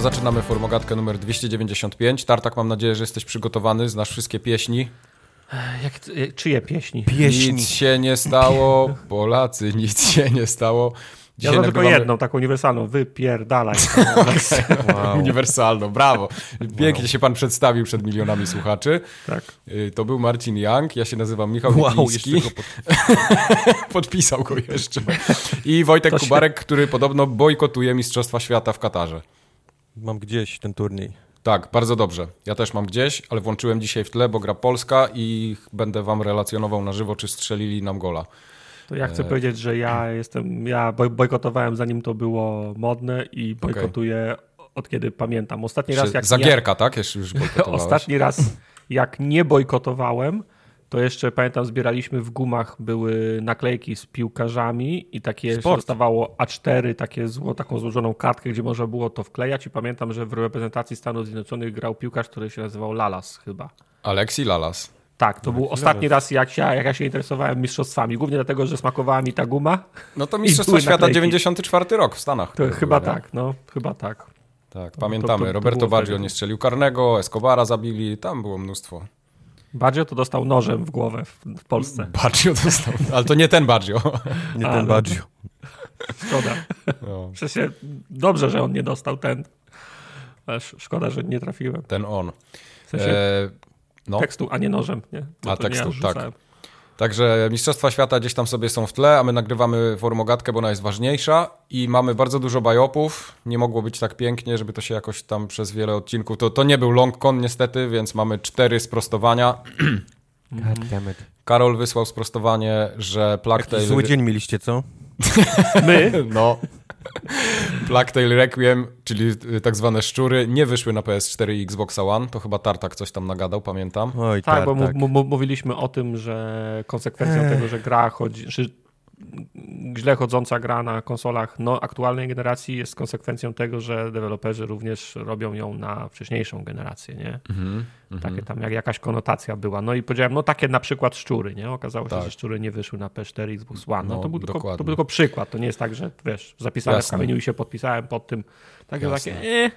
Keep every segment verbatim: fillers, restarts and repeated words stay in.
zaczynamy formogatkę numer dwieście dziewięćdziesiąt pięć. Tartak, mam nadzieję, że jesteś przygotowany, znasz wszystkie pieśni. Jak, czyje pieśni? Pieśni. Nic się nie stało, Polacy, nic się nie stało. Dzisiaj ja znam nagrywamy... tylko jedną, taką uniwersalną, wypierdalaj. Okay. Wow. Uniwersalną, brawo. Pięknie wow. się pan przedstawił przed milionami słuchaczy. Tak. To był Marcin Young, ja się nazywam Michał wow, Witliński. Pod... Podpisał go jeszcze. I Wojtek to Kubarek, się... który podobno bojkotuje Mistrzostwa Świata w Katarze. Mam gdzieś ten turniej. Tak, bardzo dobrze. Ja też mam gdzieś, ale włączyłem dzisiaj w tle, bo gra Polska i będę wam relacjonował na żywo, czy strzelili nam gola. To ja chcę e... powiedzieć, że ja jestem, ja bojkotowałem zanim to było modne i bojkotuję okay. od kiedy pamiętam. Ostatni raz jak Zagierka, ja... tak? Jeszcze już bojkotowałeś. Ostatni raz jak nie bojkotowałem, to jeszcze pamiętam, zbieraliśmy w gumach, były naklejki z piłkarzami i takie dostawało A cztery, takie zło, taką złożoną kartkę, gdzie można było to wklejać i pamiętam, że w reprezentacji Stanów Zjednoczonych grał piłkarz, który się nazywał Lalas chyba. Alexi Lalas. Tak, to był ostatni raz, jak ja, jak ja się interesowałem mistrzostwami, głównie dlatego, że smakowała mi ta guma. No to Mistrzostwa Świata naklejki. dziewięćdziesiąty czwarty rok w Stanach. To chyba były, tak, no, chyba tak. Tak, pamiętamy. To, to, to Roberto Baggio nie strzelił karnego, Escobara zabili, tam było mnóstwo. Baggio to dostał nożem w głowę w, w Polsce. Baggio dostał, ale to nie ten Baggio. Nie ten Baggio. Szkoda. No. W sensie dobrze, że on nie dostał ten, ale szkoda, że nie trafiłem. Ten on. W sensie e, no. tekstu, a nie nożem. Nie? A tekstu, nie tak. Także Mistrzostwa Świata gdzieś tam sobie są w tle, a my nagrywamy formogatkę, bo ona jest ważniejsza i mamy bardzo dużo bajopów. Nie mogło być tak pięknie, żeby to się jakoś tam przez wiele odcinków... To, to nie był long con niestety, więc mamy cztery sprostowania. Karol wysłał sprostowanie, że Plague Tale... Zły dzień mieliście, co? My? No. Plague Tale Requiem, czyli tak zwane szczury, nie wyszły na P S cztery i Xboxa One. To chyba Tartak coś tam nagadał, pamiętam. Oj, tak, tar, bo tak. M- m- mówiliśmy o tym, że konsekwencją Ech. tego, że gra chodzi... Że źle chodząca gra na konsolach no, aktualnej generacji jest konsekwencją tego, że deweloperzy również robią ją na wcześniejszą generację, nie? Mm-hmm, takie tam jak jakaś konotacja była. No i powiedziałem, no takie na przykład szczury, nie? Okazało się, tak. że szczury nie wyszły na P cztery, Xbox One. No, no to, był tylko, to był tylko przykład. To nie jest tak, że wiesz, zapisałem Jasne. w kamieniu i się podpisałem pod tym. Takie takie, eh.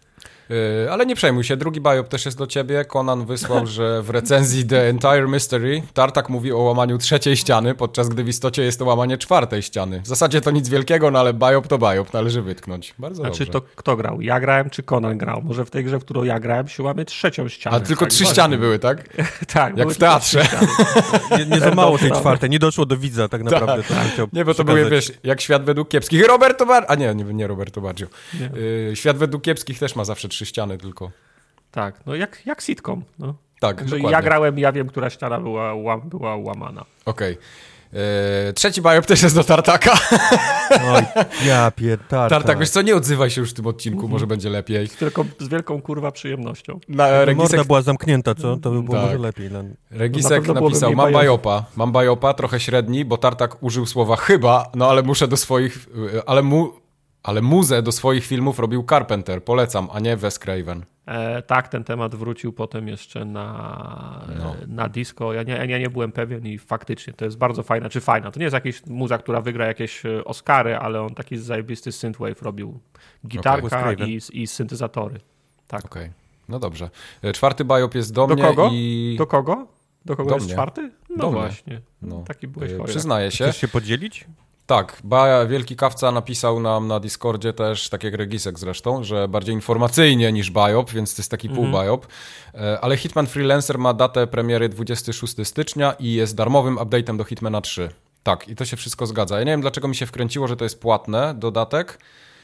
Yy, ale nie przejmuj się, drugi biop też jest do ciebie. Conan wysłał, że w recenzji The Entire Mystery Tartak mówi o łamaniu trzeciej ściany, podczas gdy w istocie jest to łamanie czwartej ściany. W zasadzie to nic wielkiego, no ale biop to biop, należy wytknąć. Bardzo A dobrze. Czy to kto grał? Ja grałem, czy Conan grał? Może w tej grze, w którą ja grałem, się łamie trzecią ścianę. A tylko tak, trzy właśnie. ściany były, tak? Tak. Jak w teatrze. nie, nie za mało tej czwartej, nie doszło do widza tak naprawdę. Tak, to nie, bo to były, wiesz, jak Świat według kiepskich. Roberto Baggio. A nie, nie, nie Roberto Baggio. Yy, Świat według kiepskich też ma zawsze trzy ściany tylko. Tak, no jak, jak sitcom. No. Tak, dokładnie. Ja grałem, ja wiem, która ściana była, łam, była łamana. Okej. Okay. Eee, trzeci biop też jest do Tartaka. Oj, ja pierdolę. Tartak, wiesz co, nie odzywaj się już w tym odcinku, mm-hmm. może będzie lepiej. Z wielką, z wielką kurwa przyjemnością. Na, Regisek... Morda była zamknięta, co? To by było tak. może lepiej. No. Regisek no napisał, mam biopa, mam biopa, trochę średni, bo Tartak użył słowa chyba, no ale muszę do swoich, ale mu... Ale muzę do swoich filmów robił Carpenter, polecam, a nie Wes Craven. E, tak, ten temat wrócił potem jeszcze na, no. na disco. Ja nie, ja nie byłem pewien i faktycznie to jest bardzo fajna, czy fajna. To nie jest jakaś muza, która wygra jakieś Oscary, ale on taki zajebisty synthwave robił. Gitarka okay. i, i syntezatory. Tak. Okej, okay. No dobrze. Czwarty biop jest do, do mnie kogo? i... Do kogo? Do kogo do jest mnie. czwarty? No do właśnie. No. Taki byłeś chory. Przyznaję się. Chcesz się podzielić? Tak, Baja Wielki Kawca napisał nam na Discordzie też, tak jak Regisek zresztą, że bardziej informacyjnie niż biop, więc to jest taki mm-hmm. pół biop. Ale Hitman Freelancer ma datę premiery dwudziestego szóstego stycznia i jest darmowym update'em do Hitmana trzy. Tak, i to się wszystko zgadza. Ja nie wiem, dlaczego mi się wkręciło, że to jest płatne dodatek,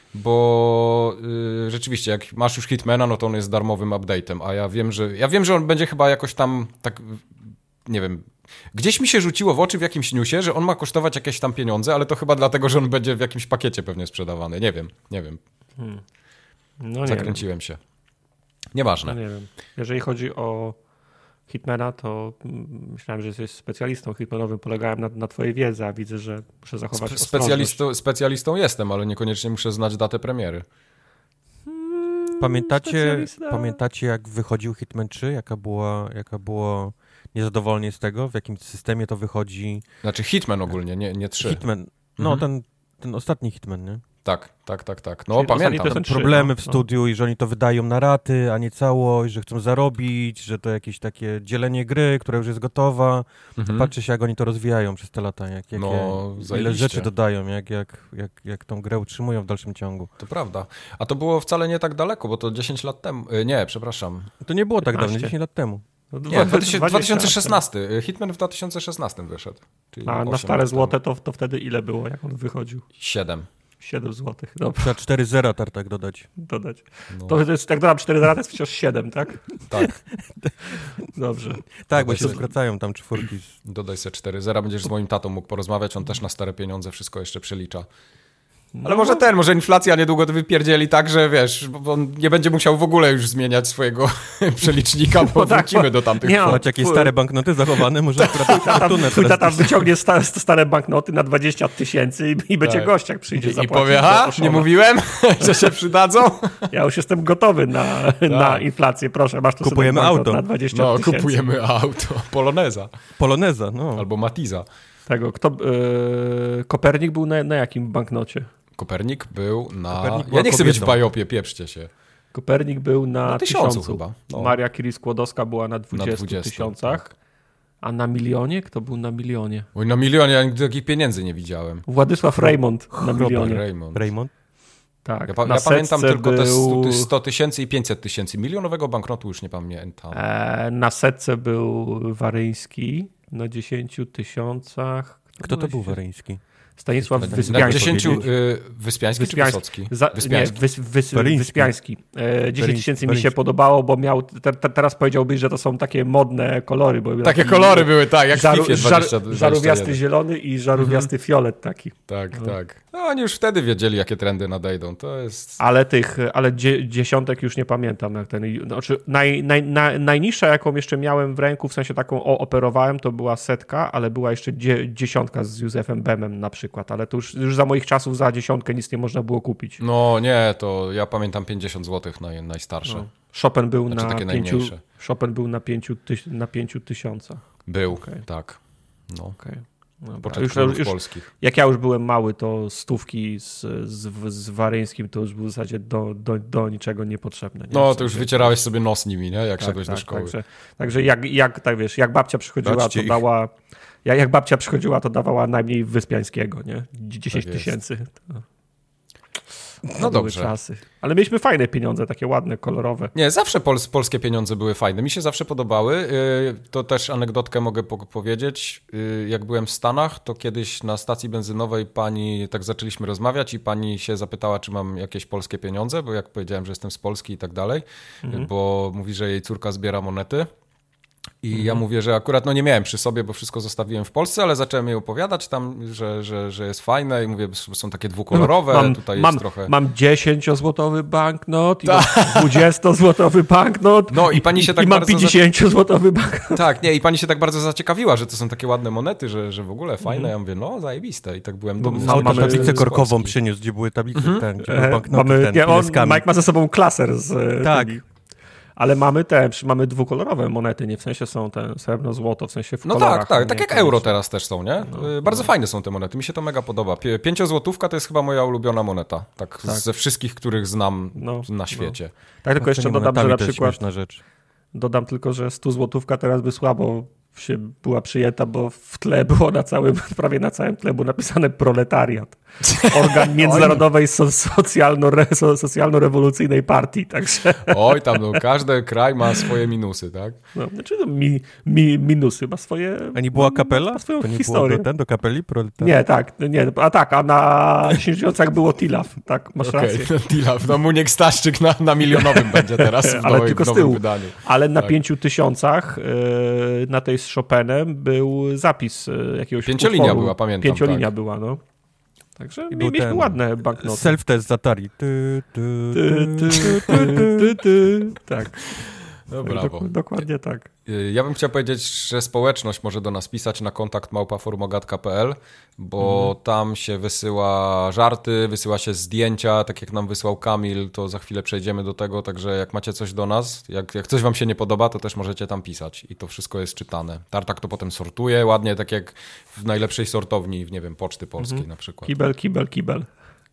bo yy, rzeczywiście, jak masz już Hitmana, no to on jest darmowym update'em, a ja wiem, że ja wiem, że on będzie chyba jakoś tam tak, nie wiem, gdzieś mi się rzuciło w oczy w jakimś newsie, że on ma kosztować jakieś tam pieniądze, ale to chyba dlatego, że on będzie w jakimś pakiecie pewnie sprzedawany. Nie wiem, nie wiem. Hmm. No Zakręciłem nie się. Nieważne. No nie wiem. Jeżeli chodzi o Hitmana, to myślałem, że jesteś specjalistą hitmanowym, polegałem na, na twojej wiedzy, a widzę, że muszę zachować Spe- specjalistą, specjalistą jestem, ale niekoniecznie muszę znać datę premiery. Hmm, pamiętacie, pamiętacie, jak wychodził Hitman trzy? Jaka była, jaka było niezadowolenie z tego? W jakim systemie to wychodzi? Znaczy Hitman ogólnie, nie, nie trzy. Hitman, no mhm. ten, ten ostatni Hitman, nie? Tak, tak, tak, tak. No Czyli pamiętam. to są Problemy no, w studiu i że oni to wydają na raty, a nie całość, że chcą zarobić, że to jakieś takie dzielenie gry, która już jest gotowa. Mhm. Patrzy się, jak oni to rozwijają przez te lata, jak, jak, No, ile zajebiście. rzeczy dodają, jak, jak, jak, jak tą grę utrzymują w dalszym ciągu. To prawda. A to było wcale nie tak daleko, bo to dziesięć lat temu. Nie, przepraszam. To nie było tak piętnaście. dawno, dziesięć lat temu. No, Nie, dwadzieścia dwa tysiące szesnasty. Hitman w dwa tysiące szesnastym wyszedł. Czyli A na stare złote to, to wtedy ile było, jak on wychodził? siedem. siedem złotych. Dobrze, Trzeba cztery zera tartak dodać. dodać. No. To jest, jak dodam cztery zera, to jest wciąż siedem, tak? Tak. Dobrze. Tak, bo Dodaj się sobie- skracają tam czwórki. Dodaj sobie cztery zera, będziesz z moim tatą mógł porozmawiać, on też na stare pieniądze wszystko jeszcze przelicza. Ale No. może ten, może inflacja niedługo to wypierdzieli tak, że wiesz, bo on nie będzie musiał w ogóle już zmieniać swojego przelicznika, bo No tak, wrócimy bo- do tamtych nie, kwot. Macie jakieś twój- stare banknoty zachowane, może akurat Tata, fortunę twój teraz. tata wyciągnie sta, stare banknoty na dwadzieścia tysięcy i, i będzie Tak. gość, jak przyjdzie I zapłacić. powie, do ha, Oszona. nie mówiłem, że się przydadzą? Ja już jestem gotowy na, na inflację. Proszę, masz tu Kupujemy sobie banknot auto. na dwadzieścia No, tysięcy. kupujemy auto, Poloneza Poloneza, no. albo Matiza. Tego, kto, yy, Kopernik był na, na jakim banknocie? Kopernik był na... Kopernik ja była nie chcę być w kobietą. bajopie, pieprzcie się. Kopernik był na, Na tysiącu tysiącu. chyba, no. Maria Curie-Skłodowska była na dwudziestu dwudziestu, tysiącach. tak. A na milionie? Kto był na milionie? Oj, na milionie, ja nigdy takich pieniędzy nie widziałem. Władysław Raymond na Robert milionie. Raymond. Raymond? Tak. Ja, pa- na ja pamiętam setce tylko te był, sto tysięcy i pięćset tysięcy. Milionowego banknotu już nie pamiętam. E, na setce był Waryński na dziesięciu tysiącach. Kto to był Waryński? Waryński? Stanisław Na Wyspiański. dziesięciu... powiedzieć. Y, Wyspiański, czy Wyspiański. Wysocki? Za, Wyspiański. Nie, wys, wys, Waryński. Wyspiański. E, dziesięć tysięcy mi się Waryński. podobało, bo miał, te, te, teraz powiedziałbyś, że to są takie modne kolory. Bo Takie taki kolory były, tak, jak w żaru, FIFA żar, dwadzieścia dwadzieścia żarówiasty jeden. zielony i żarówiasty fiolet taki. Tak, tak. No oni już wtedy wiedzieli, jakie trendy nadejdą. To jest... Ale tych, ale dzie, dziesiątek już nie pamiętam. Jak ten, znaczy naj, naj, naj, najniższa, jaką jeszcze miałem w ręku, w sensie taką o, operowałem, to była setka, ale była jeszcze dzie, dziesiątka z Józefem Bemem na przykład, ale to już, już za moich czasów za dziesiątkę nic nie można było kupić. No nie, to ja pamiętam pięćdziesiąt złotych naj, najstarsze. No. Chopin był, Znaczy na takie pięciu, najmniejsze. Chopin był na pięciu, tyś, na pięciu tysiącach. Był, Okej. tak. No. Okay. Początku już, już polskich. Jak ja już byłem mały, to stówki z, z, z Waryńskim to już był w zasadzie do, do, do niczego niepotrzebne. Nie? No, to już wycierałeś sobie nos nimi, nie? Jak tak, szedłeś tak, do szkoły. Także, także jak, jak, tak wiesz, jak babcia przychodziła, Daćcie to ich. dała... Jak, jak babcia przychodziła, to dawała najmniej Wyspiańskiego, nie? dziesięć Tak jest. tysięcy. To, No to były dobrze. czasy. Ale mieliśmy fajne pieniądze, takie ładne, kolorowe. Nie, zawsze pols polskie pieniądze były fajne. Mi się zawsze podobały. Yy, to też anegdotkę mogę po powiedzieć. Yy, jak byłem w Stanach, to kiedyś na stacji benzynowej pani, tak zaczęliśmy rozmawiać i pani się zapytała, czy mam jakieś polskie pieniądze, bo jak powiedziałem, że jestem z Polski i tak dalej, Mhm. bo mówi, że jej córka zbiera monety. I Mhm. ja mówię, że akurat no nie miałem przy sobie, bo wszystko zostawiłem w Polsce, ale zacząłem jej opowiadać tam, że, że, że jest fajne i mówię, że są takie dwukolorowe, Mam, tutaj mam, jest trochę... mam dziesięciozłotowy banknot i mam dwudziestozłotowy banknot No i pani się tak i mam bardzo... za- pięćdziesięciozłotowy banknot. Tak, nie, i pani się tak bardzo zaciekawiła, że to są takie ładne monety, że, że w ogóle fajne. Ja mówię, no zajebiste. I tak byłem Bo dumny. mam- że Auto mamy- tablicę z korkową Polski. przyniósł, gdzie były tablice, ten, gdzie E, były banknoty, mamy, ten, nie, on, pineskami. Mike ma ze sobą klaser z e, Tak. tymi. Ale mamy te, mamy dwukolorowe monety, nie w sensie są te srebrno-złoto, w sensie w No kolorach. tak, tak, nie tak jak koniecznie. euro teraz też są, nie? No, Y, Bardzo no. fajne są te monety, mi się to mega podoba. Pię- Pięciozłotówka to jest chyba moja ulubiona moneta, tak, Tak. ze wszystkich, których znam No, na świecie. Tak, tylko jeszcze Patrzenie dodam, że monetami na to jest przykład śmieszna rzecz. dodam tylko, że stu złotówka teraz by słabo się była przyjęta, bo w tle było na całym, prawie na całym tle było napisane proletariat. Organ międzynarodowej so, socjalno-re, so, socjalno-rewolucyjnej partii, także Oj, tam no, każdy kraj ma swoje minusy, tak? no, znaczy no, mi, mi, minusy, ma swoje A nie była kapela? ma swoją To nie historię. było do, ten, do kapeli? Proletariat? Nie, tak, nie, a tak, a na księżycach było Tilaf, tak, masz Okej, rację. Tilaf, no Muniek Staszczyk na, na milionowym będzie teraz w, Ale nowej, tylko w z nowym tyłu. wydaniu. Ale na Tak. pięciu tysiącach yy, na tej z Chopinem był zapis yy, jakiegoś Pięciolinia utworu. była, pamiętam, Pięciolinia tak. była, no. Także I mi- był mieliśmy ten ładne banknoty. Self-test z Atari. Ty, ty, Ty, ty, ty, ty, ty, ty. Tak, No brawo. Dok- dokładnie tak. Y, Ja bym chciał powiedzieć, że społeczność może do nas pisać na kontakt małpa formogat kropka p l, bo Mhm. tam się wysyła żarty, wysyła się zdjęcia, tak jak nam wysłał Kamil, to za chwilę przejdziemy do tego, także jak macie coś do nas, jak, jak coś wam się nie podoba, to też możecie tam pisać i to wszystko jest czytane. Tartak to potem sortuje ładnie, tak jak w najlepszej sortowni, w nie wiem, Poczty Polskiej Mhm. na przykład. Kibel, kibel, kibel.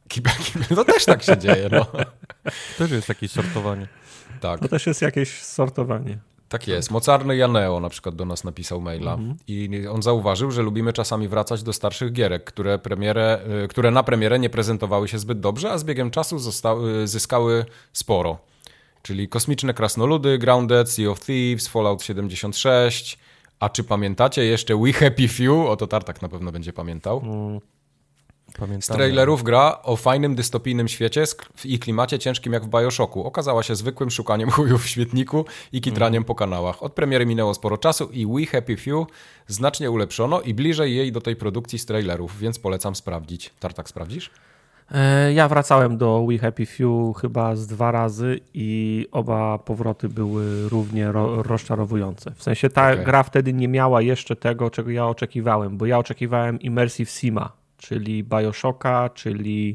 Kibel, kibel. No też tak się dzieje, no. Też jest jakieś sortowanie. Tak. To też jest jakieś sortowanie. Tak jest. Mocarny Janeo na przykład do nas napisał maila mhm. i on zauważył, że lubimy czasami wracać do starszych gierek, które, premierę, które na premierę nie prezentowały się zbyt dobrze, a z biegiem czasu zostały, zyskały sporo. Czyli Kosmiczne Krasnoludy, Grounded, Sea of Thieves, Fallout siedemdziesiąt sześć. A czy pamiętacie jeszcze We Happy Few? O, to Tartak na pewno będzie pamiętał. Mm. Z trailerów gra o fajnym, dystopijnym świecie i klimacie ciężkim jak w Bioshocku. Okazała się zwykłym szukaniem chujów w śmietniku i kitraniem mm. po kanałach. Od premiery minęło sporo czasu i We Happy Few znacznie ulepszono i bliżej jej do tej produkcji z trailerów, więc polecam sprawdzić. Tartak, sprawdzisz? Ja wracałem do We Happy Few chyba z dwa razy i oba powroty były równie ro- rozczarowujące. W sensie ta okay. gra wtedy nie miała jeszcze tego, czego ja oczekiwałem, bo ja oczekiwałem Immersive Sima, czyli Bioshocka, czyli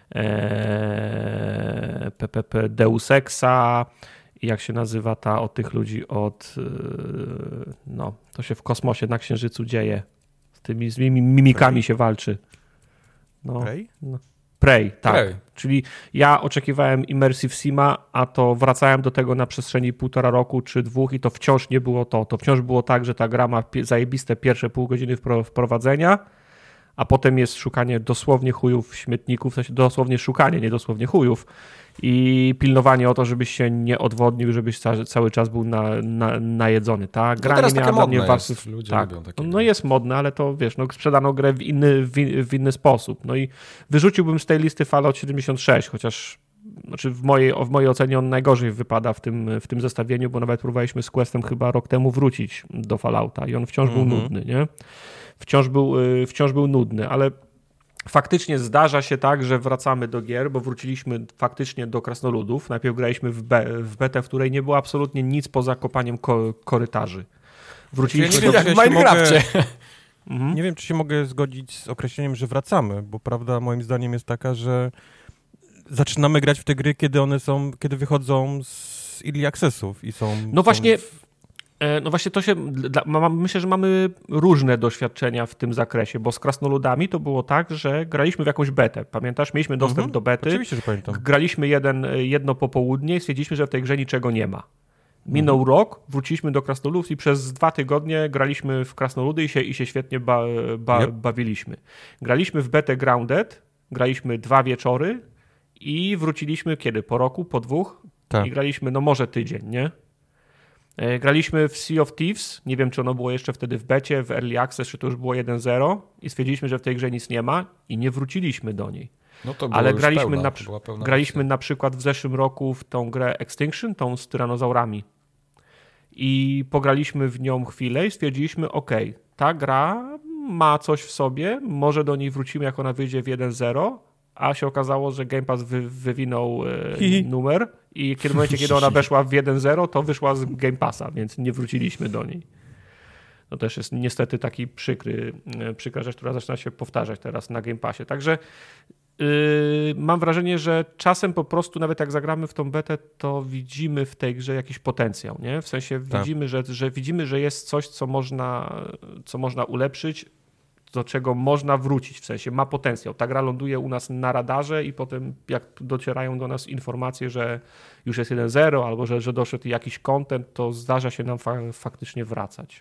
e, P P P Deus Exa i jak się nazywa ta od tych ludzi od no, to się w kosmosie na Księżycu dzieje. Z tymi, z mimikami Prey? się walczy. No, Prey? No. Prey, tak. Prey. Czyli ja oczekiwałem Immersive Sima, a to wracałem do tego na przestrzeni półtora roku czy dwóch i to wciąż nie było to. To wciąż było tak, że ta gra ma zajebiste pierwsze pół godziny wprowadzenia, a potem jest szukanie dosłownie chujów w śmietniku, w sensie dosłownie szukanie, nie dosłownie chujów i pilnowanie o to, żebyś się nie odwodnił, żebyś ca- cały czas był na, na, najedzony. Ta gra no teraz nie miała takie dla mnie warstw. Ludzie tak. lubią takie No gry. jest modne, ale to wiesz, no sprzedano grę w inny, w, w inny sposób. No i wyrzuciłbym z tej listy Fallout siedemdziesiąt sześć, chociaż znaczy w mojej, w mojej ocenie on najgorzej wypada w tym, w tym zestawieniu, bo nawet próbowaliśmy z Questem chyba rok temu wrócić do Fallouta i on wciąż mm-hmm. był nudny, nie? Wciąż był, wciąż był nudny, ale faktycznie zdarza się tak, że wracamy do gier, bo wróciliśmy faktycznie do Krasnoludów. Najpierw graliśmy w, be, w betę, w której nie było absolutnie nic poza kopaniem ko- korytarzy. Wróciliśmy ja do... Jak w Minecrafcie. Mogę... Nie wiem, czy się mogę zgodzić z określeniem, że wracamy, bo prawda moim zdaniem jest taka, że zaczynamy grać w te gry, kiedy one są, kiedy wychodzą z early accessów i są... No właśnie... Są... No właśnie to się, myślę, że mamy różne doświadczenia w tym zakresie, bo z Krasnoludami to było tak, że graliśmy w jakąś betę. Pamiętasz? Mieliśmy dostęp mhm. do bety. Oczywiście, że pamiętam. Graliśmy jeden, jedno popołudnie i stwierdziliśmy, że w tej grze niczego nie ma. Minął mhm. rok, wróciliśmy do Krasnoludów i przez dwa tygodnie graliśmy w Krasnoludy i się, i się świetnie ba, ba, yep. bawiliśmy. Graliśmy w betę Grounded, graliśmy dwa wieczory i wróciliśmy kiedy? Po roku? Po dwóch? Tak. I graliśmy no może tydzień, nie? Graliśmy w Sea of Thieves, nie wiem czy ono było jeszcze wtedy w becie, w Early Access, czy to już było jeden zero i stwierdziliśmy, że w tej grze nic nie ma i nie wróciliśmy do niej. No to było Ale już graliśmy, pełna, na, to była pełna graliśmy na przykład w zeszłym roku w tą grę Extinction, tą z tyranozaurami i pograliśmy w nią chwilę i stwierdziliśmy, ok, ta gra ma coś w sobie, może do niej wrócimy jak ona wyjdzie w jeden zero, a się okazało, że Game Pass wy, wywinął e, numer i kiedy w momencie, kiedy ona weszła w jeden zero, to wyszła z Game Passa, więc nie wróciliśmy do niej. To też jest niestety taki przykry, przykra rzecz, która zaczyna się powtarzać teraz na Game Passie. Także yy, mam wrażenie, że czasem po prostu nawet jak zagramy w tą betę, to widzimy w tej grze jakiś potencjał, nie? W sensie tak. widzimy, że, że widzimy, że jest coś, co można, co można ulepszyć, do czego można wrócić, w sensie ma potencjał. Ta gra ląduje u nas na radarze i potem jak docierają do nas informacje, że już jest jeden zero albo że, że doszedł jakiś content, to zdarza się nam fa- faktycznie wracać.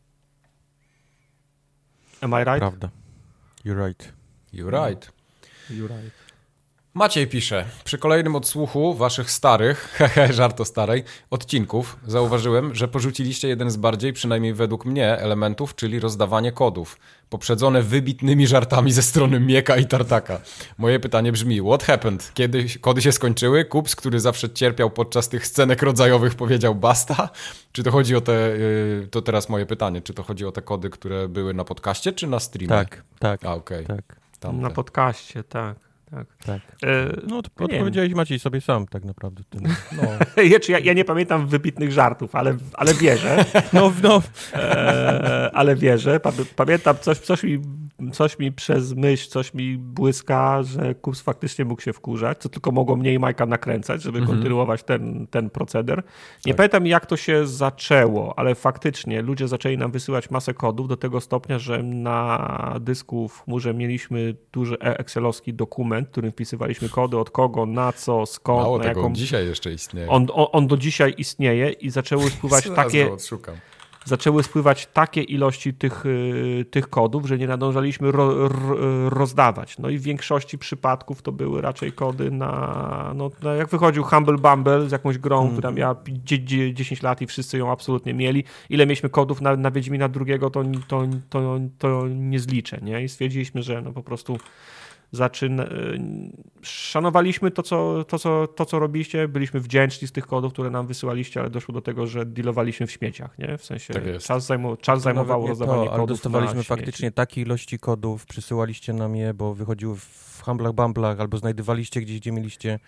Am I right? Prawda. You're right. You're right. You're right. Maciej pisze, przy kolejnym odsłuchu waszych starych, hehe, żart o starej, odcinków zauważyłem, że porzuciliście jeden z bardziej, przynajmniej według mnie, elementów, czyli rozdawanie kodów, poprzedzone wybitnymi żartami ze strony Mieka i Tartaka. Moje pytanie brzmi, what happened? Kiedy kody się skończyły? Kups, który zawsze cierpiał podczas tych scenek rodzajowych, powiedział basta? Czy to chodzi o te, to teraz moje pytanie, czy to chodzi o te kody, które były na podcaście, czy na streamie? Tak, tak. A, okej. Okay. Tak. Na podcaście, tak. Tak. tak. E, no to odpowiedziałeś Maciej sobie sam tak naprawdę. No. ja, ja nie pamiętam wybitnych żartów, ale, ale wierzę. No, no. E, ale wierzę. Pamiętam coś, coś, mi, coś mi przez myśl, coś mi błyska, że Kups faktycznie mógł się wkurzać, co tylko mogło mnie i Majka nakręcać, żeby mhm. kontynuować ten, ten proceder. Nie tak. pamiętam jak to się zaczęło, ale faktycznie ludzie zaczęli nam wysyłać masę kodów do tego stopnia, że na dysku w chmurze mieliśmy duży excelowski dokument, dokument, w którym wpisywaliśmy kody od kogo, na co, skąd, Mało na tego, jaką... on dzisiaj jeszcze istnieje. On, on, on do dzisiaj istnieje i zaczęły spływać takie... Zaczęły spływać takie ilości tych, tych kodów, że nie nadążaliśmy ro, ro, rozdawać. No i w większości przypadków to były raczej kody na, no, na jak wychodził Humble Bumble z jakąś grą, mm. która miała dziesięć lat i wszyscy ją absolutnie mieli. Ile mieliśmy kodów na, na Wiedźmina drugiego, to, to, to, to nie zliczę. Nie? I stwierdziliśmy, że no po prostu zaczyn... szanowaliśmy to co, to, co, to, co robiliście, byliśmy wdzięczni z tych kodów, które nam wysyłaliście, ale doszło do tego, że dealowaliśmy w śmieciach, nie? W sensie tak czas, zajmu, czas zajmowało rozdawanie to, kodów. Ale dostawaliśmy na faktycznie śmieci. takie ilości kodów, przysyłaliście nam je, bo wychodziły w Humblach, Bumblach, albo znajdywaliście gdzieś, gdzie mieliście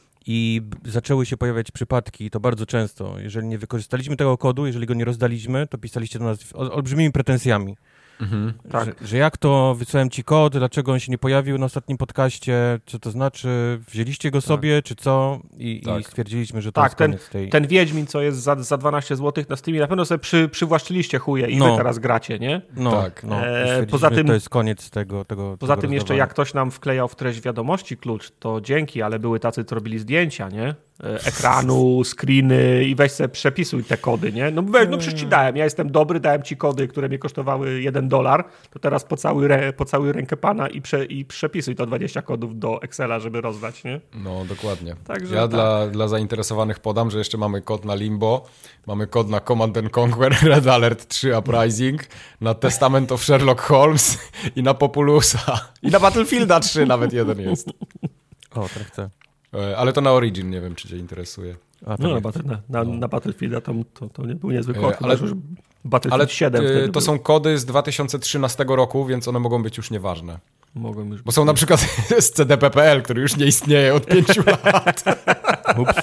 i zaczęły się pojawiać przypadki, to bardzo często. Jeżeli nie wykorzystaliśmy tego kodu, jeżeli go nie rozdaliśmy, to pisaliście do nas z olbrzymimi pretensjami. Mhm. Tak. Że, że jak to, wysłałem ci kod, dlaczego on się nie pojawił na ostatnim podcaście, co to znaczy, wzięliście go tak. sobie, czy co? I, tak. i stwierdziliśmy, że to tak, jest koniec ten, tej... ten Wiedźmin, co jest za, za dwanaście złotych na Steamie, na pewno sobie przy, przywłaszczyliście chuje i no. wy teraz gracie, nie? No, tak. no. E, poza tym, to jest koniec tego tego Poza tego tym jeszcze jak ktoś nam wklejał w treść wiadomości klucz, to dzięki, ale były tacy, co robili zdjęcia, nie? Ekranu, screeny i weź sobie przepisuj te kody, nie? No weź, no przecież ci dałem, ja jestem dobry, dałem ci kody, które mnie kosztowały jeden dolar, to teraz pocałuj, re, pocałuj rękę pana i, prze, i przepisuj to dwadzieścia kodów do Excela, żeby rozdać, nie? No, dokładnie. Także ja tak. dla, dla zainteresowanych podam, że jeszcze mamy kod na Limbo, mamy kod na Command and Conquer, Red Alert trzy Uprising, na Testament of Sherlock Holmes i na Populusa. I na Battlefielda trzy nawet jeden jest. O, tak chcę. Ale to na Origin, nie wiem, czy cię interesuje. A, no, na, na, na, no. na Battlefielda to, to, to nie był niezły kod, ale, już Battlefield ale siedem ale to był. Są kody z dwa tysiące trzynastego roku, więc one mogą być już nieważne. Mogą już Bo są na przykład z C D P kropka P L, który już nie istnieje od pięciu lat. Ups.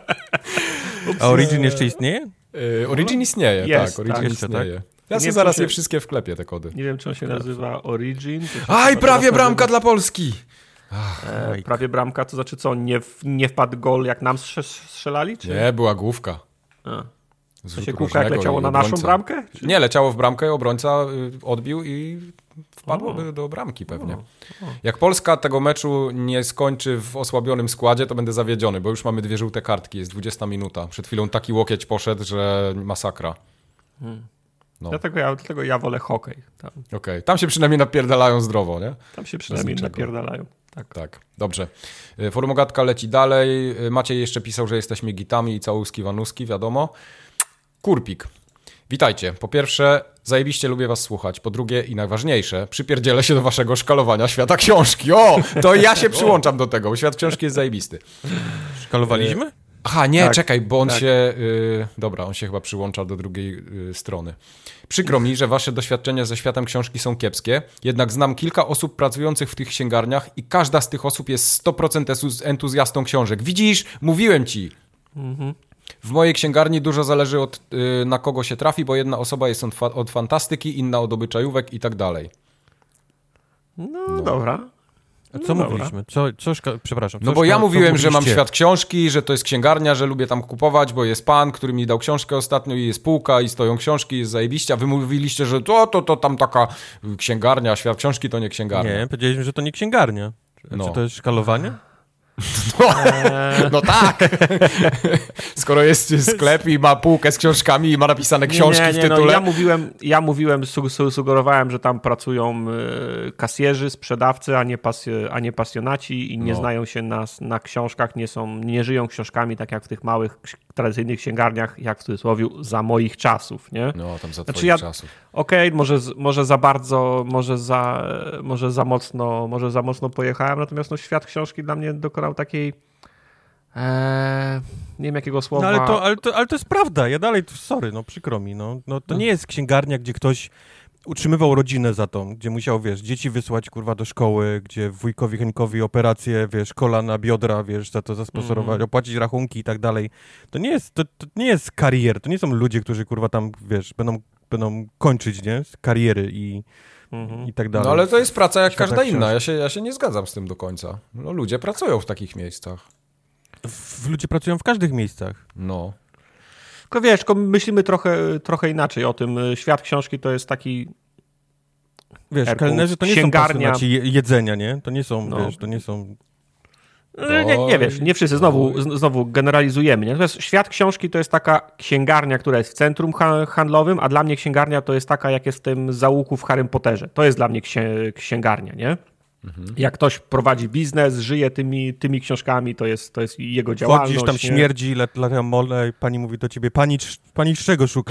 Ups. A Origin jeszcze istnieje? Origin istnieje, jest, tak. Origin tak. istnieje. Tak? Ja sobie zaraz się... je wszystkie wklepię, te kody. Nie wiem, czy on się nazywa Origin. Aj, prawie bramka dla Polski! Ach, e, prawie bramka, to znaczy co, nie, w, nie wpadł gol jak nam strzelali? Czy? Nie, była główka. A. To się kółka jak leciało na naszą bramkę? Czy? Nie, leciało w bramkę, obrońca odbił i wpadłoby do bramki pewnie. O, o. Jak Polska tego meczu nie skończy w osłabionym składzie, to będę zawiedziony, bo już mamy dwie żółte kartki, jest dwudziesta minuta. Przed chwilą taki łokieć poszedł, że masakra. Hmm. No. Dlatego, ja, dlatego ja wolę hokej. Tam. Okej, okay. Tam się przynajmniej napierdalają zdrowo, nie? Tam się przynajmniej napierdalają. Tak. tak, dobrze. Forumogatka leci dalej. Maciej jeszcze pisał, że jesteśmy gitami i całuski wanuski, wiadomo. Kurpik. Witajcie. Po pierwsze, zajebiście lubię was słuchać. Po drugie i najważniejsze, przypierdzielę się do waszego szkalowania świata książki. O, to ja się przyłączam do tego, bo świat książki jest zajebisty. Szkalowaliśmy? Aha, nie, tak, czekaj, bo on tak. się... Yy, dobra, on się chyba przyłącza do drugiej yy, strony. Przykro mi, że wasze doświadczenia ze światem książki są kiepskie, jednak znam kilka osób pracujących w tych księgarniach i każda z tych osób jest sto procent entuzjastą książek. Widzisz? Mówiłem ci. Mhm. W mojej księgarni dużo zależy od yy, na kogo się trafi, bo jedna osoba jest od, od fantastyki, inna od obyczajówek i tak dalej. No, no. dobra. A co no mówiliśmy? Co, co szka- Przepraszam. Co no bo szka- ja mówiłem, że mam świat książki, że to jest księgarnia, że lubię tam kupować, bo jest pan, który mi dał książkę ostatnio i jest półka i stoją książki, jest zajebiście, a wy mówiliście, że to, to, to tam taka księgarnia, świat książki to nie księgarnia. Nie, powiedzieliśmy, że to nie księgarnia. A no. Czy to jest szkalowanie? No, no tak. Skoro jest sklep i ma półkę z książkami i ma napisane książki nie, nie, nie, w tytule. No, ja mówiłem, ja mówiłem su- sugerowałem, że tam pracują y, kasjerzy, sprzedawcy, a nie, pasj- a nie pasjonaci i nie no. znają się na, na książkach, nie, są, nie żyją książkami tak jak w tych małych, tradycyjnych księgarniach, jak w cudzysłowie, za moich czasów. Nie? No, tam za znaczy, twoich ja, czasów. Okej, okay, może, może za bardzo, może za, może za mocno, może za mocno pojechałem, natomiast no, świat książki dla mnie dokonał takiej Eee, nie wiem jakiego słowa. No ale to, ale, to, ale to jest prawda. Ja dalej, sorry, no przykro mi. No, no, to nie jest księgarnia, gdzie ktoś utrzymywał rodzinę za to, gdzie musiał, wiesz, dzieci wysłać, kurwa, do szkoły, gdzie wujkowi, Henkowi operację, wiesz, kola na biodra, wiesz, za to zasponsorować, mm. opłacić rachunki i tak dalej. To nie jest, to, to nie jest karier, to nie są ludzie, którzy, kurwa, tam, wiesz, będą, będą kończyć, nie, kariery i i tak dalej. No ale to jest praca jak Świata każda inna. Ja się, ja się nie zgadzam z tym do końca. No, ludzie pracują w takich miejscach. W, ludzie pracują w każdych miejscach. No. Tylko wiesz, tylko myślimy trochę, trochę inaczej o tym. Świat książki to jest taki... Wiesz, Erku, kelnerzy to nie księgarnia... są pasjonaci jedzenia, nie? To nie są, no. wiesz, to nie są... Nie, nie wiesz, nie wszyscy, znowu, znowu generalizujemy. Nie? Natomiast świat książki to jest taka księgarnia, która jest w centrum handlowym, a dla mnie księgarnia to jest taka, jak jest w tym zaułku w Harrym Potterze. To jest dla mnie księ- księgarnia, nie? Mhm. Jak ktoś prowadzi biznes, żyje tymi, tymi książkami, to jest, to jest jego działalność. Chodzisz, tam nie? śmierdzi, lata mole, pani mówi do ciebie, pani, pani czego szuka?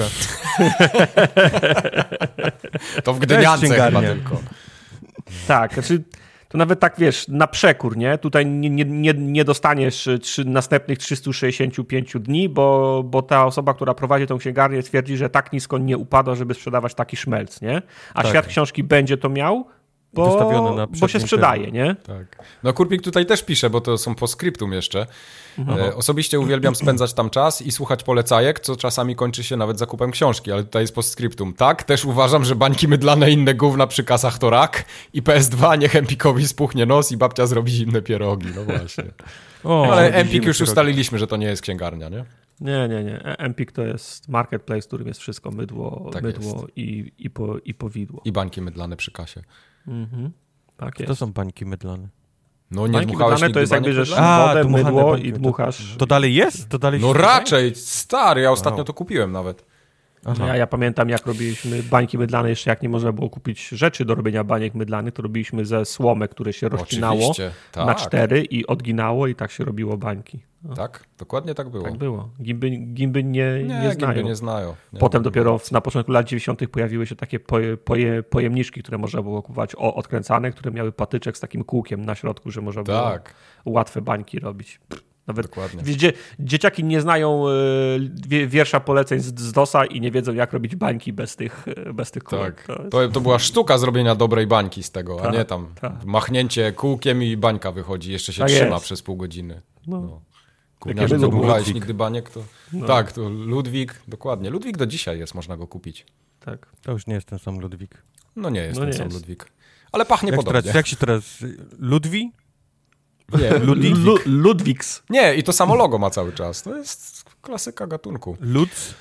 To w Gdyniance chyba tylko. Tak, znaczy... To nawet tak, wiesz, na przekór, nie? Tutaj nie, nie, nie dostaniesz trzy, następnych trzysta sześćdziesiąt pięć dni, bo, bo ta osoba, która prowadzi tą księgarnię, twierdzi, że tak nisko nie upada, żeby sprzedawać taki szmelc, nie? A tak. Świat książki będzie to miał, bo, bo się sprzedaje, nie? Tak. No Kurpik tutaj też pisze, bo to są postscriptum jeszcze. Mhm. E, osobiście uwielbiam spędzać tam czas i słuchać polecajek, co czasami kończy się nawet zakupem książki, ale tutaj jest postscriptum. Tak, też uważam, że bańki mydlane i inne gówna przy kasach to rak i P S dwa niech Empikowi spuchnie nos i babcia zrobi zimne pierogi. No właśnie. O, ale Empik już ustaliliśmy, że to nie jest księgarnia, nie? Nie, nie, nie. Empik to jest marketplace, w którym jest wszystko mydło, tak mydło i, i, po, i powidło. I bańki mydlane przy kasie. Mhm. Tak jest. To są bańki mydlane. No nie bańki mydlane to jest jakby, że wodę, mydło i dmuchasz. To, to dalej jest? To dalej no raczej, stary, ja ostatnio wow. to kupiłem nawet. Ja, ja pamiętam, jak robiliśmy bańki mydlane, jeszcze jak nie można było kupić rzeczy do robienia baniek mydlanych, to robiliśmy ze słomy, które się rozcinało tak. na cztery i odginało i tak się robiło bańki. No. Tak, dokładnie tak było. Tak było. Gimby, gimby nie, nie, nie znają. Gimby nie znają. Nie Potem dopiero w, na początku lat dziewięćdziesiątych pojawiły się takie poje, poje, pojemniczki, które można było kupować o, odkręcane, które miały patyczek z takim kółkiem na środku, że można tak. było łatwe bańki robić. Nawet Dokładnie. Dzie, dzieciaki nie znają y, wiersza poleceń z, z dosa i nie wiedzą, jak robić bańki bez tych, bez tych tak. To, to, to była sztuka zrobienia dobrej bańki z tego, ta, a nie tam ta. machnięcie kółkiem i bańka wychodzi. Jeszcze się tak trzyma jest. przez pół godziny. No. No. Gówniarze, co dmuchałeś nigdy baniek, to... No. Tak, to Ludwik, dokładnie. Ludwik do dzisiaj jest, można go kupić. Tak. To już nie jest ten sam Ludwik. No nie jest no ten nie sam jest. Ludwik. Ale pachnie jak podobnie. Teraz, jak się teraz... Ludwi? Nie, Ludwik. Ludwigs. Nie, i to samo logo ma cały czas. To jest klasyka gatunku. Lutz?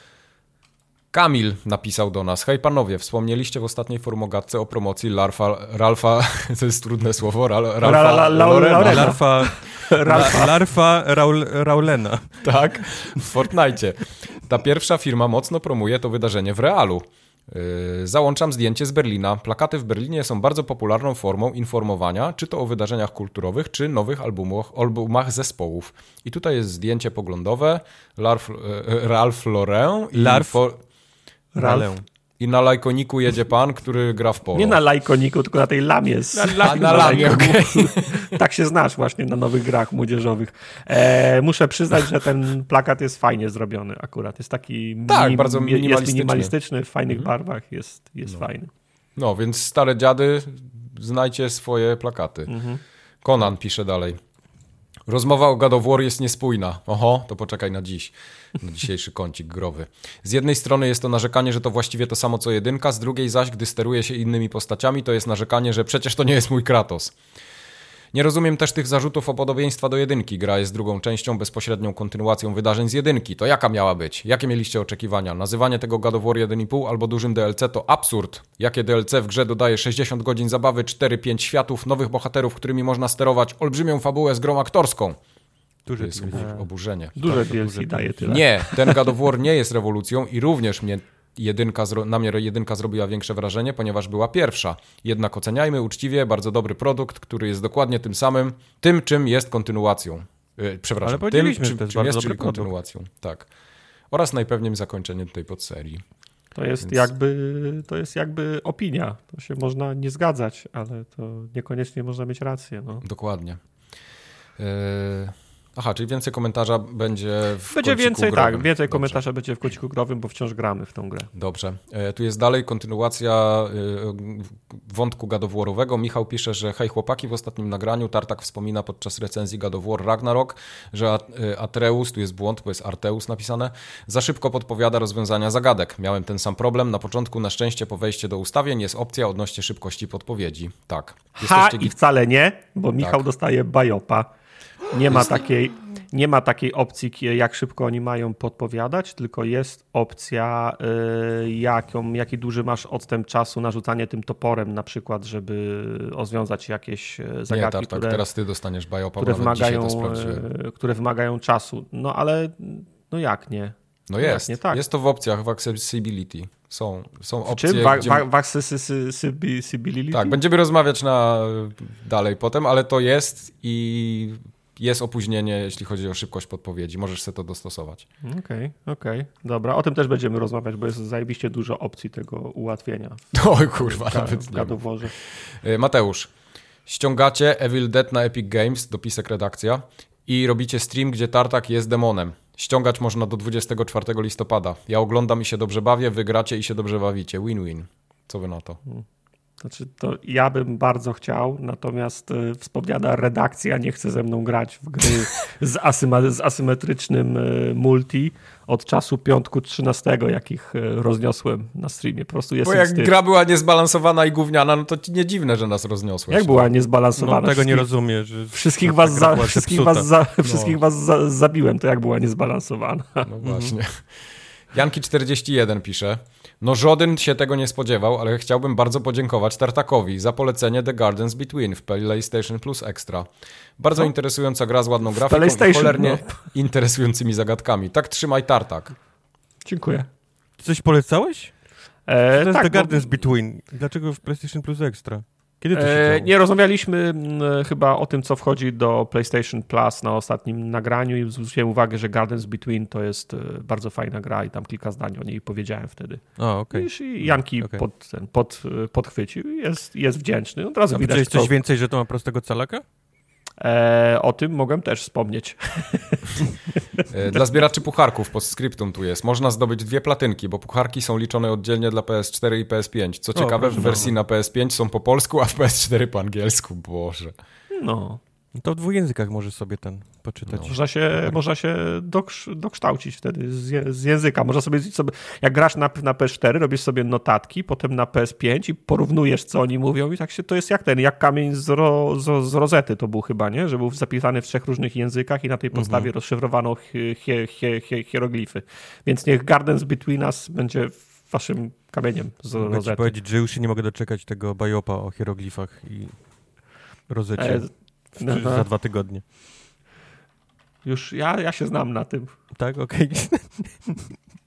Kamil napisał do nas. Hej panowie, wspomnieliście w ostatniej formogatce o promocji Larfa, Ralfa, to jest trudne słowo, Ral, Ralfa, Lorena. Larfa, Larfa Raul, Raulena. Tak, w Fortnite. Ta pierwsza firma mocno promuje to wydarzenie w realu. Yy, załączam zdjęcie z Berlina. Plakaty w Berlinie są bardzo popularną formą informowania, czy to o wydarzeniach kulturowych, czy nowych albumach, albumach zespołów. I tutaj jest zdjęcie poglądowe, Larf, yy, Ralph Lauren i Larf. For... Ralf. I na lajkoniku jedzie pan, który gra w polo. Nie na lajkoniku, tylko na tej lamie. Na, na, A, na lamie, okej. Okay. Tak się znasz właśnie na nowych grach młodzieżowych. E, muszę przyznać, że ten plakat jest fajnie zrobiony akurat. Jest taki tak, minim, bardzo minimalistyczny. Jest minimalistyczny, w fajnych mhm. barwach, jest, jest no. fajny. No, więc stare dziady, znajcie swoje plakaty. Mhm. Conan pisze dalej. Rozmowa o God of War jest niespójna. Oho, to poczekaj na dziś. Na dzisiejszy kącik growy. Z jednej strony jest to narzekanie, że to właściwie to samo co jedynka, z drugiej zaś, gdy steruje się innymi postaciami, to jest narzekanie, że przecież to nie jest mój Kratos. Nie rozumiem też tych zarzutów o podobieństwa do jedynki. Gra jest drugą częścią, bezpośrednią kontynuacją wydarzeń z jedynki. To jaka miała być? Jakie mieliście oczekiwania? Nazywanie tego God of War jeden i pół albo dużym D L C to absurd. Jakie D L C w grze dodaje sześćdziesiąt godzin zabawy, cztery pięć światów, nowych bohaterów, którymi można sterować, olbrzymią fabułę z grą aktorską? Duże jest oburzenie. Duże D L C daje tyle. Nie, ten God of War nie jest rewolucją i również mnie jedynka, na mnie jedynka zrobiła większe wrażenie, ponieważ była pierwsza. Jednak oceniajmy uczciwie, bardzo dobry produkt, który jest dokładnie tym samym, tym czym jest kontynuacją. Yy, przepraszam, Ale tym czym, czym, jest, czym jest czyli kontynuacją. Tak. Oraz najpewniej zakończeniem tej podserii. To jest, Więc... jakby, to jest jakby opinia. To się można nie zgadzać, ale to niekoniecznie można mieć rację. No. Dokładnie. Yy... Aha, czyli więcej komentarza będzie w Będzie więcej, growym. tak, więcej Dobrze. komentarza będzie w kąciku growym, bo wciąż gramy w tą grę. Dobrze. E, tu jest dalej kontynuacja e, wątku God of War'owego. Michał pisze, że hej chłopaki, w ostatnim nagraniu Tartak wspomina podczas recenzji God of War Ragnarok, że Atreus, tu jest błąd, bo jest Arteus napisane, za szybko podpowiada rozwiązania zagadek. Miałem ten sam problem. Na początku na szczęście po wejście do ustawień jest opcja odnośnie szybkości podpowiedzi. Tak. Ha i wcale nie, bo Michał tak. dostaje bajopa. Nie ma takiej, nie ma takiej opcji, jak szybko oni mają podpowiadać, tylko jest opcja, y, jaką, jaki duży masz odstęp czasu na rzucanie tym toporem na przykład, żeby rozwiązać jakieś zagadki, nie, tak, tak. które, Teraz ty dostaniesz biopa, które, bo wymagają, to które wymagają czasu. No ale no jak nie? No no jest, nie, tak. jest to w opcjach, w accessibility. Są, są opcje. Czy w, gdzie... w, w accessibility? Tak, będziemy rozmawiać na dalej potem, ale to jest i jest opóźnienie, jeśli chodzi o szybkość podpowiedzi. Możesz sobie to dostosować. Okej, okay, okej, okay. Dobra. O tym też będziemy rozmawiać, bo jest zajebiście dużo opcji tego ułatwienia. Oj kurwa, w, nawet w nie wiem. Mateusz, ściągacie Evil Dead na Epic Games, dopisek redakcja, i robicie stream, gdzie Tartak jest demonem. Ściągać można do dwudziestego czwartego listopada. Ja oglądam i się dobrze bawię, wy gracie i się dobrze bawicie. Win-win. Co wy na to? Znaczy, to ja bym bardzo chciał, natomiast y, wspomniana redakcja nie chce ze mną grać w gry z, asyma, z asymetrycznym y, multi od czasu piątku trzynastego, jakich y, rozniosłem na streamie. Po prostu jest Bo jak wstyd. gra była niezbalansowana i gówniana, no to nie dziwne, że nas rozniosłeś. Jak była niezbalansowana? No tego nie rozumiem. Że wszystkich was, za, wszystkich was, za, no. wszystkich was za, zabiłem, to jak była niezbalansowana. No właśnie. Janki czterdzieści jeden pisze: no żaden się tego nie spodziewał, ale chciałbym bardzo podziękować Tartakowi za polecenie The Gardens Between w PlayStation Plus Extra. Bardzo no. interesująca gra z ładną grafiką i cholernie no. interesującymi zagadkami. Tak trzymaj, Tartak. Dziękuję. Coś polecałeś? E, to jest tak, The Gardens bo... Between. Dlaczego w PlayStation Plus Extra? Kiedy to się e, nie rozmawialiśmy m, chyba o tym, co wchodzi do PlayStation Plus na ostatnim nagraniu i zwróciłem uwagę, że Gardens Between to jest bardzo fajna gra i tam kilka zdań o niej powiedziałem wtedy. O, okej. Okay. I Janki okay. pod, ten, pod, podchwycił i jest, jest wdzięczny. Od razu A widać. Czy coś więcej, że to ma prostego calaka? E, o tym mogłem też wspomnieć. Dla zbieraczy pucharków postscriptum tu jest. Można zdobyć dwie platynki, bo pucharki są liczone oddzielnie dla P S cztery i P S pięć. Co ciekawe, o, w wersji na P S pięć są po polsku, a w P S cztery po angielsku. Boże. No. To w dwóch językach możesz sobie ten poczytać. No. Można się, można się doksz, dokształcić wtedy z, je, z języka. Można sobie, sobie, jak grasz na, na P S cztery, robisz sobie notatki, potem na P S pięć i porównujesz, co oni mówią i tak się, to jest jak ten, jak kamień z, ro, z, z rozety to był chyba, nie? Że był zapisany w trzech różnych językach i na tej podstawie mhm. rozszyfrowano hi, hi, hi, hi, hieroglify. Więc niech Gardens Between Us będzie waszym kamieniem z Mogę rozety. Mogę ci powiedzieć, że już się nie mogę doczekać tego biopa o hieroglifach i rozecie. E, No, no. Za dwa tygodnie. Już ja, ja się znam na tym. Tak, okej. Okay.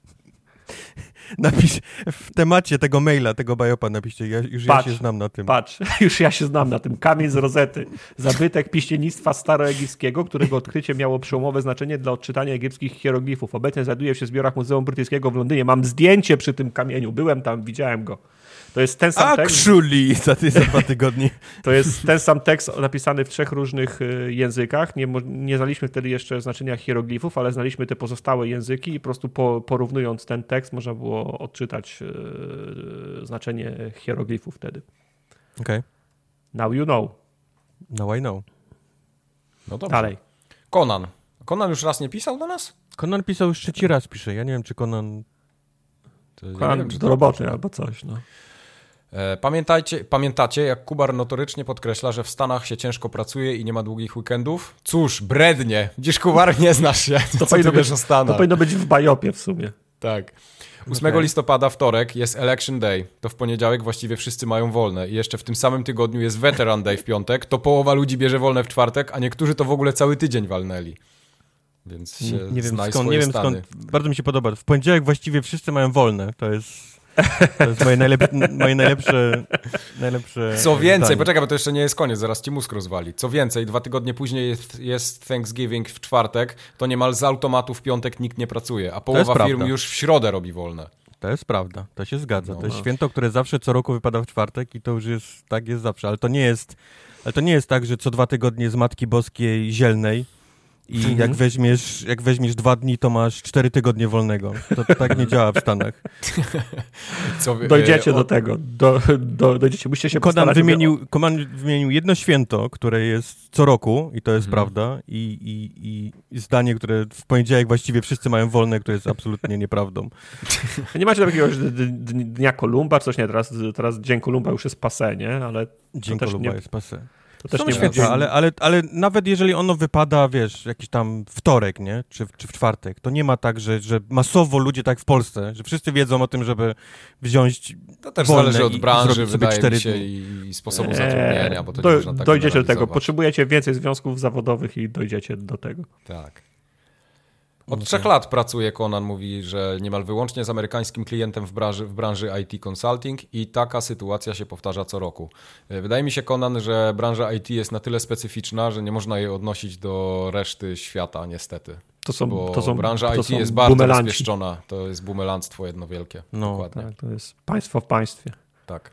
Napisz w temacie tego maila, tego biopa napiszcie, ja, już patrz, ja się znam na tym. Patrz, już ja się znam na tym. Kamień z rozety. Zabytek piśniennictwa staroegipskiego, którego odkrycie miało przełomowe znaczenie dla odczytania egipskich hieroglifów. Obecnie znajduje się w zbiorach Muzeum Brytyjskiego w Londynie. Mam zdjęcie przy tym kamieniu. Byłem tam, widziałem go. To jest ten sam tekst. Actually, za, za dwa tygodnie. To jest ten sam tekst napisany w trzech różnych językach. Nie, nie znaliśmy wtedy jeszcze znaczenia hieroglifów, ale znaliśmy te pozostałe języki i po prostu po, porównując ten tekst można było odczytać yy, znaczenie hieroglifów wtedy. Okej. Okay. Now you know. Now I know. No dobrze. Dalej. Conan. Conan już raz nie pisał do nas? Conan pisał już trzeci raz, pisze. Ja nie wiem, czy Conan... Conan nie wiem, czy do roboty pisze. Albo coś, no. Pamiętajcie, pamiętacie, jak Kubar notorycznie podkreśla, że w Stanach się ciężko pracuje i nie ma długich weekendów? Cóż, brednie. Dziś Kubar nie znasz się. To, powinno być, o Stanach. to powinno być w bajopie w sumie. Tak. ósmego listopada, wtorek, jest Election Day. To w poniedziałek właściwie wszyscy mają wolne. I jeszcze w tym samym tygodniu jest Veteran Day w piątek. To połowa ludzi bierze wolne w czwartek, a niektórzy to w ogóle cały tydzień walnęli. Więc się nie wiem znaj skąd, nie wiem stany. skąd. Bardzo mi się podoba. W poniedziałek właściwie wszyscy mają wolne. To jest... To jest moje, najlep moje najlepsze, najlepsze Co więcej, zdanie. Poczekaj, bo to jeszcze nie jest koniec, zaraz ci mózg rozwali. Co więcej, dwa tygodnie później jest, jest Thanksgiving w czwartek, to niemal z automatu w piątek nikt nie pracuje, a połowa firm prawda. już w środę robi wolne. To jest prawda, to się zgadza. No, to jest no. święto, które zawsze co roku wypada w czwartek i to już jest, tak jest zawsze, ale to nie jest, ale to nie jest tak, że co dwa tygodnie z Matki Boskiej Zielnej i mhm. jak weźmiesz, jak weźmiesz dwa dni, to masz cztery tygodnie wolnego. To, to tak nie działa w Stanach. Co wy, dojdziecie e, do tego. Do, do, dojdziecie, musicie się Conan wymienił, Conan wymienił jedno święto, które jest co roku i to jest mhm. prawda i, i, i zdanie, które w poniedziałek właściwie wszyscy mają wolne, które jest absolutnie nieprawdą. Nie macie jakiegoś dnia Kolumba, coś nie, teraz, teraz Dzień Kolumba już jest passé, nie? Ale Dzień Kolumba nie... jest passé. To też Są nie święta, będzie... ale, ale, ale nawet jeżeli ono wypada, wiesz, jakiś tam wtorek, nie? Czy, czy w czwartek, to nie ma tak, że, że masowo ludzie tak w Polsce, że wszyscy wiedzą o tym, żeby wziąć To też wolne zależy od i- i branży, zrobić sobie wydaje cztery mi się, dni. i sposobu Eee, zatrudnienia, bo to do, nie można tak dojdziecie do tego. generalizować. Potrzebujecie więcej związków zawodowych i dojdziecie do tego. Tak. Od No trzech tak. lat pracuje, Conan mówi, że niemal wyłącznie z amerykańskim klientem w branży, w branży I T Consulting i taka sytuacja się powtarza co roku. Wydaje mi się, Conan, że branża I T jest na tyle specyficzna, że nie można jej odnosić do reszty świata, niestety. To są, Bo to są, branża to I T są jest bardzo bumelanci. rozpieszczona. To jest bumelanstwo jedno wielkie. No, Dokładnie. Tak, to jest państwo w państwie. Tak.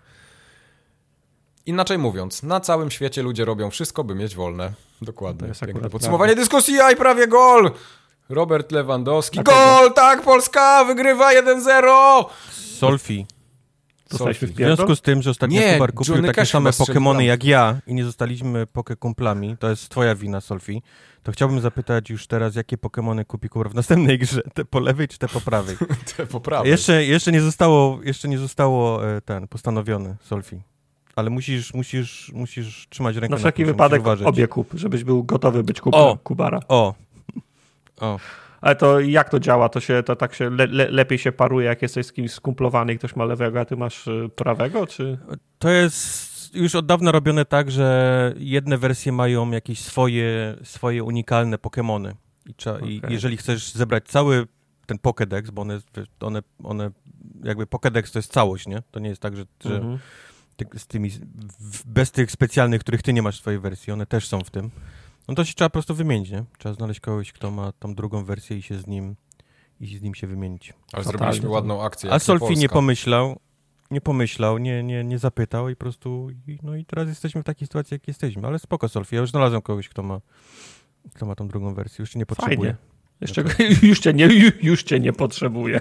Inaczej mówiąc, na całym świecie ludzie robią wszystko, by mieć wolne. To Dokładnie. jest Piękne akurat podsumowanie dyskusji, aj prawie gol! Robert Lewandowski. Dlaczego? Gol! Tak, Polska wygrywa jeden zero! Solfi. Dostaliśmy w W pierdol? związku z tym, że ostatnio Nie, Kubar kupił Johnny takie Cash same chyba strzelił Pokemony bramkę. jak ja i nie zostaliśmy pokekumplami, to jest twoja wina, Solfi, to chciałbym zapytać już teraz, jakie Pokemony kupi Kubar w następnej grze, te po lewej czy te po prawej? Te poprawy. Jeszcze, jeszcze nie zostało, jeszcze nie zostało e, ten, postanowione, Solfi. Ale musisz, musisz, musisz trzymać rękę Na na wszelki pulsie, wypadek musisz uważać. obie kup, żebyś był gotowy być kupem O! Kubara. O, o. Ale to jak to działa? To się to tak się le, le, lepiej się paruje, jak jesteś z kimś skumplowany i ktoś ma lewego, a ty masz y, prawego, czy... To jest już od dawna robione tak, że jedne wersje mają jakieś swoje, swoje unikalne Pokemony. I, trzeba, i Okej. jeżeli chcesz zebrać cały ten Pokédex, bo one, one, one jakby Pokédex to jest całość, nie? To nie jest tak, że, że Mhm. ty, z tymi, w- bez tych specjalnych, których ty nie masz w swojej wersji, one też są w tym. No to się trzeba po prostu wymienić, nie? Trzeba znaleźć kogoś, kto ma tą drugą wersję i się z nim, i z nim się wymienić. Ale Fatalnie zrobiliśmy to- ładną akcję. A jak Solfi nie Polska. pomyślał, nie pomyślał, nie, nie, nie zapytał i po prostu, i, no i teraz jesteśmy w takiej sytuacji, jak jesteśmy. Ale spoko, Solfi, ja już znalazłem kogoś, kto ma, kto ma tą drugą wersję, już cię nie potrzebuje. Fajnie. Jeszcze już, cię nie, ju- już cię nie potrzebuję.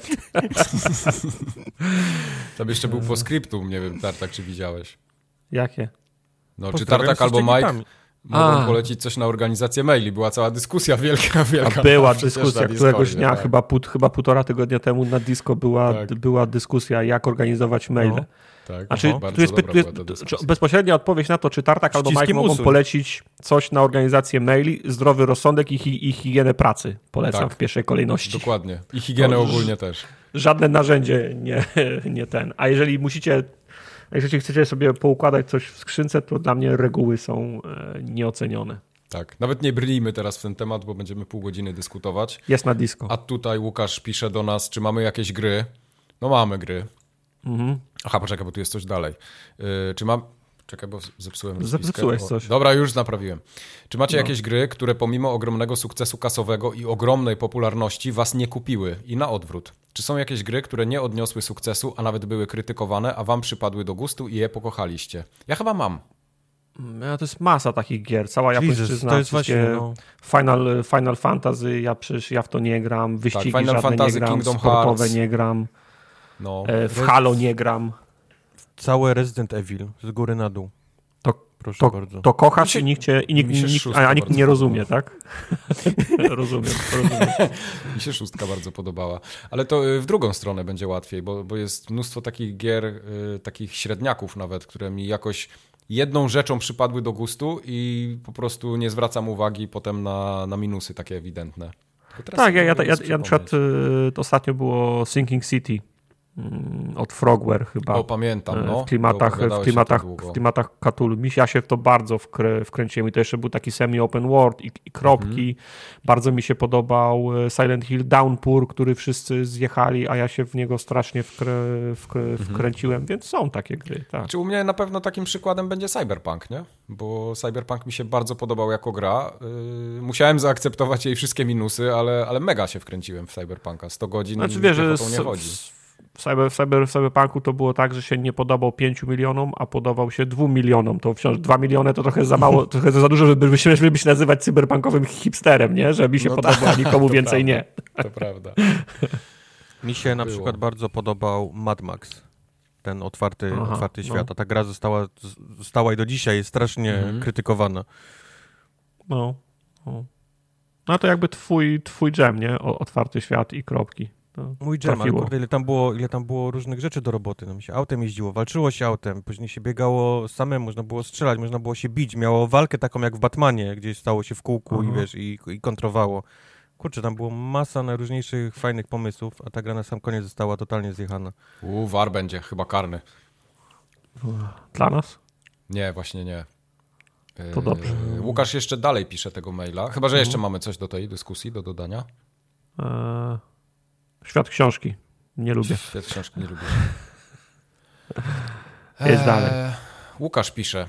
Tam jeszcze był po skryptum, nie wiem, Tartak, czy widziałeś. Jakie? No, czy Pozdrawiam Tartak albo wszystkich Mike tam. mogą A. polecić coś na organizację maili. Była cała dyskusja wielka, wielka. A była przecież dyskusja na któregoś Discordzie, dnia, tak. chyba, pół, chyba półtora tygodnia temu na Disco była, Tak. była dyskusja, jak organizować maile. No. Tak, A czy bardzo tu jest, dobra tu jest była ta czy dyskusja. bezpośrednia odpowiedź na to, czy Tartak albo Mike Ściskiem mogą usuń. polecić coś na organizację maili, zdrowy rozsądek i, hi, i higienę pracy. Polecam Tak. w pierwszej kolejności. Dokładnie. I higienę To- ogólnie też. Żadne narzędzie nie, nie ten. A jeżeli musicie, jeżeli chcecie sobie poukładać coś w skrzynce, to dla mnie reguły są e, nieocenione. Tak. Nawet nie brnijmy teraz w ten temat, bo będziemy pół godziny dyskutować. Jest na Disco. A tutaj Łukasz pisze do nas, czy mamy jakieś gry. No mamy gry. Mhm. Aha, poczekaj, bo tu jest coś dalej. Yy, czy mam... Czekaj, bo zepsułem rozpiskę. Zepsułeś O, coś. Dobra, już naprawiłem. Czy macie No. jakieś gry, które pomimo ogromnego sukcesu kasowego i ogromnej popularności was nie kupiły i na odwrót? Czy są jakieś gry, które nie odniosły sukcesu, a nawet były krytykowane, a wam przypadły do gustu i je pokochaliście? Ja chyba mam. Ja, to jest masa takich gier. Cała Jesus, japońszczyzna, to jest wszystkie właśnie, no. Final, Final Fantasy, ja przecież ja w to nie gram, wyścigi Final żadne Fantasy, nie gram, Kingdom sportowe Hearts. nie gram, No. e, w Halo nie gram. Całe Resident Evil, z góry na dół. To- Proszę To, bardzo. to kochasz Mi się- i nikt, cię, i nikt, mi się nikt, szóstka a nikt bardzo nie rozumie, podoba. tak? rozumiem, rozumiem. Mi się szóstka bardzo podobała. Ale to y, w drugą stronę będzie łatwiej, bo, bo jest mnóstwo takich gier, y, takich średniaków nawet, które mi jakoś jedną rzeczą przypadły do gustu i po prostu nie zwracam uwagi potem na, na minusy takie ewidentne. Tylko teraz Tak, sobie ja, ja, mogę ja, nic ja na przykład przypomnieć. y, to ostatnio było Sinking City mm, od Frogware chyba. O, pamiętam, no. w klimatach, To w opowiadałeś klimatach, o tym długo. w klimatach Cthulhu. Mi się, ja się w to bardzo wkrę, wkręciłem i to jeszcze był taki semi-open world i, i kropki. Mhm. Bardzo mi się podobał Silent Hill Downpour, który wszyscy zjechali, a ja się w niego strasznie wkrę, wkrę, Mhm. wkręciłem, więc są takie gry, tak. Czy u mnie na pewno takim przykładem będzie Cyberpunk, nie? Bo Cyberpunk mi się bardzo podobał jako gra. Yy, musiałem zaakceptować jej wszystkie minusy, ale, ale mega się wkręciłem w Cyberpunka. sto godzin Znaczy wiesz, że piechotą nie s- chodzi. w, cyber, w, cyber, w Cyberpunku to było tak, że się nie podobał pięciu milionom, a podobał się dwóm milionom. To wciąż dwa miliony to trochę za mało, trochę za dużo, żeby się, żeby się nazywać cyberpunkowym hipsterem, nie? Że mi się No podoba, a nikomu to więcej prawda. nie. To prawda. Mi się na Było. przykład bardzo podobał Mad Max. Ten otwarty, Aha, otwarty no. świat. A ta gra została, z- została i do dzisiaj jest strasznie Mhm. krytykowana. No, no. No to jakby twój, twój dżem, nie? O, otwarty świat i kropki. to Mój dżem, ale kurde, ile tam, było, ile tam było różnych rzeczy do roboty. No, się autem jeździło, walczyło się autem, później się biegało samemu, można było strzelać, można było się bić. Miało walkę taką jak w Batmanie, gdzie stało się w kółku Aha. i wiesz, i, i kontrowało. Kurczę, tam było masa najróżniejszych fajnych pomysłów, a ta gra na sam koniec została totalnie zjechana. U, war będzie, chyba karny. Dla nas? Nie, właśnie nie. To dobrze. Yy, Łukasz jeszcze dalej pisze tego maila, chyba że jeszcze mhm. mamy coś do tej dyskusji, do dodania. Eee, świat książki. Nie lubię. Świat książki nie lubię. Jest eee, dalej. Łukasz pisze.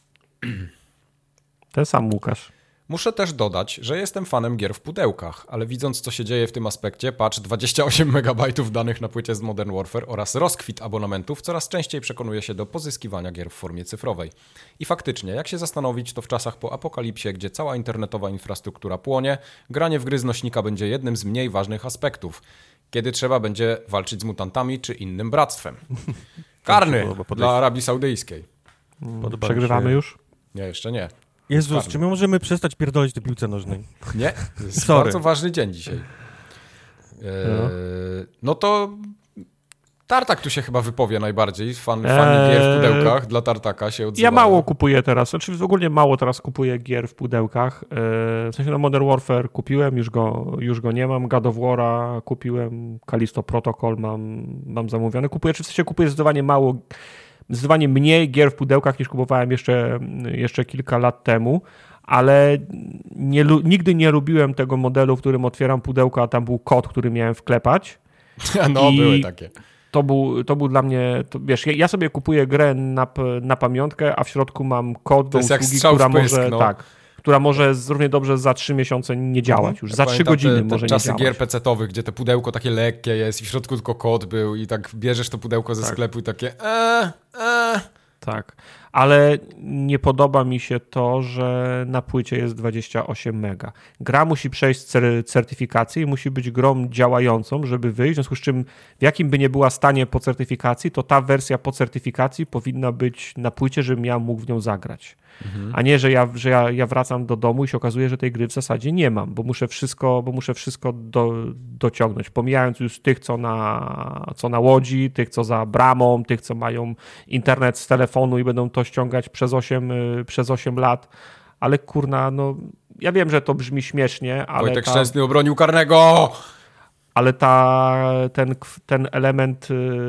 Ten sam Łukasz. Muszę też dodać, że jestem fanem gier w pudełkach, ale widząc, co się dzieje w tym aspekcie, patch dwadzieścia osiem megabajtów danych na płycie z Modern Warfare oraz rozkwit abonamentów, coraz częściej przekonuję się do pozyskiwania gier w formie cyfrowej. I faktycznie, jak się zastanowić, to w czasach po apokalipsie, gdzie cała internetowa infrastruktura płonie, granie w gry z nośnika będzie jednym z mniej ważnych aspektów, kiedy trzeba będzie walczyć z mutantami czy innym bractwem. Karny dla Arabii Saudyjskiej. Podoba Przegrywamy się. Już? Nie, jeszcze nie. Jezus, czy my możemy przestać pierdolić tę piłce nożnej? Nie, to jest Sorry. bardzo ważny dzień dzisiaj. Eee, no. no to Tartak tu się chyba wypowie najbardziej. Fan, fan eee... gier w pudełkach dla Tartaka się odzywa. Ja mało kupuję teraz, znaczy ogólnie mało teraz kupuję gier w pudełkach. Eee, w sensie no Modern Warfare kupiłem, już go, już go nie mam. God of War'a kupiłem, Callisto Protocol mam, mam zamówione. Kupuję, czy w sensie kupuję zdecydowanie mało Zdecydowanie mniej gier w pudełkach niż kupowałem jeszcze, jeszcze kilka lat temu, ale nie, nigdy nie lubiłem tego modelu, w którym otwieram pudełko, a tam był kod, który miałem wklepać. No, I były takie. To był, to był dla mnie, to, wiesz, ja sobie kupuję grę na, na pamiątkę, a w środku mam kod do usługi, która pysk, może, no. tak, która może równie dobrze za trzy miesiące nie działać już. Ja za trzy godziny te, te może nie działać. Czasy gier pecetowych, gdzie te pudełko takie lekkie jest i w środku tylko kod był i tak bierzesz to pudełko ze tak. sklepu i takie eee, eee. Tak, ale nie podoba mi się to, że na płycie jest dwadzieścia osiem mega. Gra musi przejść cer- certyfikację i musi być grą działającą, żeby wyjść, w związku z czym w jakim by nie była stanie po certyfikacji, to ta wersja po certyfikacji powinna być na płycie, żebym ja mógł w nią zagrać. Mhm. A nie, że, ja, że ja, ja wracam do domu i się okazuje, że tej gry w zasadzie nie mam, bo muszę wszystko, bo muszę wszystko do, dociągnąć, pomijając już tych, co na, co na łodzi, tych, co za bramą, tych, co mają internet z telefonu i będą to ściągać przez osiem, przez osiem lat, ale kurna, no ja wiem, że to brzmi śmiesznie, ale Wojtek ta... Szczęsny obronił karnego! Ale ta, ten, ten element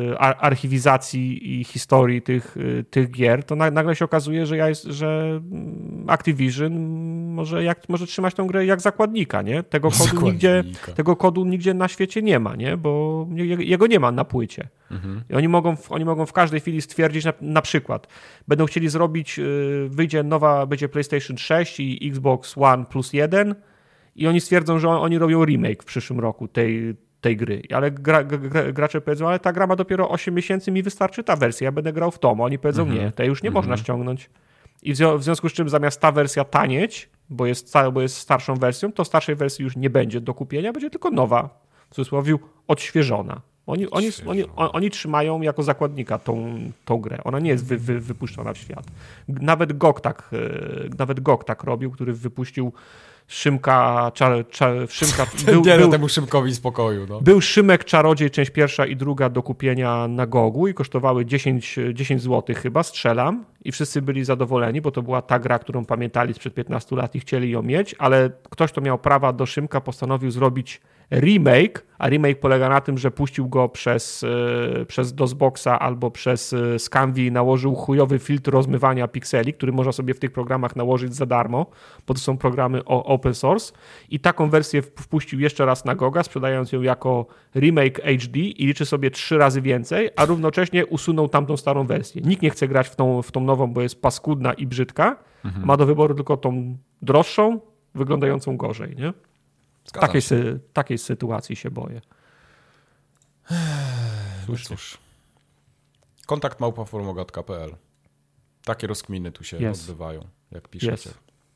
archiwizacji i historii tych, tych gier, to nagle się okazuje, że, ja jest, że Activision może, jak, może trzymać tę grę jak zakładnika, nie? Tego kodu, nigdzie, tego kodu nigdzie na świecie nie ma, nie? Bo jego nie ma na płycie. Mhm. I oni mogą, oni mogą w każdej chwili stwierdzić, na, na przykład będą chcieli zrobić, wyjdzie nowa, będzie PlayStation sześć i Xbox One plus jeden, i oni stwierdzą, że oni robią remake w przyszłym roku tej, tej gry. Ale gra, gra, gracze powiedzą, ale ta gra ma dopiero osiem miesięcy, mi wystarczy ta wersja, ja będę grał w tom. A oni powiedzą, mm-hmm. nie, tej już nie mm-hmm. można ściągnąć. I w, w związku z czym zamiast ta wersja tanieć, bo jest, bo jest starszą wersją, to starszej wersji już nie będzie do kupienia, będzie tylko nowa, w cudzysłowie odświeżona. Oni, oni, oni, oni trzymają jako zakładnika tą, tą grę. Ona nie jest wy, wy, wypuszczona w świat. Nawet G O G tak, nawet G O G tak robił, który wypuścił Szymka, czar, czar, Szymka był, nie był, temu Szymkowi spokoju. No. Był Szymek Czarodziej, część pierwsza i druga do kupienia na Gogu i kosztowały dziesięć, dziesięć złotych chyba, strzelam. I wszyscy byli zadowoleni, bo to była ta gra, którą pamiętali sprzed piętnastu lat i chcieli ją mieć, ale ktoś, kto miał prawa do Szymka, postanowił zrobić remake, a remake polega na tym, że puścił go przez, yy, przez DOSBoxa albo przez yy, Scanvi i nałożył chujowy filtr rozmywania pikseli, który można sobie w tych programach nałożyć za darmo, bo to są programy o, open source i taką wersję wpuścił jeszcze raz na Goga, sprzedając ją jako remake H D i liczy sobie trzy razy więcej, a równocześnie usunął tamtą starą wersję. Nikt nie chce grać w tą, w tą nową, bo jest paskudna i brzydka, mhm. ma do wyboru tylko tą droższą, wyglądającą gorzej, nie? Takiej, sy- takiej sytuacji się boję. No cóż. Kontakt małpa formogatka kropka p l. Takie rozkminy tu się yes. odbywają, jak piszecie. Yes.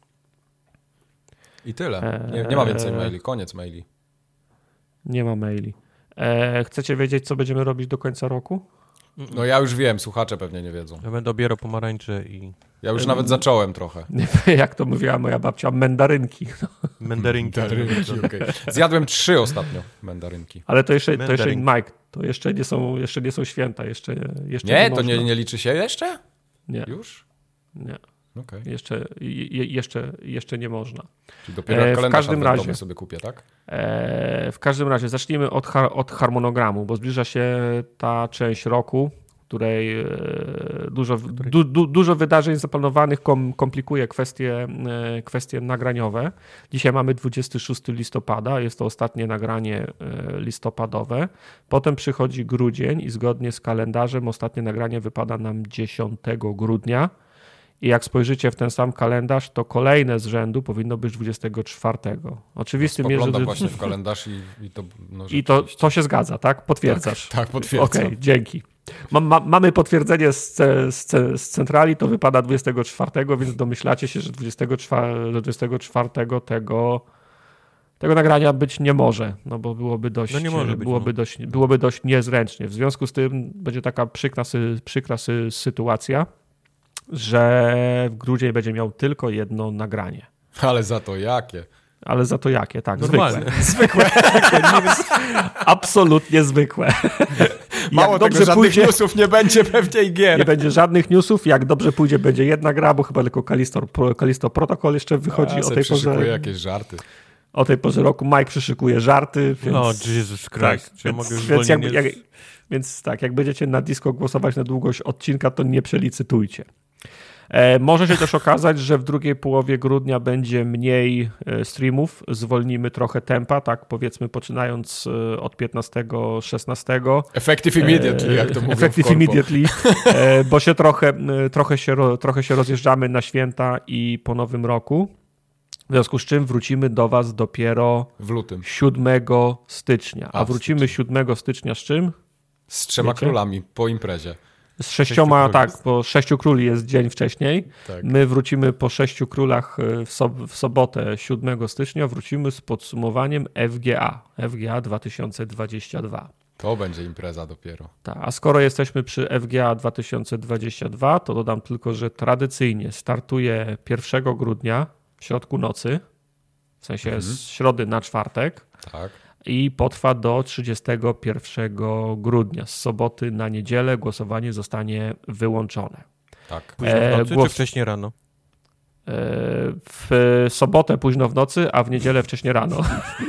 I tyle. Nie, nie ma więcej eee... maili. Koniec maili. Nie ma maili. Eee, chcecie wiedzieć, co będziemy robić do końca roku? No ja już wiem, słuchacze pewnie nie wiedzą. Ja będę obierał pomarańcze i... Ja już nawet zacząłem trochę. Jak to mówiła moja babcia, mandarynki. Mandarynki. Mandarynki, okay. Zjadłem trzy ostatnio mandarynki. Ale to jeszcze, to jeszcze Mike, to jeszcze nie są, jeszcze nie są święta. Jeszcze, jeszcze nie, nie to nie, nie liczy się jeszcze? Nie. Już? Nie. Okay. Jeszcze, je, jeszcze, jeszcze nie można. Czyli dopiero e, w każdym razie sobie kupię, tak? E, w każdym razie zacznijmy od, har, od harmonogramu, bo zbliża się ta część roku, w której e, dużo, du, du, dużo wydarzeń zaplanowanych kom, komplikuje kwestie, e, kwestie nagraniowe. Dzisiaj mamy dwudziestego szóstego listopada, jest to ostatnie nagranie e, listopadowe. Potem przychodzi grudzień i zgodnie z kalendarzem ostatnie nagranie wypada nam dziesiątego grudnia. I jak spojrzycie w ten sam kalendarz, to kolejne z rzędu powinno być dwudziestego czwartego. Oczywistym jest, że... właśnie w kalendarz i, i to... No, I to, to się zgadza, tak? Potwierdzasz. Tak, tak potwierdzam. Okej, okay, dzięki. Ma, ma, mamy potwierdzenie z, z, z centrali, to wypada dwudziestego czwartego, więc domyślacie się, że dwudziestego czwartego tego, tego nagrania być nie może, no bo byłoby dość, no nie może być, byłoby, no. dość, byłoby dość niezręcznie. W związku z tym będzie taka przykra, przykra sytuacja, że w grudzień będzie miał tylko jedno nagranie. Ale za to jakie? Ale za to jakie, tak, Normalne. zwykłe. Zwykłe. Absolutnie zwykłe. Mało jak tego, dobrze żadnych pójdzie, newsów nie będzie pewnie i gier. Nie będzie żadnych newsów, jak dobrze pójdzie, będzie jedna gra, bo chyba tylko Callisto, Callisto Protocol jeszcze wychodzi. A, o tej porze. jakieś żarty. O tej porze roku Mike przyszykuje żarty. Więc, o Jesus Christ. Tak, więc, mogę więc, jak, jak, więc tak, jak będziecie na Disco głosować na długość odcinka, to nie przelicytujcie. E, może się też okazać, że w drugiej połowie grudnia będzie mniej e, streamów, zwolnimy trochę tempa, tak powiedzmy poczynając e, od piętnastego szesnastego. Effective immediately, e, jak to mówią Effective immediately, e, bo się trochę, e, trochę, się ro, trochę się rozjeżdżamy na święta i po nowym roku. W związku z czym wrócimy do was dopiero w lutym. siódmego stycznia. A, A wrócimy siódmego stycznia z czym? Z trzema Wiecie? królami po imprezie. Z sześcioma, tak, bo sześciu króli jest dzień wcześniej. Tak. My wrócimy po sześciu królach w, so, w sobotę siódmego stycznia, wrócimy z podsumowaniem F G A. F G A dwa tysiące dwadzieścia dwa. To będzie impreza dopiero. Tak, a skoro jesteśmy przy F G A dwa tysiące dwadzieścia dwa, to dodam tylko, że tradycyjnie startuje pierwszego grudnia w środku nocy, w sensie mhm. z środy na czwartek. Tak. I potrwa do trzydziestego pierwszego grudnia. Z soboty na niedzielę głosowanie zostanie wyłączone. Tak. Późno w nocy e, głos... czy wcześniej rano? E, w sobotę późno w nocy, a w niedzielę wcześnie rano.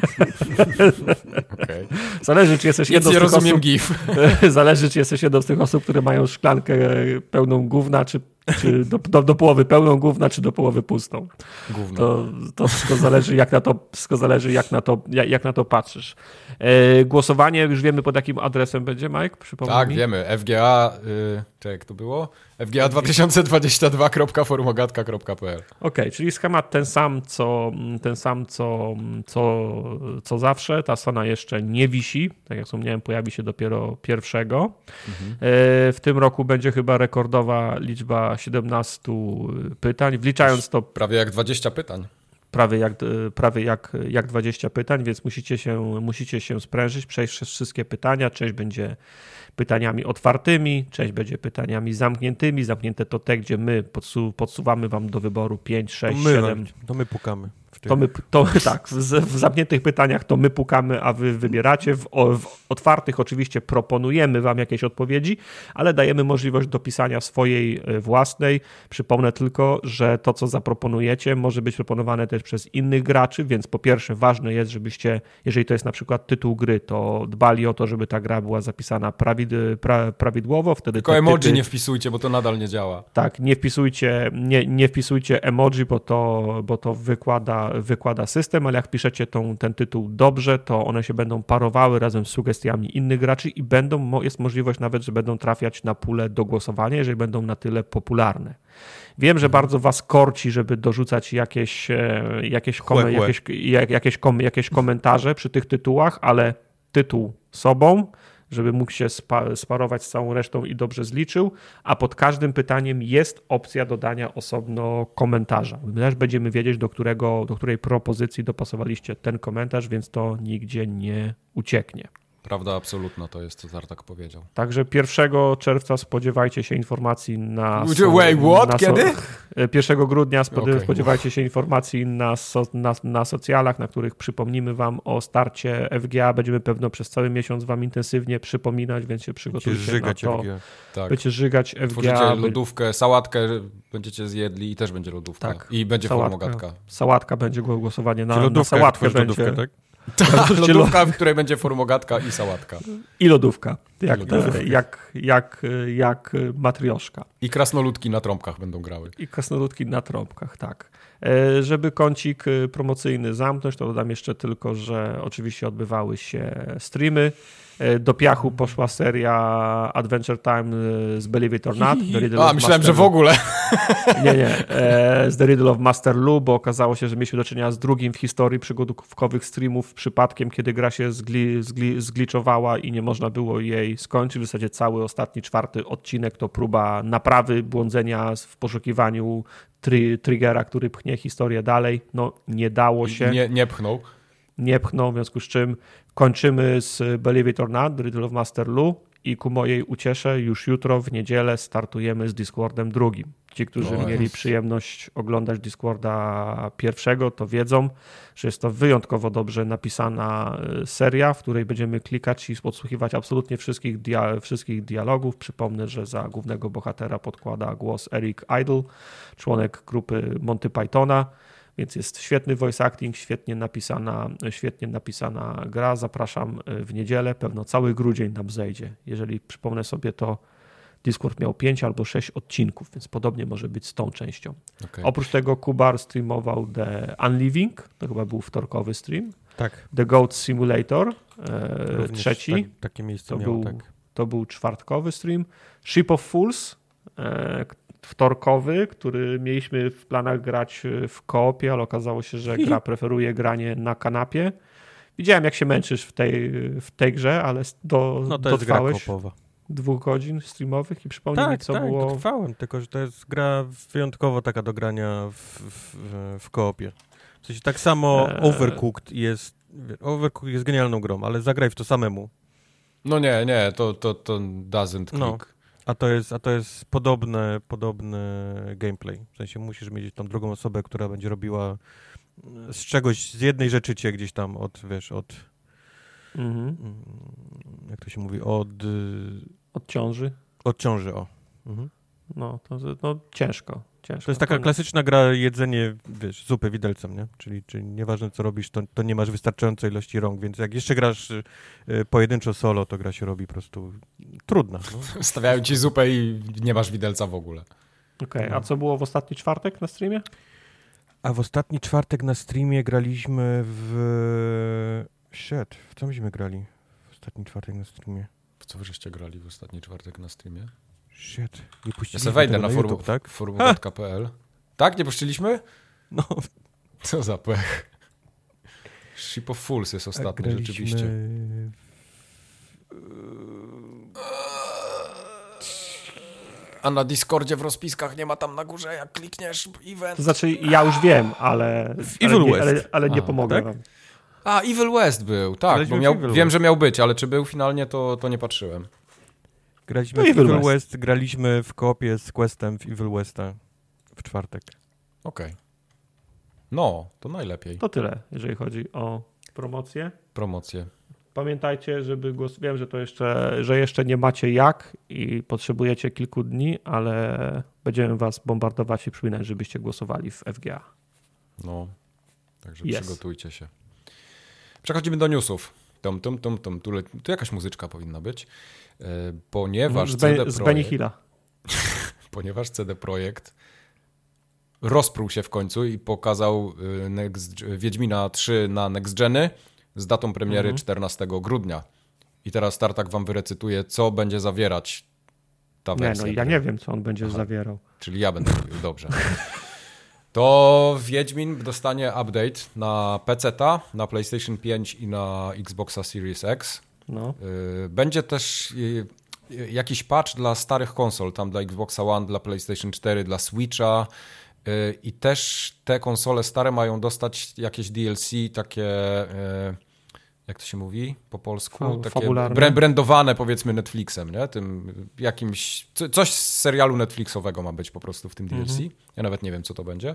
Okay. Zależy, czy jesteś jedną z tych rozumiem osób, gif. Zależy, czy jesteś jedną z tych osób, które mają szklankę pełną gówna, czy, czy do, do, do połowy pełną gówna, czy do połowy pustą. Gówno. To, to wszystko zależy, jak na to, wszystko zależy, jak na to, jak, jak na to patrzysz. E, głosowanie, już wiemy, pod jakim adresem będzie, Mike? Przypomnij tak, mi. wiemy. F G A, yy, czekaj, jak to było? F G A dwa tysiące dwadzieścia dwa kropka forumogatka kropka p l. Okej, okay, czyli schemat ten sam, co, ten sam co, co, co zawsze. Ta strona jeszcze nie wisi. Tak jak wspomniałem, pojawi się dopiero pierwszego. Mhm. W tym roku będzie chyba rekordowa liczba siedemnaście pytań, wliczając to... Prawie jak dwadzieścia pytań. Prawie jak, prawie jak, jak dwadzieścia pytań, więc musicie się, musicie się sprężyć, przejść przez wszystkie pytania. Część będzie pytaniami otwartymi, część będzie pytaniami zamkniętymi. Zamknięte to te, gdzie my podsu- podsuwamy wam do wyboru pięć, sześć, to my, siedem. To my pukamy. To my, to, tak, w, w zamkniętych pytaniach to my pukamy, a wy wybieracie. W, w otwartych oczywiście proponujemy wam jakieś odpowiedzi, ale dajemy możliwość dopisania swojej własnej. Przypomnę tylko, że to, co zaproponujecie, może być proponowane też przez innych graczy, więc po pierwsze ważne jest, żebyście, jeżeli to jest na przykład tytuł gry, to dbali o to, żeby ta gra była zapisana prawid, pra, prawidłowo. Wtedy tylko te emoji typy, nie wpisujcie, bo to nadal nie działa. Tak, nie wpisujcie, nie, nie wpisujcie emoji, bo to, bo to wykłada wykłada system, ale jak piszecie tą, ten tytuł dobrze, to one się będą parowały razem z sugestiami innych graczy i będą, jest możliwość nawet, że będą trafiać na pulę do głosowania, jeżeli będą na tyle popularne. Wiem, że bardzo was korci, żeby dorzucać jakieś, jakieś, kom, chłe, chłe. jakieś, jakieś, kom, jakieś komentarze przy tych tytułach, ale tytuł sobą, żeby mógł się spa- sparować z całą resztą i dobrze zliczył, a pod każdym pytaniem jest opcja dodania osobno komentarza. My też będziemy wiedzieć, do, którego, do której propozycji dopasowaliście ten komentarz, więc to nigdzie nie ucieknie. Prawda absolutna to jest, co Tartak powiedział. Także pierwszego czerwca spodziewajcie się informacji na... Wait, what? Na so, Kiedy? pierwszego grudnia spod, Okay. spodziewajcie się informacji na, so, na, na socjalach, na których przypomnimy wam o starcie F G A. Będziemy pewno przez cały miesiąc wam intensywnie przypominać, więc się przygotujcie żygać na to. F G A. Tak. Będziecie żygać F G A. Tworzycie lodówkę, sałatkę będziecie zjedli i też będzie lodówka. Tak. I będzie Sałatka. formogatka. Sałatka będzie głosowanie na, lodówkę, na sałatkę będzie. lodówkę, tak? Tak, lodówka, w której będzie formogatka i sałatka. I lodówka. Jak, I lodówka. jak, jak, jak matrioszka. I krasnoludki na trąbkach będą grały. I krasnoludki na trąbkach, tak. E, żeby kącik promocyjny zamknąć, to dodam jeszcze tylko, że oczywiście odbywały się streamy. E, do piachu poszła seria Adventure Time z Believe It or Not. A, myślałem, że w ogóle. Nie, nie. E, z The Riddle of Master Lu, bo okazało się, że mieliśmy do czynienia z drugim w historii przygodówkowych streamów przypadkiem, kiedy gra się zgli, zgli, zgliczowała i nie można było jej skończyć. W zasadzie cały ostatni, czwarty odcinek to próba naprawy, błądzenia w poszukiwaniu tri, triggera, który pchnie historię dalej. No, nie dało się. Nie, nie pchnął. Nie pchnął, w związku z czym kończymy z Believe It or Not, The Riddle of Master Lu i ku mojej uciesze już jutro w niedzielę startujemy z Discordem drugim. Ci, którzy No mieli jest. przyjemność oglądać Discorda pierwszego, to wiedzą, że jest to wyjątkowo dobrze napisana seria, w której będziemy klikać i podsłuchiwać absolutnie wszystkich, dia- wszystkich dialogów. Przypomnę, że za głównego bohatera podkłada głos Eric Idle, członek grupy Monty Pythona. Więc jest świetny voice acting, świetnie napisana, świetnie napisana gra. Zapraszam w niedzielę, pewno cały grudzień nam zejdzie. Jeżeli przypomnę sobie, to Discord miał pięć albo sześć odcinków, więc podobnie może być z tą częścią. Okay. Oprócz tego Kubar streamował The Unliving, to chyba był wtorkowy stream. Tak. The Goat Simulator, e, Również trzeci. Tak, takie miejsce To miało, był, tak. to był czwartkowy stream. Ship of Fools, e, wtorkowy, który mieliśmy w planach grać w koopie, ale okazało się, że gra preferuje granie na kanapie. Widziałem, jak się męczysz w tej, w tej grze, ale do, No to jest gra dotrwałeś koopowa. dwóch godzin streamowych i przypomnij Tak, mi, co tak, było... dotrwałem, tylko że to jest gra wyjątkowo taka do grania w, w, w koopie. W sensie tak samo Eee. Overcooked jest, Overcooked jest genialną grą, ale zagraj w to samemu. No nie, nie, to, to, to doesn't click. No. A to jest, a to jest podobne, podobny gameplay. W sensie musisz mieć tam drugą osobę, która będzie robiła z czegoś, z jednej rzeczy cię gdzieś tam od, wiesz, od... Mhm. Jak to się mówi? Od... Od ciąży. Od ciąży, o. Mhm. No, to no, ciężko, ciężko. To jest taka No, klasyczna gra jedzenie, wiesz, zupy widelcem, nie? Czyli, czyli nieważne co robisz, to, to nie masz wystarczającej ilości rąk, więc jak jeszcze grasz y, pojedynczo solo, to gra się robi po prostu trudna. No. Stawiają ci zupę i nie masz widelca w ogóle. Okej, okay. No. A co było w ostatni czwartek na streamie? A w ostatni czwartek na streamie graliśmy w... Shit, w co myśmy grali w ostatni czwartek na streamie? W co wyście grali w ostatni czwartek na streamie? Shit, nie Ja puściliśmy sobie wejdę tego na, na forum, YouTube, tak? forum kropka pe el. Tak? Nie puszczyliśmy? No. Co za pech. Ship of Fools jest ostatni, graliśmy... rzeczywiście. A na Discordzie w rozpiskach nie ma tam na górze, jak klikniesz event. To znaczy, ja już wiem, ale, ale, Evil nie, West. ale, ale nie A, pomogę tak? wam. A, Evil West był, tak, Graliśmy bo w miał, Evil wiem, West. że miał być, ale czy był finalnie, to, to nie patrzyłem. Graliśmy No w Evil Evil West. West. graliśmy w koopie z Questem w Evil Westa w czwartek. Okej. Okay. No, to najlepiej. To tyle, jeżeli chodzi o promocję. Promocje. Pamiętajcie, żeby głos... Wiem, że to jeszcze, że jeszcze nie macie jak i potrzebujecie kilku dni, ale będziemy was bombardować i przypominać, żebyście głosowali w F G A. No, także Yes. przygotujcie się. Przechodzimy do newsów. Tum, tum, tum, tum. Tu, le- tu jakaś muzyczka powinna być, e, ponieważ Z, C D Be- z Benny Projekt, Hilla. ponieważ C D Projekt rozprół się w końcu i pokazał y, Next, Wiedźmina trzy na Next Geny z datą premiery Mhm. czternastego grudnia. I teraz Tartak wam wyrecytuje, co będzie zawierać ta Nie, wersja. no ja gry. nie wiem, co on będzie Aha. zawierał. Czyli ja będę mówił, dobrze. To Wiedźmin dostanie update na peceta, na PlayStation pięć i na Xboxa Series X. No. Y, Będzie też y, y, jakiś patch dla starych konsol, tam dla Xboxa One, dla PlayStation cztery, dla Switcha. Y, I też te konsole stare mają dostać jakieś D L C, takie y, jak to się mówi po polsku? Fa- Takie fabularne. brand, brandowane powiedzmy Netflixem, nie? Tym jakimś, co, coś z serialu Netflixowego ma być po prostu w tym D L C. Mhm. Ja nawet nie wiem, co to będzie.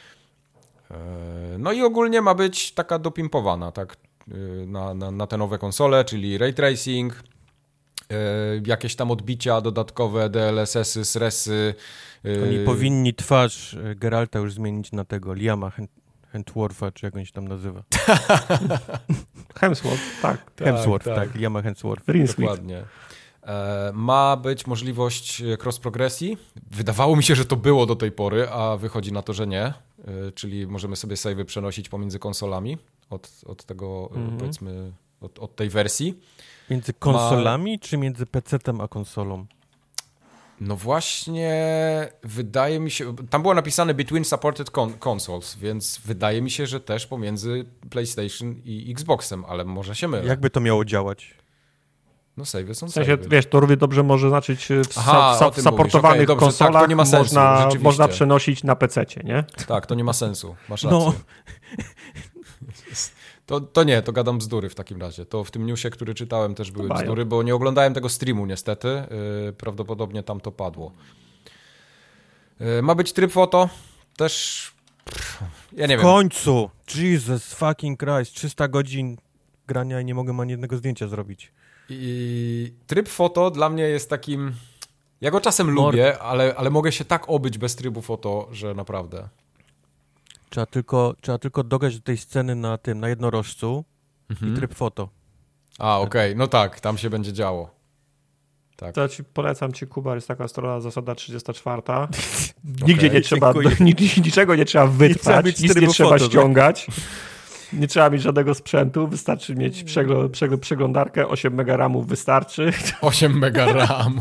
No i ogólnie ma być taka dopimpowana, tak? Na, na, na te nowe konsole, czyli ray tracing, jakieś tam odbicia dodatkowe, D L S S-y, S R E S-y. Oni powinni twarz Geralta już zmienić na tego Liama Hemswortha, czy jak on się tam nazywa. Hemsworth, tak. Hemsworth, tak, tak, tak Liama Hemsworth. Dokładnie. E, ma być możliwość cross-progresji. Wydawało mi się, że to było do tej pory, a wychodzi na to, że nie. E, czyli możemy sobie save'y przenosić pomiędzy konsolami od, od tego, mm-hmm. powiedzmy, od, od tej wersji. Między konsolami, ma... czy między pecetem a konsolą? No właśnie, wydaje mi się, tam było napisane between supported con- consoles, więc wydaje mi się, że też pomiędzy PlayStation i Xboxem, ale może się mylę. Jakby to miało działać? No save'y są w sensie, save'y. Wiesz, to równie dobrze może znaczyć w, Aha, sa- w supportowanych okay, dobrze, konsolach tak, to nie ma sensu, można, rzeczywiście. można przenosić na pececie, nie? Tak, to nie ma sensu, masz rację. No. To, to nie, to gadam bzdury w takim razie. To w tym newsie, który czytałem, też były Bajo. bzdury, bo nie oglądałem tego streamu niestety. Yy, prawdopodobnie tam to padło. Yy, ma być tryb foto. Też... Pff, ja nie w wiem. końcu! Jesus fucking Christ. trzysta godzin grania i nie mogę ani jednego zdjęcia zrobić. I tryb foto dla mnie jest takim... Ja go czasem Mord. lubię, ale, ale mogę się tak obyć bez trybu foto, że naprawdę... Trzeba tylko, trzeba tylko dogać do tej sceny na tym, na jednorożcu mhm. i tryb foto. A, okej, okay. No tak, tam się będzie działo. Tak. To ci polecam ci, Kuba, jest taka strona zasada trzydziesta czwarta. Okay. Nigdzie nie trzeba, niczego nie trzeba wytrwać, nie nic nie trzeba foto, ściągać. Tak? Nie trzeba mieć żadnego sprzętu, wystarczy mieć przegl- przegl- przeglądarkę, osiem mega ramów wystarczy. osiem mega ramów.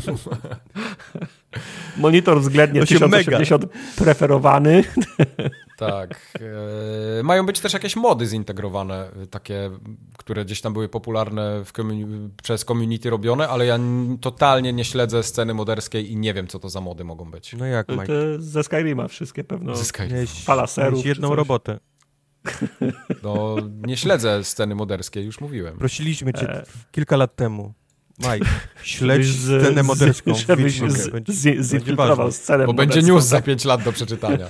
Monitor względnie tysiąc osiemdziesiąt preferowany. Tak. E, mają być też jakieś mody zintegrowane, takie, które gdzieś tam były popularne w community, przez community robione, ale ja n- totalnie nie śledzę sceny moderskiej i nie wiem, co to za mody mogą być. No jak, Mike? To ze Skyrima wszystkie pewno. Ze Skyrima. Palaserów. jedną robotę. No, nie śledzę sceny moderskiej, już mówiłem. Prosiliśmy cię e... kilka lat temu. Mike, śledź z, scenę moderską. Z, żebyś z, będzie, z, zinfiltrował scenę Bo moderską. będzie news za pięć lat do przeczytania.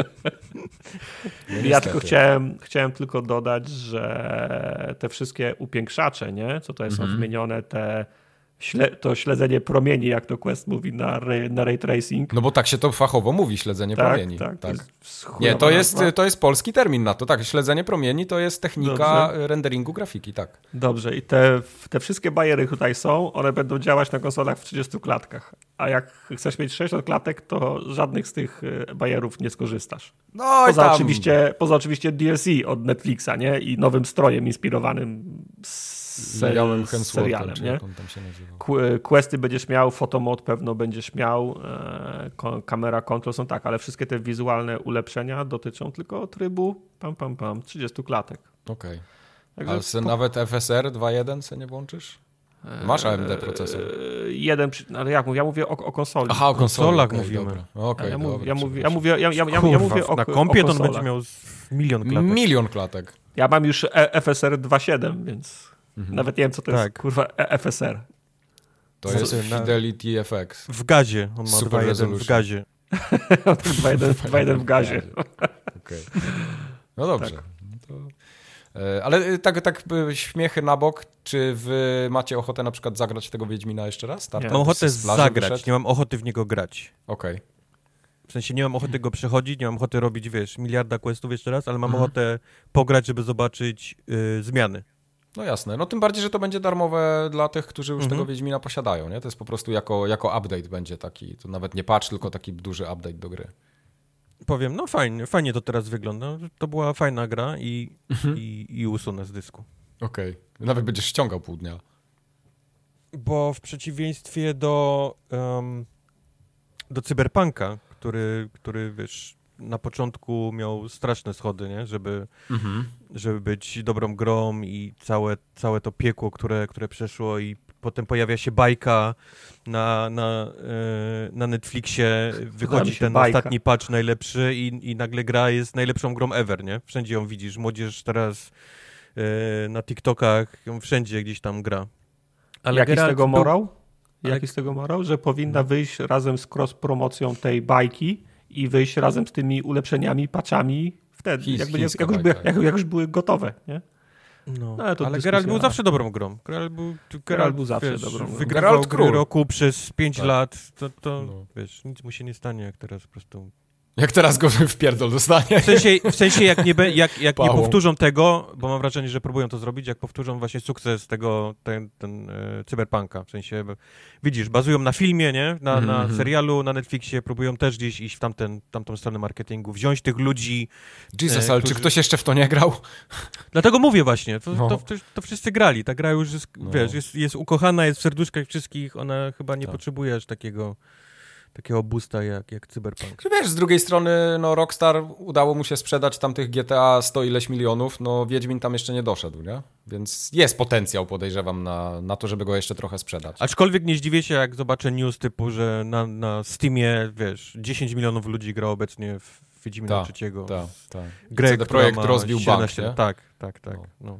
No ja tylko chciałem, chciałem tylko dodać, że te wszystkie upiększacze, nie? Co to jest mm-hmm. odmienione, te śle, to śledzenie promieni, jak to Quest mówi, na, ray, na ray tracing. No bo tak się to fachowo mówi, śledzenie tak, promieni. Tak, tak. To jest Nie, to jest, to jest polski termin na to. Tak, śledzenie promieni to jest technika Dobrze. renderingu grafiki, tak. Dobrze, i te, te wszystkie bajery tutaj są, one będą działać na konsolach w trzydziestu klatkach. A jak chcesz mieć sześćdziesiąt klatek, to żadnych z tych bajerów nie skorzystasz. No poza, i tam... oczywiście, poza oczywiście D L C od Netflixa, nie? I nowym strojem inspirowanym z Serialem z serialem, nie? Jak on tam się nazywał. Questy będziesz miał, photomod pewno będziesz miał, e, kamera control są tak, ale wszystkie te wizualne ulepszenia dotyczą tylko trybu pam, pam, pam, trzydziestu klatek. Okej. Okay. A se po... nawet F S R dwa jeden se nie włączysz? Masz A M D procesor. Eee, jeden, ale jak mówię? Ja mówię o, o konsoli. Aha, o konsolach okay, mówimy. Okay, ja, dobra, ja, mówię, ja, mówię, ja, ja, ja, ja, ja mówię o na kompie o to on będzie miał milion klatek. Milion klatek. Ja mam już F S R dwa siedem, więc mhm. nawet nie wiem, co to tak. jest, kurwa, F S R. To Co jest Fidelity F X. W gazie. On ma dwa jeden w gazie. dwa jeden w gazie. Okay. No dobrze. Tak. No to... Ale tak, tak śmiechy na bok, czy wy macie ochotę na przykład zagrać tego Wiedźmina jeszcze raz? Nie. Mam ochotę zagrać, wyszedł? Nie mam ochoty w niego grać. Okej. Okay. W sensie nie mam ochoty go przechodzić, nie mam ochoty robić, wiesz, miliarda questów jeszcze raz, ale mam mhm. ochotę pograć, żeby zobaczyć yy, zmiany. No jasne, no tym bardziej, że to będzie darmowe dla tych, którzy już mhm. tego Wiedźmina posiadają, nie? To jest po prostu jako, jako update będzie taki, to nawet nie patch, tylko taki duży update do gry. Powiem, no fajnie, fajnie to teraz wygląda. To była fajna gra i, mhm. i, i usunę z dysku. Okej. Okay. Nawet będziesz ściągał pół dnia. Bo w przeciwieństwie do, um, do Cyberpunka, który, który wiesz, na początku miał straszne schody, nie? Żeby, mhm. żeby być dobrą grą i całe, całe to piekło, które, które przeszło i potem pojawia się bajka na, na, yy, na Netflixie, wychodzi ten bajka. Ostatni patch najlepszy i, i nagle gra jest najlepszą grą ever, nie? Wszędzie ją widzisz. Młodzież teraz na TikTokach, wszędzie gdzieś tam gra. Ale jaki z tego morał? Był... Jaki z tego morał? Że powinna wyjść razem z cross-promocją tej bajki i wyjść razem z tymi ulepszeniami, patchami wtedy, His, jakby, jak, jak, już były, jak, jak już były gotowe, nie? No, no, ale ale Geralt był zawsze dobrą grą. Geralt był, Geralt, Geralt był zawsze wiesz, dobrą grą. Wygrywał gry roku przez pięć tak. lat, to, to no. wiesz, nic mu się nie stanie, jak teraz po prostu... Jak teraz go w pierdol dostanie. W sensie, w sensie jak, nie, be, jak, jak nie powtórzą tego, bo mam wrażenie, że próbują to zrobić, jak powtórzą właśnie sukces tego, ten, ten e, cyberpunka, w sensie, widzisz, bazują na filmie, nie, na, mm-hmm. na serialu, na Netflixie, próbują też gdzieś iść w tamten, tamtą stronę marketingu, wziąć tych ludzi... Jesus, e, ale którzy... czy ktoś jeszcze w to nie grał? Dlatego mówię właśnie, to, no. to, to, to wszyscy grali, ta gra już jest, no. wiesz, jest, jest ukochana, jest w serduszkach wszystkich, ona chyba nie tak. potrzebuje aż takiego... takiego boosta jak, jak Cyberpunk. Wiesz, z drugiej strony no Rockstar udało mu się sprzedać tam tych G T A sto ileś milionów, no Wiedźmin tam jeszcze nie doszedł, nie? Więc jest potencjał, podejrzewam, na, na to, żeby go jeszcze trochę sprzedać. Aczkolwiek nie zdziwię się, jak zobaczę news typu, że na, na Steamie, wiesz, dziesięć milionów ludzi gra obecnie w Wiedźmina ta, trzeciego. Tak, tak. Grę, C D Projekt rozbił bank, nie? Tak, tak, tak. No. No.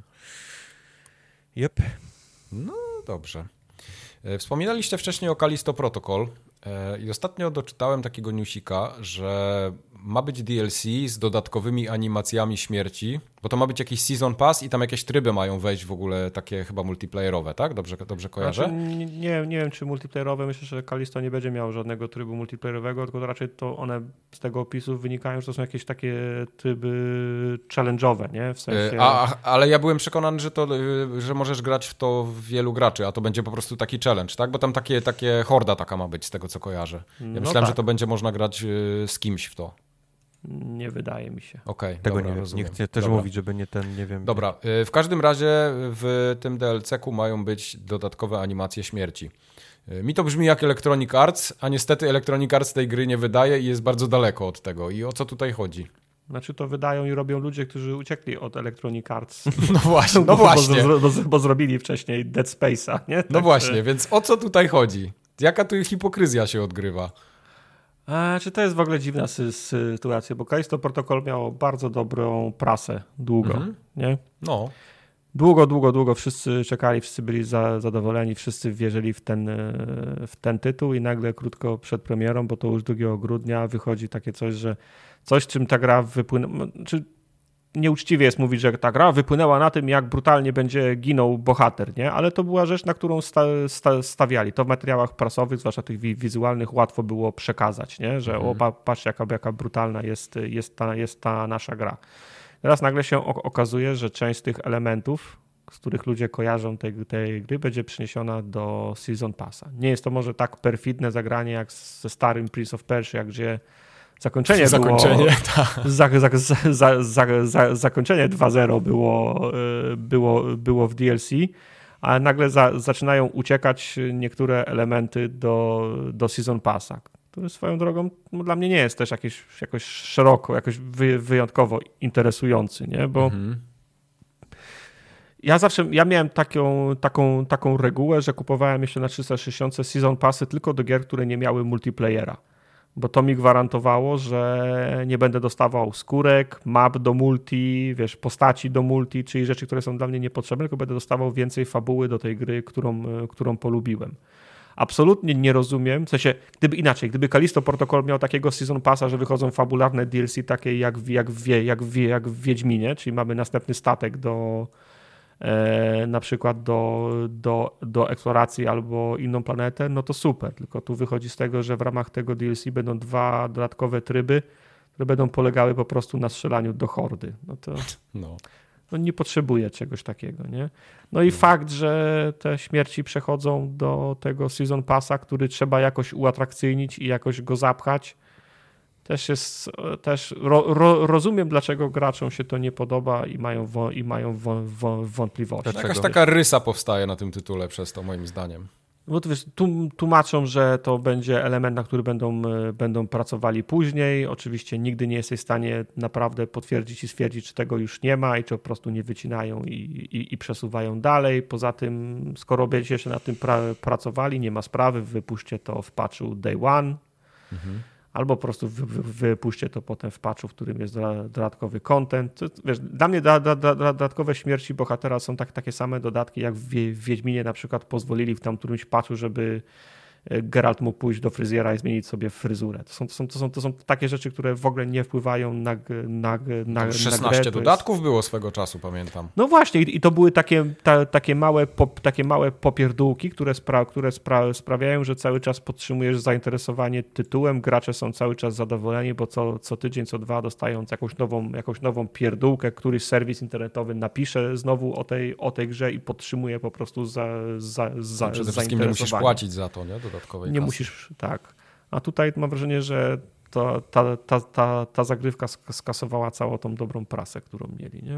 Yep. No, dobrze. Wspominaliście wcześniej o Callisto Protocol i ostatnio doczytałem takiego newsika, że ma być D L C z dodatkowymi animacjami śmierci, bo to ma być jakiś season pass i tam jakieś tryby mają wejść w ogóle takie chyba multiplayerowe, tak? Dobrze, dobrze kojarzę? Znaczy, nie, nie wiem, czy multiplayerowe. Myślę, że Callisto nie będzie miał żadnego trybu multiplayerowego, tylko raczej to one z tego opisu wynikają, że to są jakieś takie tryby challenge'owe, nie? W sensie... A, a, ale ja byłem przekonany, że, to, że możesz grać w to wielu graczy, a to będzie po prostu taki challenge, tak? Bo tam takie, takie horda taka ma być, z tego co kojarzę. Ja no myślałem, tak. że to będzie można grać z kimś w to. Nie wydaje mi się. Okej, okay, tego dobra, nie, rozumiem. nie chcę też dobra. mówić, żeby nie ten, nie wiem. Dobra, w każdym razie w tym D L C-ku mają być dodatkowe animacje śmierci. Mi to brzmi jak Electronic Arts, a niestety Electronic Arts tej gry nie wydaje i jest bardzo daleko od tego. I o co tutaj chodzi? Znaczy to wydają i robią ludzie, którzy uciekli od Electronic Arts. No właśnie, no bo, właśnie. Bo, bo, bo zrobili wcześniej Dead Space'a, nie? Tak, no właśnie, że... więc o co tutaj chodzi? Jaka tu hipokryzja się odgrywa? A, czy to jest w ogóle dziwna sy- sytuacja, bo Callisto Protocol miało bardzo dobrą prasę długo, mhm. nie? No. Długo, długo, długo wszyscy czekali, wszyscy byli za, zadowoleni, wszyscy wierzyli w ten, w ten tytuł i nagle krótko przed premierą, bo to już drugiego grudnia wychodzi takie coś, że coś, czym ta gra wypłynęła, czy nieuczciwie jest mówić, że ta gra wypłynęła na tym, jak brutalnie będzie ginął bohater, nie? Ale to była rzecz, na którą sta, sta, stawiali. To w materiałach prasowych, zwłaszcza tych wi- wizualnych, łatwo było przekazać, nie? Że mhm. o, patrz, jaka, jaka brutalna jest, jest, ta, jest ta nasza gra. Teraz nagle się okazuje, że część z tych elementów, z których ludzie kojarzą tej, tej gry, będzie przeniesiona do Season Passa. Nie jest to może tak perfidne zagranie jak ze starym Prince of Persia, gdzie zakończenie, zakończenie było... ta. Za, za, za, za, za, zakończenie dwa zero było, było, było w D L C, a nagle za, zaczynają uciekać niektóre elementy do, do Season Passa, który swoją drogą no, dla mnie nie jest też jakiś, jakoś szeroko, jakoś wy, wyjątkowo interesujący, nie? Bo mhm. ja zawsze, ja miałem taką, taką, taką regułę, że kupowałem jeszcze na trzysta sześćdziesiąt Season Passy tylko do gier, które nie miały multiplayera, bo to mi gwarantowało, że nie będę dostawał skórek, map do multi, wiesz, postaci do multi, czyli rzeczy, które są dla mnie niepotrzebne, tylko będę dostawał więcej fabuły do tej gry, którą, którą polubiłem. Absolutnie nie rozumiem, w sensie, gdyby inaczej, gdyby Callisto Protocol miał takiego Season Passa, że wychodzą fabularne D L C takie jak w, jak w, jak w, jak w Wiedźminie, czyli mamy następny statek do e, na przykład do, do, do eksploracji albo inną planetę, no to super, tylko tu wychodzi z tego, że w ramach tego D L C będą dwa dodatkowe tryby, które będą polegały po prostu na strzelaniu do hordy. No to... No. No nie potrzebuje czegoś takiego, nie? No i fakt, że te śmierci przechodzą do tego Season Passa, który trzeba jakoś uatrakcyjnić i jakoś go zapchać, też jest, też ro, ro, rozumiem, dlaczego graczom się to nie podoba i mają, wo, i mają wo, wo, wątpliwości. Dlaczego? Jakaś taka rysa powstaje na tym tytule przez to, moim zdaniem. Bo to wiesz, tłumaczą, że to będzie element, na który będą, będą pracowali później. Oczywiście nigdy nie jesteś w stanie naprawdę potwierdzić i stwierdzić, czy tego już nie ma i czy po prostu nie wycinają i, i, i przesuwają dalej. Poza tym, skoro będziecie się nad tym pra- pracowali, nie ma sprawy, wypuśćcie to w patchu day one. Mhm. albo po prostu wy, wy, wypuśćcie to potem w patchu, w którym jest dodatkowy content. Wiesz, dla mnie da, da, da, dodatkowe śmierci bohatera są tak, takie same dodatki, jak w, w Wiedźminie na przykład pozwolili w tam którymś patchu, żeby Geralt mógł pójść do fryzjera i zmienić sobie fryzurę. To są, to są, to są, to są takie rzeczy, które w ogóle nie wpływają na, na, na, szesnaście na grę. dodatków jest... było swego czasu, pamiętam. No właśnie i to były takie, ta, takie, małe, pop, takie małe popierdółki, które, spra, które spra, sprawiają, że cały czas podtrzymujesz zainteresowanie tytułem, gracze są cały czas zadowoleni, bo co, co tydzień, co dwa dostają jakąś nową, jakąś nową pierdółkę, któryś serwis internetowy napisze znowu o tej, o tej grze i podtrzymuje po prostu za, za, za, Przede wszystkim nie musisz płacić za to, nie? Dodatkowej Nie kasy. musisz, tak. A tutaj mam wrażenie, że to, ta, ta, ta, ta zagrywka skasowała całą tą dobrą prasę, którą mieli, nie?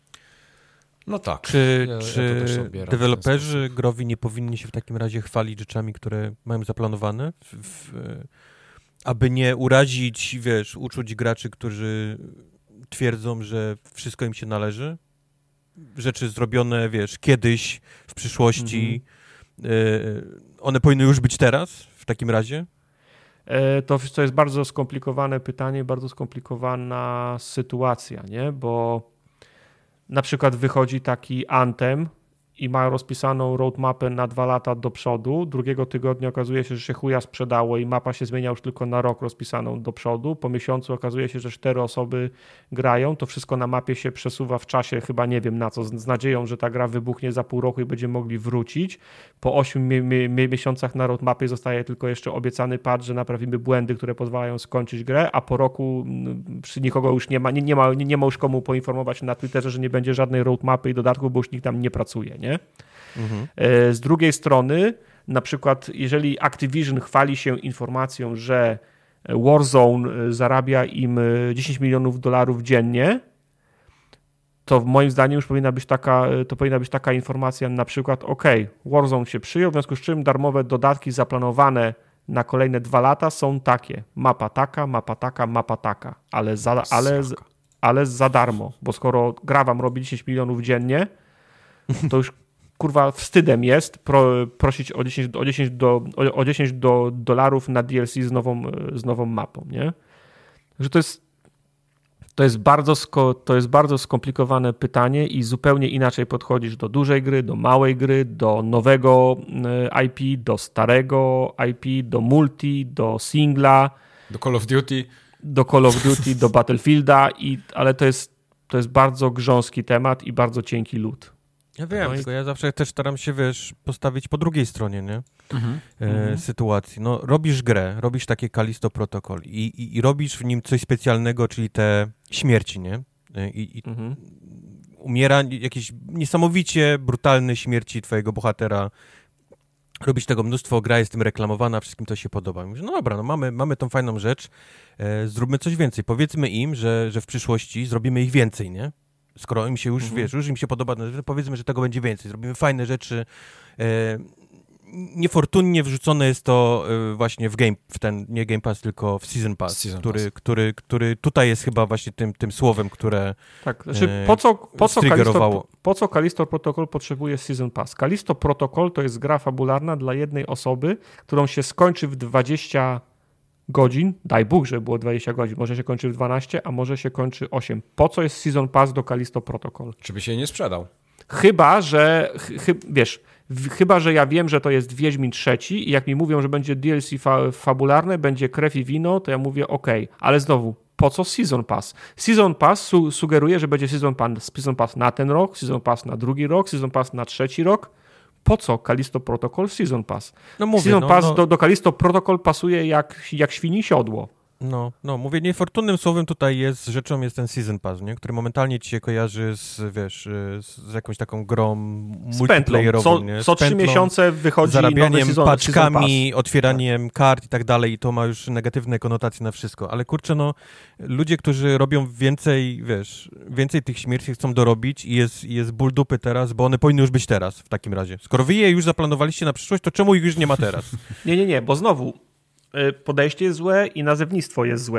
No tak. Czy, ja, czy ja deweloperzy growi nie powinni się w takim razie chwalić rzeczami, które mają zaplanowane, w, w, aby nie urazić, wiesz, uczuć graczy, którzy twierdzą, że wszystko im się należy? Rzeczy zrobione, wiesz, kiedyś, w przyszłości, mm-hmm. y, one powinny już być teraz, w takim razie? To, to jest bardzo skomplikowane pytanie, bardzo skomplikowana sytuacja, nie? Bo na przykład wychodzi taki Anthem i ma rozpisaną roadmapę na dwa lata do przodu, drugiego tygodnia okazuje się, że się chuja sprzedało i mapa się zmienia już tylko na rok rozpisaną do przodu, po miesiącu okazuje się, że cztery osoby grają, to wszystko na mapie się przesuwa w czasie, chyba nie wiem na co, z nadzieją, że ta gra wybuchnie za pół roku i będziemy mogli wrócić. Po ośmiu mi- mi- miesiącach na roadmapie zostaje tylko jeszcze obiecany patch, że naprawimy błędy, które pozwalają skończyć grę, a po roku przy nikogo już nie ma, nie, nie ma, nie, nie ma już komu poinformować na Twitterze, że nie będzie żadnej roadmapy i dodatku, bo już nikt tam nie pracuje, nie? Mhm. Z drugiej strony, na przykład, jeżeli Activision chwali się informacją, że Warzone zarabia im dziesięć milionów dolarów dziennie, to moim zdaniem już powinna być taka, to powinna być taka informacja, na przykład, ok, Warzone się przyjął, w związku z czym darmowe dodatki zaplanowane na kolejne dwa lata są takie. Mapa taka, mapa taka, mapa taka, ale za, ale, ale za darmo, bo skoro gra wam robi dziesięć milionów dziennie, to już kurwa wstydem jest pro, prosić o dziesięć, o dziesięć, do, o, o dziesięć do dolarów na D L C z nową, z nową mapą, nie? Że to jest to jest, bardzo sko, to jest bardzo skomplikowane pytanie i zupełnie inaczej podchodzisz do dużej gry, do małej gry, do nowego I P, do starego I P, do multi, do singla. Do Call of Duty. Do Call of Duty, do Battlefielda, i, ale to jest, to jest bardzo grząski temat i bardzo cienki lód. Ja wiem, no tylko i... ja zawsze też staram się, wiesz, postawić po drugiej stronie, nie? Mhm. E, mhm. Sytuacji. No, robisz grę, robisz takie Callisto Protocol i, i, i robisz w nim coś specjalnego, czyli te śmierci, nie? I, i mhm. umiera jakieś niesamowicie brutalne śmierci twojego bohatera. Robisz tego mnóstwo, gra jest tym reklamowana, wszystkim to się podoba. Mówisz, no dobra, no mamy, mamy tą fajną rzecz, e, zróbmy coś więcej. Powiedzmy im, że, że w przyszłości zrobimy ich więcej, nie? Skoro im się już, mhm. wiesz, już im się podoba, no, powiedzmy, że tego będzie więcej. Zrobimy fajne rzeczy. E, niefortunnie wrzucone jest to e, właśnie w game, w ten, nie Game Pass, tylko w Season Pass, Season który, Pass. Który, który tutaj jest chyba właśnie tym, tym słowem, które tak, znaczy po co, po co Callisto, po co Callisto Protocol potrzebuje Season Pass? Callisto Protocol to jest gra fabularna dla jednej osoby, którą się skończy w dwadzieścia godzin, daj Bóg, że było dwadzieścia godzin, może się kończy w dwanaście, a może się kończy osiem. Po co jest Season Pass do Callisto Protocol? Czy by się nie sprzedał? Chyba, że chy, wiesz, w, chyba, że ja wiem, że to jest Wiedźmin trzeci i jak mi mówią, że będzie D L C fa, fabularne, będzie krew i wino, to ja mówię okej, okay. Ale znowu, po co Season Pass? Season Pass su, sugeruje, że będzie Season Pass, Season Pass na ten rok, Season Pass na drugi rok, Season Pass na trzeci rok. Po co Callisto Protocol Season Pass? No mówię, Season no, Pass no. Do, do Callisto Protocol pasuje jak, jak świni siodło. No, no, mówię, niefortunnym słowem tutaj jest, rzeczą jest ten Season Pass, nie? Który momentalnie ci się kojarzy z, wiesz, z jakąś taką grą multiplayerową, co, nie? Z co trzy miesiące wychodzi zarabianiem, nowy paczkami, otwieraniem tak. kart i tak dalej i to ma już negatywne konotacje na wszystko, ale kurczę, no, ludzie, którzy robią więcej, wiesz, więcej tych śmierci chcą dorobić i jest, jest ból dupy teraz, bo one powinny już być teraz w takim razie. Skoro wy je już zaplanowaliście na przyszłość, to czemu ich już nie ma teraz? nie, nie, nie, bo znowu podejście jest złe i nazewnictwo jest złe.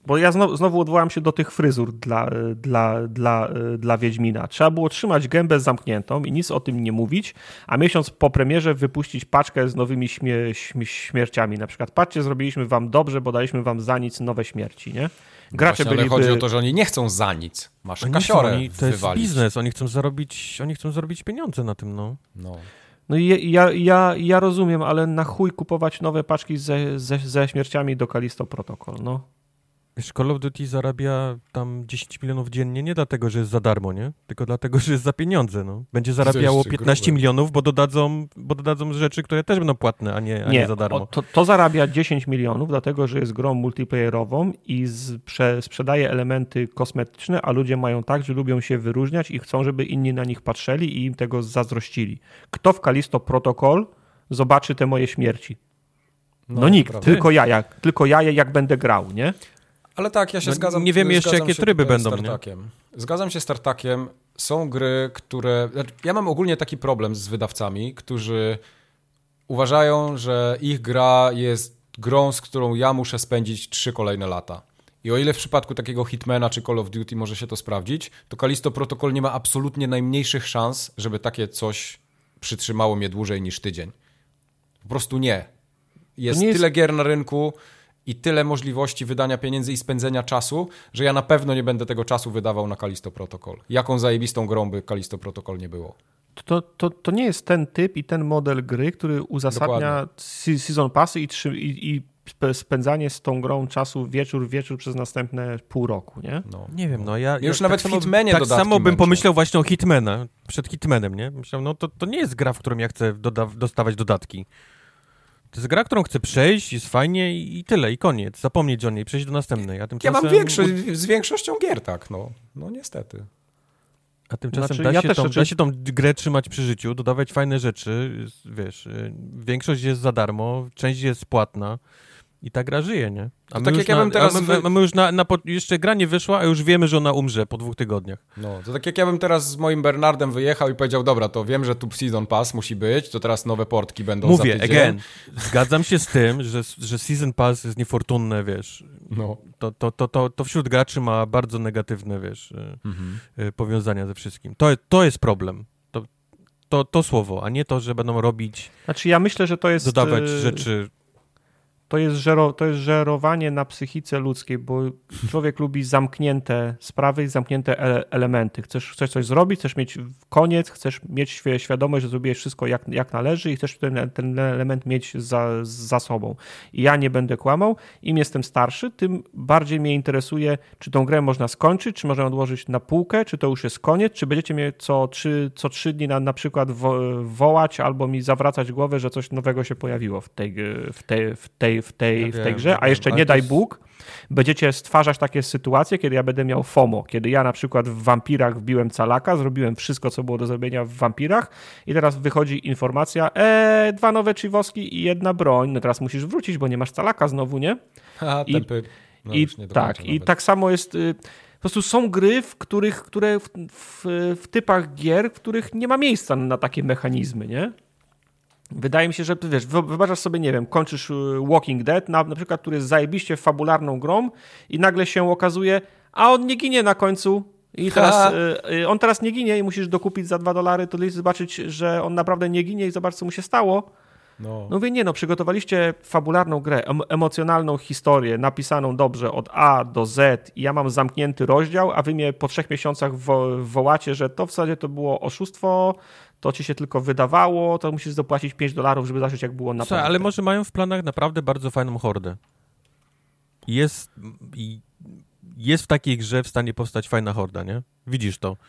bo ja znowu, znowu odwołam się do tych fryzur dla, dla, dla, dla Wiedźmina. Trzeba było trzymać gębę zamkniętą i nic o tym nie mówić, a miesiąc po premierze wypuścić paczkę z nowymi śmie- śmie- śmierciami. Na przykład, patrzcie, zrobiliśmy wam dobrze, bo daliśmy wam za nic nowe śmierci, nie? Gracze Właśnie, byliby... ale chodzi o to, że oni nie chcą za nic. Masz Oni kasiorę chcą, oni, to jest wywalić. biznes, oni chcą zarobić, oni chcą zarobić pieniądze na tym, no. No. No i ja, ja, ja rozumiem, ale na chuj kupować nowe paczki ze, ze, ze śmierciami do Callisto Protocol, no. Wiesz, Call of Duty zarabia tam dziesięć milionów dziennie, nie dlatego, że jest za darmo, nie? Tylko dlatego, że jest za pieniądze, no. Będzie zarabiało piętnaście grube. milionów, bo dodadzą, bo dodadzą rzeczy, które też będą płatne, a nie, a nie, nie za darmo. O, to, to zarabia dziesięć milionów, dlatego, że jest grą multiplayerową i z, prze, sprzedaje elementy kosmetyczne, a ludzie mają tak, że lubią się wyróżniać i chcą, żeby inni na nich patrzyli i im tego zazdrościli. Kto w Callisto Protocol zobaczy te moje śmierci? No, no nikt, tylko ja, jak, tylko ja jak będę grał, nie? Ale tak, ja się no, zgadzam. Nie wiem jeszcze, jakie tryby będą. Z Tartakiem. Zgadzam się z Tartakiem. Są gry, które... Ja mam ogólnie taki problem z wydawcami, którzy uważają, że ich gra jest grą, z którą ja muszę spędzić trzy kolejne lata. I o ile w przypadku takiego Hitmana czy Call of Duty może się to sprawdzić, to Callisto Protocol nie ma absolutnie najmniejszych szans, żeby takie coś przytrzymało mnie dłużej niż tydzień. Po prostu nie. Jest, nie jest... tyle gier na rynku i tyle możliwości wydania pieniędzy i spędzenia czasu, że ja na pewno nie będę tego czasu wydawał na Callisto Protocol. Jaką zajebistą grą by Callisto Protocol nie było. To, to, to nie jest ten typ i ten model gry, który uzasadnia Dokładnie. season passy i, trzy, i, i spędzanie z tą grą czasu wieczór, wieczór przez następne pół roku, nie? No. Nie wiem, no ja... Już ja nawet tak w Hitmanie Tak samo bym męczą. pomyślał właśnie o Hitmana, przed Hitmanem, nie? Myślałem, no to, to nie jest gra, w którą ja chcę doda- dostawać dodatki. To jest gra, którą chcę przejść, jest fajnie i, i tyle, i koniec. Zapomnieć o niej, przejść do następnej. A tymczasem... Ja mam większość, z większością gier tak, no. No niestety. A tymczasem znaczy, da, ja się też tą, rzeczy... da się tą grę trzymać przy życiu, dodawać fajne rzeczy, wiesz, większość jest za darmo, część jest płatna i ta gra żyje, nie? A my, tak już, jak ja na, bym teraz a my, a my już na, na, jeszcze gra nie wyszła, a już wiemy, że ona umrze po dwóch tygodniach. No, to tak jak ja bym teraz z moim Bernardem wyjechał i powiedział, dobra, to wiem, że tu Season Pass musi być, to teraz nowe portki będą Mówię, za tydzień. again, zgadzam się z tym, że, że Season Pass jest niefortunne, wiesz. No. To, to, to, to, to wśród graczy ma bardzo negatywne, wiesz, mhm. powiązania ze wszystkim. To, to jest problem. To, to, to słowo, a nie to, że będą robić... Znaczy ja myślę, że to jest... Dodawać rzeczy... To jest, żero, to jest żerowanie na psychice ludzkiej, bo człowiek lubi zamknięte sprawy i zamknięte ele- elementy. Chcesz, chcesz coś zrobić, chcesz mieć koniec, chcesz mieć świadomość, że zrobiłeś wszystko jak, jak należy i chcesz ten, ten element mieć za, za sobą. I ja nie będę kłamał. Im jestem starszy, tym bardziej mnie interesuje, czy tą grę można skończyć, czy można ją odłożyć na półkę, czy to już jest koniec, czy będziecie mnie co trzy, co trzy dni na, na przykład wo, wołać albo mi zawracać głowę, że coś nowego się pojawiło w tej, w tej, w tej w tej, ja w tej wiem, grze, a jeszcze nie daj jest... Bóg, będziecie stwarzać takie sytuacje, kiedy ja będę miał FOMO, kiedy ja na przykład w Wampirach wbiłem calaka, zrobiłem wszystko, co było do zrobienia w Wampirach i teraz wychodzi informacja, e, dwa nowe chiwoski i jedna broń, no teraz musisz wrócić, bo nie masz calaka znowu, nie? A, I, tempy. No, i tak, i tak samo jest... Y, po prostu są gry, w których, które w, w, w typach gier, w których nie ma miejsca na takie mechanizmy, nie? Wydaje mi się, że wiesz, wyobrażasz sobie, nie wiem, kończysz Walking Dead, na, na przykład, który jest zajebiście fabularną grą i nagle się okazuje, a on nie ginie na końcu i teraz y, on teraz nie ginie i musisz dokupić za dwa dolary, to zobaczyć, że on naprawdę nie ginie i zobacz, co mu się stało. No. no mówię, nie no, przygotowaliście fabularną grę, em- emocjonalną historię, napisaną dobrze od A do Z i ja mam zamknięty rozdział, a wy mnie po trzech miesiącach wo- wołacie, że to w zasadzie to było oszustwo, to ci się tylko wydawało, to musisz zapłacić pięć dolarów, żeby zobaczyć, jak było naprawdę. Słuchaj, ale może mają w planach naprawdę bardzo fajną hordę. Jest, jest w takiej grze w stanie powstać fajna horda, nie? Widzisz to?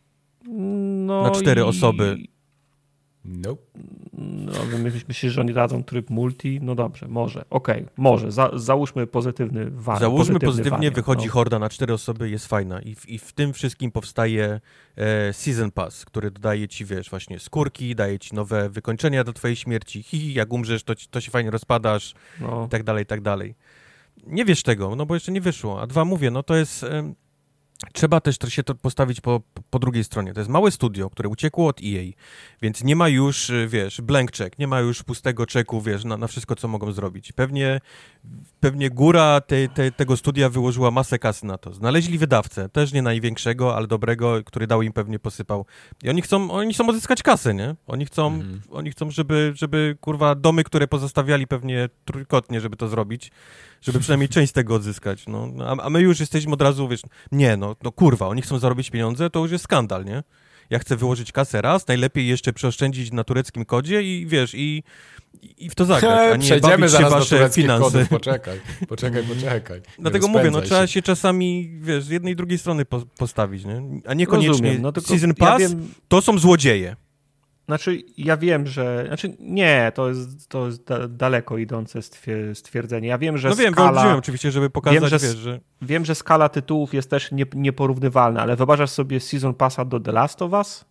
No na cztery i... osoby. Nope. No, myślisz, że oni dadzą tryb multi? No dobrze, może, okej, okay, może. Za, załóżmy pozytywny wariant. Załóżmy pozytywny pozytywnie, wariant, wychodzi no. horda na cztery osoby, jest fajna i w, i w tym wszystkim powstaje e, Season Pass, który dodaje ci, wiesz, właśnie skórki, daje ci nowe wykończenia do twojej śmierci, hi, hi, jak umrzesz, to, to się fajnie rozpadasz no. i tak dalej, i tak dalej. Nie wiesz tego, no bo jeszcze nie wyszło, a dwa mówię, no to jest... E, trzeba też się to postawić po, po drugiej stronie. To jest małe studio, które uciekło od E A, więc nie ma już, wiesz, blank check, nie ma już pustego czeku, wiesz, na, na wszystko, co mogą zrobić. Pewnie, pewnie góra te, te, tego studia wyłożyła masę kasy na to. Znaleźli wydawcę, też nie największego, ale dobrego, który dał im pewnie posypał. I oni chcą, oni chcą odzyskać kasę, nie? Oni chcą, mhm. oni chcą żeby, żeby, kurwa, domy, które pozostawiali pewnie trójkotnie, żeby to zrobić, żeby przynajmniej część z tego odzyskać, no. A, a my już jesteśmy od razu, wiesz, nie, no, no kurwa, oni chcą zarobić pieniądze, to już jest skandal, nie? Ja chcę wyłożyć kasę raz, najlepiej jeszcze przeoszczędzić na tureckim kodzie i wiesz, i, i w to zagrać, a nie Przejdziemy bawić się zaraz wasze do finanse. Kodów. Poczekaj, poczekaj, poczekaj. Dlatego mówię, no trzeba się czasami, wiesz, z jednej i drugiej strony po, postawić, nie? A niekoniecznie Rozumiem, no tylko Season Pass ja wiem... to są złodzieje. Znaczy, ja wiem, że... Znaczy, nie, to jest, to jest da, daleko idące stwierdzenie. Ja wiem, że no wiem, skala... No wiem, oczywiście, żeby pokazać, wiem, że, wiesz, że... Wiem, że skala tytułów jest też nie, nieporównywalna, ale wyobrażasz sobie Season Passa do The Last of Us?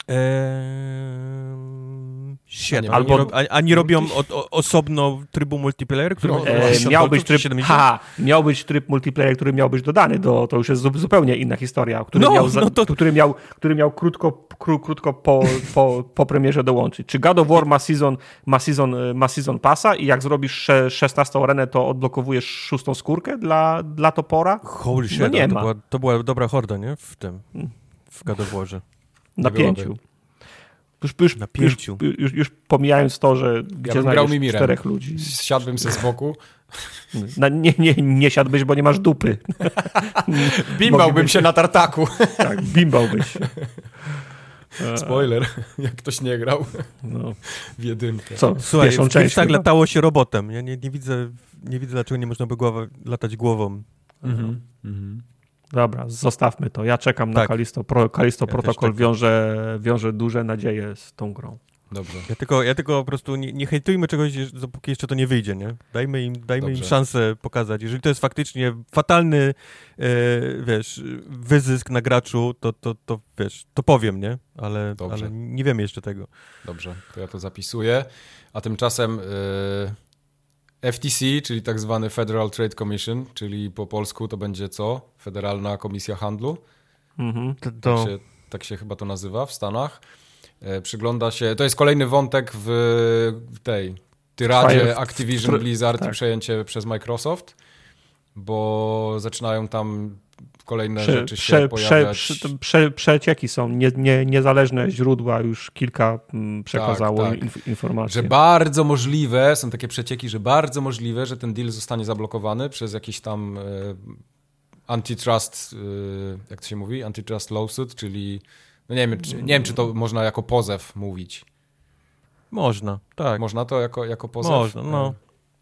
Eee... Siedem. Albo... Ani, ro... ani robią od, o, osobno trybu multiplayer, który... No, e, miał, być tryb... ha, miał być tryb multiplayer, który miał być dodany, do, to już jest zupełnie inna historia, który, no, miał, za... no to... który miał, który miał krótko, kró, krótko po, po, po premierze dołączyć. Czy God of War ma season, ma season, ma season passa i jak zrobisz szesnastą arenę, to odblokowujesz szóstą skórkę dla, dla topora? Holy shit, no nie to, ma. Była, to była dobra horda, nie? W tym, w God of Warze. Na pięciu. Już, już, na pięciu. Już, już, już pomijając to, że gdzie ja znajdziesz Mimirem. czterech ludzi. Siadłbym se z boku. Na, nie, nie, nie siadłbyś, bo nie masz dupy. Bimbałbym się na tartaku. Tak, bimbałbyś się. Spoiler, jak ktoś nie grał no. w jedynkę. Co? Słuchaj, w część tak latało się robotem. Ja nie, nie, widzę, nie widzę, dlaczego nie można by głowa, latać głową. Mhm. Mhm. Dobra, zostawmy to. Ja czekam tak. na Callisto, Pro, Callisto ja Protocol. Wiąże, wiąże duże nadzieje z tą grą. Dobrze. Ja tylko, ja tylko po prostu nie, nie hejtujmy czegoś, dopóki jeszcze to nie wyjdzie, nie? Dajmy im, dajmy im szansę pokazać. Jeżeli to jest faktycznie fatalny, e, wiesz, wyzysk na graczu, to, to, to wiesz, to powiem, nie? Ale, ale nie wiemy jeszcze tego. Dobrze, to ja to zapisuję. A tymczasem e, F T C, czyli tak zwany Federal Trade Commission, czyli po polsku to będzie co? Federalna Komisja Handlu. Mhm. To, to... Tak, się, tak się chyba to nazywa w Stanach. Przygląda się, to jest kolejny wątek w tej tyradzie Activision Blizzard tak. i przejęcie przez Microsoft, bo zaczynają tam kolejne prze, rzeczy się prze, pojawiać. Prze, prze, przecieki są, nie, nie, niezależne źródła już kilka przekazało tak, tak. Inf, informacje. Że bardzo możliwe, są takie przecieki, że bardzo możliwe, że ten deal zostanie zablokowany przez jakiś tam e, antitrust, e, jak to się mówi, antitrust lawsuit, czyli no nie wiem, czy, nie wiem, czy to można jako pozew mówić. Można, tak. Można to jako, jako pozew? Można, no.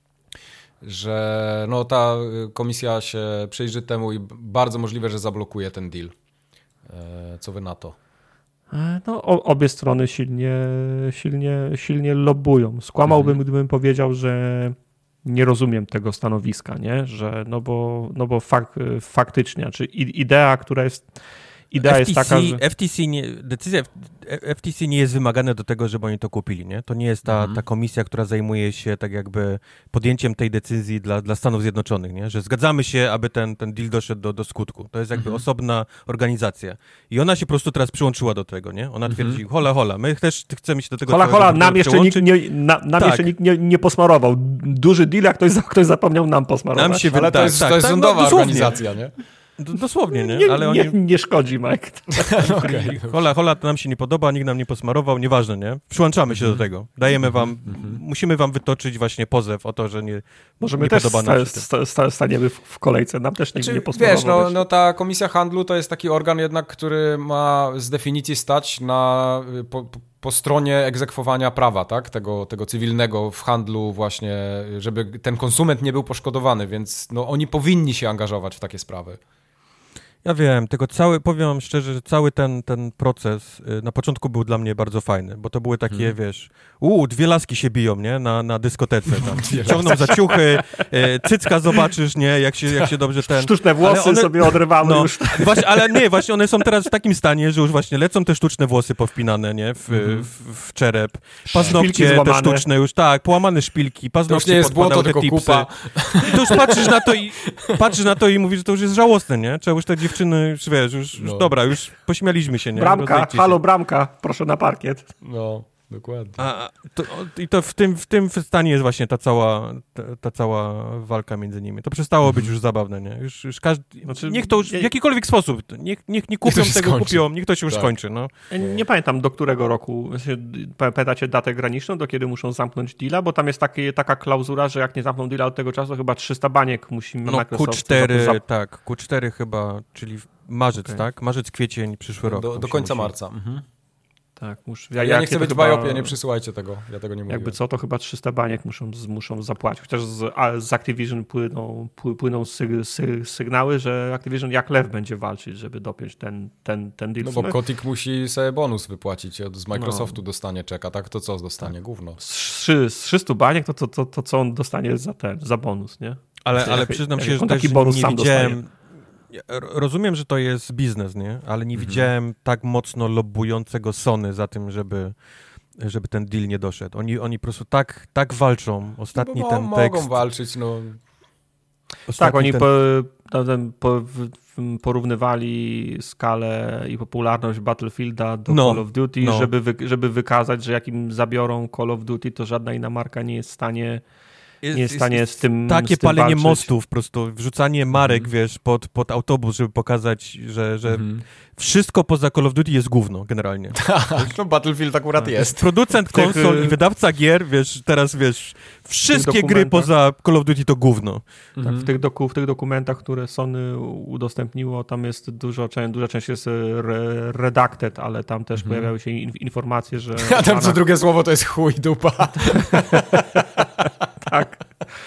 Że no, ta komisja się przyjrzy temu i bardzo możliwe, że zablokuje ten deal. Co wy na to? No, obie strony silnie, silnie, silnie lobbują. Skłamałbym, mhm. gdybym powiedział, że nie rozumiem tego stanowiska, nie? Że no bo, no bo fak, faktycznie, czy idea, która jest Idea F T C, jest taka, że... F T C nie, decyzja F T C nie jest wymagana do tego, żeby oni to kupili, nie? To nie jest ta, mhm. ta komisja, która zajmuje się tak jakby podjęciem tej decyzji dla, dla Stanów Zjednoczonych, nie? Że zgadzamy się, aby ten, ten deal doszedł do, do skutku. To jest jakby mhm. osobna organizacja. I ona się po prostu teraz przyłączyła do tego, nie? Ona twierdzi, mhm. hola, hola, my też chcemy się do tego... Hola, hola, nam jeszcze nikt, nie, na, nam tak. jeszcze nikt nie, nie posmarował. Duży deal, jak ktoś, ktoś zapomniał nam posmarować. Nam się Ale wyda... to jest, tak, to jest tak, rządowa no, organizacja, nie? Dosłownie, nie? Nie, Ale nie, oni... nie szkodzi, Mike. okay. Hola, hola, to nam się nie podoba, nikt nam nie posmarował, nieważne, nie? Przyłączamy się mm-hmm. do tego. Dajemy wam, mm-hmm. musimy wam wytoczyć właśnie pozew o to, że nie Możemy nie też podoba nam się sta, sta, staniemy w kolejce, nam też nikt znaczy, nie posmarował. Wiesz, no, no ta Komisja Handlu to jest taki organ jednak, który ma z definicji stać na... Po, po, po stronie egzekwowania prawa, tak? Tego, tego cywilnego w handlu właśnie, żeby ten konsument nie był poszkodowany, więc no, oni powinni się angażować w takie sprawy. Ja wiem, tylko cały, powiem wam szczerze, że cały ten, ten proces y, na początku był dla mnie bardzo fajny, bo to były takie, hmm. wiesz, uuu, dwie laski się biją, nie, na, na dyskotece, tam, ciągną za ciuchy, y, cycka zobaczysz, nie, jak się, jak się dobrze ten... Sztuczne włosy one, sobie odrywamy no, już. Właśnie, ale nie, właśnie one są teraz w takim stanie, że już właśnie lecą te sztuczne włosy powpinane, nie, w, hmm. w, w czerep, paznokcie te sztuczne już, tak, połamane szpilki, paznokcie jest błoto, te tipsy. kupa. I to już patrzysz na to i patrzysz na to i mówisz, że to już jest żałosne, nie, trzeba już te dziewczyny, już wiesz, już, już no. dobra, już pośmialiśmy się, nie? Bramka, halo bramka, proszę na parkiet. No, dokładnie. A, to, I to w tym, w tym stanie jest właśnie ta cała, ta, ta cała walka między nimi. To przestało być już zabawne, nie? Już, już każdy, znaczy, niech to już w jakikolwiek sposób, niech, niech nie kupią tego, skończy. kupią, niech to się już tak. skończy, no. Nie pamiętam do którego roku, pamiętacie datę graniczną, do kiedy muszą zamknąć deala, bo tam jest taki, taka klauzura, że jak nie zamkną deala od tego czasu, chyba trzysta baniek musi no, Microsoft... Q cztery, za... tak, Q cztery chyba, czyli marzec, okay. tak? Marzec, kwiecień, przyszły rok. Do, do końca musi... marca. Mhm. Tak, muszę, ja, ja nie chcę być chyba, w biopie, nie przysyłajcie tego, ja tego nie mówię. Jakby co, to chyba trzysta baniek muszą, muszą zapłacić, chociaż z, z Activision płyną, płyną syg, syg, sygnały, że Activision jak lew będzie walczyć, żeby dopiąć ten, ten, ten deal. No bo Kotick musi sobie bonus wypłacić, z Microsoftu no. dostanie czeka, tak? To co dostanie? Tak. Gówno. Z, z trzystu baniek to, to, to, to co on dostanie za ten, za bonus, nie? Ale, ale jak, przyznam jak, się, jak że też taki bonus nie sam widziałem... dostaje. Rozumiem, że to jest biznes, nie? Ale nie mhm. widziałem tak mocno lobbującego Sony za tym, żeby, żeby ten deal nie doszedł. Oni, oni po prostu tak, tak walczą. Ostatni no, ten mogą tekst... Mogą walczyć, no... Ostatni tak, oni ten... po, po, porównywali skalę i popularność Battlefielda do no, Call of Duty, no. żeby, wy, żeby wykazać, że jak im zabiorą Call of Duty, to żadna inna marka nie jest w stanie... Jest, nie jest w stanie jest, z tym takie z tym palenie walczyć. mostów, po prostu wrzucanie marek, mm. wiesz, pod, pod autobus, żeby pokazać, że, że mm. wszystko poza Call of Duty jest gówno, generalnie. Tak, no Battlefield akurat tak. jest. Producent konsol tych... i wydawca gier, wiesz, teraz, wiesz, wszystkie gry poza Call of Duty to gówno. Tak, mm. w, tych doku, w tych dokumentach, które Sony udostępniło, tam jest dużo, duża część jest re, redacted, ale tam też mm. pojawiały się in, informacje, że... A tam co drugie słowo to jest chuj, dupa. Tak.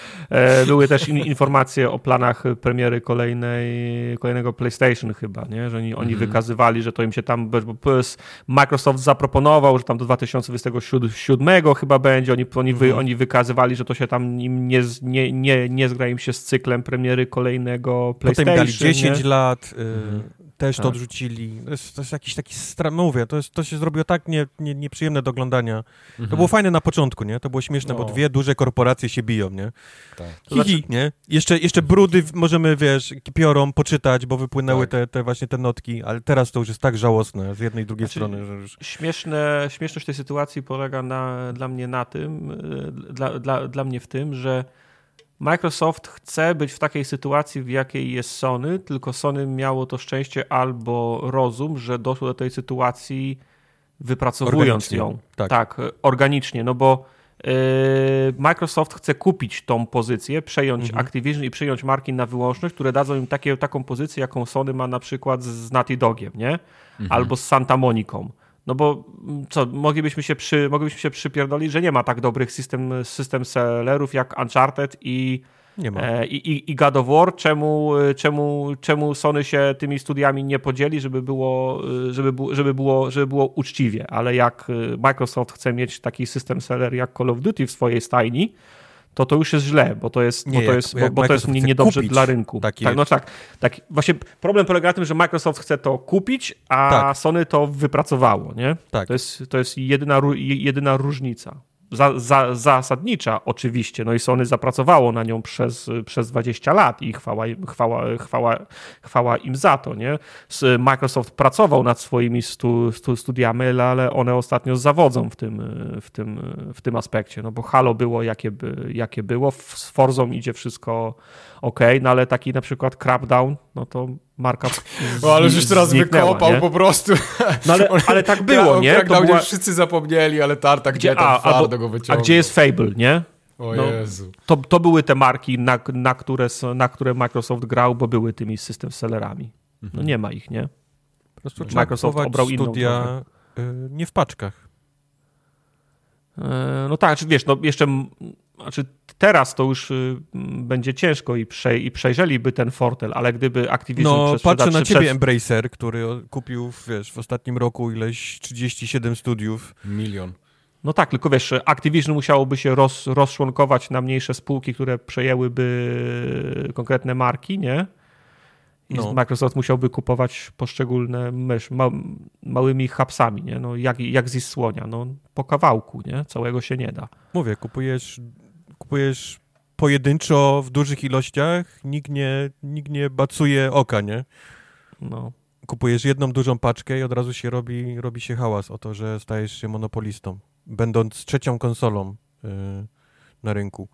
Były też in, informacje o planach premiery kolejnej, kolejnego PlayStation chyba, nie? Że oni, oni mm-hmm. wykazywali, że to im się tam, bo Microsoft zaproponował, że tam do dwa tysiące dwudziestego siódmego chyba będzie, oni, oni, wy, mm-hmm. oni wykazywali, że to się tam im nie, nie, nie, nie zgra im się z cyklem premiery kolejnego PlayStation. Potem dali dziesięć nie? lat, y, mm-hmm. też tak. to odrzucili. To jest, to jest jakiś taki stran, mówię, to, jest, to się zrobiło tak nie, nie, nieprzyjemne do oglądania. Mm-hmm. To było fajne na początku, nie? To było śmieszne, no. bo dwie duże korporacje się biją, nie? Tak. Hihi, znaczy... nie? Jeszcze, jeszcze brudy możemy, wiesz, piorą poczytać, bo wypłynęły tak. te, te właśnie te notki, ale teraz to już jest tak żałosne z jednej i drugiej znaczy, strony, że już... Śmieszne, śmieszność tej sytuacji polega na, dla mnie na tym, dla, dla, dla mnie w tym, że Microsoft chce być w takiej sytuacji, w jakiej jest Sony, tylko Sony miało to szczęście albo rozum, że doszło do tej sytuacji wypracowując ją. Tak. tak, organicznie, no bo yy, Microsoft chce kupić tą pozycję, przejąć mhm. Activision i przejąć marki na wyłączność, które dadzą im takie, taką pozycję, jaką Sony ma na przykład z Naughty Dogiem, nie? Mhm. Albo z Santa Moniką. No bo co, moglibyśmy się, przy, moglibyśmy się przypierdolić, że nie ma tak dobrych system, system sellerów jak Uncharted i, nie ma. E, i, i God of War. Czemu, czemu, czemu Sony się tymi studiami nie podzieli, żeby było, żeby, żeby, było, żeby było uczciwie. Ale jak Microsoft chce mieć taki system seller jak Call of Duty w swojej stajni, to to już jest źle, bo to jest, nie, bo to jest, jak, bo, bo to jest niedobrze dla rynku. Takie... Tak, no tak, tak. Właśnie problem polega na tym, że Microsoft chce to kupić, a tak. Sony to wypracowało, nie? Tak. To jest, to jest jedyna, jedyna różnica. Za, za, zasadnicza oczywiście, no i Sony zapracowało na nią przez, przez dwadzieścia lat i chwała, chwała, chwała, chwała im za to, nie? Microsoft pracował nad swoimi stu, stu, studiami, ale one ostatnio zawodzą w tym, w tym, w tym aspekcie, no bo Halo było jakie, by, jakie było, z Forzą idzie wszystko ok, no ale taki na przykład Crackdown, no to marka z, no, ale już teraz wykopał nie? po prostu. No ale, ale tak było, nie? To była... wszyscy zapomnieli, ale Tartak gdzie tam twardo go wyciągnął. A gdzie jest Fable, nie? O no, Jezu. To, to były te marki, na, na, które, na które Microsoft grał, bo były tymi system sellerami. No nie ma ich, nie? Po prostu Microsoft obrał inną studia y, nie w paczkach. No tak, czy wiesz, no jeszcze znaczy teraz to już y, będzie ciężko i, prze, i przejrzeliby ten fortel, ale gdyby Activision... No patrzę na ciebie, przez... Embracer, który kupił, wiesz, w ostatnim roku ileś trzydzieści siedem studiów. Milion. No tak, tylko wiesz, Activision musiałoby się roz, rozczłonkować na mniejsze spółki, które przejęłyby konkretne marki, nie? I no. Microsoft musiałby kupować poszczególne mysz, ma, małymi hapsami, nie? No jak, jak zjeść słonia, no po kawałku, nie? Całego się nie da. Mówię, kupujesz, kupujesz pojedynczo w dużych ilościach, nikt nie, nikt nie bacuje oka, nie? No. Kupujesz jedną dużą paczkę i od razu się robi, robi się hałas o to, że stajesz się monopolistą, będąc trzecią konsolą yy, na rynku.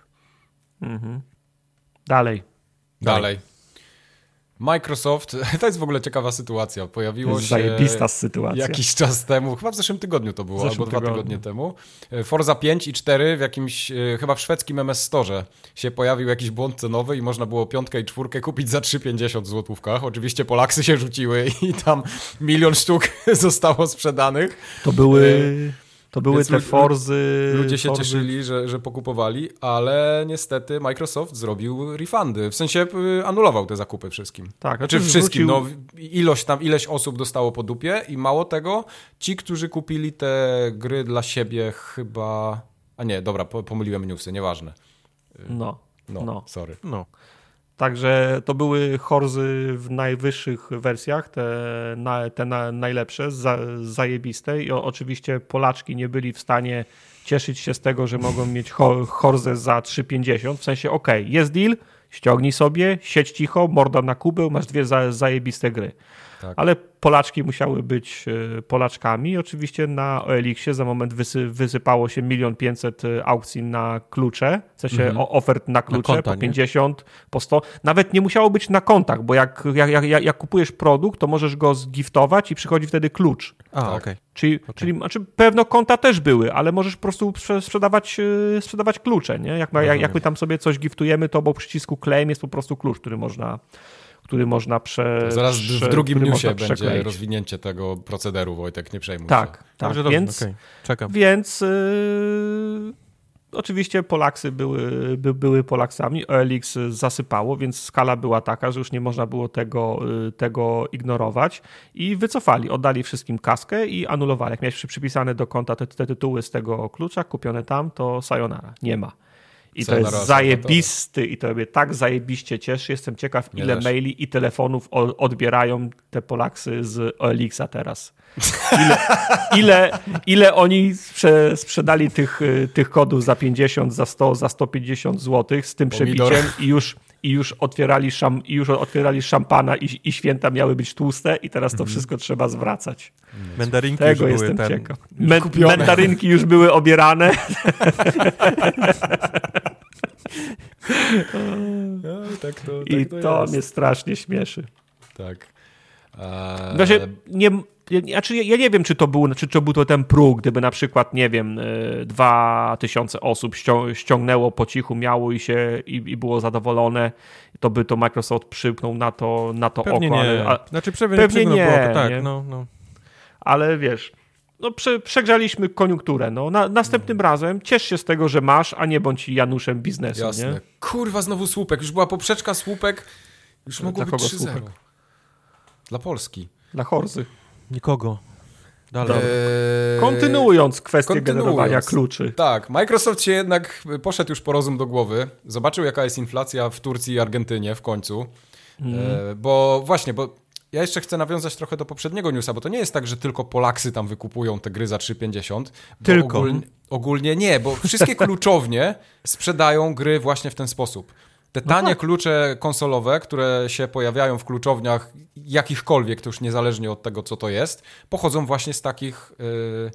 Mhm. Dalej. Dalej. Microsoft, to jest w ogóle ciekawa sytuacja, pojawiło się zajebista sytuacja. jakiś czas temu, chyba w zeszłym tygodniu to było, albo dwa tygodniu. tygodnie temu, Forza pięć i cztery w jakimś, chyba w szwedzkim M S Store się pojawił jakiś błąd cenowy i można było piątkę i czwórkę kupić za trzy pięćdziesiąt w złotówkach. Oczywiście Polacy się rzuciły i tam milion sztuk zostało sprzedanych. To były... To były Więc te lu- Forzy... Ludzie się Forzy... cieszyli, że, że pokupowali, ale niestety Microsoft zrobił refundy. W sensie y, anulował te zakupy wszystkim. Tak, Znaczy znaczy wszystkim. wrócił- No, ilość tam, ileś osób dostało po dupie i mało tego, ci, którzy kupili te gry dla siebie chyba... A nie, dobra, po, pomyliłem newsy, nieważne. No, No, no. sorry. No. Także to były Horzy w najwyższych wersjach, te, na, te na, najlepsze, za, zajebiste i o, oczywiście Polaczki nie byli w stanie cieszyć się z tego, że mogą mieć ho, Horzę za trzy pięćdziesiąt, w sensie okej, okay, jest deal, ściągnij sobie, siedź cicho, morda na kubeł, masz dwie za, zajebiste gry. Tak. Ale Polaczki musiały być Polaczkami. Oczywiście na O L X-ie za moment wysy, wysypało się milion pięćset aukcji na klucze, w sensie Mhm. ofert na klucze, na konta, po nie? pięćdziesiąt, po sto. Nawet nie musiało być na kontach, bo jak, jak, jak, jak kupujesz produkt, to możesz go zgiftować i przychodzi wtedy klucz. A, Tak. okej. Czyli, Okay. czyli znaczy pewno konta też były, ale możesz po prostu sprze- sprzedawać, yy, sprzedawać klucze. Nie? Jak, ma, jak, jak my tam sobie coś giftujemy, to obok przycisku claim jest po prostu klucz, który można który można prze... Zaraz prze, w drugim który newsie można będzie przekleić. rozwinięcie tego procederu, Wojtek, nie przejmuj Tak, się. tak, Dobrze, dobrze, więc, okej. Czekam. więc yy, oczywiście Polacy były, by, były Polaksami, O L X zasypało, więc skala była taka, że już nie można było tego, yy, tego ignorować i wycofali, oddali wszystkim kaskę i anulowali. Jak miałeś przy- przypisane do konta te, te tytuły z tego klucza, kupione tam, to sayonara, nie ma. I to Sayonara, jest zajebisty i to mnie tak zajebiście cieszy. Jestem ciekaw, Nie ile też. maili i telefonów o, odbierają te Polacy z O L X-a teraz. Ile, ile, ile oni sprze, sprzedali tych, tych kodów za pięćdziesiąt, za sto, za sto pięćdziesiąt złotych z tym Pomidor. przebiciem i już, i już otwierali, szam, i już otwierali szampana i, i święta miały być tłuste i teraz to wszystko trzeba zwracać. Mandarynki Tego już jestem były ten... ciekaw. Me, kupione. mandarynki już były obierane. No, tak to, tak I to, to jest. mnie strasznie śmieszy. Tak. Eee, Znaczy, nie, ja, znaczy ja nie wiem, czy to był, czy to był to ten próg, gdyby na przykład, nie wiem, y, dwa tysiące osób ścią, ściągnęło po cichu, miało i się i, i było zadowolone, to by to Microsoft przypnął na to, na to Pewnie oko. nie. Ale, a, Znaczy pewnie, pewnie pewnie nie, nie. Tak, nie? no, no. ale wiesz, no prze, przegrzaliśmy koniunkturę. No. Na, następnym razem ciesz się z tego, że masz, a nie bądź Januszem biznesu. Jasne. Nie? Kurwa, znowu słupek. Już była poprzeczka słupek. Już Dla mogło być kogo trzy zero. słupek? Dla Polski. Dla Horzy. Nikogo. Dalej. Dobra. Eee, Kontynuując kwestię kontynuując. generowania kluczy. Tak, Microsoft się jednak poszedł już po rozum do głowy. Zobaczył, jaka jest inflacja w Turcji i Argentynie w końcu. Mm. E, bo właśnie, bo ja jeszcze chcę nawiązać trochę do poprzedniego newsa, bo to nie jest tak, że tylko Polacy tam wykupują te gry za trzy pięćdziesiąt. bo Tylko. Ogólnie, ogólnie nie, bo wszystkie kluczownie sprzedają gry właśnie w ten sposób. Te tanie tak. klucze konsolowe, które się pojawiają w kluczowniach jakichkolwiek, to już niezależnie od tego, co to jest, pochodzą właśnie z takich, yy,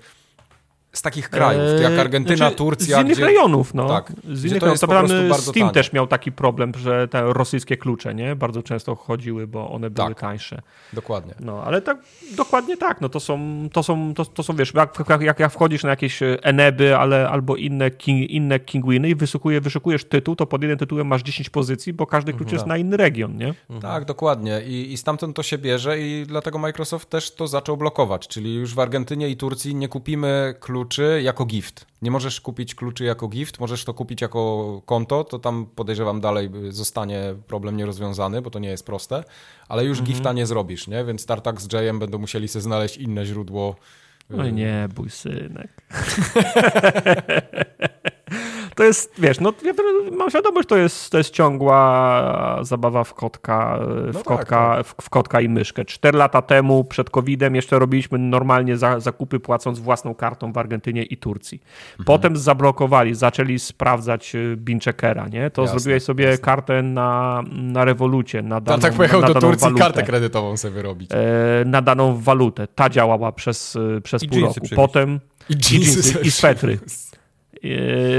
z takich krajów, jak Argentyna, Znaczy, Turcja. Z innych gdzie... rejonów, no. Tak, z gdzie innych to rejonów. jest To po prostu prawda, bardzo Steam tanie. też miał taki problem, że te rosyjskie klucze, nie? Bardzo często chodziły, bo one były Tak. tańsze. Dokładnie. No, ale tak, dokładnie tak, no to są, to są, to, to są wiesz, jak, jak, jak wchodzisz na jakieś Eneby, ale albo inne, king, inne Kingwiny i wyszukuje, wyszukujesz tytuł, to pod jednym tytułem masz dziesięć pozycji, bo każdy klucz jest tak. na inny region, nie? Tak, dokładnie. I, I stamtąd to się bierze i dlatego Microsoft też to zaczął blokować. Czyli już w Argentynie i Turcji nie kupimy kluczy jako gift. Nie możesz kupić kluczy jako gift, możesz to kupić jako konto, to tam podejrzewam dalej zostanie problem nierozwiązany, bo to nie jest proste, ale już Mhm. gifta nie zrobisz, nie? Więc Tartak z Jayem będą musieli sobie znaleźć inne źródło. Oj nie, bój synek. to jest, wiesz, no ja mam świadomość, to jest, to jest ciągła zabawa w kotka, w, No kotka tak, tak. W, w kotka i myszkę. Cztery lata temu, przed kowidem, jeszcze robiliśmy normalnie za, zakupy płacąc własną kartą w Argentynie i Turcji. Mhm. Potem zablokowali, zaczęli sprawdzać Bincheckera, nie? To Jasne, zrobiłeś sobie jasne. kartę na, na rewolucie, na daną, Tak pojechał na do daną Turcji walutę. kartę kredytową sobie wyrobić. E, na daną walutę. Ta działała przez, przez I pół dżinsy roku. przywieźć. Potem I i, dżinsy, sobie i swetry. I,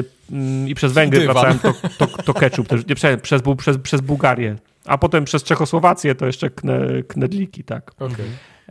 I przez Węgry Dywan. wracałem to, to, to ketchup, też, nie, przez, przez, przez, przez Bułgarię. A potem przez Czechosłowację to jeszcze kne, knedliki, tak. Okay.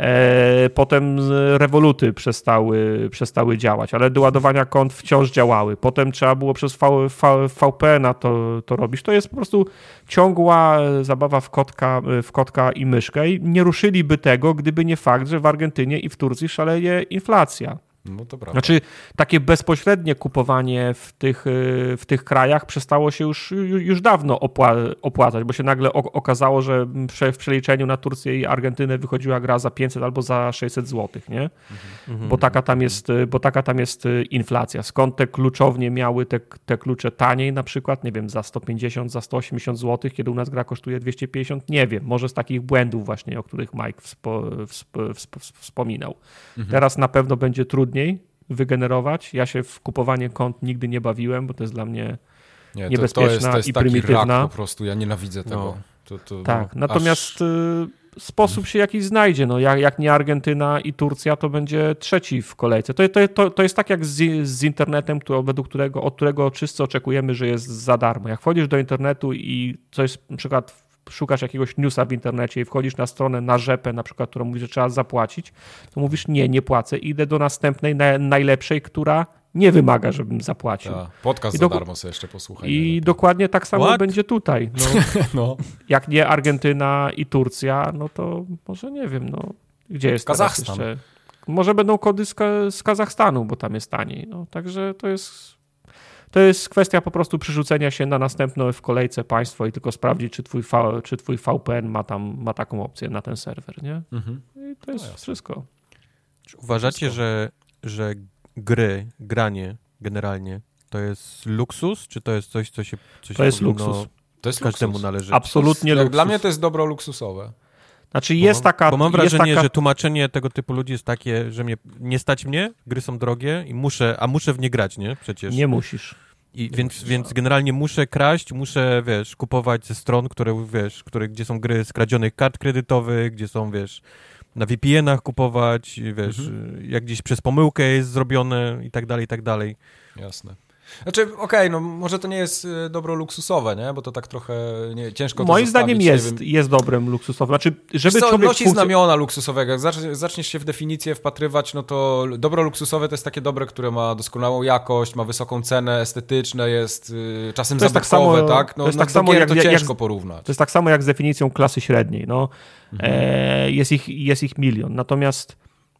E, potem rewoluty przestały, przestały działać, ale do ładowania kont wciąż działały. Potem trzeba było przez v, v, V P N a to, to robić. To jest po prostu ciągła zabawa w kotka, w kotka i myszkę i nie ruszyliby tego, gdyby nie fakt, że w Argentynie i w Turcji szaleje inflacja. No to prawda. Znaczy, takie bezpośrednie kupowanie w tych, w tych krajach przestało się już, już dawno opła- opłacać, bo się nagle o- okazało, że w przeliczeniu na Turcję i Argentynę wychodziła gra za pięćset albo za sześćset złotych, nie? Mhm. Bo taka tam jest, bo taka tam jest inflacja. Skąd te kluczownie miały te, te klucze taniej na przykład, nie wiem, za sto pięćdziesiąt, za sto osiemdziesiąt złotych, kiedy u nas gra kosztuje dwieście pięćdziesiąt? Nie wiem, może z takich błędów właśnie, o których Mike wspo, wsp- wsp- wspominał. Mhm. Teraz na pewno będzie trudniej wygenerować. Ja się w kupowanie kont nigdy nie bawiłem, bo to jest dla mnie Nie, to, niebezpieczna to jest, to jest i taki prymitywna. rak po prostu, ja nienawidzę tego. No. To, to, Tak, no, natomiast aż... y, sposób się jakiś znajdzie. No, jak, jak nie Argentyna i Turcja, to będzie trzeci w kolejce. To, to, to, to jest tak jak z, z internetem, który, według którego, od którego wszyscy oczekujemy, że jest za darmo. Jak wchodzisz do internetu i coś, na przykład szukasz jakiegoś newsa w internecie i wchodzisz na stronę na rzepę, na przykład, która mówi, że trzeba zapłacić, to mówisz nie, nie płacę, idę do następnej, na, najlepszej, która nie wymaga, żebym zapłacił. Ta, podcast I za do- darmo sobie jeszcze posłuchaj. I najlepiej. dokładnie tak samo What? będzie tutaj. No, No. jak nie Argentyna i Turcja, no to może nie wiem, no gdzie jest teraz Kazachstan. jeszcze? Może będą kody z, Ka- z Kazachstanu, bo tam jest taniej. No, także to jest, to jest kwestia po prostu przerzucenia się na następne w kolejce państwo i tylko sprawdzić, czy twój, v, czy twój V P N ma tam ma taką opcję na ten serwer, nie? Mhm. I to jest No jasne. wszystko. Czy uważacie, że, że gry, granie generalnie to jest luksus, czy to jest coś, co się, co się To jest powinno luksus. To jest każdemu luksus. należeć? Absolutnie Jak luksus. dla mnie to jest dobro luksusowe. Znaczy Bo jest mam- taka... Bo mam jest wrażenie, taka... że tłumaczenie tego typu ludzi jest takie, że mnie nie stać mnie, gry są drogie i muszę, a muszę w nie grać, nie? Przecież. Nie musisz. I więc, więc generalnie muszę kraść, muszę, wiesz, kupować ze stron, które, wiesz, które, gdzie są gry z kradzionych kart kredytowych, gdzie są, wiesz, na V P N ach kupować, wiesz, Mhm. jak gdzieś przez pomyłkę jest zrobione i tak dalej, i tak dalej. Jasne. Znaczy, okej, no może to nie jest y, dobro luksusowe, nie? Bo to tak trochę nie, ciężko to Moim zestawić, zdaniem nie jest, wiem. jest dobrem luksusowym. Znaczy, żeby Wiesz co, człowiek... nosi funkcjo- znamiona luksusowego. Jak zacz- zaczniesz się w definicję wpatrywać, no to dobro luksusowe to jest takie dobro, które ma doskonałą jakość, ma wysoką cenę, estetyczne, jest y, czasem To jest tak zabytkowe, samo- tak? No, to jest no tak do samo gier jak- to jak- ciężko jak- porównać. To jest tak samo jak z definicją klasy średniej. No. Mhm. E, jest, ich, jest ich milion. Natomiast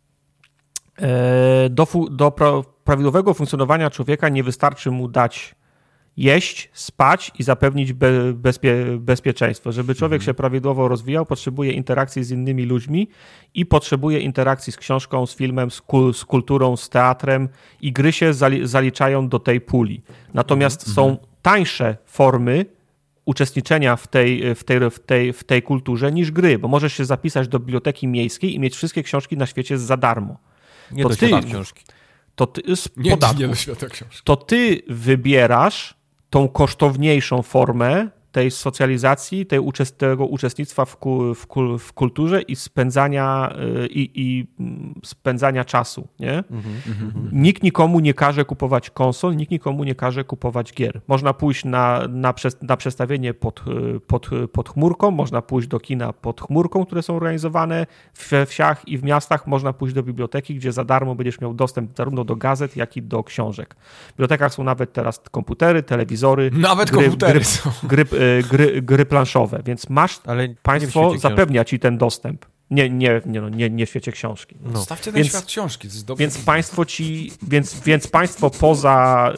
e, do, fu, do pra, prawidłowego funkcjonowania człowieka nie wystarczy mu dać jeść, spać i zapewnić be, bezpie, bezpieczeństwo. Żeby człowiek Mhm. się prawidłowo rozwijał, potrzebuje interakcji z innymi ludźmi i potrzebuje interakcji z książką, z filmem, z, kul, z kulturą, z teatrem i gry się zali, zaliczają do tej puli. Natomiast Mhm. są tańsze formy uczestniczenia w tej, w, tej, w, tej, w tej kulturze niż gry, bo możesz się zapisać do biblioteki miejskiej i mieć wszystkie książki na świecie za darmo. Nie To do ty- świata książki. To ty z Nie, podatku. nie do świata książki. To ty wybierasz tą kosztowniejszą formę tej socjalizacji, tej uczest- tego uczestnictwa w, ku, w, ku, w kulturze i spędzania, y, i, i mm, spędzania czasu, nie? Mhm. Mhm. Nikt nikomu nie każe kupować konsol, nikt nikomu nie każe kupować gier. Można pójść na, na, przes- na przestawienie pod, y, pod, y, pod chmurką, można pójść do kina pod chmurką, które są organizowane we wsiach i w miastach, można pójść do biblioteki, gdzie za darmo będziesz miał dostęp zarówno do gazet, jak i do książek. W bibliotekach są nawet teraz komputery, telewizory, Nawet gry, komputery gry, są. gry, y, gry, gry planszowe, więc masz, Ale nie w państwo świecie książki. zapewnia ci ten dostęp. Nie, nie, nie, no, nie, nie w świecie książki. No. Stawcie ten Więc- świat książki, to jest dobry. Więc państwo ci, więc, więc państwo poza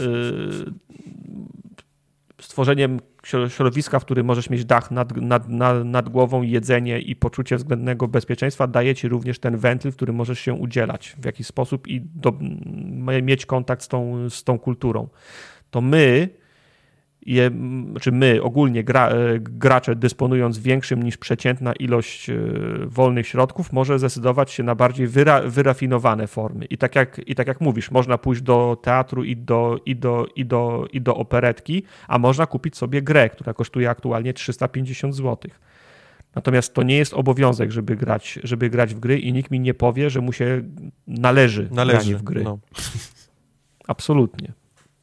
y, stworzeniem środowiska, w którym możesz mieć dach nad, nad, nad, nad głową, jedzenie i poczucie względnego bezpieczeństwa, daje ci również ten wentyl, w którym możesz się udzielać w jakiś sposób i do, m- mieć kontakt z tą, z tą kulturą. To my je, czy my ogólnie gra, gracze dysponując większym niż przeciętna ilość wolnych środków może zdecydować się na bardziej wyra, wyrafinowane formy. I tak, jak, I tak jak mówisz, można pójść do teatru i do, i, do, i, do, i do operetki, a można kupić sobie grę, która kosztuje aktualnie trzysta pięćdziesiąt złotych. Natomiast to nie jest obowiązek, żeby grać, żeby grać w gry i nikt mi nie powie, że mu się należy, należy granie w gry. No. Absolutnie.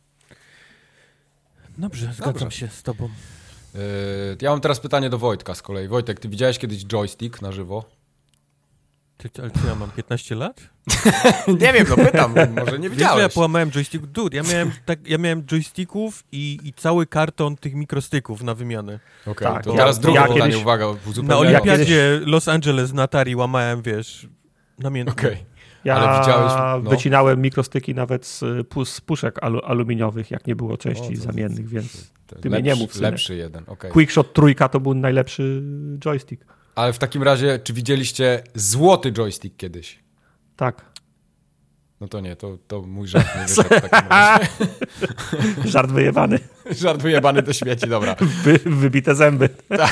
Dobrze, zgadzam Dobrze. się z tobą. Yy, ja mam teraz pytanie do Wojtka z kolei. Wojtek, ty widziałeś kiedyś joystick na żywo? Ty, ale co, ja mam piętnaście lat? Nie wiem, no pytam, może nie widziałeś. Wiesz, ja połamałem joystick. Dude, ja miałem, tak, ja miałem joysticków i, i cały karton tych mikrostyków na wymianę. Okej, okay, tak, to ja, teraz drugie ja pytanie, kiedyś, uwaga. Na Olimpiadzie kiedyś... Los Angeles na Atari łamałem, wiesz, namiętnie. Okej. Okay. Ja ale widziałeś, no. wycinałem mikrostyki nawet z, z puszek alu, aluminiowych, jak nie było części o, zamiennych, więc ty mnie nie mów. Lepszy jeden, okej. Okay. Quickshot trójka to był najlepszy joystick. Ale w takim razie, czy widzieliście złoty joystick kiedyś? Tak. No to nie, to, to mój żart nie wyszedł w takim razie. Żart wyjebany. Żart wyjebany do śmieci, dobra. Wy, wybite zęby. Tak.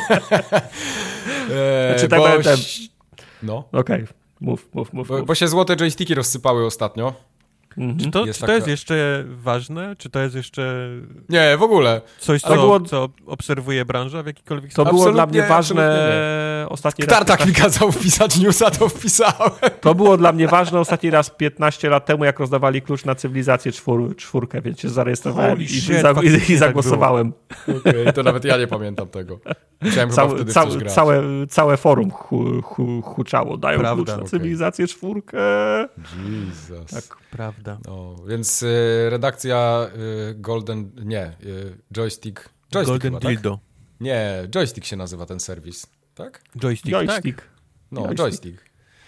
eee, znaczy, tak bo... ten... No. Okej. Okay. Mów, mów, mów, bo, mów. bo się złote joysticki rozsypały ostatnio. Mm-hmm. Czy to, jest, czy taka... to jest jeszcze ważne? Czy to jest jeszcze... Nie, w ogóle. Coś, co, było... co obserwuje branża w jakikolwiek sposób? To było dla mnie ważne ostatni raz... Tartak mi kazał wpisać newsa, to wpisałem. To było dla mnie ważne ostatni raz piętnaście lat temu, jak rozdawali klucz na cywilizację czwór, czwórkę, więc się zarejestrowałem i, shit, i, za, i, i zagłosowałem. Tak Okej, okay, to nawet ja nie pamiętam tego. Chciałem Cał, chyba wtedy ca, w coś grać. Całe, całe forum hu, hu, huczało. Dają Prawda, klucz na okay. cywilizację czwórkę. Jesus. Tak, prawda. No, więc y, redakcja y, Golden, nie, y, joystick. joystick Golden chyba, Dildo. Tak? Nie, joystick się nazywa ten serwis, tak? Joystick, joystick. Tak. No, joystick. joystick.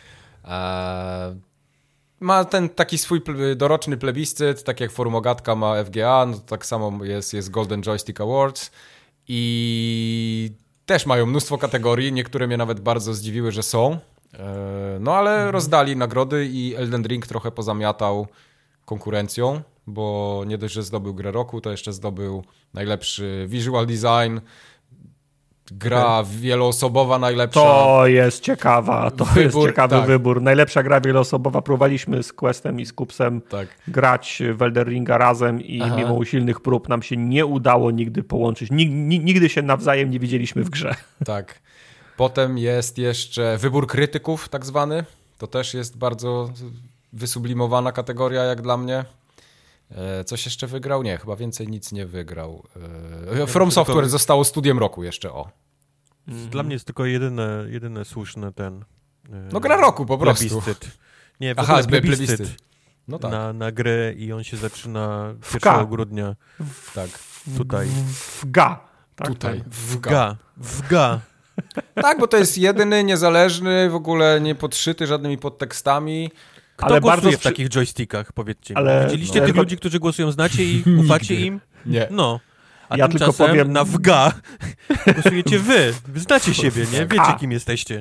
E, ma ten taki swój ple, doroczny plebiscyt, tak jak Forum Ogatka ma F G A, no tak samo jest, jest Golden Joystick Awards i też mają mnóstwo kategorii, niektóre mnie nawet bardzo zdziwiły, że są. No ale mhm. rozdali nagrody i Elden Ring trochę pozamiatał konkurencją, bo nie dość, że zdobył grę roku, to jeszcze zdobył najlepszy visual design, gra okay. wieloosobowa najlepsza. To jest ciekawa, to wybór, jest ciekawy tak. wybór. Najlepsza gra wieloosobowa. Próbowaliśmy z Questem i z Kupsem tak. grać w Elden Ringa razem i Aha. mimo usilnych prób nam się nie udało nigdy połączyć. Nigdy się nawzajem nie widzieliśmy w grze. Tak. Potem jest jeszcze wybór krytyków tak zwany. To też jest bardzo wysublimowana kategoria jak dla mnie. Coś jeszcze wygrał? Nie, chyba więcej nic nie wygrał. From Software tylko... zostało studiem roku jeszcze, o. Dla mnie jest tylko jedyne, jedyne słuszne ten... No gra roku po prostu. Plebiscyt. Nie, w Aha, ogóle plebiscyt, plebiscyt. No tak. na, na grę i on się zaczyna pierwszego grudnia. W, tak. Tutaj. W Ga. Tak, Tutaj. W Ga. W Ga. Tak, bo to jest jedyny, niezależny, w ogóle nie podszyty żadnymi podtekstami. Kto ale głosuje bardzo w takich joystickach, powiedzcie ale... mi? Widzieliście no, tych ludzi, którzy głosują, znacie ich, ufacie im? Nie. No. A ja tymczasem tylko powiem... na W G A głosujecie wy. Wy znacie siebie, nie? Wiecie, kim jesteście.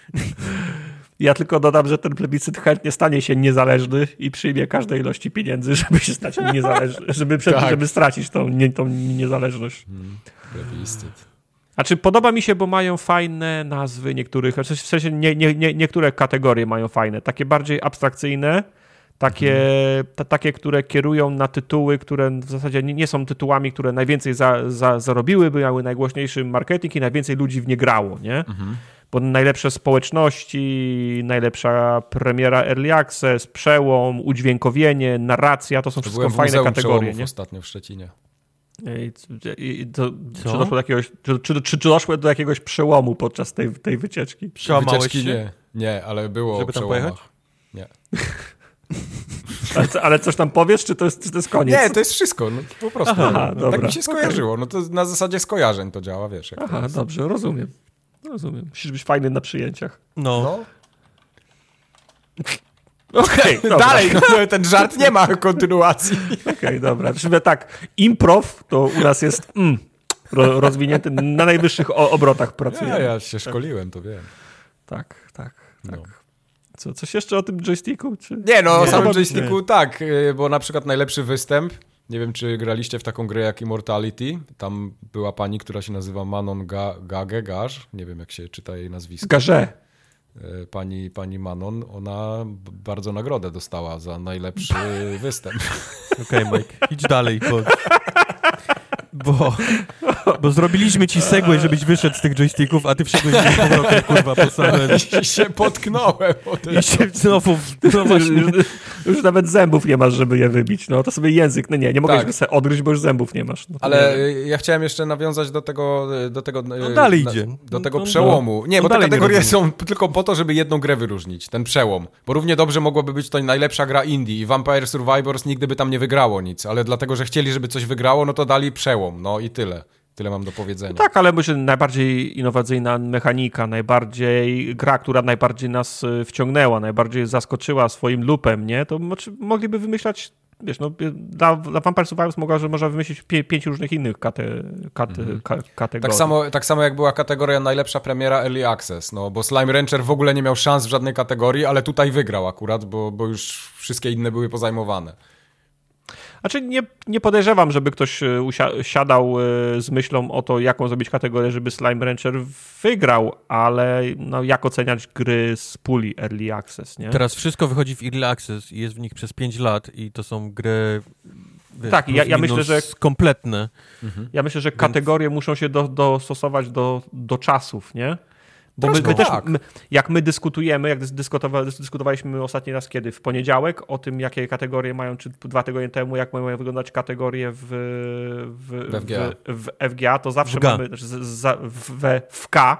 Ja tylko dodam, że ten plebiscyt chętnie stanie się niezależny i przyjmie każdej ilości pieniędzy, żeby się stać niezależny, żeby, tak. żeby stracić tą, nie, tą niezależność. Hmm. Plebiscyt. Znaczy podoba mi się, bo mają fajne nazwy niektórych, w sensie nie, nie, nie, niektóre kategorie mają fajne, takie bardziej abstrakcyjne, takie, hmm. ta, takie, które kierują na tytuły, które w zasadzie nie, nie są tytułami, które najwięcej za, za, zarobiły, by miały najgłośniejszy marketing i najwięcej ludzi w nie grało, nie? Hmm. Bo najlepsze społeczności, najlepsza premiera Early Access, przełom, udźwiękowienie, narracja, to są to wszystko fajne kategorie. Nie? Ostatnio w Szczecinie. I, i to, czy, doszło do jakiegoś, czy, czy, czy doszło do jakiegoś przełomu podczas tej, tej wycieczki? Przełamałeś wycieczki się? Nie, nie, ale było żeby tam przełomach. pojechać? Nie. ale, ale coś tam powiesz, czy to jest, czy to jest koniec? Nie, to jest wszystko, no, po prostu. Aha, no, dobra. Tak mi się skojarzyło, okay. No to na zasadzie skojarzeń to działa, wiesz. Jak Aha, dobrze, rozumiem. Rozumiem. Musisz być fajny na przyjęciach. No. no. Okej, okay, dalej, no, ten żart nie ma kontynuacji. Okej, okay, dobra. Czyli tak, improv to u nas jest mm, ro, rozwinięty, na najwyższych o, obrotach pracuje. Ja, ja się szkoliłem, to wiem. Tak, tak, tak. No. Co, coś jeszcze o tym joysticku? Czy... Nie, no nie, o samym joysticku nie. Tak, bo na przykład najlepszy występ Nie wiem, czy graliście w taką grę jak Immortality. Tam była pani, która się nazywa Manon Gage, Gaż. Nie wiem, jak się czyta jej nazwisko. Gaże. Pani, pani Manon, ona bardzo nagrodę dostała za najlepszy występ. Okej, okay, Mike, idź dalej, bo, bo, bo zrobiliśmy ci segway, żebyś wyszedł z tych joysticków, a ty wszedłeś z powrotem, kurwa, po same... I się potknąłem. I się znowu... No właśnie. Już, już nawet zębów nie masz, żeby je wybić. No to sobie język, no nie, nie mogę tak. sobie odgryźć, bo już zębów nie masz. No ale nie. Ja chciałem jeszcze nawiązać do tego... Do tego, no dalej na, idzie. Do tego no, przełomu. Nie, no bo te kategorie nie są tylko po to, żeby jedną grę wyróżnić. Ten przełom. Bo równie dobrze mogłoby być to najlepsza gra indie i Vampire Survivors nigdy by tam nie wygrało nic, ale dlatego, że chcieli, żeby coś wygrało, no to dali przełom. No i tyle. Tyle mam do powiedzenia. No tak, ale myślę, najbardziej innowacyjna mechanika, najbardziej gra, która najbardziej nas wciągnęła, najbardziej zaskoczyła swoim loopem, nie? To mogliby wymyślać, wiesz, no dla, dla Vampire Survivors mogła, że można wymyślić pie, pięć różnych innych kate, kate, mm. ka, kategorii. Tak samo, tak samo jak była kategoria najlepsza premiera Early Access, no bo Slime Rancher w ogóle nie miał szans w żadnej kategorii, ale tutaj wygrał akurat, bo, bo już wszystkie inne były pozajmowane. Znaczy nie, nie podejrzewam, żeby ktoś usia- siadał z myślą o to, jaką zrobić kategorię, żeby Slime Rancher wygrał, ale no, jak oceniać gry z puli Early Access, nie? Teraz wszystko wychodzi w Early Access i jest w nich przez pięć lat i to są gry... Wiesz, tak, ja, ja myślę, że kompletne. Mhm. Ja myślę, że kategorie Więc... muszą się do, dostosować do, do czasów, nie? Bo my, my też, my, jak my dyskutujemy, jak dyskutowa, dyskutowaliśmy ostatni raz kiedy? W poniedziałek o tym, jakie kategorie mają, czy dwa tygodnie temu, jak mają wyglądać kategorie w, w, w, F G A. w, w F G A, to zawsze w mamy z, z, w, w K.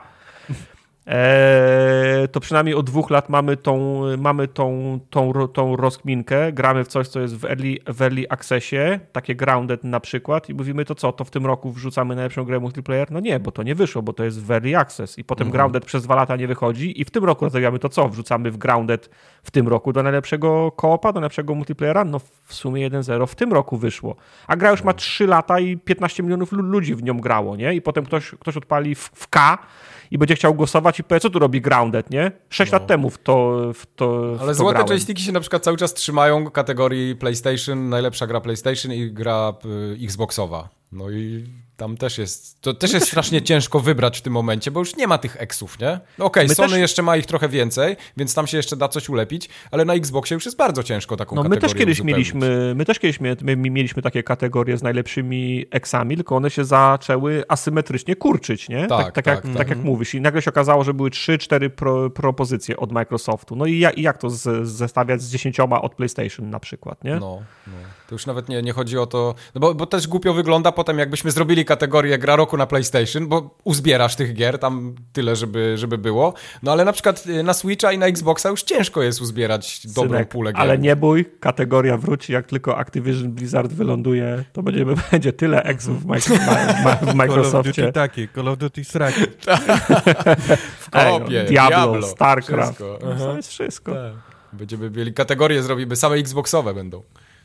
Eee, to przynajmniej od dwóch lat mamy tą, mamy tą, tą, tą rozkminkę, gramy w coś, co jest w early, w early accessie, takie Grounded na przykład i mówimy to co, to w tym roku wrzucamy najlepszą grę multiplayer? No nie, bo to nie wyszło, bo to jest w early access i potem mhm. Grounded przez dwa lata nie wychodzi i w tym roku rozmawiamy to co, wrzucamy w Grounded w tym roku do najlepszego koopa, do najlepszego multiplayera? No w sumie jeden zero w tym roku wyszło, a gra już ma trzy lata i piętnaście milionów ludzi w nią grało, nie? I potem ktoś, ktoś odpali w, w K i będzie chciał głosować i powie, co tu robi Grounded, nie? Sześć no. lat temu w to w to w Ale to złote grałem. joysticki się na przykład cały czas trzymają kategorii PlayStation, najlepsza gra PlayStation i gra y, Xboxowa. No i tam też jest, to też jest strasznie ciężko wybrać w tym momencie, bo już nie ma tych eksów, nie? No okej, okay, Sony też... jeszcze ma ich trochę więcej, więc tam się jeszcze da coś ulepić, ale na Xboxie już jest bardzo ciężko taką no, kategorię my też kiedyś uzupełnić. mieliśmy, my też kiedyś my, my mieliśmy takie kategorie z najlepszymi eksami, tylko one się zaczęły asymetrycznie kurczyć, nie? Tak, tak, tak, tak, jak, tak. tak jak mówisz. I nagle się okazało, że były trzy, cztery pro, propozycje od Microsoftu. No i, ja, i jak to z, zestawiać z dziesięcioma od PlayStation na przykład, nie? No, no. To już nawet nie, nie chodzi o to, no bo, bo też głupio wygląda potem, jakbyśmy zrobili kategorię gra roku na PlayStation, bo uzbierasz tych gier tam tyle, żeby, żeby było, no ale na przykład na Switcha i na Xboxa już ciężko jest uzbierać Synek, dobrą pulę gier. Ale nie bój, kategoria wróci, jak tylko Activision Blizzard wyląduje, to będzie, będzie tyle eksów w, w Microsoftie. Call of Duty takie, Call of Duty sraki. W koopie, Diablo, Diablo, StarCraft, wszystko. to jest wszystko. Tak. Będziemy mieli kategorie, zrobimy same Xboxowe będą.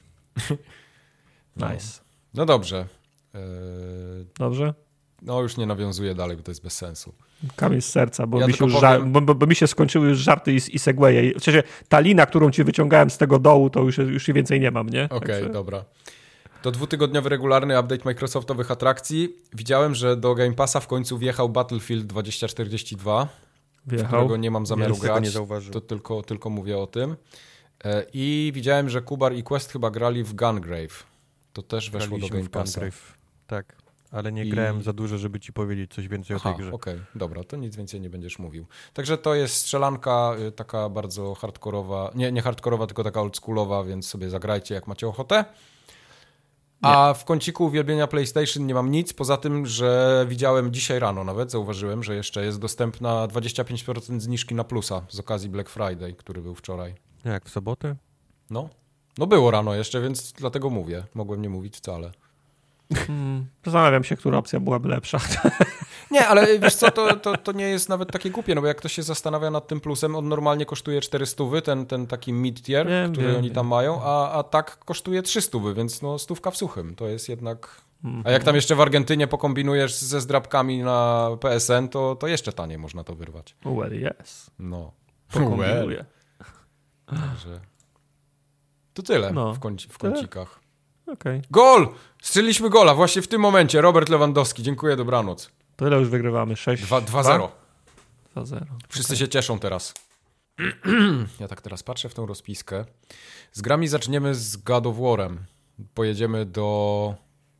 No. Nice. No dobrze. Dobrze? No już nie nawiązuję dalej, bo to jest bez sensu. Kamień z serca, bo, ja mi, się już powiem... ża- bo, bo, bo mi się skończyły już żarty i, i segwaye. W sensie ta lina, którą ci wyciągałem z tego dołu, to już, już jej więcej nie mam, nie? Okej, okay, Także... dobra. To dwutygodniowy regularny update Microsoftowych atrakcji. Widziałem, że do Game Passa w końcu wjechał Battlefield dwa tysiące czterdzieści dwa, wjechał. W którego nie mam zamiaru ja grać, nie to tylko, tylko mówię o tym. I widziałem, że Kubar i Quest chyba grali w Gungrave. To też weszło Graliśmy do Game Passa. Tak, ale nie I... grałem za dużo, żeby ci powiedzieć coś więcej Aha, o tej grze. okej, okay, dobra, to nic więcej nie będziesz mówił. Także to jest strzelanka y, taka bardzo hardkorowa, nie, nie hardkorowa, tylko taka oldschoolowa, więc sobie zagrajcie jak macie ochotę. A nie. W kąciku uwielbienia PlayStation nie mam nic, poza tym, że widziałem dzisiaj rano nawet, zauważyłem, że jeszcze jest dostępna dwadzieścia pięć procent zniżki na plusa z okazji Black Friday, który był wczoraj. Jak w sobotę? No, no było rano jeszcze, więc dlatego mówię. Mogłem nie mówić wcale. Hmm, zastanawiam się, która opcja byłaby lepsza. Nie, ale wiesz co, to, to, to nie jest nawet takie głupie, no bo jak ktoś się zastanawia nad tym plusem, on normalnie kosztuje czterysta, ten, ten taki mid-tier, wiem, który wiem, oni tam wiem. mają, a, a tak kosztuje trzysta, więc no stówka w suchym, to jest jednak... Mm-hmm. A jak tam jeszcze w Argentynie pokombinujesz ze zdrabkami na P S N, to, to jeszcze taniej można to wyrwać. Well, yes. No. Pokombinuję. Także... To tyle no, w, kąci, w kącikach. Okay. Gol! Strzeliliśmy gola właśnie w tym momencie. Robert Lewandowski. Dziękuję, dobranoc. To ile już wygrywamy? sześć dwa zero. dwa zero. Wszyscy okay. się cieszą teraz. Ja tak teraz patrzę w tą rozpiskę. Z grami zaczniemy z God of War'em. Pojedziemy do...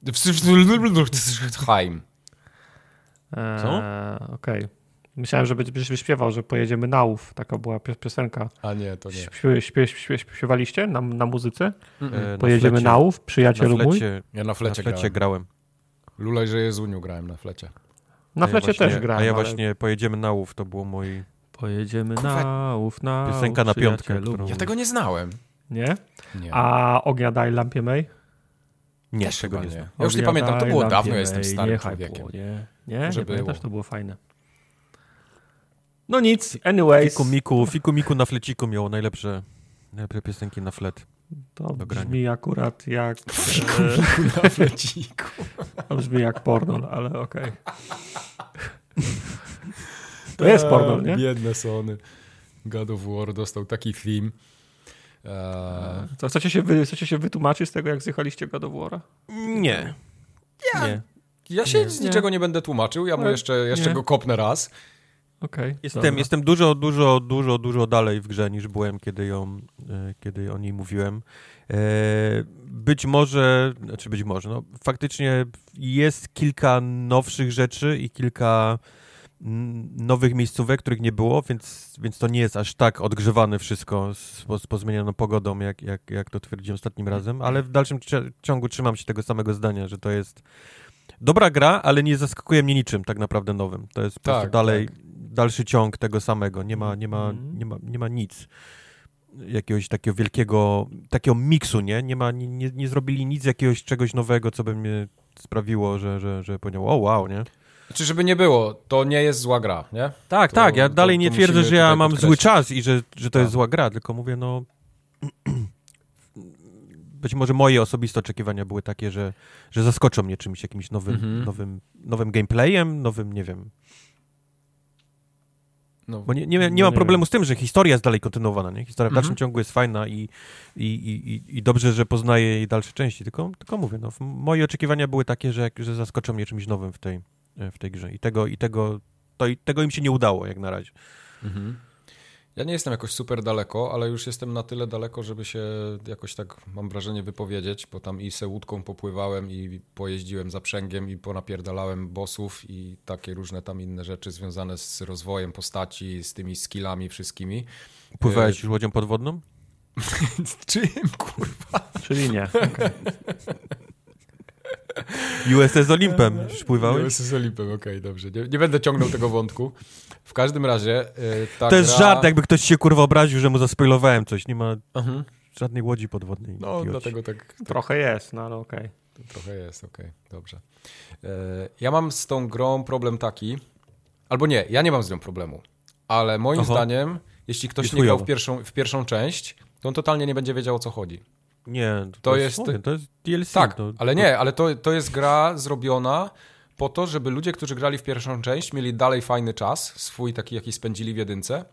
Heim. Co? Eee, Okej. Okay. Myślałem, że będziesz wyśpiewał, że pojedziemy na ów. Taka była piosenka. A nie, to nie. Śpiew, śpiew, śpiew, śpiewaliście na, na muzyce? Mm-mm. Pojedziemy na, na ów, przyjacielu na flecie, mój? Ja na flecie, na flecie grałem. grałem. Lulaj, że Jezuniu grałem na flecie. Na flecie ja właśnie, też grałem. A ja ale... właśnie pojedziemy na ów, to było mój... Pojedziemy Kurwa. na ów, na Piosenka ów, na piątkę. Którą... Ja tego nie znałem. Nie? Nie. A Ognia daj lampie mej? Nie, też tego nie. nie znam. Ja już nie pamiętam, to było dawno, ja jestem starym nie człowiekiem. Nie, nie, że nie było. pamiętasz, to było fajne. No nic, anyways. Fiku Miku, Fiku Miku na fleciku miało najlepsze, najlepsze piosenki na flet. To brzmi akurat jak... Fiku Miku na fleciku. To brzmi jak porno, ale okej. Okay. To jest porno, nie? Biedne Sony. God of War dostał taki theme. Eee... To chcecie się, wy, chcecie się wytłumaczyć z tego, jak zjechaliście God of War'a? Nie. Ja, nie. ja się nie. z niczego nie. nie będę tłumaczył. Ja mu jeszcze, jeszcze nie. go kopnę raz. Okay, jestem, jestem dużo, dużo, dużo, dużo dalej w grze niż byłem, kiedy ją, kiedy o niej mówiłem. Być może, znaczy być może, no faktycznie jest kilka nowszych rzeczy i kilka nowych miejscówek, których nie było, więc, więc to nie jest aż tak odgrzewane wszystko z, z pozmienioną pogodą, jak, jak, jak to twierdziłem ostatnim razem, ale w dalszym ciągu trzymam się tego samego zdania, że to jest dobra gra, ale nie zaskakuje mnie niczym tak naprawdę nowym. To jest po tak, prostu dalej tak. dalszy ciąg tego samego. Nie ma, nie ma, mm. nie ma, nie ma nic jakiegoś takiego wielkiego, takiego miksu, nie? Nie ma, nie, nie, nie zrobili nic jakiegoś czegoś nowego, co by mnie sprawiło, że, że, że powiedział, o wow, nie? Znaczy, żeby nie było, to nie jest zła gra, nie? Tak, to, tak, ja dalej to, nie to twierdzę, że ja mam podkreślić. zły czas i że, że to tak. jest zła gra, tylko mówię, no być może moje osobiste oczekiwania były takie, że, że zaskoczą mnie czymś, jakimś nowym, mhm. nowym, nowym gameplayem, nowym, nie wiem. No, Bo nie, nie, nie, no nie mam nie problemu wiem. z tym, że historia jest dalej kontynuowana, nie? Historia w mhm. dalszym ciągu jest fajna i, i, i, i, i dobrze, że poznaję jej dalsze części, tylko, tylko mówię, no, moje oczekiwania były takie, że, że zaskoczą mnie czymś nowym w tej, w tej grze i tego, i tego, to, i tego im się nie udało, jak na razie. Mhm. Ja nie jestem jakoś super daleko, ale już jestem na tyle daleko, żeby się jakoś tak, mam wrażenie, wypowiedzieć, bo tam i se łódką popływałem i pojeździłem zaprzęgiem i ponapierdalałem bossów i takie różne tam inne rzeczy związane z rozwojem postaci, z tymi skillami wszystkimi. Pływałeś już łodzią podwodną? Czym, kurwa? Czyli nie. Okay. U S S Olympem już pływałeś? U S S Olympem, okej, okay, dobrze. Nie, nie będę ciągnął tego wątku. W każdym razie yy, ta To jest gra... żart, jakby ktoś się kurwa obraził, że mu zaspoilowałem coś. Nie ma uh-huh. żadnej łodzi podwodnej. No, idioci. dlatego tak, tak... Trochę jest, no ale okej. Okay. Trochę jest, okej, okay, dobrze. Yy, ja mam z tą grą problem taki, albo nie, ja nie mam z nią problemu, ale moim Oho. zdaniem, jeśli ktoś jest nie grał chujowo. w pierwszą, w pierwszą część, to on totalnie nie będzie wiedział, o co chodzi. Nie, to, To jest, jest- mówię, to jest D L C. Tak, to, ale nie, ale to, to jest gra zrobiona po to, żeby ludzie, którzy grali w pierwszą część, mieli dalej fajny czas, swój taki, jaki spędzili w jedynce,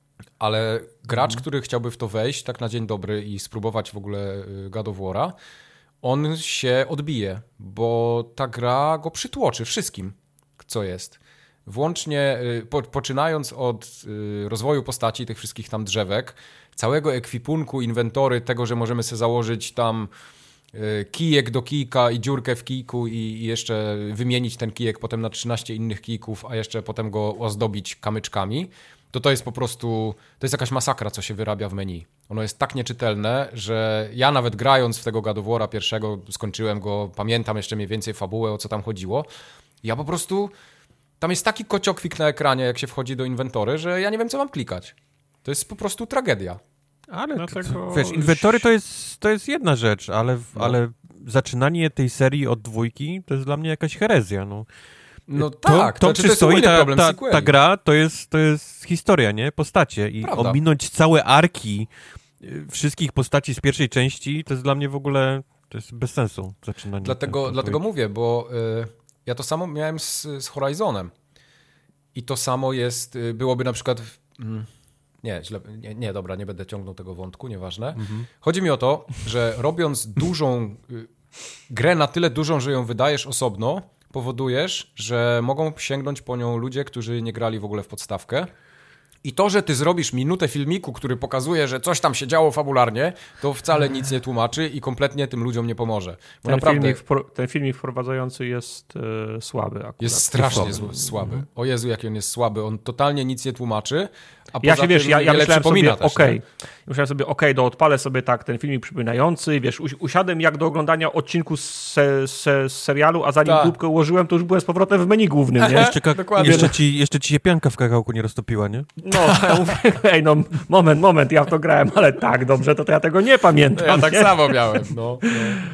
ale gracz, Mhm. który chciałby w to wejść tak na dzień dobry i spróbować w ogóle y, God of War'a, on się odbije, bo ta gra go przytłoczy wszystkim, co jest. Włącznie, y, po, poczynając od y, rozwoju postaci, tych wszystkich tam drzewek, całego ekwipunku, inwentory, tego, że możemy sobie założyć tam y, kijek do kijka i dziurkę w kijku i, i jeszcze wymienić ten kijek potem na trzynaście innych kijków, a jeszcze potem go ozdobić kamyczkami, to to jest po prostu, to jest jakaś masakra, co się wyrabia w menu. Ono jest tak nieczytelne, że ja nawet grając w tego God of War'a pierwszego, skończyłem go, pamiętam jeszcze mniej więcej fabułę, o co tam chodziło, ja po prostu, tam jest taki kociokwik na ekranie, jak się wchodzi do inwentory, że ja nie wiem, co mam klikać. To jest po prostu tragedia. Ale Dlatego wiesz, już- inwentory to jest, to jest jedna rzecz, ale, No. ale zaczynanie tej serii od dwójki to jest dla mnie jakaś herezja. No. No to, tak, to, to, to, to jest stoi ogólnie ta, problem ta, sequeli. ta gra to jest, to jest historia, nie? Postacie i Prawda. ominąć całe arki y, wszystkich postaci z pierwszej części to jest dla mnie w ogóle, to jest bez sensu zaczynanie. Dlatego, tej- dlatego tej- mówię, bo y, ja to samo miałem z, z Horizonem. I to samo jest, y, byłoby na przykład... W, mm, nie, źle, nie, nie, dobra, nie będę ciągnął tego wątku, nieważne. Mhm. Chodzi mi o to, że robiąc dużą... Y, grę na tyle dużą, że ją wydajesz osobno, powodujesz, że mogą sięgnąć po nią ludzie, którzy nie grali w ogóle w podstawkę. I to, że ty zrobisz minutę filmiku, który pokazuje, że coś tam się działo fabularnie, to wcale nic nie tłumaczy i kompletnie tym ludziom nie pomoże. Bo ten, naprawdę... filmik wpro... ten filmik wprowadzający jest e, słaby akurat. Jest strasznie słaby. słaby. O Jezu, jaki on jest słaby. On totalnie nic nie tłumaczy, a ja poza się, wiesz, tym ja, ja myślałem sobie, też, okej, okay. myślałem sobie, okej, okay, to odpalę sobie tak ten filmik przypominający, wiesz, usiadłem jak do oglądania odcinku z, se, se, z serialu, a zanim tak. dupkę ułożyłem, to już byłem z powrotem w menu głównym, nie? Jeszcze, ka- jeszcze, ci, jeszcze ci się pianka w kakałku nie roztopiła, nie? No, ja mówię, ej, no, moment, moment, ja w to grałem, ale tak, dobrze, to, to ja tego nie pamiętam. Ja tak nie? samo miałem, no. no.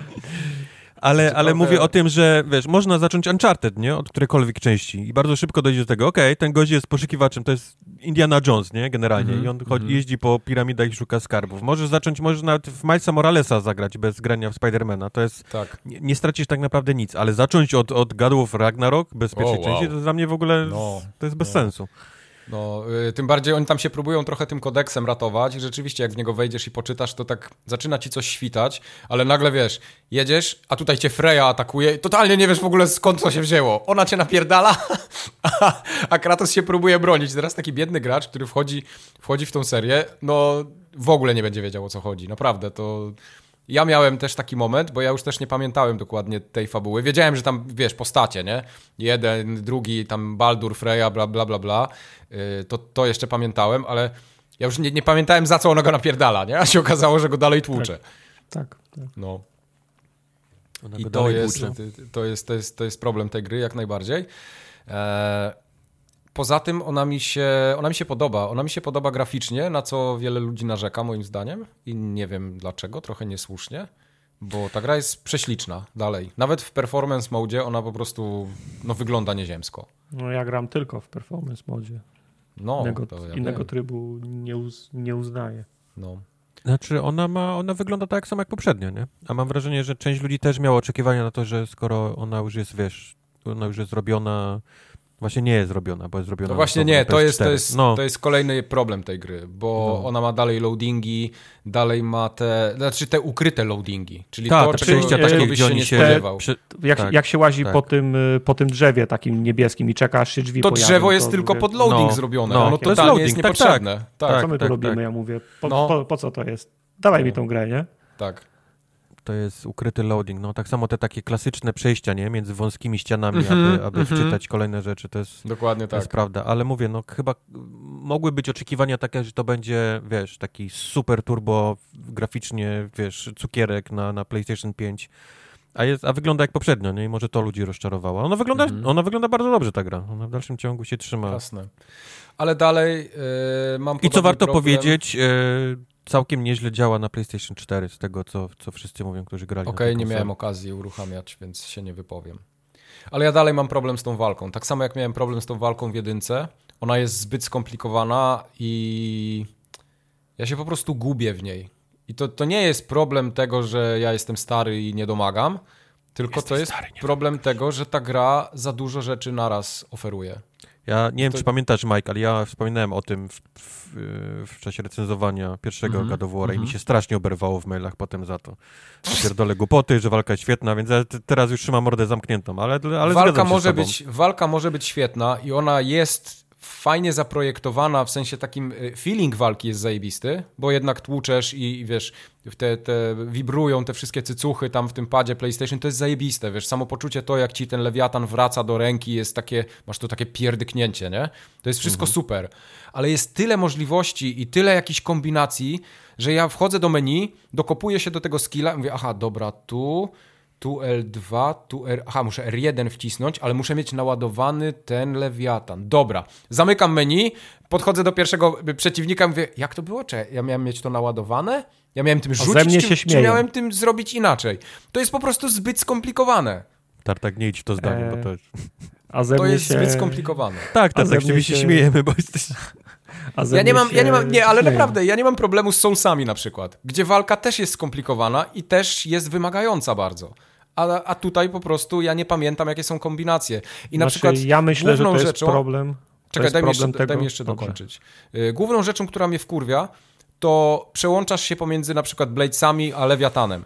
Ale, ale mówię o tym, że wiesz, można zacząć Uncharted, nie? Od którejkolwiek części i bardzo szybko dojdzie do tego, okej, okay, ten gość jest poszukiwaczem, to jest Indiana Jones, nie? Generalnie mm-hmm. i on chodzi, jeździ po piramidach i szuka skarbów. Możesz zacząć, możesz nawet w Milesa Moralesa zagrać bez grania w Spidermana, to jest, tak. nie, nie stracisz tak naprawdę nic, ale zacząć od, od God of Ragnarok bez pierwszej oh, wow. części, to dla mnie w ogóle no, to jest bez no. sensu. No, y, tym bardziej oni tam się próbują trochę tym kodeksem ratować i rzeczywiście jak w niego wejdziesz i poczytasz, to tak zaczyna ci coś świtać, ale nagle wiesz, jedziesz, a tutaj cię Freya atakuje i totalnie nie wiesz w ogóle skąd to się wzięło. Ona cię napierdala, a, a Kratos się próbuje bronić. Teraz taki biedny gracz, który wchodzi, wchodzi w tą serię, no w ogóle nie będzie wiedział, o co chodzi. Naprawdę, to... Ja miałem też taki moment, bo ja już też nie pamiętałem dokładnie tej fabuły. Wiedziałem, że tam, wiesz, postacie, nie? Jeden, drugi, tam Baldur, Freya, bla, bla, bla, bla. Yy, to, to jeszcze pamiętałem, ale ja już nie, nie pamiętałem, za co ona go napierdala, nie? A się okazało, że go dalej tłucze. Tak, tak. tak. No. Ona I to jest, to, jest, to, jest, to jest problem tej gry, jak najbardziej. Eee, Poza tym ona mi się, ona mi się podoba. Ona mi się podoba graficznie, na co wiele ludzi narzeka moim zdaniem i nie wiem dlaczego, trochę niesłusznie, bo ta gra jest prześliczna dalej. Nawet w performance modzie ona po prostu no, wygląda nieziemsko. No ja gram tylko w performance modzie. No, innego to ja innego wiem. trybu nie, uz, nie uznaję. No. Znaczy ona ma, ona wygląda tak samo jak poprzednio, nie? A mam wrażenie, że część ludzi też miała oczekiwania na to, że skoro ona już jest, wiesz, ona już jest zrobiona... Właśnie nie jest zrobiona, bo jest zrobiona... No właśnie nie, to jest, to, jest, no. to jest kolejny problem tej gry, bo no. ona ma dalej loadingi, dalej ma te, znaczy te ukryte loadingi, czyli Ta, to, te czego, przejścia czego takie, byś się nie się, spodziewał. Prze, jak, tak, jak się łazi tak. po, tym, po tym drzewie takim niebieskim i czeka, aż się drzwi To pojawią, drzewo jest to tylko mówię, pod loading no, zrobione, no, ono to jest totalnie loading, jest tak, niepotrzebne. tak. Tak, Co tak, my tu tak, robimy? tak. Ja mówię, po, No. po, po co to jest? Dawaj No. mi tą grę, nie? tak. To jest ukryty loading, no tak samo te takie klasyczne przejścia, nie? Między wąskimi ścianami, Mhm, aby, aby mhm. wczytać kolejne rzeczy, to jest... Dokładnie To tak. jest prawda, ale mówię, no chyba mogły być oczekiwania takie, że to będzie, wiesz, taki super turbo graficznie, wiesz, cukierek na, na PlayStation pięć, a, jest, a wygląda jak poprzednio, nie? I może to ludzi rozczarowało. Ona wygląda, Mhm. ona wygląda bardzo dobrze, ta gra. Ona w dalszym ciągu się trzyma. Jasne. Ale dalej yy, mam I co podobny warto problem. powiedzieć, e, całkiem nieźle działa na PlayStation cztery, z tego, co, co wszyscy mówią, którzy grali Okej, na tej nie konsoli. miałem okazji uruchamiać, więc się nie wypowiem. Ale ja dalej mam problem z tą walką. Tak samo jak miałem problem z tą walką w jedynce. Ona jest zbyt skomplikowana i ja się po prostu gubię w niej. I to, to nie jest problem tego, że ja jestem stary i nie domagam, tylko Jesteś to jest stary, nie problem tego, że ta gra za dużo rzeczy naraz oferuje. Ja nie wiem, To- czy pamiętasz, Mike, ale ja wspominałem o tym w, w, w czasie recenzowania pierwszego Mhm, God of War i mi mhm. się strasznie oberwało w mailach potem za to. Pierdolę głupoty, że walka jest świetna, więc ja t- teraz już trzymam mordę zamkniętą, ale, ale walka, zgadzam się może z tobą. być, walka może być świetna i ona jest fajnie zaprojektowana, w sensie takim y, feeling walki jest zajebisty, bo jednak tłuczesz i, i wiesz, te, te wibrują te wszystkie cycuchy tam w tym padzie PlayStation, to jest zajebiste, wiesz, samo poczucie to, jak ci ten lewiatan wraca do ręki jest takie, masz tu takie pierdyknięcie, nie? To jest wszystko Mhm. super, ale jest tyle możliwości i tyle jakichś kombinacji, że ja wchodzę do menu, dokopuję się do tego skilla i mówię, aha, dobra, tu... Tu L dwa, tu R... Aha, muszę R jeden wcisnąć, ale muszę mieć naładowany ten lewiatan. Dobra, zamykam menu, podchodzę do pierwszego przeciwnika i mówię, jak to było? Czy ja miałem mieć to naładowane? Ja miałem tym ze rzucić, mnie czy, się czy śmieją. miałem tym zrobić inaczej? To jest po prostu zbyt skomplikowane. Tartak, nie idź w to zdanie, Eee, bo to jest... A ze To mnie jest się... zbyt skomplikowane. Tak, a ze Tartak, mnie my się się- śmiejemy, bo jesteś... A ze Ja nie mnie mam, ja nie mam, nie, ale śmieją. naprawdę, ja nie mam problemu z Soulsami na przykład, gdzie walka też jest skomplikowana i też jest wymagająca bardzo. A, a tutaj po prostu ja nie pamiętam, jakie są kombinacje. I na Znaczy, przykład ja myślę, że to główną jest rzeczą... problem. To Czekaj, jest daj mi, problem jeszcze, tego... daj mi jeszcze Dobrze. dokończyć. Y, Główną rzeczą, która mnie wkurwia, to przełączasz się pomiędzy na przykład Bladesami a Lewiatanem.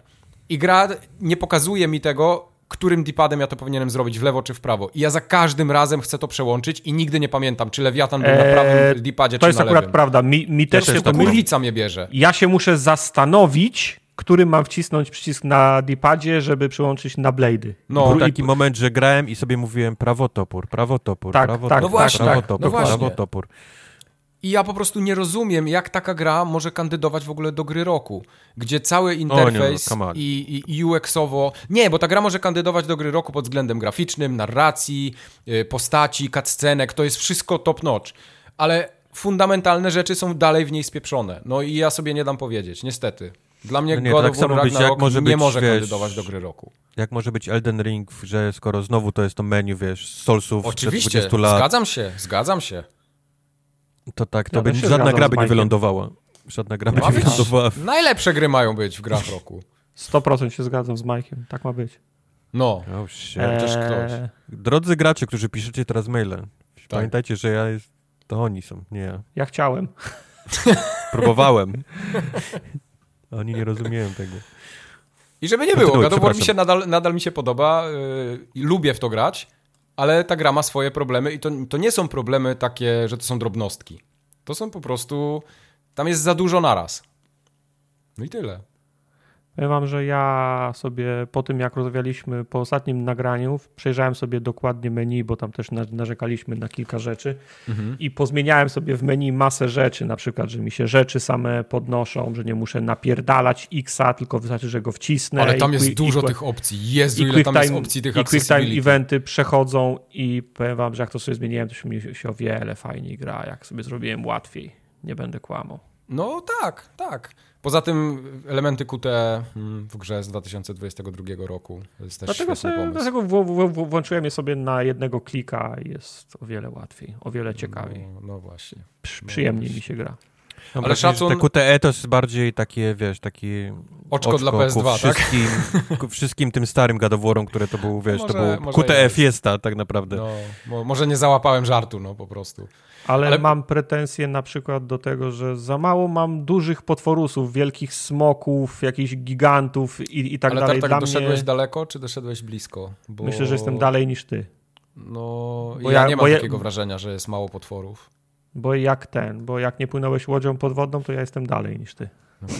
I gra nie pokazuje mi tego, którym D-padem ja to powinienem zrobić, w lewo czy w prawo. I ja za każdym razem chcę to przełączyć i nigdy nie pamiętam, czy Lewiatan był eee, na prawym D-padzie, czy na lewym. To jest akurat prawda. Mi, mi też się to kurwica mnie bierze. Ja się muszę zastanowić, którym mam wcisnąć przycisk na D-padzie, żeby przyłączyć na blade'y. No, był taki i... moment, że grałem i sobie mówiłem prawo topór, prawo topór, tak, prawo tak, topór, no właśnie, prawo tak, topór, no właśnie. prawo topór. I ja po prostu nie rozumiem, jak taka gra może kandydować w ogóle do gry roku, gdzie cały interfejs oh, no, i, i U X-owo... Nie, bo ta gra może kandydować do gry roku pod względem graficznym, narracji, postaci, cutscenek, to jest wszystko top notch, ale fundamentalne rzeczy są dalej w niej spieprzone. No i ja sobie nie dam powiedzieć, niestety. Dla mnie no nie, God of War Ragnarok może nie być, może wiesz, kandydować do gry roku. Jak może być Elden Ring, że skoro znowu to jest to menu, wiesz, Soulsów Oczywiście, dwudziestu lat. Zgadzam się, zgadzam się. To tak, to ja by żadna gra by nie wylądowała. Żadna gra by nie wylądowała. Najlepsze gry mają być w grach roku. sto procent się zgadzam z Majkiem, tak ma być. No, oh, chociaż ktoś. Drodzy gracze, którzy piszecie teraz maile, tak. Pamiętajcie, że ja jest... to oni są, nie ja. Ja chciałem. Próbowałem. Oni nie rozumieją tego. I żeby nie było, God of War mi się nadal, nadal mi się podoba, yy, lubię w to grać, ale ta gra ma swoje problemy i to, to nie są problemy takie, że to są drobnostki. To są po prostu... Tam jest za dużo naraz. No i tyle. Powiem wam, że ja sobie po tym, jak rozmawialiśmy po ostatnim nagraniu, przejrzałem sobie dokładnie menu, bo tam też narzekaliśmy na kilka rzeczy mhm. i pozmieniałem sobie w menu masę rzeczy, na przykład, że mi się rzeczy same podnoszą, że nie muszę napierdalać X-a, tylko wystarczy, że go wcisnę. Ale tam i, jest i, dużo i, tych opcji. Jezu, ile tam jest opcji tych accessibility. I quick time eventy przechodzą i powiem wam, że jak to sobie zmieniłem, to się mi się o wiele fajniej gra, jak sobie zrobiłem łatwiej. Nie będę kłamał. No tak, tak. Poza tym elementy Q T w grze z dwa tysiące dwudziestego drugiego roku jest też dlatego świetny sobie, pomysł. Dlatego w, w, w, włączyłem je sobie na jednego klika i jest o wiele łatwiej, o wiele ciekawiej. No, no właśnie. Przy, przyjemniej no mi się gra. No ale szacun... Te Q T E to jest bardziej takie, wiesz, takie oczko, oczko dla P S dwa, wszystkim, tak? Wszystkim tym starym God of War'om, które to był, wiesz, może, to był Q T E jest. Fiesta tak naprawdę. No, mo, może nie załapałem żartu, no po prostu. Ale, ale mam pretensje na przykład do tego, że za mało mam dużych potworusów, wielkich smoków, jakichś gigantów i, i tak ale dalej. Ale tak Dla doszedłeś mnie... daleko, czy doszedłeś blisko? Bo... Myślę, że jestem dalej niż ty. No, bo ja, ja nie mam ja... takiego wrażenia, że jest mało potworów. Bo jak ten, bo jak nie płynąłeś łodzią podwodną, to ja jestem dalej niż ty. Okay.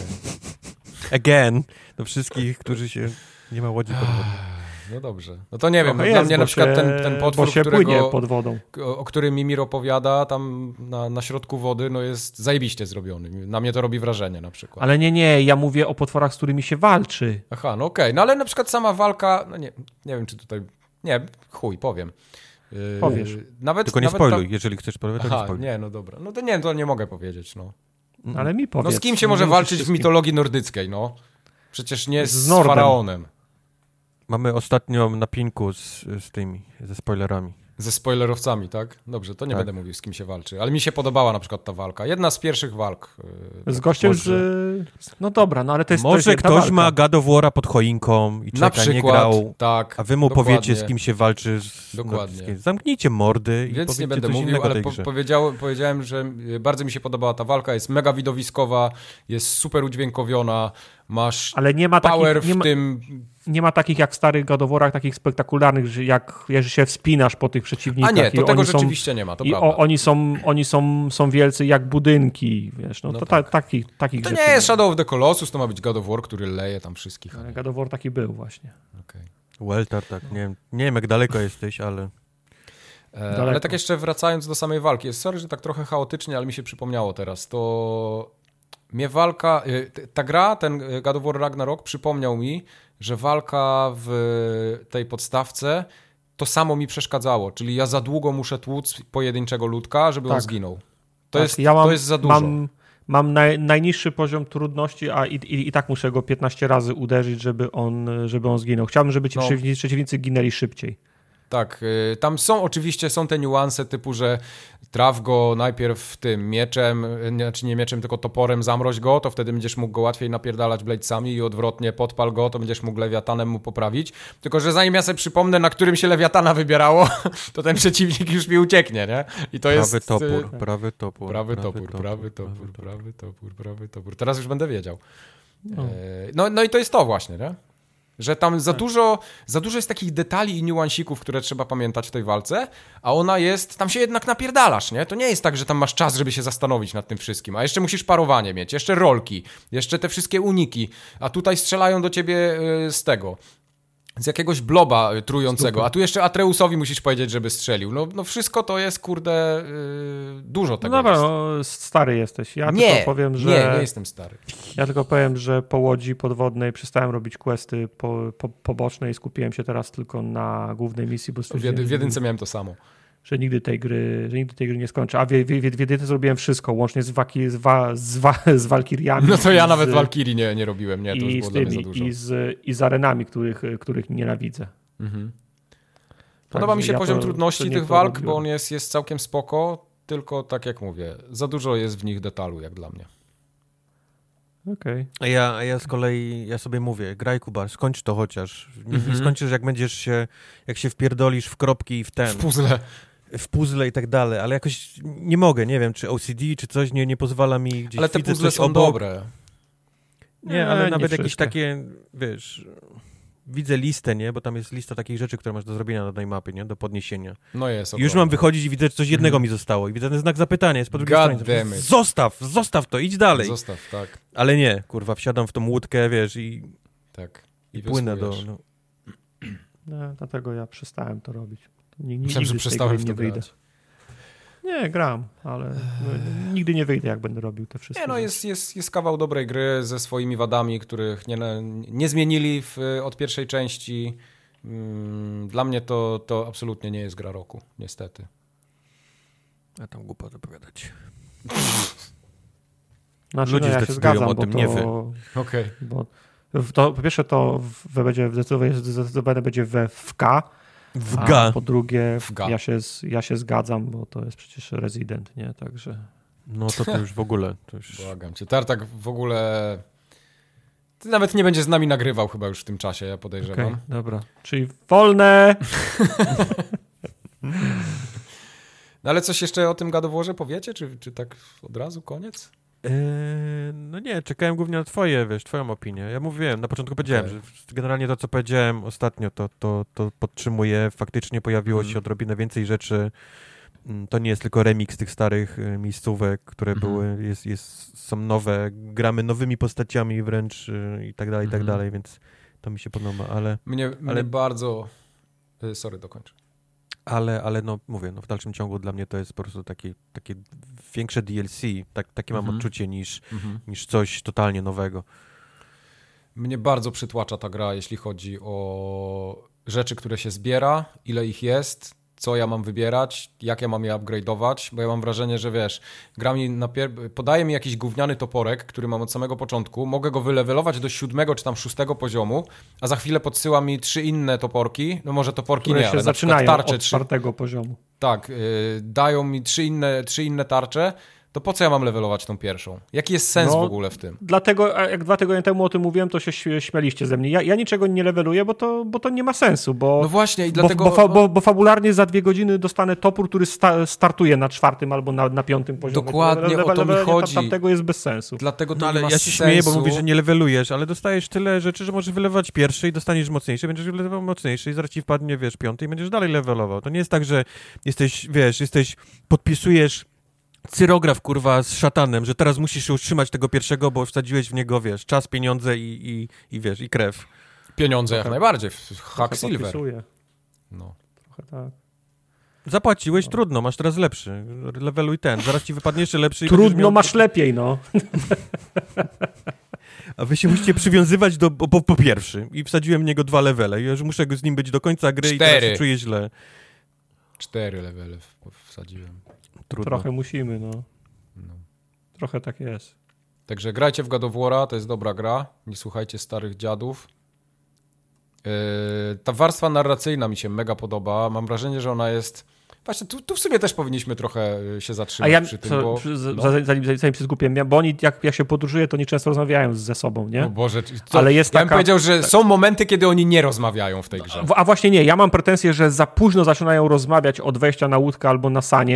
Again, do wszystkich, którzy się... Nie ma łodzi podwodnej. No dobrze. No to nie wiem, no jest, dla mnie na przykład się, ten, ten potwór, bo się którego, płynie pod wodą. O, o którym Mimir opowiada tam na, na środku wody, no jest zajebiście zrobiony. Na mnie to robi wrażenie na przykład. Ale nie, nie, ja mówię o potworach, z którymi się walczy. Aha, no okej. Okay. No ale na przykład sama walka, no nie, nie wiem czy tutaj, nie, chuj, powiem. Yy, Powiesz. Nawet, Tylko nie nawet spoiluj, ta... jeżeli chcesz powiedzieć, to Aha, nie spoiluj. nie, no dobra. No to nie, to nie mogę powiedzieć, no. Ale mi powiedz. No z kim się może walczyć w mitologii nordyckiej, no? Przecież nie z, z faraonem. Mamy ostatnią na pinku z, z tymi, ze spoilerami. Ze spoilerowcami, tak? Dobrze, to nie tak. będę mówił, z kim się walczy. Ale mi się podobała na przykład ta walka. Jedna z pierwszych walk. Yy, z gościem może... z... No dobra, no ale to jest Może to jest ktoś walka. ma God of War'a pod choinką i czeka, na przykład, nie grał, tak, a wy mu dokładnie. powiecie, z kim się walczy. Z... Dokładnie. Zamknnijcie mordy i Więc nie będę coś mówił, ale po, grze. powiedział, powiedziałem, że bardzo mi się podobała ta walka. Jest mega widowiskowa, jest super udźwiękowiona, masz ale nie ma power takich, nie w ma... tym... Nie ma takich jak w starych God of War'ach, takich spektakularnych, że jak że się wspinasz po tych przeciwnikach. A nie, to i tego są, rzeczywiście nie ma, to i prawda. O, oni są, oni są, są wielcy jak budynki, wiesz, no, no to tak. ta, takich, takich To rzeczy nie jest Shadow of the Colossus, to ma być God of War, który leje tam wszystkich. Ale God of War taki był właśnie. Okay. Weltar, tak, nie wiem, nie wiem jak daleko jesteś, ale... E, ale tak jeszcze wracając do samej walki, jest sorry, że tak trochę chaotycznie, ale mi się przypomniało teraz, to mnie walka, ta gra, ten God of War Ragnarok przypomniał mi, że walka w tej podstawce to samo mi przeszkadzało, czyli ja za długo muszę tłuc pojedynczego ludka, żeby tak. on zginął. To, tak, jest, ja mam, to jest za dużo. Mam, mam naj, najniższy poziom trudności, a i, i, i tak muszę go piętnaście razy uderzyć, żeby on, żeby on zginął. Chciałbym, żeby ci no. przeciwnicy ginęli szybciej. Tak, y, tam są oczywiście są te niuanse typu, że traf go najpierw tym mieczem, znaczy nie mieczem, tylko toporem, zamroź go, to wtedy będziesz mógł go łatwiej napierdalać bladesami i odwrotnie podpal go, to będziesz mógł lewiatanem mu poprawić. Tylko, że zanim ja sobie przypomnę, na którym się lewiatana wybierało, to ten przeciwnik już mi ucieknie, nie? I to prawy jest... Topór, prawy topór, prawy topór, prawy topór, prawy topór, prawy topór. Teraz już będę wiedział. No, no i to jest to właśnie, nie? Że tam za dużo, za dużo jest takich detali i niuansików, które trzeba pamiętać w tej walce, a ona jest, tam się jednak napierdalasz, nie? To nie jest tak, że tam masz czas, żeby się zastanowić nad tym wszystkim, a jeszcze musisz parowanie mieć, jeszcze rolki, jeszcze te wszystkie uniki, a tutaj strzelają do ciebie yy, z tego, z jakiegoś bloba trującego, Super. A tu jeszcze Atreusowi musisz powiedzieć, żeby strzelił. No, no wszystko to jest, kurde, yy, dużo tego no dobra, jest. No, stary jesteś. Ja nie, tylko powiem, że... nie, nie jestem stary. Ja tylko powiem, że po łodzi podwodnej przestałem robić questy po, po, poboczne i skupiłem się teraz tylko na głównej misji, bo w, jedy, w jedynce miałem to samo. Że nigdy tej gry, że nigdy tej gry nie skończę. A w, w, w, w jedynce zrobiłem wszystko, łącznie z, waki, z, wa, z, wa, z Walkiriami. No to ja z, nawet Walkirii nie, nie robiłem, nie, to już i było z tymi, dla mnie za dużo. I z, i z arenami, których, których nienawidzę. Mhm. Podoba mi się ja poziom to, trudności to tych walk, robiłem. bo on jest, jest całkiem spoko, tylko tak jak mówię, za dużo jest w nich detalu, jak dla mnie. Okej. Okay. Ja, a ja z kolei, ja sobie mówię, graj Kuba, skończ to chociaż. Nie, Mhm. nie skończysz, jak będziesz się, jak się wpierdolisz w kropki i w ten. W puzzle. W puzzle i tak dalej, ale jakoś nie mogę, nie wiem, czy O C D, czy coś nie, nie pozwala mi gdzieś Ale te widzę puzzle coś są obok. dobre. Nie, ale nie nawet jakieś wszystkie. takie, wiesz, widzę listę, nie, bo tam jest lista takich rzeczy, które masz do zrobienia na tej mapie, nie, do podniesienia. No jest. I już mam wychodzić i widzę, że coś jednego mi zostało i widzę ten znak zapytania, jest po drugiej God stronie. damn it. Zostaw, zostaw to, idź dalej. Zostaw, tak. Ale nie, kurwa, wsiadam w tą łódkę, wiesz, i, tak. i, I płynę do... wiosłujesz. No. No, dlatego ja przestałem to robić. Nigdy, Myślałem, że nigdy z tej przestałem gry w nie to wyjdę. grać. Nie, gram, ale no, nigdy nie wyjdę, jak będę robił te wszystkie Nie, no rzeczy. jest, jest, jest kawał dobrej gry ze swoimi wadami, których nie, nie zmienili w, od pierwszej części. Dla mnie to, to absolutnie nie jest gra roku, niestety. A tam głupot opowiadać. Znaczy, Ludzie no, ja się zdecydują zgadzam, o bo tym, to, nie wy. Okej. Bo to, po pierwsze to w, będzie zdecydowanie, zdecydowanie będzie we w K, W a G. po drugie W G. ja się, z- ja się zgadzam, bo to jest przecież Resident, nie? Także No to to już w ogóle, to już... Błagam cię. Tartak w ogóle... Ty nawet nie będzie z nami nagrywał chyba już w tym czasie, ja podejrzewam. okej, dobra. Czyli wolne! No ale coś jeszcze o tym gadoworze powiecie? Czy, czy tak od razu koniec? Eee, no nie, czekałem głównie na twoje, wiesz, twoją opinię. Ja mówiłem, na początku powiedziałem, Okay. że generalnie to, co powiedziałem ostatnio, to, to, to podtrzymuję. Faktycznie pojawiło Mhm. się odrobinę więcej rzeczy. Mm, To nie jest tylko remix tych starych y, miejscówek, które Mhm. były, jest, jest, są nowe, gramy nowymi postaciami wręcz y, i tak dalej, i tak Mhm. dalej, więc to mi się podoba, ale, Mnie, ale... mnie bardzo... Y, Sorry, dokończę. ale, ale no mówię, no w dalszym ciągu dla mnie to jest po prostu takie, takie większe D L C, tak, takie mam Mhm. odczucie niż, Mhm. niż coś totalnie nowego. Mnie bardzo przytłacza ta gra, jeśli chodzi o rzeczy, które się zbiera, ile ich jest, co ja mam wybierać, jak ja mam je upgrade'ować, bo ja mam wrażenie, że wiesz, gra mi napier- podaje mi jakiś gówniany toporek, który mam od samego początku, mogę go wylewelować do siódmego czy tam szóstego poziomu, a za chwilę podsyła mi trzy inne toporki, no może toporki Które nie, się ale na zaczynają przykład tarcze od trzy, czwartego poziomu. tak, yy, dają mi trzy inne, trzy inne tarcze, to po co ja mam levelować tą pierwszą? Jaki jest sens No, w ogóle w tym? Dlatego, a jak dwa tygodnie temu o tym mówiłem, to się śmie- śmialiście ze mnie. Ja, ja niczego nie leveluję, bo to, bo to nie ma sensu, bo, No właśnie i bo, dlatego... bo, fa, bo, bo fabularnie za dwie godziny dostanę topór, który sta, startuje na czwartym albo na, na piątym poziomie. Dokładnie, o to mi levelowanie chodzi. Tam, tamtego jest bez sensu. Dlatego to No nie ale ma ja się sensu. śmieję, bo mówisz, że nie levelujesz, ale dostajesz tyle rzeczy, że możesz wylewać pierwszy i dostaniesz mocniejszy, będziesz levelował mocniejszy i zaraz ci wpadnie, wiesz, piąty i będziesz dalej levelował. To nie jest tak, że jesteś, wiesz, jesteś, podpisujesz cyrograf, kurwa, z szatanem, że teraz musisz się utrzymać tego pierwszego, bo wsadziłeś w niego, wiesz, czas, pieniądze i, i, i wiesz, i krew. Pieniądze jak Trochę- najbardziej. Hack Trochę Silver. podpisuję. No. Trochę tak. Zapłaciłeś, No. trudno, masz teraz lepszy. Leveluj ten, zaraz ci wypadnie jeszcze lepszy. i będziesz Trudno, miał... masz lepiej, no. A wy się musicie przywiązywać do, po, po pierwszy. I wsadziłem w niego dwa levele. Ja już muszę z nim być do końca gry i teraz Cztery. się czuję źle. Cztery levele w- wsadziłem. Trudno. Trochę musimy, no. No. Trochę tak jest. Także grajcie w God of War'a, to jest dobra gra. Nie słuchajcie starych dziadów. Yy, ta warstwa narracyjna mi się mega podoba. Mam wrażenie, że ona jest... Właśnie, tu, tu w sumie też powinniśmy trochę się A zatrzymać ja, przy tym, co, bo... przy- z- no. zanim, zanim, zanim się zgubię, bo oni jak, jak się podróżuje, to oni często rozmawiają ze sobą, nie? O Boże, to, Ale jest ja bym taka- powiedział, że są momenty, kiedy oni nie rozmawiają w tej grze. W- A właśnie nie, ja mam pretensję, że za późno zaczynają rozmawiać od wejścia na łódkę albo na sanie,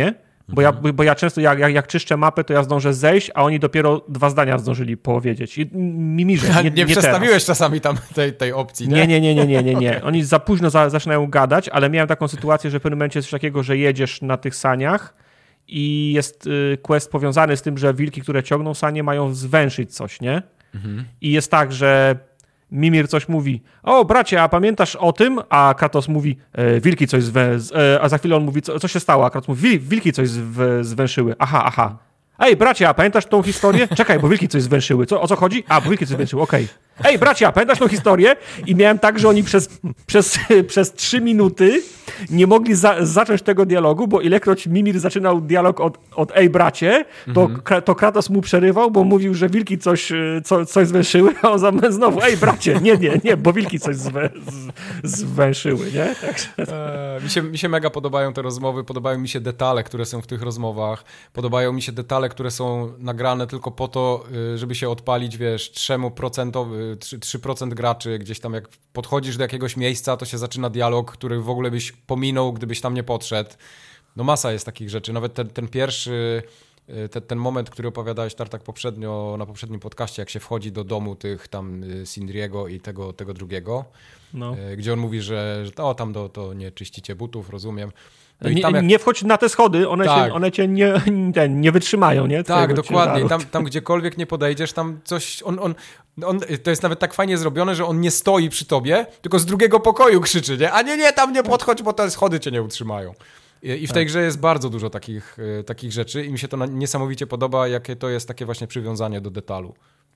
Bo ja, bo ja często, jak, jak, jak czyszczę mapę, to ja zdążę zejść, a oni dopiero dwa zdania zdążyli powiedzieć. I Mimirze, nie, nie, nie przestawiłeś teraz. Czasami tam tej, tej opcji, nie? Nie, nie, nie, nie, nie, nie. nie. Oni za późno za, zaczynają gadać, ale miałem taką sytuację, że w pewnym momencie jest coś takiego, że jedziesz na tych saniach i jest y, quest powiązany z tym, że wilki, które ciągną sanie, mają zwęszyć coś, nie? Mhm. I jest tak, że Mimir coś mówi, o bracie, a pamiętasz o tym? A Kratos mówi, e, wilki coś zwę... E, a za chwilę on mówi, co, co się stało? A Kratos mówi, wilki coś zw... zwęszyły. Aha, aha. Ej, bracie, a pamiętasz tą historię? Czekaj, bo wilki coś zwęszyły. Co, o co chodzi? A, bo wilki coś zwęszyły, okej. Okay. Ej, bracie, a pamiętasz tą historię? I miałem tak, że oni przez, przez, przez trzy minuty nie mogli za, zacząć tego dialogu, bo ilekroć Mimir zaczynał dialog od, od ej, bracie, to, mhm. to Kratos mu przerywał, bo mówił, że wilki coś, co, coś zwęszyły, a on znowu, ej, bracie, nie, nie, nie, bo wilki coś zwę, z, zwęszyły, nie? Także... Eee, mi, się, mi się mega podobają te rozmowy, podobają mi się detale, które są w tych rozmowach, podobają mi się detale, które są nagrane tylko po to, żeby się odpalić, wiesz, trzemu procentowy trzy procent graczy, gdzieś tam jak podchodzisz do jakiegoś miejsca, to się zaczyna dialog, który w ogóle byś pominął, gdybyś tam nie podszedł. No masa jest takich rzeczy. Nawet ten, ten pierwszy, ten, ten moment, który opowiadałeś, Tartak, poprzednio, na poprzednim podcaście, jak się wchodzi do domu tych tam Sindriego i tego, tego drugiego, no. Gdzie on mówi, że, że o, tam do, to nie czyścicie butów, rozumiem. No nie, jak... nie wchodź na te schody, one, tak. cię, one cię nie, ten, nie wytrzymają, nie? Tak, dokładnie. Tam, tam gdziekolwiek nie podejdziesz, tam coś, on, on, on, to jest nawet tak fajnie zrobione, że on nie stoi przy tobie, tylko z drugiego pokoju krzyczy, nie? A nie, nie, tam nie podchodź, bo te schody cię nie utrzymają. I, i w tej tak. grze jest bardzo dużo takich, takich rzeczy i mi się to niesamowicie podoba, jakie to jest takie właśnie przywiązanie do detalu.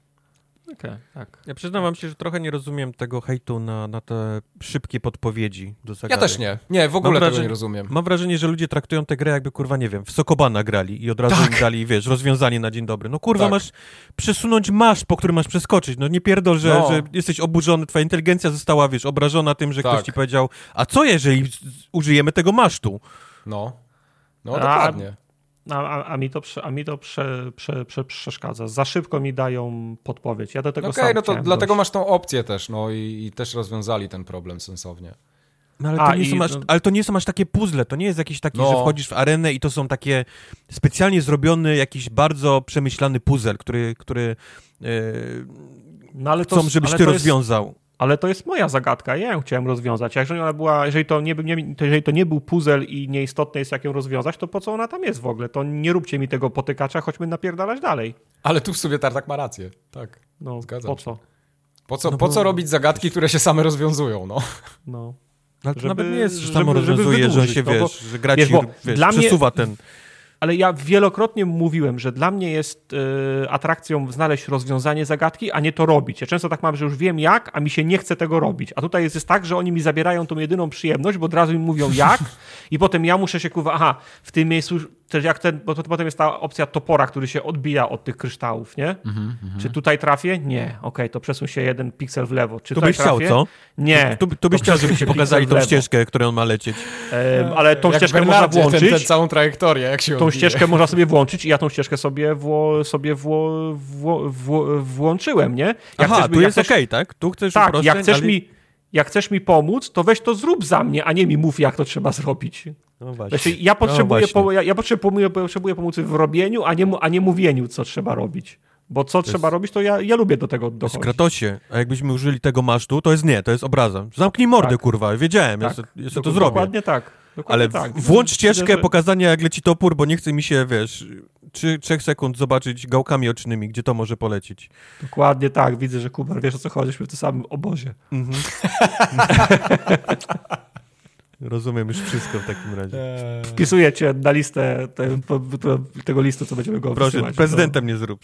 Okay, tak. Ja przyznam wam się, że trochę nie rozumiem tego hejtu na, na te szybkie podpowiedzi do zagadek. Ja też nie. Nie, w ogóle mam tego wrażenie, nie rozumiem. Mam wrażenie, że ludzie traktują tę grę jakby, kurwa, nie wiem, w Sokobana grali i od razu tak. im dali, wiesz, rozwiązanie na dzień dobry. No kurwa, tak. masz przesunąć masz, po którym masz przeskoczyć. No nie pierdol, że, no. że jesteś oburzony, twoja inteligencja została, wiesz, obrażona tym, że tak. ktoś ci powiedział, a co jeżeli użyjemy tego masztu? No, no a... dokładnie. A, a mi to, a mi to prze, prze, prze, przeszkadza. Za szybko mi dają podpowiedź. Ja do tego Okej, okay, no to dlatego dość. Masz tą opcję też, no i, i też rozwiązali ten problem sensownie. No, ale, to a, nie i, są aż, no... ale to nie są aż takie puzzle, to nie jest jakiś taki, no. że wchodzisz w arenę i to są takie specjalnie zrobiony jakiś bardzo przemyślany puzzle, który, który yy, no, ale to, chcą, żebyś ty rozwiązał. Jest... Ale to jest moja zagadka, ja ją chciałem rozwiązać. A jeżeli ona była, jeżeli to nie, nie, jeżeli to nie był puzzle i nieistotne jest, jak ją rozwiązać, to po co ona tam jest w ogóle? To nie róbcie mi tego potykacza, chodźmy napierdalać dalej. Ale tu w sobie Tartak ma rację. Tak, no, zgadzam po co? Po co, no po bo... co robić zagadki, które się same rozwiązują, no? No. Ale to żeby, nawet nie jest, że samo rozwiązuje, że się, no, wiesz, bo, że gra ci, wiesz, dla przesuwa mnie... ten... Ale ja wielokrotnie mówiłem, że dla mnie jest y, atrakcją znaleźć rozwiązanie zagadki, a nie to robić. Ja często tak mam, że już wiem jak, a mi się nie chce tego robić. A tutaj jest, jest tak, że oni mi zabierają tą jedyną przyjemność, bo od razu mi mówią jak i potem ja muszę się, kurwa, aha, w tym miejscu, jak ten, bo to potem jest ta opcja topora, który się odbija od tych kryształów, nie? Mm-hmm. Czy tutaj trafię? Nie. Okej, okay, to przesuń się jeden piksel w lewo. Czy tu tutaj byś chciał, trafię? co? Nie. Tu, tu, tu byś chciał, żeby ci pokazali tą ścieżkę, którą on ma lecieć. Um, ale tą jak ścieżkę można włączyć. Ten, ten całą trajektorię, jak się Tą odbije. ścieżkę można sobie włączyć i ja tą ścieżkę sobie, wło, sobie wło, wło, wło, włączyłem, nie? Jak Aha, chcesz, tu jak jest chcesz, okej, okay, tak? Tu chcesz tak, uproszczeń, jak chcesz ale... mi jak chcesz mi pomóc, to weź to zrób za mnie, a nie mi mów, jak to trzeba zrobić. No właśnie. Znaczy, ja potrzebuję, no po, ja, ja potrzebuję, potrzebuję pomocy w robieniu, a nie, a nie mówieniu, co trzeba robić. Bo co to trzeba jest... robić, to ja, ja lubię do tego dochodzić. W Kratosie, a jakbyśmy użyli tego masztu, to jest nie, to jest obraza. Zamknij mordę, tak. kurwa, wiedziałem, tak. ja, se, ja se to zrobię. Dokładnie tak. Dokładnie Ale tak. włącz ścieżkę że... pokazania, jak leci topór, bo nie chce mi się, wiesz, trzy, trzech sekund zobaczyć gałkami ocznymi, gdzie to może polecieć. Dokładnie tak. Widzę, że Kubar, wiesz, o co chodzi, w tym samym obozie. Mhm. Rozumiem już wszystko w takim razie. Wpisuję cię na listę te, te, tego listu, co będziemy go Proszę, wysyłać. prezydentem nie zrób.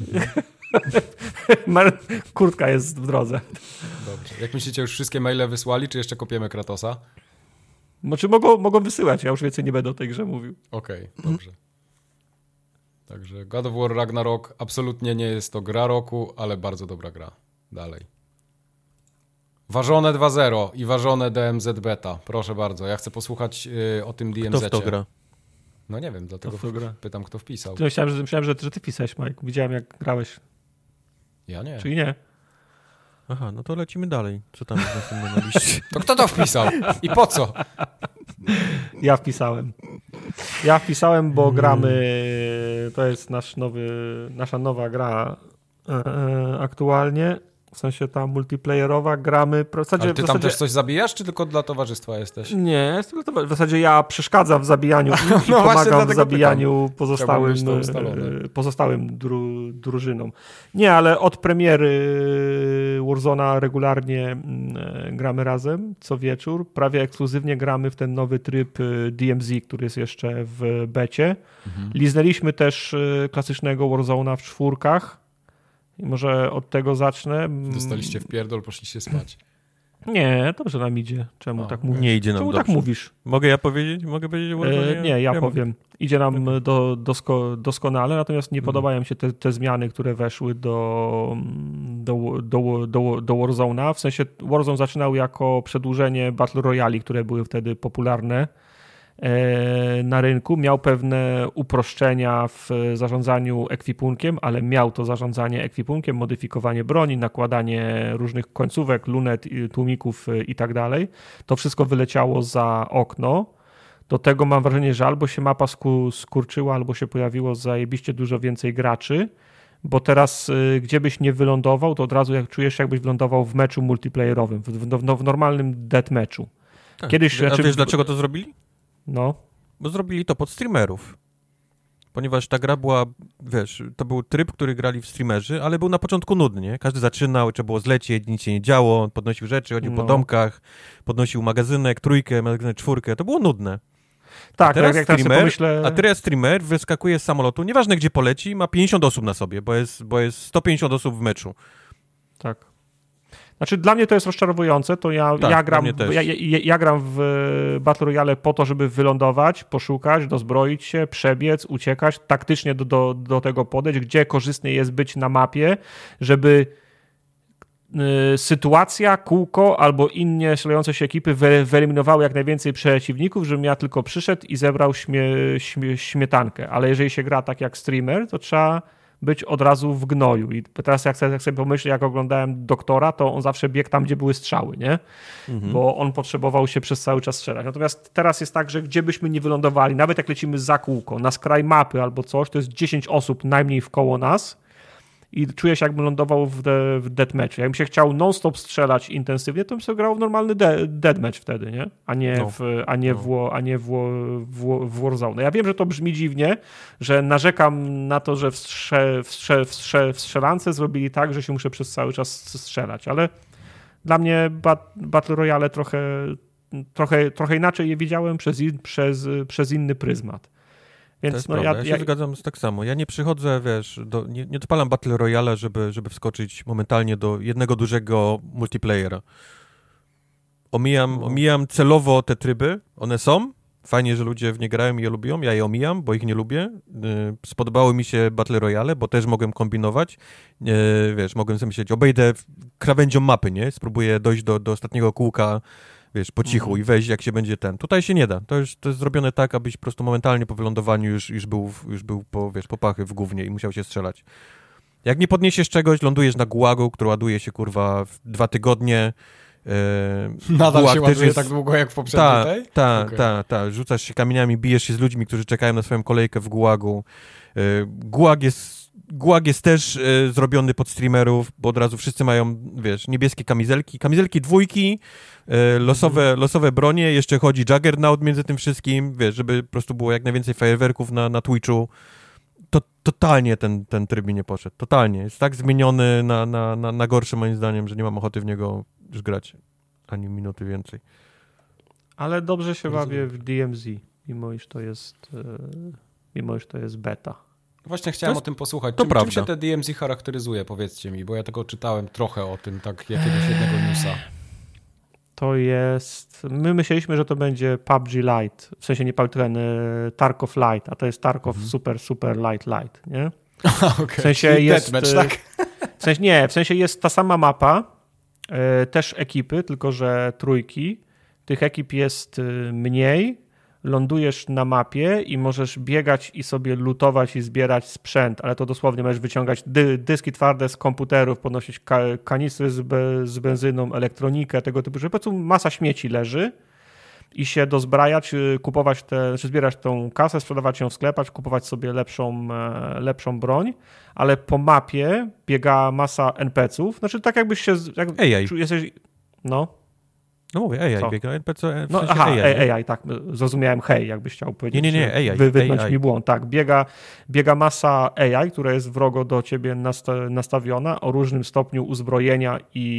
Kurtka jest w drodze. Dobrze. Jak myślicie, już wszystkie maile wysłali, czy jeszcze kopiemy Kratosa? Znaczy mogą, mogą wysyłać, ja już więcej nie będę o tej grze mówił. Okej, okay, dobrze. Także God of War Ragnarok absolutnie nie jest to gra roku, ale bardzo dobra gra. Dalej. Ważone dwa zero i ważone D M Z Beta. Proszę bardzo, ja chcę posłuchać y, o tym D M Z-cie. Kto w to gra? No nie wiem, dlatego kto gra? pytam, kto wpisał. To myślałem, że, myślałem, że, że ty pisałeś, Mike. Widziałem, jak grałeś. Ja nie. Czyli nie? Aha, no to lecimy dalej. Co tam jest następne na liście? To kto to wpisał? I po co? Ja wpisałem. Ja wpisałem, bo gramy, to jest nasz nowy, nasza nowa gra e, aktualnie, w sensie ta multiplayerowa, gramy... W zasadzie, Ale ty w tam zasadzie, też coś zabijasz, czy tylko dla towarzystwa jesteś? Nie, tylko w zasadzie ja przeszkadzam w zabijaniu i, No i pomagam w pytam. zabijaniu pozostałym, pozostałym dru, drużynom. Nie, ale od premiery Warzone'a regularnie gramy razem co wieczór. Prawie ekskluzywnie gramy w ten nowy tryb D M Z, który jest jeszcze w becie. Mhm. Liznęliśmy też klasycznego Warzone'a w czwórkach. I może od tego zacznę. Dostaliście w pierdol, poszliście spać. Nie, dobrze nam idzie. Czemu o, tak mówisz? Nie idzie nam Czemu dobrze. tak mówisz? Mogę ja powiedzieć? Mogę powiedzieć? E, nie, ja, ja powiem. Mogę. Idzie nam do, dosko, doskonale, natomiast nie hmm. podobają mi się te, te zmiany, które weszły do, do, do, do, do Warzone'a. W sensie Warzone zaczynał jako przedłużenie Battle Royale, które były wtedy popularne na rynku, miał pewne uproszczenia w zarządzaniu ekwipunkiem, ale miał to zarządzanie ekwipunkiem, modyfikowanie broni, nakładanie różnych końcówek, lunet, tłumików i tak dalej. To wszystko wyleciało za okno. Do tego mam wrażenie, że albo się mapa sku- skurczyła, albo się pojawiło zajebiście dużo więcej graczy, bo teraz gdzie byś nie wylądował, to od razu jak czujesz, jakbyś wylądował w meczu multiplayerowym, w, w, w normalnym deathmatchu. Tak. Kiedyś, A znaczy, wiesz, dlaczego to zrobili? No. Bo zrobili to pod streamerów. Ponieważ ta gra była, wiesz, to był tryb, który grali w streamerzy, ale był na początku nudny, nie? Każdy zaczynał, trzeba było zlecieć, nic się nie działo, podnosił rzeczy, chodził no. po domkach, podnosił magazynek, trójkę, magazynek czwórkę, to było nudne. Tak, a teraz, jak streamer, teraz pomyślę... a teraz streamer wyskakuje z samolotu, nieważne gdzie poleci, ma pięćdziesiąt osób na sobie, bo jest, bo jest sto pięćdziesiąt osób w meczu. Tak. Znaczy dla mnie to jest rozczarowujące, to ja, tak, ja, gram, ja, ja, ja gram w Battle Royale po to, żeby wylądować, poszukać, dozbroić się, przebiec, uciekać, taktycznie do, do, do tego podejść, gdzie korzystnie jest być na mapie, żeby y, sytuacja, kółko albo inne szalejące się ekipy wy, wyeliminowały jak najwięcej przeciwników, żebym ja tylko przyszedł i zebrał śmie, śmie, śmietankę. Ale jeżeli się gra tak jak streamer, to trzeba być od razu w gnoju. I teraz jak sobie, jak sobie pomyślę, jak oglądałem Doktora, to on zawsze biegł tam, gdzie były strzały, nie? Mhm. Bo on potrzebował się przez cały czas strzelać. Natomiast teraz jest tak, że gdzie byśmy nie wylądowali, nawet jak lecimy za kółko, na skraj mapy albo coś, to jest dziesięć osób najmniej wkoło nas i czuję się, jakbym lądował w, de, w deathmatchu. Jakbym się chciał non-stop strzelać intensywnie, to bym sobie grał w normalny de, deathmatch wtedy, nie? A nie, no. w, a nie, no. w, a nie w, w, w Warzone. Ja wiem, że to brzmi dziwnie, że narzekam na to, że w, strze, w, strze, w, strze, w strzelance zrobili tak, że się muszę przez cały czas strzelać, ale dla mnie bat, Battle Royale trochę, trochę, trochę inaczej je widziałem przez, in, przez, przez inny pryzmat. Więc to jest no prawda. ja, ja się ja... zgadzam z tak samo. Ja nie przychodzę, wiesz, do, nie, nie odpalam Battle Royale, żeby, żeby wskoczyć momentalnie do jednego dużego multiplayera. Omijam, no. omijam celowo te tryby, one są. Fajnie, że ludzie w nie grają i je lubią. Ja je omijam, bo ich nie lubię. Yy, spodobały mi się Battle Royale, bo też mogłem kombinować. Yy, wiesz, mogłem sobie myśleć, obejdę krawędzią mapy, nie? Spróbuję dojść do, do ostatniego kółka, wiesz, po cichu mm. i wejść, jak się będzie ten. Tutaj się nie da. To, już, to jest zrobione tak, abyś po prostu momentalnie po wylądowaniu już, już był, już był po, wiesz, po pachy w gównie i musiał się strzelać. Jak nie podniesiesz czegoś, lądujesz na gułagu, który ładuje się, kurwa, w dwa tygodnie. Yy, Nadal się ładuje jest... tak długo, jak w poprzedniej ta, tej? Tak, okay. tak, tak. Rzucasz się kamieniami, bijesz się z ludźmi, którzy czekają na swoją kolejkę w gułagu. Yy, gułag jest Gułag jest też y, zrobiony pod streamerów, bo od razu wszyscy mają, wiesz, niebieskie kamizelki, kamizelki dwójki, y, losowe, mm. losowe bronie, jeszcze chodzi Juggernaut między tym wszystkim, wiesz, żeby po prostu było jak najwięcej fajerwerków na, na Twitchu. To, totalnie ten, ten tryb mi nie poszedł, totalnie. Jest tak zmieniony na, na, na, na gorszy moim zdaniem, że nie mam ochoty w niego już grać ani minuty więcej. Ale dobrze się bawię w D M Z, mimo iż to jest, yy, mimo iż to jest beta. Właśnie chciałem jest, o tym posłuchać. To czym, prawda. czym się te D M Z charakteryzuje, powiedzcie mi, bo ja tego czytałem trochę o tym, tak jakiegoś jednego newsa. To jest... My myśleliśmy, że to będzie P U B G Lite, w sensie nie ten Tarkov Lite, a to jest Tarkov mhm. Super, Super Light Light, nie? Okay. W sensie Czyli jest... Deathmatch, tak? W sensie, nie, w sensie jest ta sama mapa, też ekipy, tylko że trójki. Tych ekip jest mniej, lądujesz na mapie i możesz biegać i sobie lutować i zbierać sprzęt, ale to dosłownie możesz wyciągać dy, dyski twarde z komputerów, podnosić ka, kanistry z, be, z benzyną, elektronikę, tego typu rzeczy. Po prostu masa śmieci leży i się dozbrajać, kupować te, znaczy zbierać tą kasę, sprzedawać ją w sklepach, kupować sobie lepszą, lepszą broń, ale po mapie biega masa en pe ce ów, znaczy tak jakbyś się... Jak, A I. jesteś, no. No mówię, A I, Co? biega en pe ce, w No, sensie aha, A I. A I, tak, zrozumiałem, hej, jakbyś chciał powiedzieć. Nie, nie, nie, A I. Wy, wytnąć A I. mi błąd, tak, biega, biega masa A I, która jest wrogo do ciebie nasta- nastawiona, o różnym stopniu uzbrojenia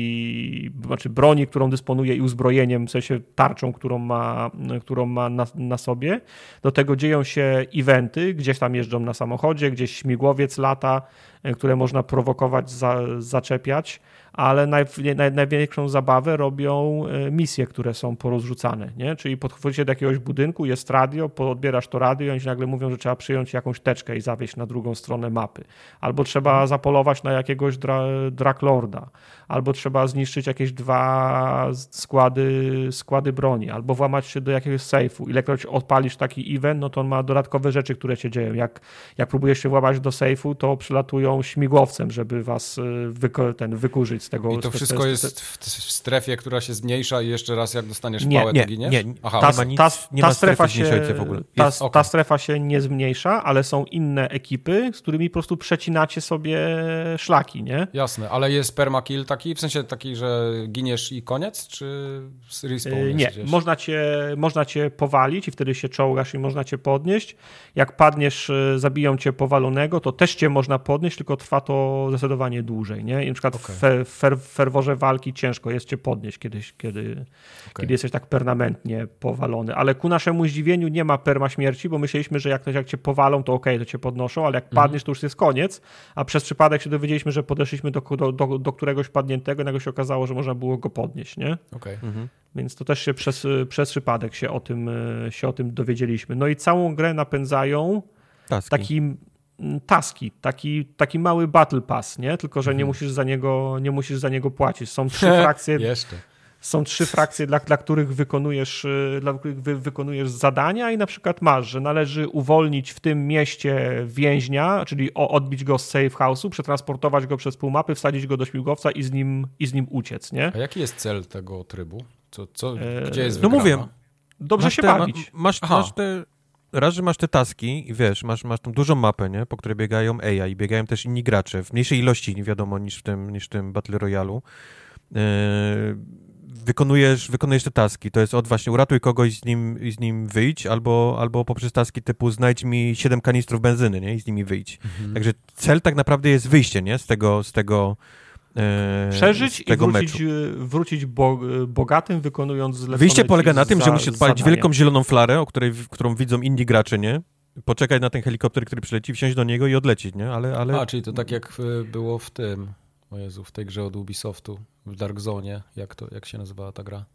i, znaczy broni, którą dysponuje i uzbrojeniem, w sensie tarczą, którą ma, którą ma na, na sobie. Do tego dzieją się eventy, gdzieś tam jeżdżą na samochodzie, gdzieś śmigłowiec lata, które można prowokować, za, zaczepiać, ale naj, naj, największą zabawę robią misje, które są porozrzucane, nie? Czyli podchodzicie do jakiegoś budynku, jest radio, odbierasz to radio i oni się nagle mówią, że trzeba przyjąć jakąś teczkę i zawieźć na drugą stronę mapy. Albo trzeba zapolować na jakiegoś dra, Draklorda, albo trzeba zniszczyć jakieś dwa składy, składy broni, albo włamać się do jakiegoś sejfu. Ilekroć odpalisz taki event, no to on ma dodatkowe rzeczy, które się dzieją. Jak, jak próbujesz się włamać do sejfu, to przylatują śmigłowcem, żeby was wyko- ten, wykurzyć z tego. I to wszystko jest w, w strefie, która się zmniejsza i jeszcze raz jak dostaniesz nie, pałę, nie, to giniesz? Nie, Aha, ta, nie ma nic, ta, nie ta ma strefa się, w ogóle. Ta, Jest, ta okay. strefa się nie zmniejsza, ale są inne ekipy, z którymi po prostu przecinacie sobie szlaki, nie? Jasne, ale jest permakill taki, w sensie taki, że giniesz i koniec, czy respawn jest Nie, gdzieś? można cię, można cię powalić i wtedy się czołgasz i można cię podnieść. Jak padniesz, zabiją cię powalonego, to też cię można podnieść, tylko trwa to zdecydowanie dłużej, nie? I na przykład okay. w, fer, fer, w ferworze walki ciężko jest cię podnieść kiedyś, kiedy, okay. kiedy jesteś tak permanentnie powalony. Ale ku naszemu zdziwieniu nie ma perma śmierci, bo myśleliśmy, że jak, jak cię powalą, to okej, okay, to cię podnoszą, ale jak mhm. padniesz, to już jest koniec, a przez przypadek się dowiedzieliśmy, że podeszliśmy do, do, do, do któregoś padniętego i nagle się okazało, że można było go podnieść, nie? Okay. Mhm. Więc to też się przez, przez przypadek się o, tym, się o tym dowiedzieliśmy. No i całą grę napędzają taski. taki taski, taki, taki mały battle pass, nie? Tylko że nie musisz za niego, nie musisz za niego płacić. Są trzy frakcje. Jeszcze. Są trzy frakcje, dla, dla których wykonujesz, dla których wy, wykonujesz zadania i na przykład masz, że należy uwolnić w tym mieście więźnia, czyli odbić go z safe house'u, przetransportować go przez pół mapy, wsadzić go do śmigłowca i z nim, i z nim uciec, nie? A jaki jest cel tego trybu? Co, co, gdzie jest No wygrana? mówię, dobrze masz się te, bawić. Masz, masz te, raz, że masz te taski i wiesz, masz, masz tą dużą mapę, nie, po której biegają A I i biegają też inni gracze, w mniejszej ilości, nie wiadomo, niż w tym, niż w tym Battle Royale'u. Yy, wykonujesz, wykonujesz te taski, to jest od właśnie uratuj kogoś z nim, z nim wyjdź, albo, albo poprzez taski typu znajdź mi siedem kanistrów benzyny, nie, i z nimi wyjdź. Mhm. Także cel tak naprawdę jest wyjście, nie, z tego, z tego e, przeżyć z tego i wrócić, meczu. wrócić bo, bogatym, wykonując zlecone Wyjście polega na tym, za, że musisz odpalić zadanie. wielką zieloną flarę, o której, którą widzą inni gracze, nie? Poczekać na ten helikopter, który przyleci, wsiąść do niego i odlecieć, nie? Ale, ale... A, czyli to tak jak było w tym, o Jezu, w tej grze od Ubisoftu, w Dark Zone, jak to, jak się nazywała ta gra?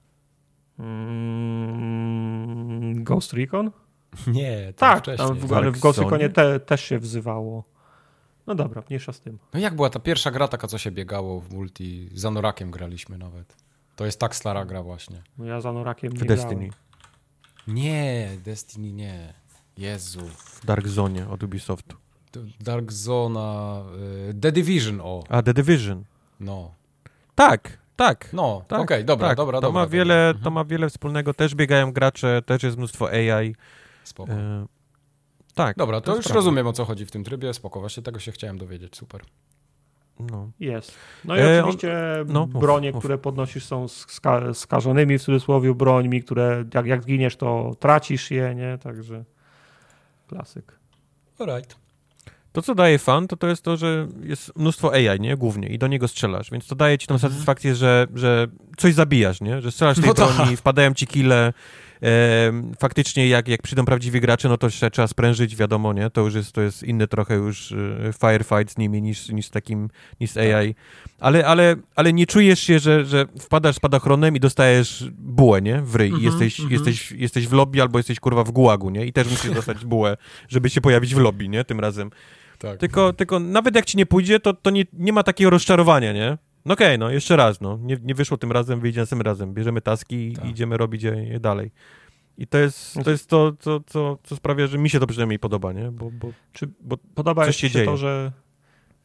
Mm, Ghost Recon? Nie, tak, wcześniej. tam w, ale w Ghost Reconie te, też się wzywało. No dobra, mniejsza z tym. No jak była ta pierwsza gra taka, co się biegało w multi, za Norakiem graliśmy nawet. To jest tak stara gra właśnie. No ja za Norakiem nie w Destiny. grałem. Nie, Destiny nie. Jezu. W Dark Zone od Ubisoftu. Dark Zona, y, The Division, o. A, The Division. No. Tak, tak. No, tak, okej, okay, dobra, tak. dobra, to dobra. Ma dobra. wiele, Mhm. to ma wiele wspólnego, też biegają gracze, też jest mnóstwo A I. Spoko. E, tak. Dobra, to, to już prawda. rozumiem, o co chodzi w tym trybie, spoko, właśnie tego się chciałem dowiedzieć, super. No. Jest. No i E, oczywiście on... no, bronie, uf, uf. które podnosisz są ska- skażonymi w cudzysłowie brońmi, które jak, jak zginiesz, to tracisz je, nie? Także klasyk. Alright. To, co daje fan, to to jest to, że jest mnóstwo A I, nie? Głównie. I do niego strzelasz. Więc to daje ci tą satysfakcję, że, że coś zabijasz, nie? Że strzelasz tej No broni, tak. wpadają ci kile. E, faktycznie jak, jak przyjdą prawdziwi gracze, no to się trzeba sprężyć, wiadomo, nie? To już jest, to jest inny trochę już e, firefight z nimi niż, niż z takim, niż z A I. Ale, ale, ale nie czujesz się, że, że wpadasz spadochronem i dostajesz bułę, nie? W ryj. I Mhm, jesteś, mhm. jesteś, jesteś w lobby albo jesteś, kurwa, w gułagu, nie? I też musisz dostać bułę, żeby się pojawić w lobby, nie? Tym razem. Tak. Tylko, tylko nawet jak ci nie pójdzie, to, to nie, nie ma takiego rozczarowania, nie? No okej, okay, no jeszcze raz, no. Nie, nie wyszło tym razem, wyjdzie następnym razem. Bierzemy taski Tak. i idziemy robić je, je dalej. I to jest to, jest to co, co, co sprawia, że mi się to przynajmniej podoba, nie? Bo, bo, Czy bo podoba coś ci się się dzieje. to, że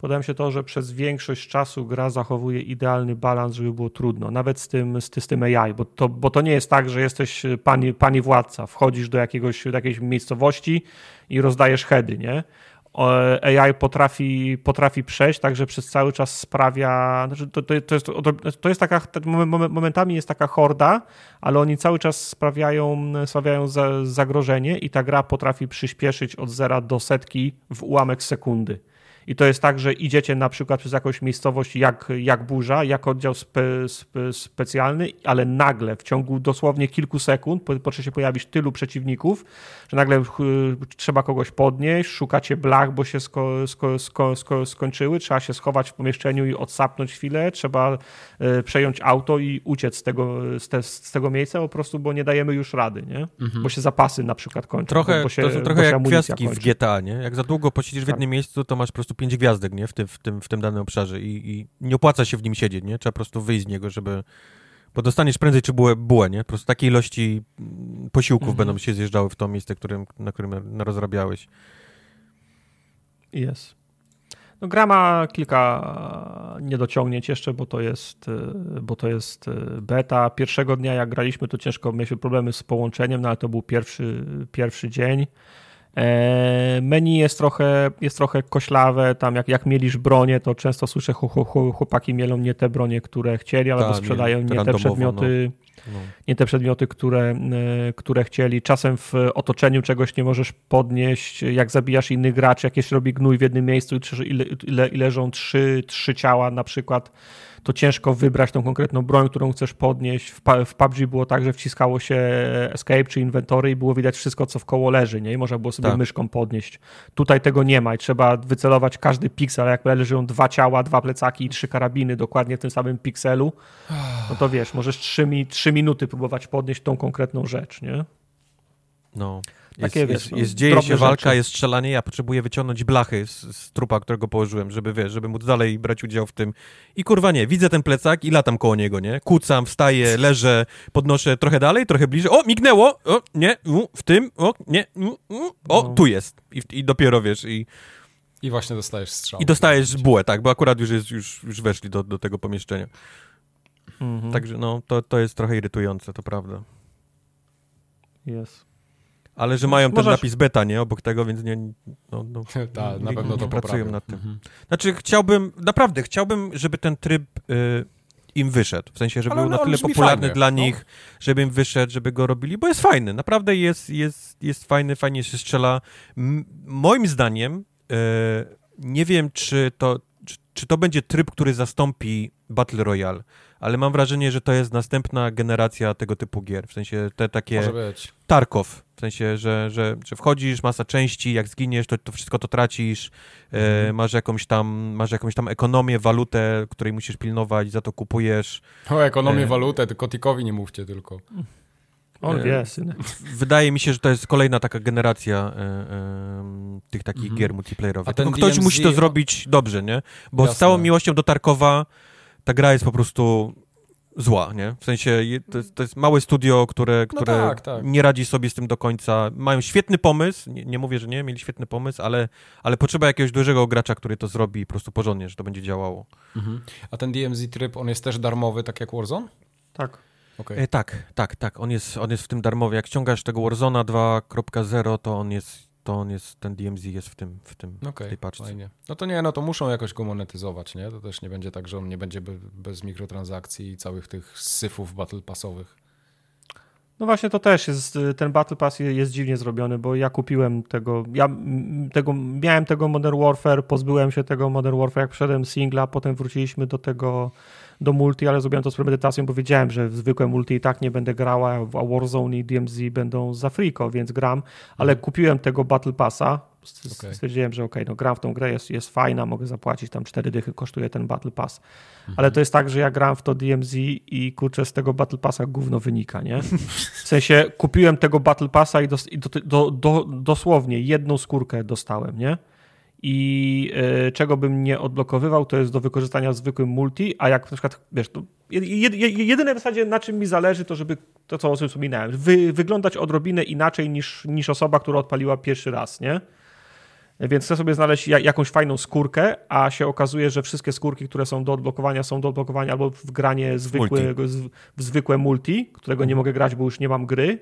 Podoba mi się to, że przez większość czasu gra zachowuje idealny balans, żeby było trudno, nawet z tym, z, z tym A I, bo to, bo to nie jest tak, że jesteś pani, pani władca, wchodzisz do, jakiegoś, do jakiejś miejscowości i rozdajesz heady, nie? A I potrafi, potrafi przejść, także przez cały czas sprawia, znaczy to, to, to, jest, to jest taka, momentami jest taka horda, ale oni cały czas sprawiają, sprawiają zagrożenie i ta gra potrafi przyspieszyć od zera do setki w ułamek sekundy. I to jest tak, że idziecie na przykład przez jakąś miejscowość jak, jak burza, jak oddział spe, spe, specjalny, ale nagle w ciągu dosłownie kilku sekund pocznie się pojawić tylu przeciwników, że nagle y, trzeba kogoś podnieść, szukacie blach, bo się sko, sko, sko, sko, skończyły, trzeba się schować w pomieszczeniu i odsapnąć chwilę, trzeba y, przejąć auto i uciec z tego, z, te, z tego miejsca po prostu, bo nie dajemy już rady, nie? Mhm. Bo się zapasy na przykład kończą. Trochę, bo się, to są trochę jak gwiazdki kończy. w G T A, nie? Jak za długo posiedzisz w tak. jednym miejscu, to masz po prostu pięć gwiazdek, nie? W tym, w tym, w tym danym obszarze i, i nie opłaca się w nim siedzieć, nie? Trzeba po prostu wyjść z niego, żeby... Bo dostaniesz prędzej czy bułę, bułę, nie? Po prostu takiej ilości posiłków mhm. będą się zjeżdżały w to miejsce, którym, na którym rozrabiałeś. Jest. No, gra ma kilka niedociągnięć jeszcze, bo to jest, bo to jest beta. Pierwszego dnia, jak graliśmy, to ciężko mieliśmy problemy z połączeniem, no ale to był pierwszy, pierwszy dzień. Menu jest trochę, jest trochę koślawe, tam jak, jak mielisz bronię, to często słyszę chłopaki mielą nie te bronie, które chcieli, albo Ta, sprzedają nie te przedmioty, no. No. nie te przedmioty, które, które chcieli. Czasem w otoczeniu czegoś nie możesz podnieść, jak zabijasz innych graczy, jakieś robi gnój w jednym miejscu i, le, le, i leżą trzy, trzy ciała na przykład, to ciężko wybrać tą konkretną broń, którą chcesz podnieść. W, w P U B G było tak, że wciskało się escape czy inwentory i było widać wszystko, co w koło leży, nie? I można było sobie tak. myszką podnieść. Tutaj tego nie ma i trzeba wycelować każdy piksel, jak leżą dwa ciała, dwa plecaki i trzy karabiny dokładnie w tym samym pikselu, no to wiesz, możesz trzy, trzy minuty próbować podnieść tą konkretną rzecz, nie? No. Takie, jest, wiesz, jest, jest dzieje się walka, rzeczy. jest strzelanie, ja potrzebuję wyciągnąć blachy z, z trupa, którego położyłem, żeby wiesz, żeby móc dalej brać udział w tym. I kurwa nie, widzę ten plecak i latam koło niego, nie? Kucam, wstaję, leżę, podnoszę trochę dalej, trochę bliżej. O, mignęło! O, nie, u, w tym, o, nie, u, u, o, no. tu jest. I, I dopiero wiesz, i... I właśnie dostajesz strzał. I dostajesz bułę, tak, bo akurat już, jest, już, już weszli do, do tego pomieszczenia. Mhm. Także no, to, to jest trochę irytujące, to prawda. Jest. Ale że mają ten Możesz... napis beta, nie? Obok tego, więc nie... No, no, Ta, nie, na pewno nie, to nie pracują poprawią. nad tym. Mhm. Znaczy chciałbym, naprawdę chciałbym, żeby ten tryb y, im wyszedł. W sensie, żeby Ale był on, na tyle on popularny fajnie, dla no. nich, żeby im wyszedł, żeby go robili, bo jest fajny. Naprawdę jest, jest, jest fajny, fajnie się strzela. M- moim zdaniem y, nie wiem, czy to, czy, czy to będzie tryb, który zastąpi Battle Royale, ale mam wrażenie, że to jest następna generacja tego typu gier. W sensie te takie... Może być. Tarkov, w sensie, że, że, że wchodzisz, masa części, jak zginiesz, to, to wszystko to tracisz, mhm. e, masz jakąś tam, masz jakąś tam ekonomię, walutę, której musisz pilnować, za to kupujesz. O, ekonomię, e, walutę, tylko Tikowi nie mówcie tylko. On wie, synek. Wydaje mi się, że to jest kolejna taka generacja e, e, tych takich mhm. gier multiplayerowych. Tylko ktoś D M Z... musi to zrobić dobrze, nie? Bo Jasne. z całą miłością do Tarkowa ta gra jest po prostu zła, nie? W sensie to jest, to jest małe studio, które, które no tak, tak. nie radzi sobie z tym do końca. Mają świetny pomysł, nie, nie mówię, że nie, mieli świetny pomysł, ale, ale potrzeba jakiegoś dużego gracza, który to zrobi po prostu porządnie, że to będzie działało. Mhm. A ten D M Z tryb, on jest też darmowy, tak jak Warzone? Tak. Okay. E, tak, tak, tak. On jest, on jest w tym darmowy. Jak ściągasz tego Warzona dwa kropka zero, to on jest to on jest, ten D M Z jest w tym, w tym okay, w tej paczce. Fajnie. No to nie, no to muszą jakoś go monetyzować, nie? To też nie będzie tak, że on nie będzie be, bez mikrotransakcji i całych tych syfów battle passowych. No właśnie to też jest, ten Battle Pass jest dziwnie zrobiony, bo ja kupiłem tego, ja tego, miałem tego Modern Warfare, pozbyłem się tego Modern Warfare, jak przeszedłem singla, potem wróciliśmy do tego, do multi, ale zrobiłem to z premedytacją, bo wiedziałem, że w zwykłe multi i tak nie będę grała, a Warzone i D M Z będą za friko, więc gram, ale mhm. kupiłem tego Battle Passa, okay. stwierdziłem, że okej, okay, no gram w tą grę, jest, jest fajna, mogę zapłacić, tam cztery dychy kosztuje ten Battle Pass, mhm. ale to jest tak, że ja gram w to D M Z i kurczę, z tego Battle Passa gówno wynika, nie? W sensie kupiłem tego Battle Passa i, dos, i do, do, do, dosłownie jedną skórkę dostałem, nie? I y, czego bym nie odblokowywał, to jest do wykorzystania w zwykłym multi, a jak na przykład, wiesz, to jed, jed, jedyne w zasadzie na czym mi zależy, to żeby, to co o tym wspominałem, wy, wyglądać odrobinę inaczej niż, niż osoba, która odpaliła pierwszy raz, nie? Więc chcę sobie znaleźć jakąś fajną skórkę, a się okazuje, że wszystkie skórki, które są do odblokowania, są do odblokowania albo w granie zwykłe multi, w zwykłe multi, którego nie mogę grać, bo już nie mam gry,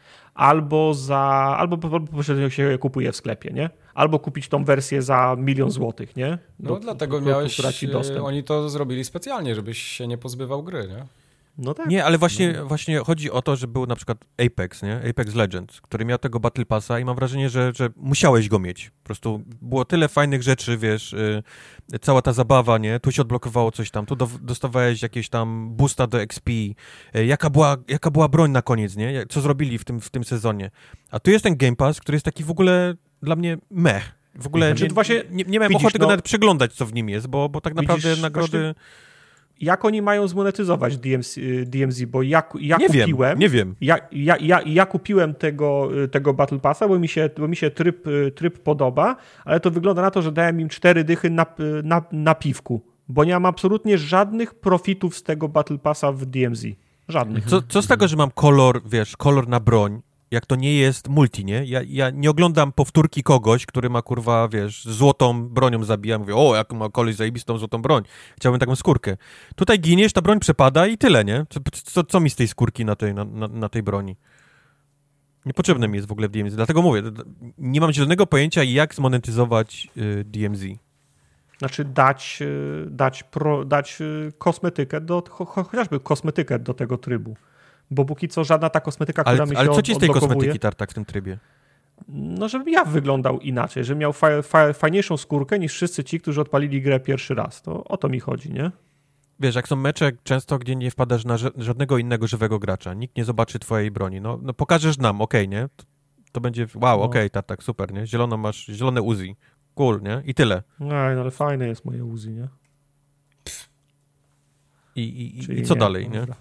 albo za, albo po się je kupuje w sklepie, nie? Albo kupić tą wersję za milion złotych, nie? Do, no dlatego do, miałeś, dostęp. Oni to zrobili specjalnie, żebyś się nie pozbywał gry, nie? No tak. Nie, ale właśnie, no. właśnie chodzi o to, że był na przykład Apex, nie? Apex Legends, który miał tego Battle Passa i mam wrażenie, że, że musiałeś go mieć. Po prostu było tyle fajnych rzeczy, wiesz, yy, cała ta zabawa, nie? Tu się odblokowało coś tam, tu do, dostawałeś jakieś tam boosta do X P, yy, jaka, była, jaka była broń na koniec, nie? Co zrobili w tym, w tym sezonie. A tu jest ten Game Pass, który jest taki w ogóle dla mnie meh. W ogóle nie, właśnie, nie, nie miałem widzisz, ochoty go no, nawet przeglądać, co w nim jest, bo, bo tak naprawdę widzisz, nagrody... Właśnie... Jak oni mają zmonetyzować D M Z, D M Z? Bo ja, ja nie kupiłem... Wiem, nie wiem. Ja, ja, ja, ja kupiłem tego, tego Battle Passa, bo mi się, bo mi się tryb, tryb podoba, ale to wygląda na to, że dałem im cztery dychy na, na, na piwku, bo nie mam absolutnie żadnych profitów z tego Battle Passa w D M Z. Żadnych. Co, co z tego, że mam kolor, wiesz, kolor na broń, jak to nie jest multi, nie? Ja, ja nie oglądam powtórki kogoś, który ma, kurwa, wiesz, złotą bronią zabija. Mówię, o, jak ma koleś zajebistą złotą broń. Chciałbym taką skórkę. Tutaj giniesz, ta broń przepada i tyle, nie? Co, co, co mi z tej skórki na tej, na, na, na tej broni? Niepotrzebne mi jest w ogóle w D M Z. Dlatego mówię, nie mam zielonego pojęcia, jak zmonetyzować y, D M Z. Znaczy dać, dać, pro, dać kosmetykę, do, cho, chociażby kosmetykę do tego trybu. Bo póki co żadna ta kosmetyka, która ale, mi się Ale co ci z tej odblokowuje, kosmetyki, Tartak, w tym trybie? No, żebym ja wyglądał inaczej, żebym miał fa, fa, fajniejszą skórkę niż wszyscy ci, którzy odpalili grę pierwszy raz. To o to mi chodzi, nie? Wiesz, jak są mecze często, gdzie nie wpadasz na żadnego innego żywego gracza, nikt nie zobaczy twojej broni. No, no pokażesz nam, okej, okay, nie? To, to będzie, wow, no. okej, okay, Tartak, super, nie? Zielono masz, zielone Uzi, cool, nie? I tyle. No, ale fajne jest moje Uzi, nie? I, i, i co nie, dalej, nie?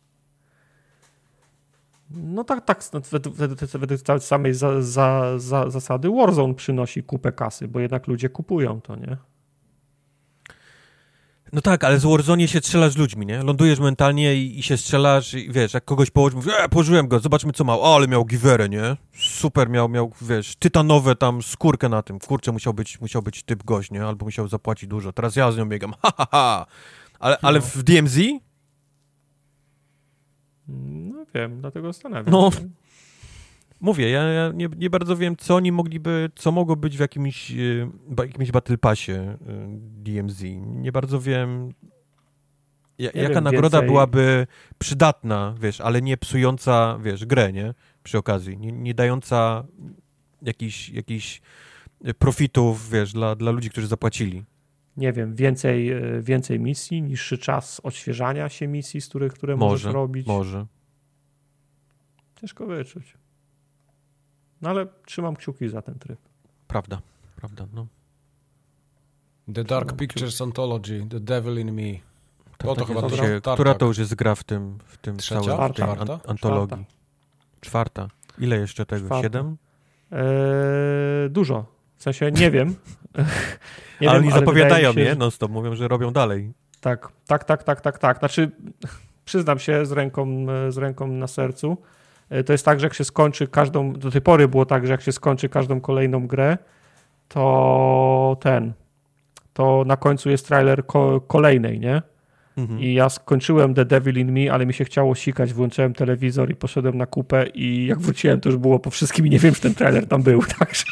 No tak, tak, według, według samej za, za, za, zasady Warzone przynosi kupę kasy, bo jednak ludzie kupują to, nie? No tak, ale z Warzone się strzelasz z ludźmi, nie? Lądujesz mentalnie i, i się strzelasz i wiesz, jak kogoś położysz, mówisz, e, położyłem go, zobaczmy co miał. O, ale miał giwerę, nie? Super, miał, miał, wiesz, tytanowe tam skórkę na tym. Kurczę, musiał być, musiał być typ gość, nie? Albo musiał zapłacić dużo. Teraz ja z nią biegam, ha, ha, ha. Ale, no. ale w D M Z? No wiem, dlatego zastanawiam no, się. Mówię, ja, ja nie, nie bardzo wiem, co oni mogliby, co mogło być w jakimś, y, jakimś Battle Passie y, D M Z. Nie bardzo wiem, ja, jaka wiem, nagroda więcej... byłaby przydatna, wiesz, ale nie psująca, wiesz, grę, nie? Przy okazji. Nie, nie dająca jakichś, jakichś profitów, wiesz, dla, dla ludzi, którzy zapłacili. Nie wiem, więcej, więcej misji, niższy czas odświeżania się misji, z których, które może, możesz robić. Może. Ciężko wyczuć. No ale trzymam kciuki za ten tryb. Prawda, prawda, no. The Dark trzymam Pictures kciuki. Anthology, The Devil in Me. To, to, to chyba się, która to już jest gra w tym, w tym Trzecia? całym w tej Czwarta? An- antologii? Czwarta. Czwarta. Ile jeszcze tego? Czwarta. Siedem? Eee, dużo. W sensie nie wiem. nie ale wiem, oni ale zapowiadają, się, nie? No stop, mówią, że robią dalej. Tak, tak, tak, tak, tak, tak. Znaczy, przyznam się z ręką, z ręką na sercu, to jest tak, że jak się skończy każdą, do tej pory było tak, że jak się skończy każdą kolejną grę, to ten, to na końcu jest trailer ko- kolejnej, nie? Mhm. I ja skończyłem The Devil in Me, ale mi się chciało sikać, włączyłem telewizor i poszedłem na kupę i jak wróciłem, to już było po wszystkim i nie wiem, czy ten trailer tam był, także...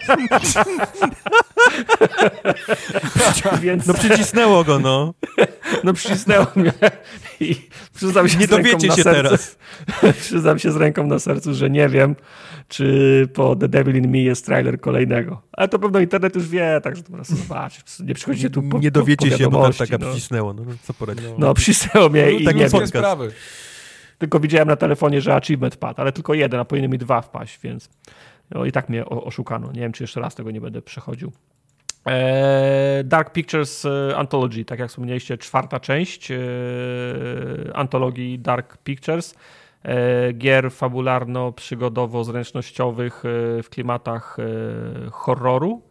Więc... No przycisnęło go, no. No przycisnęło mnie i przyznam się nie z ręką dowiecie na się sercu, teraz. Przyznam się z ręką na sercu, że nie wiem, czy po The Devil in Me jest trailer kolejnego. Ale to pewno internet już wie, także to po prostu zobaczyć. Nie przychodzicie tu po Nie dowiecie po się, bo tam taka no. przycisnęło. No, co poradzić? No, no przycisnęło mnie no, i tak nie wiem. Sprawy. Tylko widziałem na telefonie, że achievement padł, ale tylko jeden, a powinny mi dwa wpaść, więc no, i tak mnie oszukano. Nie wiem, czy jeszcze raz tego nie będę przechodził. Dark Pictures Anthology, tak jak wspomnieliście, czwarta część antologii Dark Pictures. Gier fabularno-przygodowo-zręcznościowych w klimatach horroru.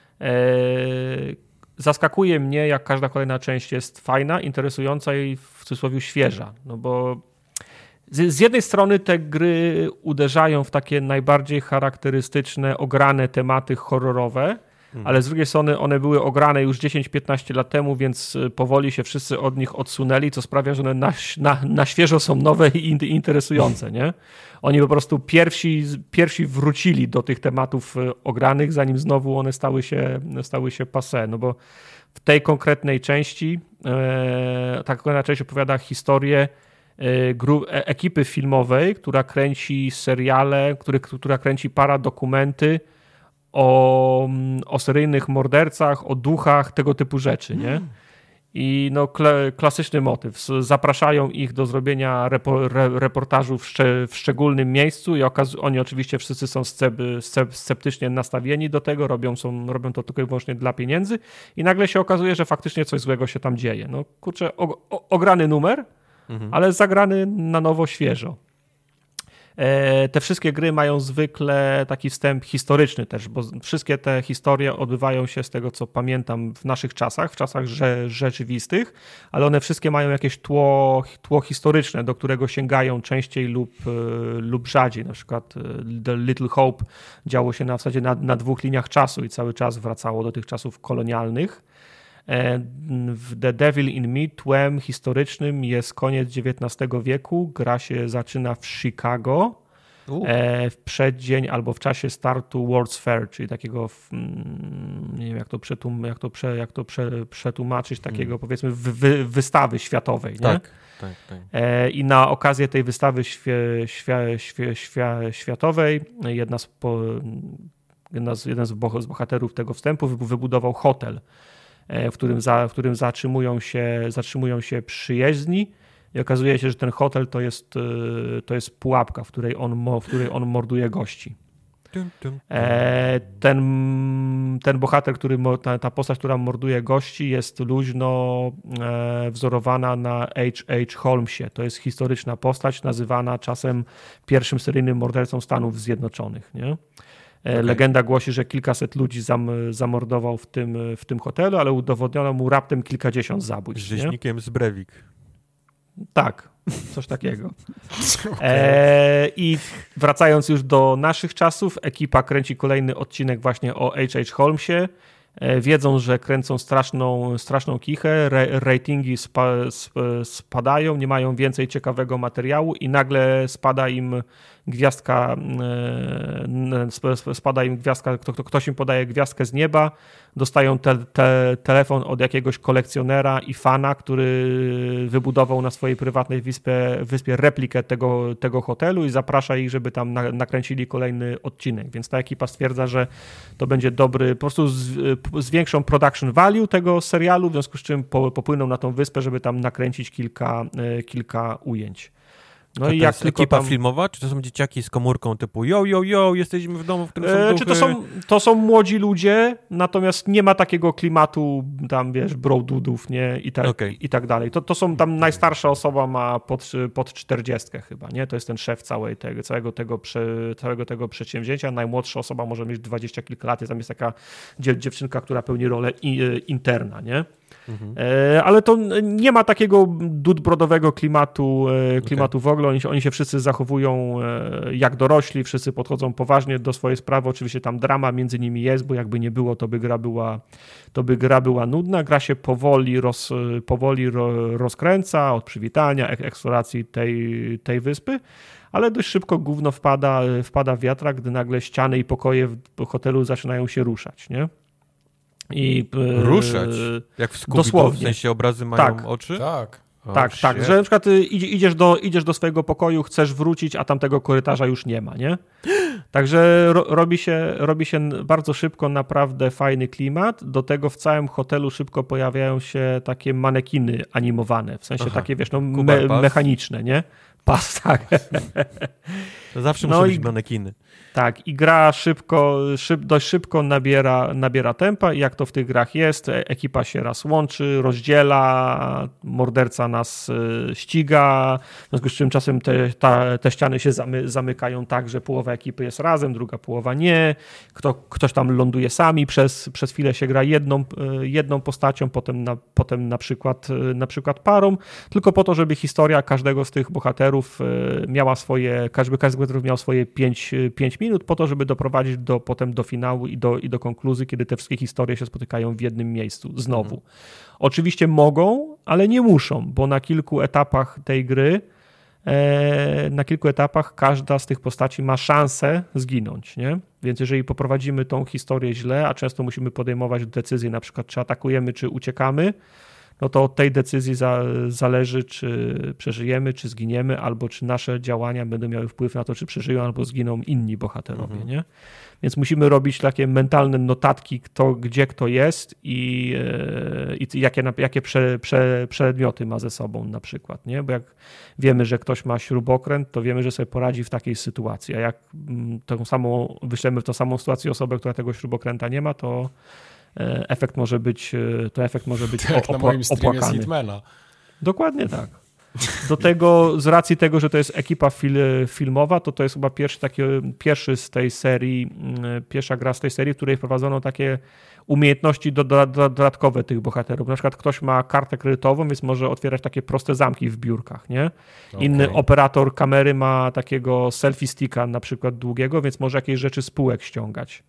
Zaskakuje mnie, jak każda kolejna część jest fajna, interesująca i w cudzysłowie świeża. No bo z, z jednej strony te gry uderzają w takie najbardziej charakterystyczne, ograne tematy horrorowe, hmm. ale z drugiej strony one były ograne już dziesięć piętnaście lat temu, więc powoli się wszyscy od nich odsunęli, co sprawia, że one na, na, na świeżo są nowe i interesujące, nie? Oni po prostu pierwsi, pierwsi wrócili do tych tematów ogranych, zanim znowu one stały się, stały się passé, no bo w tej konkretnej części, e, ta konkretna część opowiada historię e, gru, e, ekipy filmowej, która kręci seriale, który, która kręci paradokumenty o, o seryjnych mordercach, o duchach, tego typu rzeczy, nie? Mm. I no, kle, klasyczny motyw. Zapraszają ich do zrobienia repo, re, reportażu w, szcze, w szczególnym miejscu i okaz, oni oczywiście wszyscy są scep, scep, sceptycznie nastawieni do tego, robią, są, robią to tylko i wyłącznie dla pieniędzy i nagle się okazuje, że faktycznie coś złego się tam dzieje. No kurczę, o, o, ograny numer, mhm. ale zagrany na nowo, świeżo. Te wszystkie gry mają zwykle taki wstęp historyczny też, bo wszystkie te historie odbywają się, z tego co pamiętam, w naszych czasach, w czasach rze- rzeczywistych, ale one wszystkie mają jakieś tło, tło historyczne, do którego sięgają częściej lub, lub rzadziej. Na przykład The Little Hope działo się na, w zasadzie na, na dwóch liniach czasu i cały czas wracało do tych czasów kolonialnych. W The Devil in Me tłem historycznym jest koniec dziewiętnastego wieku. Gra się zaczyna w Chicago U. w przeddzień albo w czasie startu World's Fair, czyli takiego, nie wiem jak to, przetłum- jak to, prze- jak to prze- przetłumaczyć, takiego hmm. powiedzmy wy- wystawy światowej. Nie? Tak, tak, tak. I na okazję tej wystawy świe- świe- świe- świe- światowej jedna z, po- jedna z, jeden z bohaterów tego wstępu wybudował hotel, w którym, za, w którym zatrzymują się, zatrzymują się przyjezdni i okazuje się, że ten hotel to jest, to jest pułapka, w której on, w której on morduje gości. E, ten, ten bohater, który, ta, ta postać, która morduje gości, jest luźno e, wzorowana na H H. Holmesie. To jest historyczna postać, nazywana czasem pierwszym seryjnym mordercą Stanów Zjednoczonych, nie? Okay. Legenda głosi, że kilkaset ludzi zam, zamordował w tym, w tym hotelu, ale udowodniono mu raptem kilkadziesiąt zabójstw. Z rzeźnikiem z Breivik. Tak, coś takiego. Okay. E, I wracając już do naszych czasów, ekipa kręci kolejny odcinek właśnie o H H. Holmesie. E, wiedzą, że kręcą straszną, straszną kichę, re, ratingi spa, sp, spadają, nie mają więcej ciekawego materiału i nagle spada im gwiazdka, spada im gwiazdka, ktoś im podaje gwiazdkę z nieba, dostają te, te, telefon od jakiegoś kolekcjonera i fana, który wybudował na swojej prywatnej wyspie, wyspie replikę tego, tego hotelu i zaprasza ich, żeby tam na, nakręcili kolejny odcinek, więc ta ekipa stwierdza, że to będzie dobry, po prostu z, zwiększą production value tego serialu, w związku z czym po, popłyną na tą wyspę, żeby tam nakręcić kilka, kilka ujęć. No A i to jak jest ekipa tam... filmowa, czy to są dzieciaki z komórką typu yo, yo, yo, jesteśmy w domu, w którym są duchy? Czy to są, to są młodzi ludzie, natomiast nie ma takiego klimatu tam, wiesz, brodudów, nie? I tak, okay. i tak dalej. To, to są tam, najstarsza osoba ma pod, pod czterdziestkę chyba, nie? To jest ten szef całej tego, całego, tego prze, całego tego przedsięwzięcia. Najmłodsza osoba może mieć dwadzieścia kilka lat, tam jest taka dziewczynka, która pełni rolę interna, nie? Mhm. Ale to nie ma takiego dudbrodowego klimatu, klimatu okay. w ogóle. Oni, oni się wszyscy zachowują jak dorośli, wszyscy podchodzą poważnie do swojej sprawy. Oczywiście tam drama między nimi jest, bo jakby nie było, to by gra była, to by gra była nudna. Gra się powoli, roz, powoli ro, rozkręca od przywitania, eksploracji tej, tej wyspy, ale dość szybko gówno wpada, wpada w wiatrak, gdy nagle ściany i pokoje w hotelu zaczynają się ruszać, nie? I, ruszać? Jak w Scooby-Doo, dosłownie. W sensie obrazy mają tak. oczy? Tak. Oh, tak, shit. tak, że na przykład idziesz do, idziesz do swojego pokoju, chcesz wrócić, a tamtego korytarza już nie ma, nie? Także ro, robi, się, robi się bardzo szybko naprawdę fajny klimat. Do tego w całym hotelu szybko pojawiają się takie manekiny animowane, w sensie Aha. takie, wiesz, no, me, mechaniczne, nie? Pas, tak. To zawsze muszą no być i, manekiny. Tak, i gra szybko, szyb, dość szybko nabiera, nabiera tempa i jak to w tych grach jest, ekipa się raz łączy, rozdziela, morderca nas ściga, w związku z czym czasem te, ta, te ściany się zamy, zamykają tak, że połowa ekipy jest razem, druga połowa nie, Kto, ktoś tam ląduje sami, przez, przez chwilę się gra jedną, jedną postacią, potem, na, potem na, przykład, na przykład parą, tylko po to, żeby historia każdego z tych bohaterów miała swoje, każdy, każdy, konsekwencjów miał swoje pięć minut po to, żeby doprowadzić do, potem do finału i do, i do konkluzji, kiedy te wszystkie historie się spotykają w jednym miejscu znowu. Mhm. Oczywiście mogą, ale nie muszą, bo na kilku etapach tej gry na kilku etapach każda z tych postaci ma szansę zginąć, nie? Więc jeżeli poprowadzimy tą historię źle, a często musimy podejmować decyzje, na przykład czy atakujemy, czy uciekamy, no to od tej decyzji za, zależy, czy przeżyjemy, czy zginiemy, albo czy nasze działania będą miały wpływ na to, czy przeżyją, albo zginą inni bohaterowie, mhm. nie? Więc musimy robić takie mentalne notatki, kto, gdzie kto jest i, i jakie, jakie prze, prze, przedmioty ma ze sobą na przykład, nie? Bo jak wiemy, że ktoś ma śrubokręt, to wiemy, że sobie poradzi w takiej sytuacji, a jak tą samą, wyślemy w tą samą sytuację osobę, która tego śrubokręta nie ma, to efekt może być, to efekt może być tak, opła- na moim streamie opłakany. Z Hitmana. Dokładnie tak. Do tego, z racji tego, że to jest ekipa fil, filmowa, to to jest chyba pierwszy, taki, pierwszy z tej serii, pierwsza gra z tej serii, w której wprowadzono takie umiejętności do, do, do, dodatkowe tych bohaterów. Na przykład ktoś ma kartę kredytową, więc może otwierać takie proste zamki w biurkach, nie? Inny okay. operator kamery ma takiego selfie sticka na przykład długiego, więc może jakieś rzeczy z półek ściągać.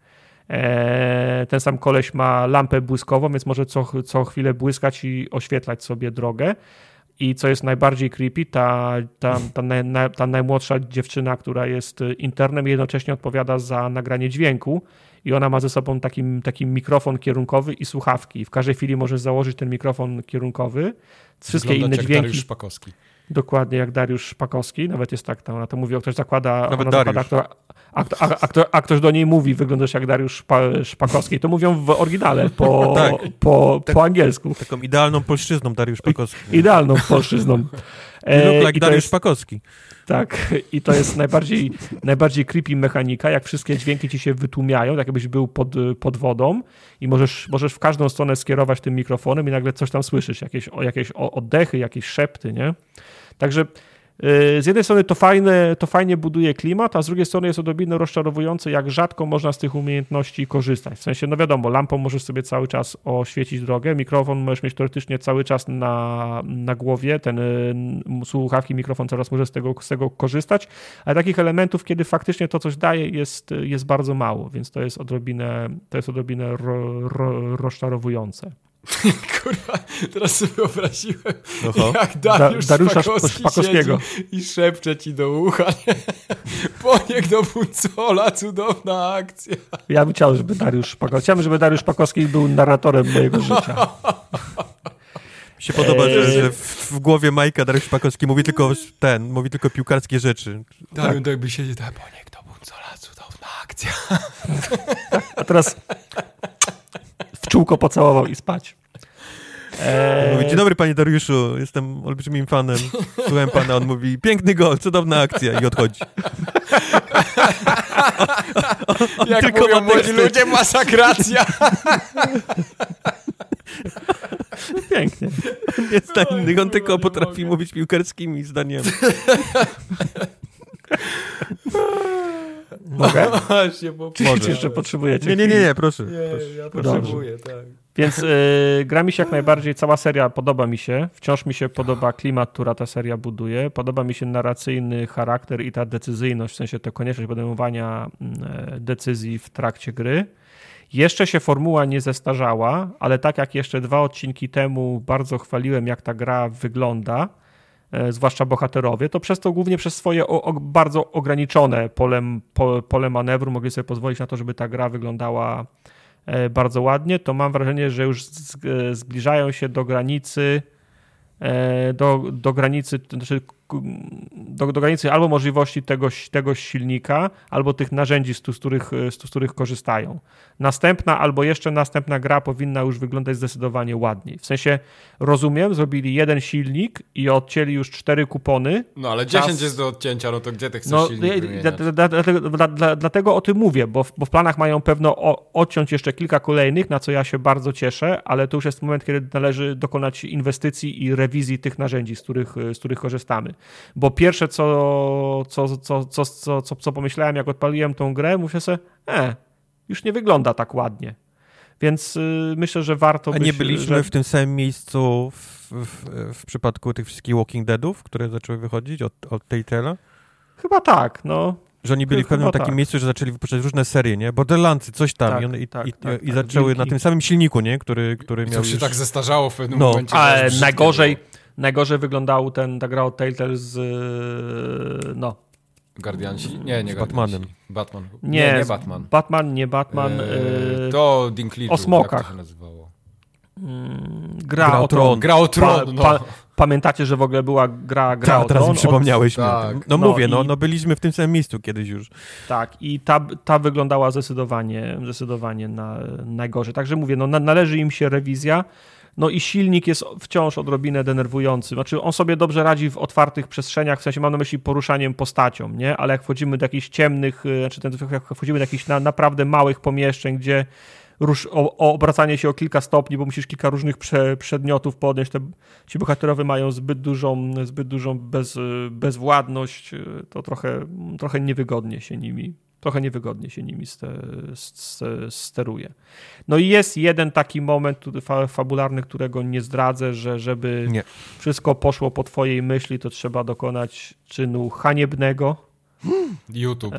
Ten sam koleś ma lampę błyskową, więc może co, co chwilę błyskać i oświetlać sobie drogę. I co jest najbardziej creepy, ta, ta, ta, naj, ta najmłodsza dziewczyna, która jest internem, jednocześnie odpowiada za nagranie dźwięku i ona ma ze sobą taki, taki mikrofon kierunkowy i słuchawki. W każdej chwili możesz założyć ten mikrofon kierunkowy. Wszystkie Wyglądać inne jak dźwięki. Dariusz Szpakowski. Dokładnie jak Dariusz Szpakowski. Nawet jest tak, ona to mówi, o ktoś zakłada, Nawet ona Dariusz. zakłada a, a, a, a, a ktoś do niej mówi, wyglądasz jak Dariusz Szpa, Szpakowski. To mówią w oryginale po, tak. po, tak, po angielsku. Taką idealną polszczyzną Dariusz Szpakowski. Idealną polszczyzną. You look like I Dariusz jest, Szpakowski. Tak, i to jest najbardziej, najbardziej creepy mechanika, jak wszystkie dźwięki ci się wytłumiają, tak jakbyś był pod, pod wodą i możesz, możesz w każdą stronę skierować tym mikrofonem i nagle coś tam słyszysz, jakieś, jakieś oddechy, jakieś szepty, nie? Także z jednej strony to fajne, to fajnie buduje klimat, a z drugiej strony jest odrobinę rozczarowujące, jak rzadko można z tych umiejętności korzystać. W sensie, no wiadomo, lampą możesz sobie cały czas oświecić drogę, mikrofon możesz mieć teoretycznie cały czas na, na głowie, ten słuchawki, mikrofon coraz możesz z tego, z tego korzystać, ale takich elementów, kiedy faktycznie to coś daje, jest, jest bardzo mało, więc to jest odrobinę, to jest odrobinę ro, ro, rozczarowujące. Kurwa, teraz sobie wyobraziłem, Oho. jak Dariusz da, Dariusza Szpakowski Szpakowskiego siedzi i szepcze ci do ucha. Poniek do Buncola, cudowna akcja. Ja bym chciał, żeby Dariusz Szpakowski, chciałbym, żeby Dariusz Szpakowski był narratorem mojego życia. Mi się podoba, eee. że, że w, w głowie Majka Dariusz Szpakowski mówi tylko ten, mówi tylko piłkarskie rzeczy. Tak, tak, tak by siedział, tak, Poniek do Buncola, cudowna akcja. A teraz w czółko pocałował i spać. Eee... Mówi, dzień dobry panie Dariuszu, jestem olbrzymim fanem, słuchałem pana, on mówi, piękny gol, cudowna akcja i odchodzi. on, on Jak tylko mówią młodzi ludzie, masakracja. Pięknie. On nie zna innych, on tylko potrafi mogę. mówić piłkarskimi zdaniami. Mogę? No właśnie, bo Czy jeszcze potrzebujecie? Nie, nie, nie, nie proszę. Nie, proszę. ja potrzebuję, Dobrze. tak. Więc y, gra mi się jak najbardziej, cała seria podoba mi się. Wciąż mi się podoba klimat, która ta seria buduje. Podoba mi się narracyjny charakter i ta decyzyjność, w sensie to konieczność podejmowania y, decyzji w trakcie gry. Jeszcze się formuła nie zestarzała, ale tak jak jeszcze dwa odcinki temu bardzo chwaliłem, jak ta gra wygląda, zwłaszcza bohaterowie, to przez to głównie przez swoje o, o, bardzo ograniczone pole, po, pole manewru mogli sobie pozwolić na to, żeby ta gra wyglądała e, bardzo ładnie, to mam wrażenie, że już z, e, zbliżają się do granicy e, do, do granicy znaczy do, do granicy albo możliwości tego, tego silnika, albo tych narzędzi, z, z, których, z, z których korzystają. Następna albo jeszcze następna gra powinna już wyglądać zdecydowanie ładniej. W sensie, rozumiem, zrobili jeden silnik i odcięli już cztery kupony. No ale Czas... dziesięć jest do odcięcia, no to gdzie ty chcesz no, silnik wymieniać? Dla, dla, dla, dla, dlatego o tym mówię, bo w, bo w planach mają pewno o, odciąć jeszcze kilka kolejnych, na co ja się bardzo cieszę, ale to już jest moment, kiedy należy dokonać inwestycji i rewizji tych narzędzi, z których, z których korzystamy. Bo pierwsze, co, co, co, co, co, co, co pomyślałem, jak odpaliłem tą grę, mówię sobie, e, już nie wygląda tak ładnie. Więc y, myślę, że warto... A nie być, byliśmy że... w tym samym miejscu w, w, w przypadku tych wszystkich Walking Deadów, które zaczęły wychodzić od, od Telltale'a? Chyba tak, no. Że oni byli w pewnym takim tak. miejscu, że zaczęli wypuszczać różne serie, nie? Borderlandsy, coś tam. Tak, I, one, i, tak, i, tak, i tak, zaczęły wilki. na tym samym silniku, nie? Który, który I miał to się już... tak zestarzało w pewnym No. momencie. Ale że najgorzej, było. najgorzej wyglądał ten, ta gra od Telltale z, no. Guardiansi? Nie, nie Z Guardiansi. Batmanem. Batman. Nie, Nie, nie Batman. Batman, nie Batman. Eee, yy, to Dinklage. o smokach. Jak to się nazywało? mm, gra, Gra o o Tron. Tron. Gra o Tron, Pa, no. pa, pamiętacie, że w ogóle była gra, gra Ta, o teraz Tron? mi przypomniałeś Tak. mi. No, No mówię, no, i- no byliśmy w tym samym miejscu kiedyś już. Tak, i ta, ta wyglądała zdecydowanie, zdecydowanie na, najgorzej. Także mówię, no, na, należy im się rewizja. No i silnik jest wciąż odrobinę denerwujący. Znaczy on sobie dobrze radzi w otwartych przestrzeniach, w sensie mam na myśli poruszaniem postacią, nie? Ale jak wchodzimy do jakichś ciemnych, znaczy ten, jak wchodzimy do jakichś na, naprawdę małych pomieszczeń, gdzie rusz, o, o obracanie się o kilka stopni, bo musisz kilka różnych prze, przedmiotów podnieść, te, ci bohaterowie mają zbyt dużą, zbyt dużą bez, bezwładność, to trochę, trochę niewygodnie się nimi Trochę niewygodnie się nimi ste, ste, steruje. No i jest jeden taki moment który, fa, fabularny, którego nie zdradzę, że żeby Nie. wszystko poszło po twojej myśli, to trzeba dokonać czynu haniebnego. YouTube.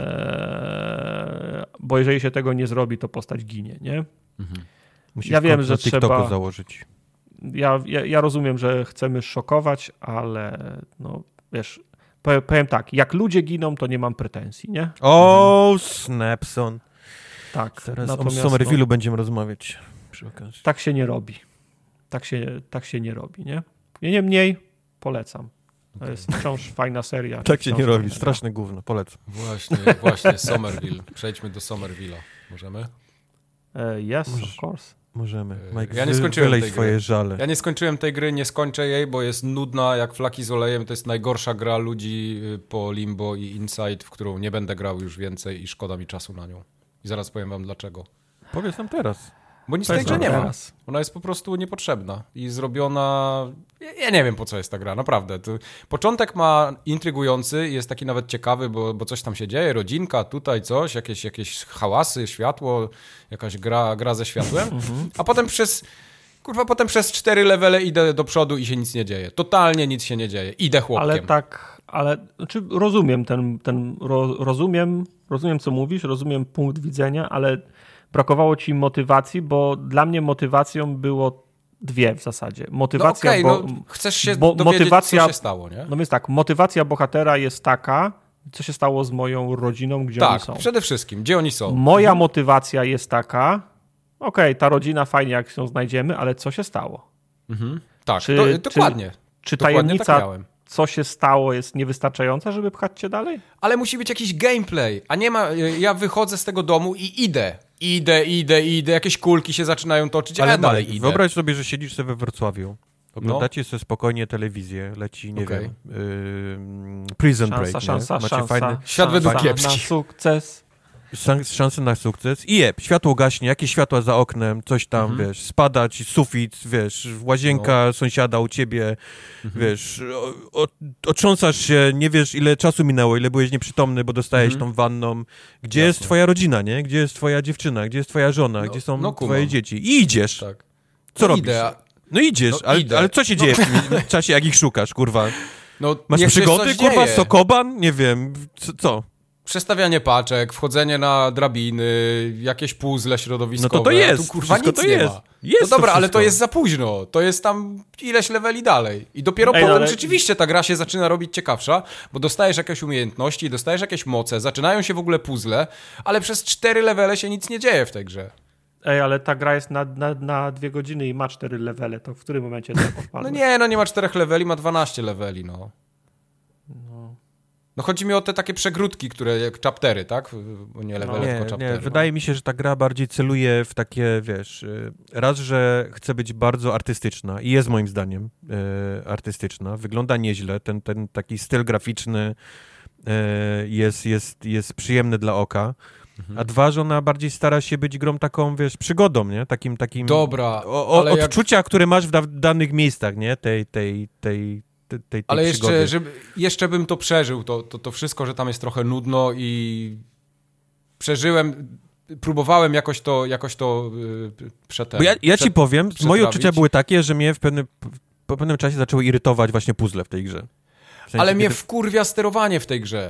E, bo jeżeli się tego nie zrobi, to postać ginie, nie? Mhm. Musisz Ja wiem, kont że na TikToku trzeba- założyć. Ja, ja, ja rozumiem, że chcemy szokować, ale no wiesz, powiem, powiem tak, jak ludzie giną, to nie mam pretensji, nie? O, Snapson. Tak. Teraz o natomiast, Somerville'u no, będziemy rozmawiać przy okazji. tak się nie robi. Tak się, tak się nie robi, nie? Niemniej polecam. To Okay. jest wciąż fajna seria. Tak się wciąż nie robi, fajna straszne gówno, polecam. Właśnie, właśnie, Somerville. Przejdźmy do Somerville'a. Możemy? gra. E, Yes, Możesz. of course. Możemy. Ja Mike, nie wy- skończyłem wylej tej swoje gry. żale. Ja nie skończyłem tej gry, nie skończę jej, bo jest nudna jak flaki z olejem. To jest najgorsza gra ludzi y, po Limbo i Inside, w którą nie będę grał już więcej i szkoda mi czasu na nią. I zaraz powiem wam dlaczego. Powiedz nam teraz. Bo nic w To tej jest grze nie ma. teraz. Ona jest po prostu niepotrzebna i zrobiona... Ja, ja nie wiem, po co jest ta gra, naprawdę. To... Początek ma intrygujący, jest taki nawet ciekawy, bo, bo coś tam się dzieje, rodzinka, tutaj coś, jakieś, jakieś hałasy, światło, jakaś gra, gra ze światłem, a potem przez... Kurwa, potem przez cztery levele idę do przodu i się nic nie dzieje. Totalnie nic się nie dzieje. Idę chłopkiem. Ale tak, ale znaczy rozumiem ten, ten ro, rozumiem, rozumiem co mówisz, rozumiem punkt widzenia, ale brakowało ci motywacji, bo dla mnie motywacją było dwie w zasadzie. No Motywacja, okej, bo, no chcesz się bo dowiedzieć, motywacja- co się stało, nie? no więc tak, motywacja bohatera jest taka, co się stało z moją rodziną, gdzie oni Tak, są. przede wszystkim. Gdzie oni są? Moja motywacja jest taka, okej, ta rodzina fajnie jak się znajdziemy, ale co się stało? Mhm. Tak, Czy- to, czy- dokładnie. Czy Dokładnie tajemnica, tak miałem. co się stało, jest niewystarczająca, żeby pchać cię dalej? Ale musi być jakiś gameplay, a nie ma... Ja wychodzę z tego domu i idę. Idę, idę, idę, jakieś kulki się zaczynają toczyć, ale, Ale dalej Mike, idę. wyobraź sobie, że siedzisz sobie we Wrocławiu, oglądacie sobie spokojnie telewizję, leci, nie Okej. wiem, yy, Prison Szansa, Break, szansa, nie? Macie szansa. fajny, Świat według szansa kiepskich. na sukces. szans, szansę na sukces i jeb, światło gaśnie, jakieś światła za oknem, coś tam, Mhm. wiesz, spada ci sufit, wiesz, łazienka sąsiada u ciebie, wiesz, o, o, otrząsasz się, nie wiesz ile czasu minęło, ile byłeś nieprzytomny, bo dostałeś Mhm. tą wanną. Gdzie Jasne. jest twoja rodzina, nie? Gdzie jest twoja dziewczyna, gdzie jest twoja żona, No, gdzie są no kumam. twoje dzieci? I idziesz. Tak. Co No robisz? idę, a- No idziesz, No ale, idę. ale co się No. dzieje w tym czasie, jak ich szukasz, kurwa? No, Masz niech się przygody, coś kurwa, dzieje. sokoban? Nie wiem, co? co? Przestawianie paczek, wchodzenie na drabiny, jakieś puzzle środowiskowe. No to to a jest, Tu, kurwa, wszystko nic to nie jest. ma. Jest No to dobra, ale wszystko. to jest za późno. To jest tam ileś leveli dalej. I dopiero Ej, potem ale- rzeczywiście ta gra się zaczyna robić ciekawsza, bo dostajesz jakieś umiejętności, dostajesz jakieś moce, zaczynają się w ogóle puzzle, ale przez cztery levele się nic nie dzieje w tej grze. Ej, ale ta gra jest na, na, na dwie godziny i ma cztery levele, to w którym momencie to No podpadłeś? nie, no nie ma czterech leveli, ma dwanaście leveli, no. No chodzi mi o te takie przegródki, które jak chaptery, tak? Bo nie levele, Nie, tylko nie, chaptery. wydaje mi się, że ta gra bardziej celuje w takie, wiesz, y, raz, że chce być bardzo artystyczna i jest moim zdaniem y, artystyczna, wygląda nieźle, ten, ten taki styl graficzny y, jest, jest, jest przyjemny dla oka, Mhm. a dwa, że ona bardziej stara się być grą taką, wiesz, przygodą, nie? Takim, takim Dobra, o, o, ale jak- odczucia, które masz w da, danych miejscach, nie? Tej, tej, tej, tej, tej Ale przygody. jeszcze, żeby, jeszcze bym to przeżył, to, to, to wszystko, że tam jest trochę nudno i przeżyłem, próbowałem jakoś to, jakoś to yy, przetem, Bo ja, ja ci przed- powiem, moje przetrawić. odczucia były takie, że mnie w pewnym, po pewnym czasie zaczęły irytować właśnie puzzle w tej grze. W sensie, Ale mnie kiedy- wkurwia sterowanie w tej grze.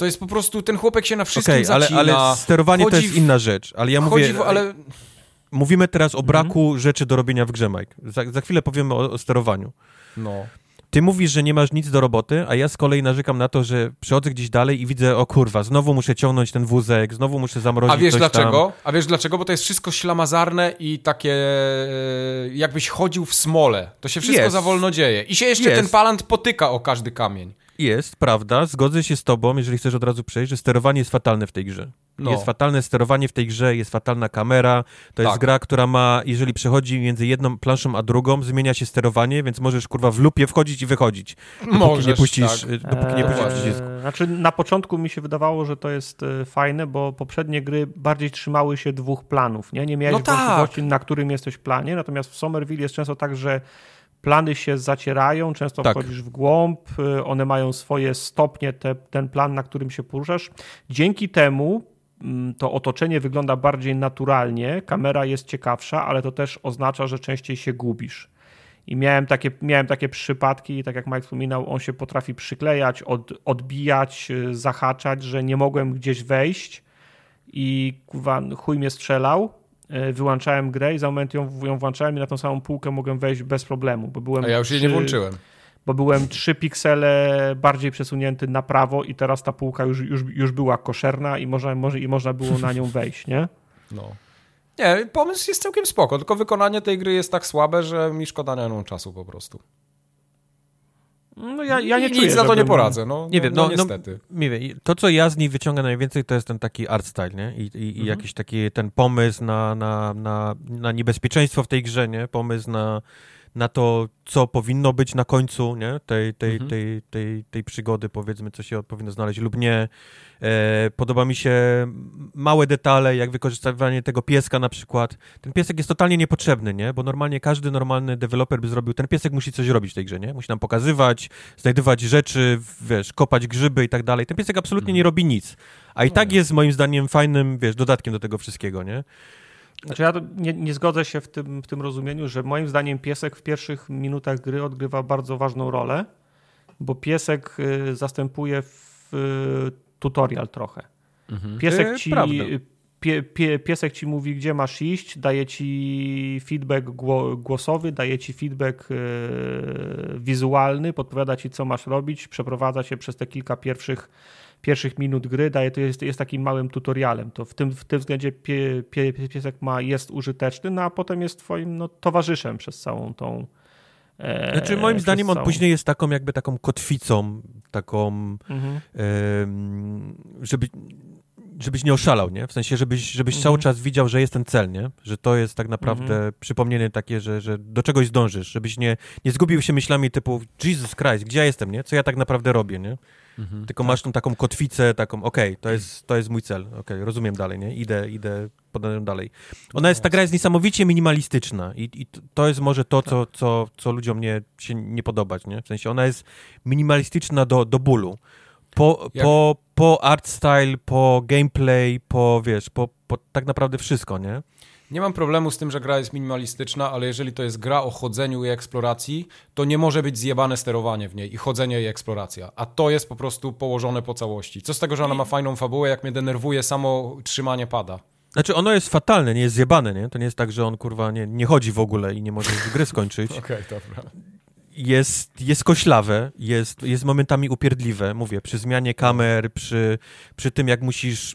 To jest po prostu, ten chłopek się na wszystkim okay, zacina. Ale, ale sterowanie to jest w... inna rzecz. Ale ja mówię... W... Ale... Mówimy teraz o braku mhm. rzeczy do robienia w grze, Mike. Za, za chwilę powiemy o, o sterowaniu. No. Ty mówisz, że nie masz nic do roboty, a ja z kolei narzekam na to, że przychodzę gdzieś dalej i widzę, o kurwa, znowu muszę ciągnąć ten wózek, znowu muszę zamrozić A wiesz coś dlaczego? Tam. A wiesz dlaczego? Bo to jest wszystko ślamazarne i takie jakbyś chodził w smole. To się wszystko jest. za wolno dzieje. I się jeszcze jest. ten palant potyka o każdy kamień. Jest, prawda, zgodzę się z tobą, jeżeli chcesz od razu przejść, że sterowanie jest fatalne w tej grze. No. Jest fatalne sterowanie w tej grze, jest fatalna kamera, to jest tak. gra, która ma, jeżeli przechodzi między jedną planszą a drugą, zmienia się sterowanie, więc możesz kurwa w lupie wchodzić i wychodzić. Dopóki możesz, nie puścisz, tak. dopóki nie puścisz przycisku. Eee, znaczy na początku mi się wydawało, że to jest e, fajne, bo poprzednie gry bardziej trzymały się dwóch planów, nie? Nie miałeś no wątpliwości, tak. na którym jesteś planie, natomiast w Somerville jest często tak, że plany się zacierają, często tak. wchodzisz w głąb, one mają swoje stopnie, te, ten plan, na którym się poruszasz. Dzięki temu to otoczenie wygląda bardziej naturalnie, kamera jest ciekawsza, ale to też oznacza, że częściej się gubisz. I miałem takie, miałem takie przypadki, tak jak Mike wspominał, on się potrafi przyklejać, od, odbijać, zahaczać, że nie mogłem gdzieś wejść i kurwa, chuj mnie strzelał. Wyłączałem grę i za moment ją, ją włączałem i na tą samą półkę mogłem wejść bez problemu. Bo byłem A ja już jej nie włączyłem. Bo byłem trzy piksele bardziej przesunięty na prawo i teraz ta półka już, już, już była koszerna i można, może, i można było na nią wejść, nie? No. Nie, pomysł jest całkiem spoko, tylko wykonanie tej gry jest tak słabe, że mi szkoda na nią czasu po prostu. No ja, ja nie I czuję, nic na to nie poradzę, no, nie no, wiem, no, no, niestety. No, nie wiem, to co ja z niej wyciągam najwięcej to jest ten taki art style, nie? I, i, mhm. i jakiś taki ten pomysł na, na, na, na niebezpieczeństwo w tej grze, nie? Pomysł na, na to, co powinno być na końcu, nie? Tej, tej, mhm. tej, tej, tej przygody, powiedzmy, co się powinno znaleźć lub nie. E, podoba mi się małe detale, jak wykorzystywanie tego pieska na przykład. Ten piesek jest totalnie niepotrzebny, nie? Bo normalnie każdy normalny deweloper by zrobił, ten piesek musi coś robić w tej grze, nie? Musi nam pokazywać, znajdywać rzeczy, wiesz, kopać grzyby i tak dalej. Ten piesek absolutnie mhm. nie robi nic. A i no tak jest. jest moim zdaniem fajnym, wiesz, dodatkiem do tego wszystkiego, nie? Znaczy ja nie, nie zgodzę się w tym, w tym rozumieniu, że moim zdaniem piesek w pierwszych minutach gry odgrywa bardzo ważną rolę, bo piesek y, zastępuje w, y, tutorial trochę. Mhm. Piesek, ci, pie, pie, piesek ci mówi, gdzie masz iść, daje ci feedback głosowy, daje ci feedback y, wizualny, podpowiada ci, co masz robić, przeprowadza cię przez te kilka pierwszych pierwszych minut gry, daje, to jest, jest takim małym tutorialem. To w tym, w tym względzie pie, pie, piesek ma, jest użyteczny, no a potem jest twoim no, towarzyszem przez całą tą... E, znaczy moim zdaniem on całą... później jest taką jakby taką kotwicą, taką mhm. e, żeby, żebyś nie oszalał, nie? W sensie, żebyś, żebyś mhm. cały czas widział, że jest ten cel, nie? Że to jest tak naprawdę mhm. przypomnienie takie, że, że do czegoś zdążysz, żebyś nie, nie zgubił się myślami typu Jesus Christ, gdzie ja jestem, nie? Co ja tak naprawdę robię, nie? Mhm, tylko tak. masz tą taką kotwicę, taką, okej, okay, to, jest, to jest mój cel, okej, okay, rozumiem dalej, nie? Idę, idę, podam dalej. Ona jest, ta gra jest niesamowicie minimalistyczna i, i to jest może to, co, co, co ludziom nie, się nie podobać, nie? W sensie ona jest minimalistyczna do, do bólu. Po, po, po art style, po gameplay, po, wiesz, po, po tak naprawdę wszystko, nie? Nie mam problemu z tym, że gra jest minimalistyczna, ale jeżeli to jest gra o chodzeniu i eksploracji, to nie może być zjebane sterowanie w niej i chodzenie i eksploracja. A to jest po prostu położone po całości. Co z tego, że ona ma fajną fabułę, jak mnie denerwuje samo trzymanie pada. Znaczy ono jest fatalne, nie jest zjebane, nie? To nie jest tak, że on kurwa nie, nie chodzi w ogóle i nie może gry skończyć. Okej, okay, dobra. Jest, jest koślawe, jest, jest momentami upierdliwe, mówię, przy zmianie kamer, przy, przy tym jak musisz...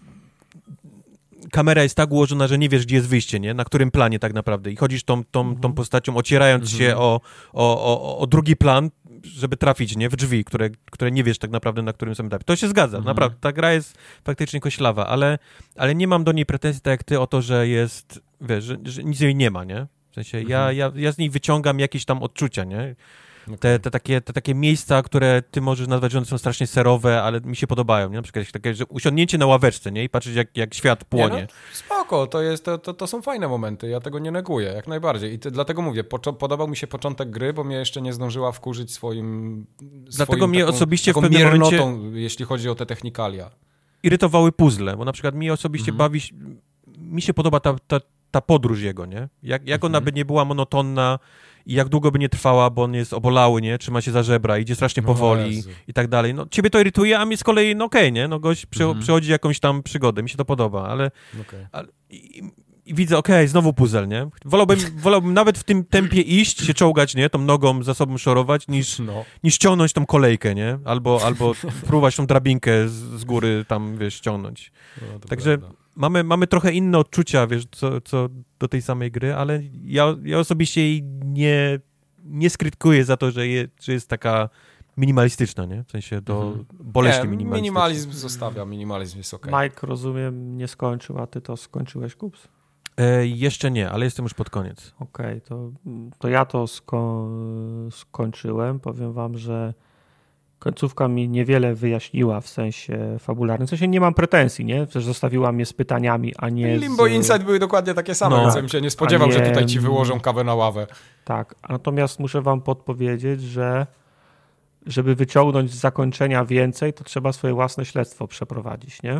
Kamera jest tak ułożona, że nie wiesz, gdzie jest wyjście, nie? Na którym planie tak naprawdę. I chodzisz tą, tą, mhm. tą postacią, ocierając mhm. się o, o, o, o drugi plan, żeby trafić, nie? W drzwi, które, które nie wiesz tak naprawdę, na którym samym etapie. To się zgadza, mhm. naprawdę. Ta gra jest faktycznie koślawa, ale, ale nie mam do niej pretensji, tak jak ty, o to, że jest, wiesz, że, że nic jej nie ma, nie? W sensie mhm. ja, ja, ja z niej wyciągam jakieś tam odczucia, nie? Te, te, takie, te takie miejsca, które ty możesz nazwać, że one są strasznie serowe, ale mi się podobają, nie? Na przykład takie, że usiądnięcie na ławeczce, nie? I patrzeć, jak, jak świat płonie. Nie, no, spoko, to, jest, to, to, to są fajne momenty, ja tego nie neguję, jak najbardziej. I ty, dlatego mówię, po, podobał mi się początek gry, bo mnie jeszcze nie zdążyła wkurzyć swoim... Dlatego swoim mnie taką, osobiście taką w pewnym miernotą, momencie... jeśli chodzi o te technikalia. Irytowały puzzle, bo na przykład mi osobiście mhm. bawi... Mi się podoba ta, ta, ta podróż jego, nie? Jak, jak ona mhm. by nie była monotonna i jak długo by nie trwała, bo on jest obolały, nie? Trzyma się za żebra, idzie strasznie powoli Jezu. i tak dalej. No ciebie to irytuje, a mnie z kolei, no okej, okay, nie? No gość przy, Mhm. przychodzi jakąś tam przygodę, mi się to podoba, ale... Okay. ale i, i widzę, okej, okay, znowu puzzle, nie? Wolałbym, wolałbym nawet w tym tempie iść, się czołgać, nie? Tą nogą za sobą szorować, niż, No. niż ciągnąć tą kolejkę, nie? Albo, albo próbować tą drabinkę z, z góry tam, wiesz, ściągnąć. No, Także prawda. mamy, mamy trochę inne odczucia, wiesz, co, co do tej samej gry, ale ja, ja osobiście jej nie, nie skrytykuję za to, że, je, że jest taka minimalistyczna, nie? W sensie to Mhm. boleśnie nie, minimalistyczna. minimalizm zostawia, minimalizm jest okej. Mike, rozumiem, nie skończył, a ty to skończyłeś, Kups? E, jeszcze nie, ale jestem już pod koniec. Okej, okay, to, to ja to sko skończyłem. Powiem wam, że końcówka mi niewiele wyjaśniła w sensie fabularnym. W sensie nie mam pretensji, nie? Że zostawiła mnie z pytaniami, a nie Limbo z... i Inside były dokładnie takie same, No. więc ja bym się nie spodziewał, nie... że tutaj ci wyłożą kawę na ławę. Tak, natomiast muszę wam podpowiedzieć, że żeby wyciągnąć z zakończenia więcej, to trzeba swoje własne śledztwo przeprowadzić, nie?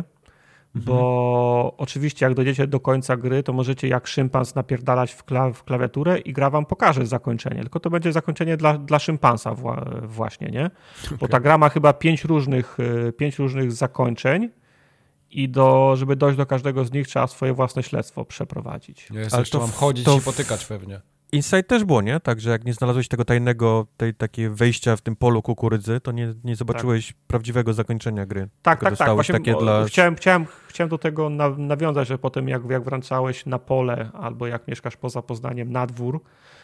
Bo oczywiście jak dojdziecie do końca gry, to możecie jak szympans napierdalać w, kla w klawiaturę i gra wam pokaże zakończenie, tylko to będzie zakończenie dla, dla szympansa wła właśnie, nie? Bo Okay. ta gra ma chyba pięć różnych, pięć różnych zakończeń i do, żeby dojść do każdego z nich trzeba swoje własne śledztwo przeprowadzić. Ja Ale jeszcze to mam w- chodzić to i w- potykać pewnie. Inside też było, nie? Także jak nie znalazłeś tego tajnego, tej takiego wejścia w tym polu kukurydzy, to nie, nie zobaczyłeś prawdziwego zakończenia gry. Tak, Tylko tak, tak. dostałeś Właśnie takie o, dla... chciałem, chciałem, chciałem do tego na, nawiązać, że potem jak, jak wracałeś na pole albo jak mieszkasz poza Poznaniem na dwór,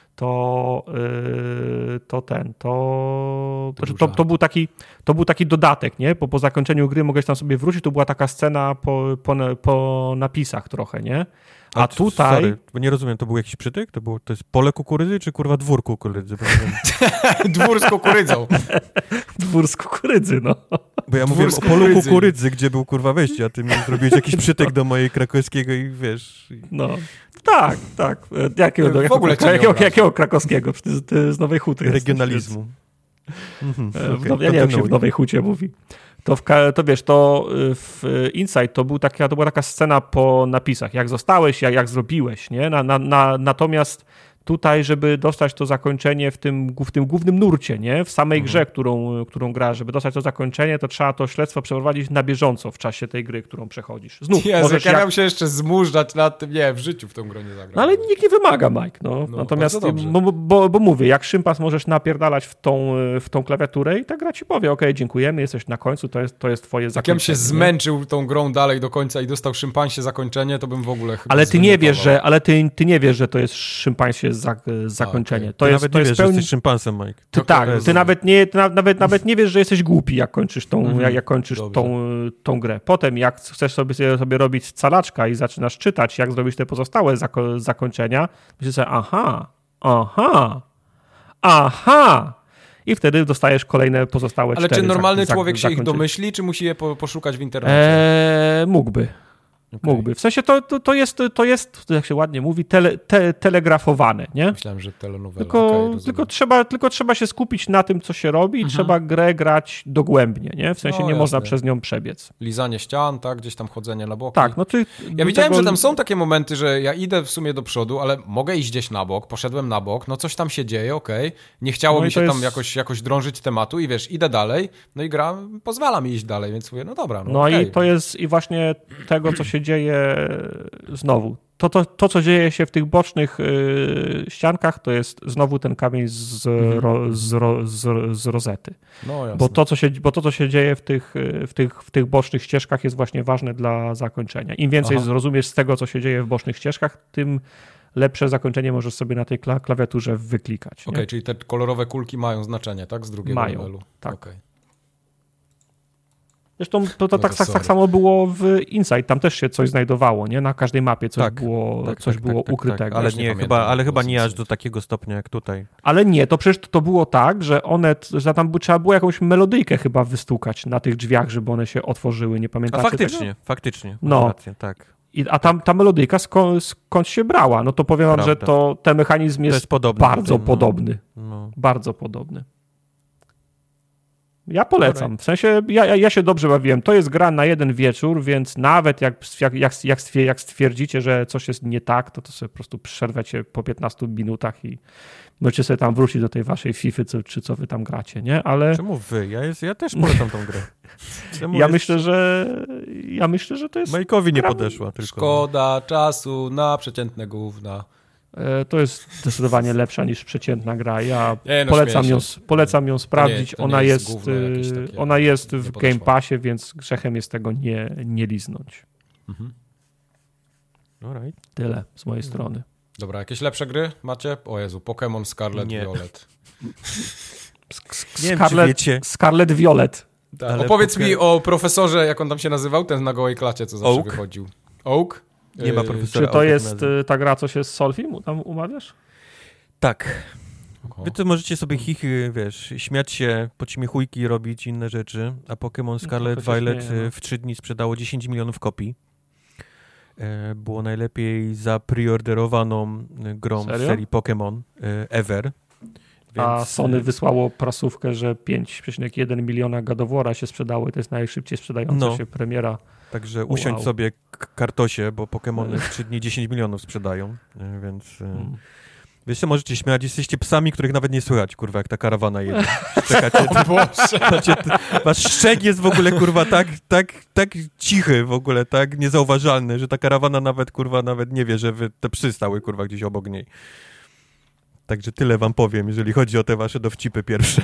to, yy, to ten, to, To to, był to, to, był taki, to był taki dodatek, nie? Bo po zakończeniu gry mogłeś tam sobie wrócić, to była taka scena po, po, po napisach trochę, nie? A Ale tutaj... Sorry, bo nie rozumiem, to był jakiś przytyk? To, było, to jest pole kukurydzy, czy kurwa dwór kukurydzy? Bo, nie wiem. Dwór z kukurydzą. Dwór z kukurydzy, no. Bo ja Dwór mówiłem z o polu kukurydzy. kukurydzy, gdzie był kurwa wejście, a ty mi zrobiłeś jakiś przytyk do mojej krakowskiego i wiesz... i- No, tak, tak. Jakiego, W jakiego, ogóle cię nie jakiego, obrażam. jakiego krakowskiego? Przecież ty z Nowej Huty jesteś, Regionalizmu. Mhm, więc, e, w okej, Now- Ja nie wiem, jak się w kontynuuj. Nowej Hucie mówi. To, w, ka- to wiesz, to y, w Inside to, był taka, to była taka scena po napisach, jak zostałeś, jak, jak zrobiłeś, nie? Na, na, na, natomiast tutaj, żeby dostać to zakończenie w tym, w tym głównym nurcie, nie? W samej Mhm. grze, którą, którą grasz, żeby dostać to zakończenie, to trzeba to śledztwo przeprowadzić na bieżąco w czasie tej gry, którą przechodzisz. Znów, Jezu, możesz jak ja jak- miałem się jeszcze zmużdżać nad tym, nie, w życiu w tą grę nie zagram. No ale nikt nie wymaga, Mike. No. No, Natomiast, bardzo dobrze. bo, bo, bo mówię, jak szympas możesz napierdalać w tą, w tą klawiaturę i ta gra ci powie, okej, dziękujemy, jesteś na końcu, to jest, to jest twoje Jak ja bym zakończenie. się nie? zmęczył tą grą dalej do końca i dostał szympansie zakończenie, to bym w ogóle chyba Ale ty nie wiesz, zwymiotował. że, ale ty, ty nie wiesz, że to jest szympansie za, zakończenie. okej. To Ty jest, nawet to nie jest wiesz, że pełni... jesteś szympansem, Mike. Ty, Okej, tak, Jezu. ty nawet nie, ty na- nawet, nawet nie wiesz, że jesteś głupi, jak kończysz tą, Mhm. jak, jak kończysz Dobrze. tą, tą grę. Potem, jak chcesz sobie, sobie robić calaczka i zaczynasz czytać, jak zrobić te pozostałe zako zakończenia, myślisz sobie, aha, aha, aha. I wtedy dostajesz kolejne pozostałe Ale cztery czy normalny zak- zak- człowiek się ich zakończenia. domyśli, czy musi je po, poszukać w internecie? Eee, mógłby. Okej. Mógłby. W sensie to, to, to, jest, to jest, jak się ładnie mówi, tele, te, telegrafowane, nie? Myślałem, że telenowela. Tylko, Okej, rozumiem. tylko, trzeba, tylko trzeba się skupić na tym, co się robi i Mhm. trzeba grę grać dogłębnie, nie? W sensie No, nie można jasne. przez nią przebiec. Lizanie ścian, tak, gdzieś tam chodzenie na boki. Tak, no ty... Ja widziałem, że tam są takie momenty, że ja idę w sumie do przodu, ale mogę iść gdzieś na bok, poszedłem na bok, no coś tam się dzieje, okej. Nie chciało No i mi się to tam jest- jakoś, jakoś drążyć tematu i wiesz, idę dalej, no i gra pozwala mi iść dalej, więc mówię, no dobra, no, No okej. i to jest i właśnie tego, co się dzieje znowu. To, to, to co dzieje się w tych bocznych y, ściankach, to jest znowu ten kamień z, ro, z, ro, z, z rozety. No jasne. Bo to, co się, bo to, co się dzieje w tych, y, w, tych, w tych bocznych ścieżkach jest właśnie ważne dla zakończenia. Im więcej Aha. zrozumiesz z tego, co się dzieje w bocznych ścieżkach, tym lepsze zakończenie możesz sobie na tej kla klawiaturze wyklikać. nie? Okej, czyli te kolorowe kulki mają znaczenie, tak? Z drugiego Mają, levelu. tak. Okej. Zresztą to, to, No tak, to tak, tak sorry. samo było w Inside, tam też się coś znajdowało, nie? Na każdej mapie coś Tak, było, Tak, coś tak, było tak, tak, ukrytego. Tak, ale Już nie nie, pamiętam, chyba, ale jak chyba było nie aż Inside. do takiego stopnia jak tutaj. Ale nie, to przecież to było tak, że one, że tam by, trzeba było jakąś melodyjkę chyba wystukać na tych drzwiach, żeby one się otworzyły, nie A pamiętacie faktycznie, tego? faktycznie. No. No. Rację, tak. I, a tam ta melodyjka skąd, skąd się brała? No to powiem wam, że Prawda. to ten mechanizm To jest, jest podobne. bardzo do tym, no. podobny. No. Bardzo podobny. Ja polecam. W sensie ja, ja, ja się dobrze bawiłem. To jest gra na jeden wieczór, więc nawet jak, jak, jak, jak, stwier- jak stwierdzicie, że coś jest nie tak, to, to sobie po prostu przerwecie po piętnastu minutach i, możecie sobie tam wrócić do tej waszej Fify, co, czy co wy tam gracie, nie? Ale... Czemu wy? Ja, jest, ja też polecam tą grę. Czemu ja jest... myślę, że ja myślę, że to jest... Majkowi nie gra... podeszła tylko. Szkoda czasu na przeciętne gówna. To jest zdecydowanie lepsza niż przeciętna gra. Ja nie, no polecam, ją, polecam ją sprawdzić. To nie, to ona, nie jest, jest gówno takie, ona jest w podeszła. Game Passie, więc grzechem jest tego nie, nie liznąć. Mhm. Alright. Tyle z mojej strony. Dobra, jakieś lepsze gry macie? O Jezu, Pokémon Scarlet Nie. Violet. Nie wiem, Scarlet, czy wiecie. Scarlet Violet. Ale Opowiedz poke... mi o profesorze, jak on tam się nazywał, ten na gołej klacie, co zawsze Oak? wychodził. Oak? Nie ma Yy, profesora. Czy to Oak jest nazywa. ta gra, co się z Solfim tam umawiasz? Tak. Wy to możecie sobie chichy, wiesz, śmiać się, podśmiechujki robić, inne rzeczy, a Pokémon Scarlet Trochę się Violet śmieję, no. w trzy dni sprzedało dziesięć milionów kopii. E, było najlepiej zapriorderowaną grą Serio? w serii Pokémon e, ever. Więc... A Sony wysłało prasówkę, że pięć przecinek jeden miliona God of War'a się sprzedało i to jest najszybciej sprzedająca No. się premiera. Także usiądź Wow. sobie k- kartosie, bo Pokémony w trzy dni dziesięć milionów sprzedają, e, więc... E... Hmm. Wiesz, się możecie śmiać, jesteście psami, których nawet nie słychać, kurwa, jak ta karawana jedzie. Czekacie, O Boże. Znaczy, wasz szczek jest w ogóle, kurwa, tak, tak, tak cichy w ogóle, tak niezauważalny, że ta karawana nawet, kurwa, nawet nie wie, że wy te psy stały, kurwa, gdzieś obok niej. Także tyle wam powiem, jeżeli chodzi o te wasze dowcipy pierwsze.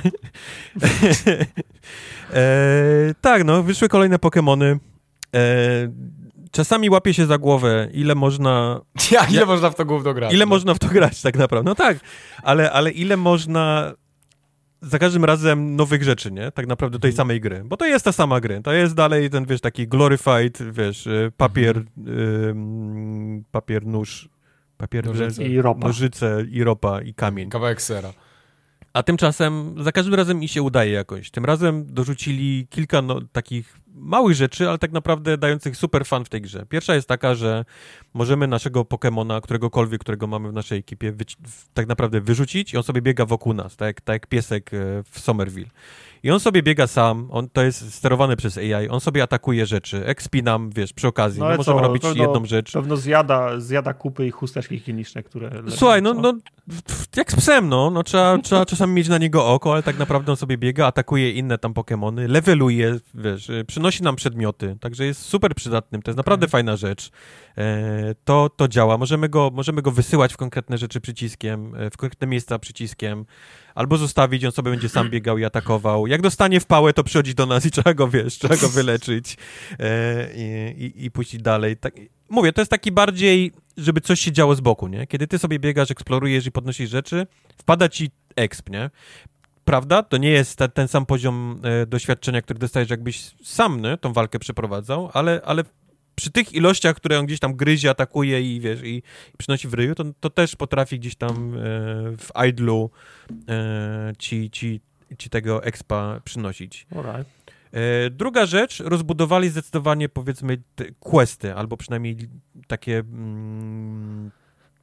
e, tak, no, wyszły kolejne Pokemony. E, czasami łapie się za głowę, ile można... Ja, ile ja, można w to gówno grać? Ile no? można w to grać tak naprawdę? No tak, ale, ale ile można... Za każdym razem nowych rzeczy, nie? Tak naprawdę tej samej gry. Bo to jest ta sama gry. To jest dalej ten, wiesz, taki glorified, wiesz, papier, mhm. y, papier, nóż, papier, nożyce i ropa. nożyce i ropa i kamień. Kawałek sera. A tymczasem za każdym razem mi się udaje jakoś. Tym razem dorzucili kilka no, takich małych rzeczy, ale tak naprawdę dających super fan w tej grze. Pierwsza jest taka, że możemy naszego Pokemona, któregokolwiek, którego mamy w naszej ekipie, wy- tak naprawdę wyrzucić i on sobie biega wokół nas, tak jak, tak jak piesek w Somerville. I on sobie biega sam, on to jest sterowany przez A I, on sobie atakuje rzeczy, expi nam, wiesz, przy okazji, no, no możemy co, robić pewno, jedną rzecz. Pewno zjada, zjada kupy i chusteczki higieniczne, które... Słuchaj, no, no jak z psem, no, no trzeba, trzeba czasami mieć na niego oko, ale tak naprawdę on sobie biega, atakuje inne tam Pokemony, leveluje, wiesz, przynosi nam przedmioty, także jest super przydatnym, to jest naprawdę okay. fajna rzecz. E, to, to działa, możemy go, możemy go wysyłać w konkretne rzeczy przyciskiem, w konkretne miejsca przyciskiem, albo zostawić, on sobie będzie sam biegał i atakował. Jak dostanie w pałę, to przychodzi do nas i trzeba go, wiesz, trzeba go wyleczyć e, i, i, i puścić dalej. Tak, mówię, to jest taki bardziej, żeby coś się działo z boku, nie? Kiedy ty sobie biegasz, eksplorujesz i podnosisz rzeczy, wpada ci exp, nie? Prawda? To nie jest ta, ten sam poziom e, doświadczenia, który dostajesz, jakbyś sam nie, tą walkę przeprowadzał, ale, ale przy tych ilościach, które on gdzieś tam gryzie, atakuje i wiesz, i, i przynosi w ryju, to, to też potrafi gdzieś tam e, w idlu e, ci, ci, ci tego expa przynosić. Alright. E, druga rzecz, rozbudowali zdecydowanie, powiedzmy, te questy, albo przynajmniej takie mm,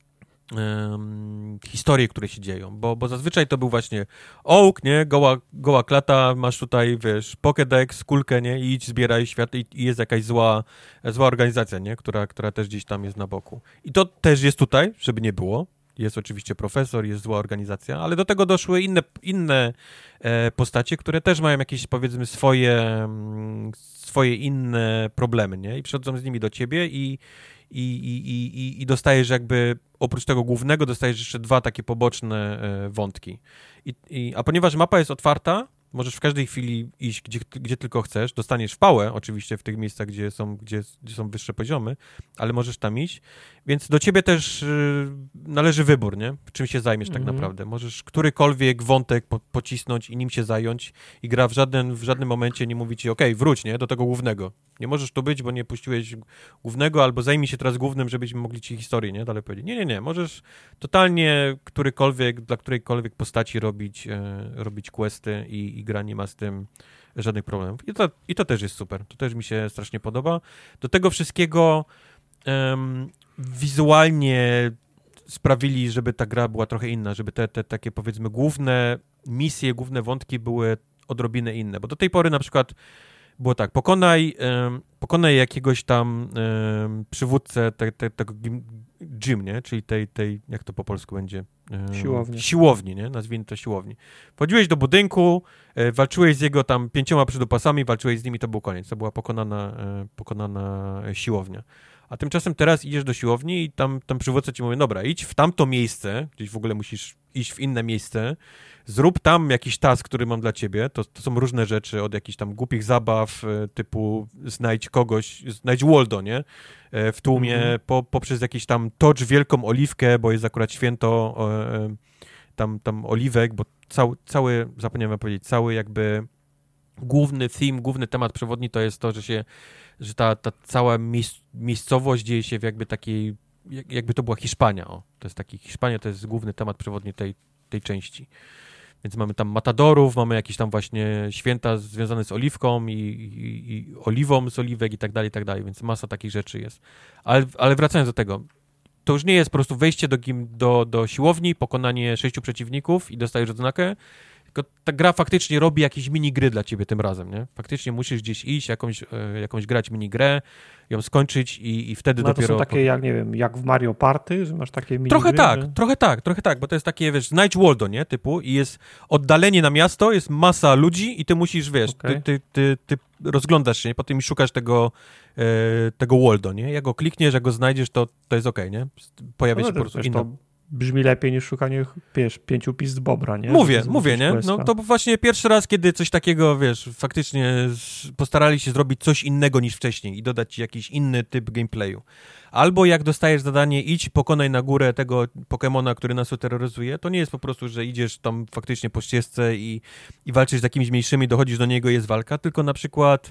um, historie, które się dzieją, bo, bo zazwyczaj to był właśnie Oak, nie, goła, goła klata, masz tutaj, wiesz, Pokédex, kulkę, nie, i idź, zbieraj świat i, i jest jakaś zła, zła organizacja, nie, która, która też gdzieś tam jest na boku. I to też jest tutaj, żeby nie było. Jest oczywiście profesor, jest zła organizacja, ale do tego doszły inne, inne e, postacie, które też mają jakieś, powiedzmy, swoje, mm, swoje inne problemy, nie? I przychodzą z nimi do ciebie i, i, i, i, i dostajesz jakby, oprócz tego głównego, dostajesz jeszcze dwa takie poboczne e, wątki. I, i, a ponieważ mapa jest otwarta, możesz w każdej chwili iść, gdzie, gdzie tylko chcesz. Dostaniesz pałę, oczywiście, w tych miejscach, gdzie są, gdzie, gdzie są wyższe poziomy, ale możesz tam iść. Więc do ciebie też y, należy wybór, nie? Czym się zajmiesz tak mm-hmm. naprawdę. Możesz którykolwiek wątek po, pocisnąć i nim się zająć i gra w żaden, w żadnym momencie nie mówi ci, okej, okay, wróć, nie? Do tego głównego. Nie możesz tu być, bo nie puściłeś głównego, albo zajmij się teraz głównym, żebyśmy mogli ci historię, nie? Dalej powiedzieć. Nie, nie, nie. Możesz totalnie którykolwiek, dla którejkolwiek postaci robić, e, robić questy i, i gra nie ma z tym żadnych problemów. I to, i to też jest super. To też mi się strasznie podoba. Do tego wszystkiego um, wizualnie sprawili, żeby ta gra była trochę inna, żeby te, te takie, powiedzmy, główne misje, główne wątki były odrobinę inne. Bo do tej pory na przykład było tak, pokonaj, um, pokonaj jakiegoś tam um, przywódcę te, te, tego gym, gym, nie? Czyli tej, tej, jak to po polsku będzie? E, siłowni. Siłowni, nie? Nazwijmy to siłowni. Wchodziłeś do budynku, e, walczyłeś z jego tam pięcioma przydupasami, walczyłeś z nimi, to był koniec. To była pokonana, e, pokonana siłownia. A tymczasem teraz idziesz do siłowni i tam, tam przywódca ci mówi, dobra, idź w tamto miejsce, gdzieś w ogóle musisz iść w inne miejsce, zrób tam jakiś task, który mam dla ciebie, to, to są różne rzeczy, od jakichś tam głupich zabaw, typu znajdź kogoś, znajdź Waldo, nie? W tłumie, mm-hmm. po, poprzez jakiś tam tocz wielką oliwkę, bo jest akurat święto e, tam, tam oliwek, bo cały, cały, zapomniałem powiedzieć, cały jakby główny theme, główny temat przewodni to jest to, że się że ta, ta cała miejsc, miejscowość dzieje się w jakby takiej, jakby to była Hiszpania, o. To jest taki, Hiszpania to jest główny temat przewodni tej, tej części. Więc mamy tam matadorów, mamy jakieś tam właśnie święta związane z oliwką i, i, i oliwą z oliwek i tak dalej, i tak dalej, więc masa takich rzeczy jest. Ale, ale wracając do tego, to już nie jest po prostu wejście do, do, do siłowni, pokonanie sześciu przeciwników i dostajesz odznakę, tylko ta gra faktycznie robi jakieś minigry dla ciebie tym razem, nie? Faktycznie musisz gdzieś iść, jakąś, e, jakąś grać minigrę, ją skończyć i, i wtedy no, dopiero... to są takie, jak nie wiem, jak w Mario Party, że masz takie minigry? Trochę tak, że... trochę tak, trochę tak, bo to jest takie, wiesz, znajdź Waldo, nie? Typu i jest oddalenie na miasto, jest masa ludzi i ty musisz, wiesz, okay. ty, ty, ty, ty rozglądasz się, nie? Potem szukasz tego, e, tego Waldo, nie? Jak go klikniesz, jak go znajdziesz, to, to jest okej, okay, nie? Pojawia no, się po prostu inna... Brzmi lepiej niż szukanie, wiesz, pięciu pizd bobra, nie? Mówię, mówię, nie? No to właśnie pierwszy raz, kiedy coś takiego, wiesz, faktycznie postarali się zrobić coś innego niż wcześniej i dodać ci jakiś inny typ gameplayu. Albo jak dostajesz zadanie, idź, pokonaj na górę tego Pokemona, który nas terroryzuje, to nie jest po prostu, że idziesz tam faktycznie po ścieżce i, i walczysz z jakimiś mniejszymi, dochodzisz do niego i jest walka, tylko na przykład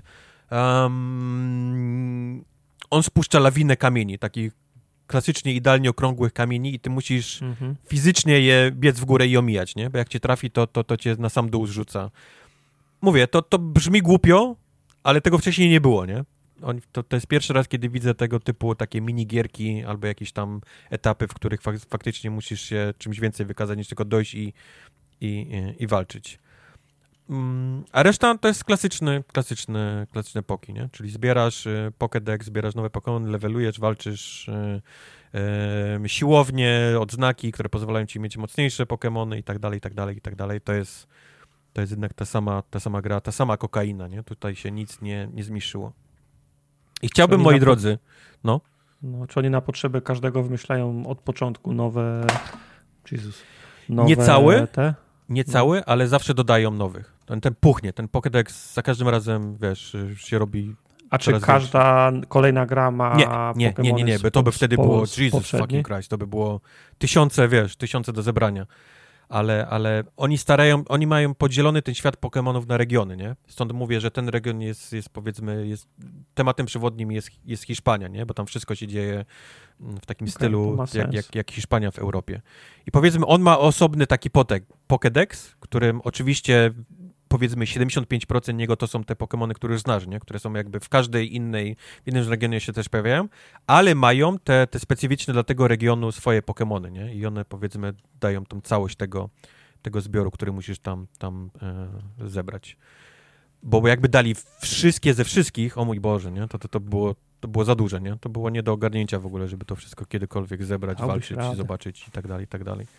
um, on spuszcza lawinę kamieni, takich klasycznie idealnie okrągłych kamieni i ty musisz mhm. fizycznie je biec w górę i omijać, nie? Bo jak cię trafi, to, to, to cię na sam dół zrzuca. Mówię, to, to brzmi głupio, ale tego wcześniej nie było, nie? On, to, to jest pierwszy raz, kiedy widzę tego typu takie minigierki albo jakieś tam etapy, w których fak- faktycznie musisz się czymś więcej wykazać, niż tylko dojść i, i, i, i walczyć. Mm, a reszta to jest klasyczny, klasyczny, klasyczne poki, nie? Czyli zbierasz y, Pokédex, zbierasz nowe Pokémony, levelujesz, walczysz, y, y, siłownie, odznaki, które pozwalają ci mieć mocniejsze Pokémony i tak dalej, i tak dalej, i tak dalej. To jest, to jest jednak ta sama, ta sama gra, ta sama kokaina, nie? Tutaj się nic nie, nie zmieszyło. I chciałbym, moi drodzy, no. no. Czy oni na potrzeby każdego wymyślają od początku nowe... Jezus. Nowe nie cały, te? nie cały, ale zawsze dodają nowych. Ten, ten puchnie, ten Pokédex za każdym razem, wiesz, się robi. A czy każda większy. Kolejna gra ma nie, nie, nie, nie, nie, bo to by wtedy po, było Jesus fucking Christ, to by było tysiące, wiesz, tysiące do zebrania. Ale, ale oni starają, oni mają podzielony ten świat Pokemonów na regiony, nie? Stąd mówię, że ten region jest, jest powiedzmy, jest tematem przewodnim jest, jest Hiszpania, nie? Bo tam wszystko się dzieje w takim okay, stylu jak, jak, jak Hiszpania w Europie. I powiedzmy, on ma osobny taki potek, Pokédex, którym oczywiście powiedzmy siedemdziesiąt pięć procent niego to są te Pokemony, które już znasz, nie? Które są jakby w każdej innej, w innym regionie się też pojawiają, ale mają te, te specyficzne dla tego regionu swoje Pokemony, nie? I one powiedzmy dają tą całość tego, tego zbioru, który musisz tam, tam e, zebrać. Bo jakby dali wszystkie ze wszystkich, o mój Boże, nie? To, to, to, było, to było za duże, nie? To było nie do ogarnięcia w ogóle, żeby to wszystko kiedykolwiek zebrać, Dałbyś walczyć, radę. Zobaczyć i tak dalej, i tak dalej.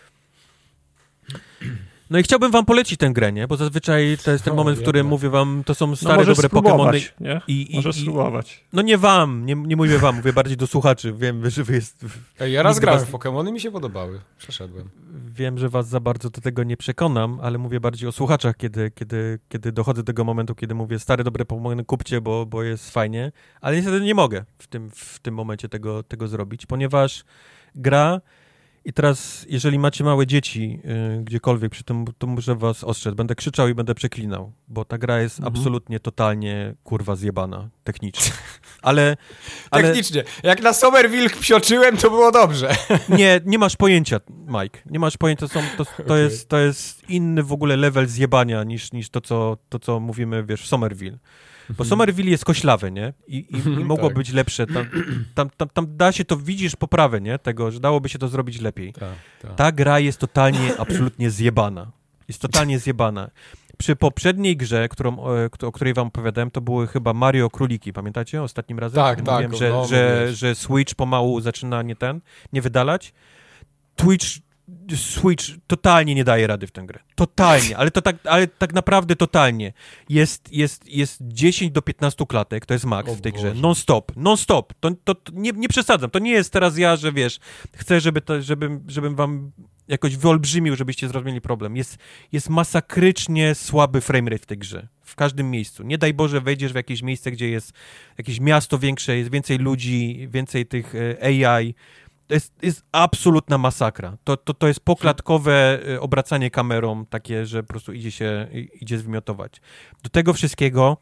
No i chciałbym wam polecić tę grę, nie? Bo zazwyczaj to jest ten o, moment, w którym mówię wam, to są stare, no dobre Pokemony. Nie? I, i, możesz spróbować. No nie wam, nie, nie mówię wam, mówię bardziej do słuchaczy. Wiem, że wy jest... Ej, ja raz grałem was... w Pokemony, mi się podobały. Przeszedłem. Wiem, że was za bardzo do tego nie przekonam, ale mówię bardziej o słuchaczach, kiedy, kiedy, kiedy dochodzę do tego momentu, kiedy mówię stare, dobre Pokemony kupcie, bo, bo jest fajnie. Ale niestety nie mogę w tym, w tym momencie tego, tego zrobić, ponieważ gra... I teraz, jeżeli macie małe dzieci yy, gdziekolwiek przy tym, to muszę was ostrzec. Będę krzyczał i będę przeklinał, bo ta gra jest mhm. absolutnie, totalnie, kurwa, zjebana. Technicznie. Ale, ale... Technicznie. Jak na Somerville psioczyłem, to było dobrze. Nie, nie masz pojęcia, Mike. Nie masz pojęcia, są, to, to, okay. jest, to jest inny w ogóle level zjebania niż, niż to, co, to, co mówimy, wiesz, w Somerville. Bo Somerville jest koślawy, nie? I, i, i mogło tak. być lepsze. Tam, tam, tam, tam da się to, widzisz poprawę, nie? Tego, że dałoby się to zrobić lepiej. Ta, ta. Ta gra jest totalnie, absolutnie zjebana. Jest totalnie zjebana. Przy poprzedniej grze, którą, o, o której wam opowiadałem, to były chyba Mario Króliki, pamiętacie? Ostatnim razem? Tak, tak. Mówiłem, że, no, że, że Switch pomału zaczyna nie ten, nie wydalać. Twitch Switch totalnie nie daje rady w tę grę. Totalnie, ale to tak, ale tak naprawdę totalnie. Jest, jest, jest dziesięć do piętnastu klatek, to jest max O w tej Boże. grze. Non-stop, non-stop. To, to, to nie, nie przesadzam. To nie jest teraz ja, że wiesz, chcę, żeby to, żebym, żebym wam jakoś wyolbrzymił, żebyście zrozumieli problem. Jest, jest masakrycznie słaby framerate w tej grze. W każdym miejscu. Nie daj Boże, wejdziesz w jakieś miejsce, gdzie jest jakieś miasto większe, jest więcej ludzi, więcej tych A I. To jest, jest absolutna masakra. To, to, to jest poklatkowe obracanie kamerą, takie, że po prostu idzie się, idzie zwymiotować. Do tego wszystkiego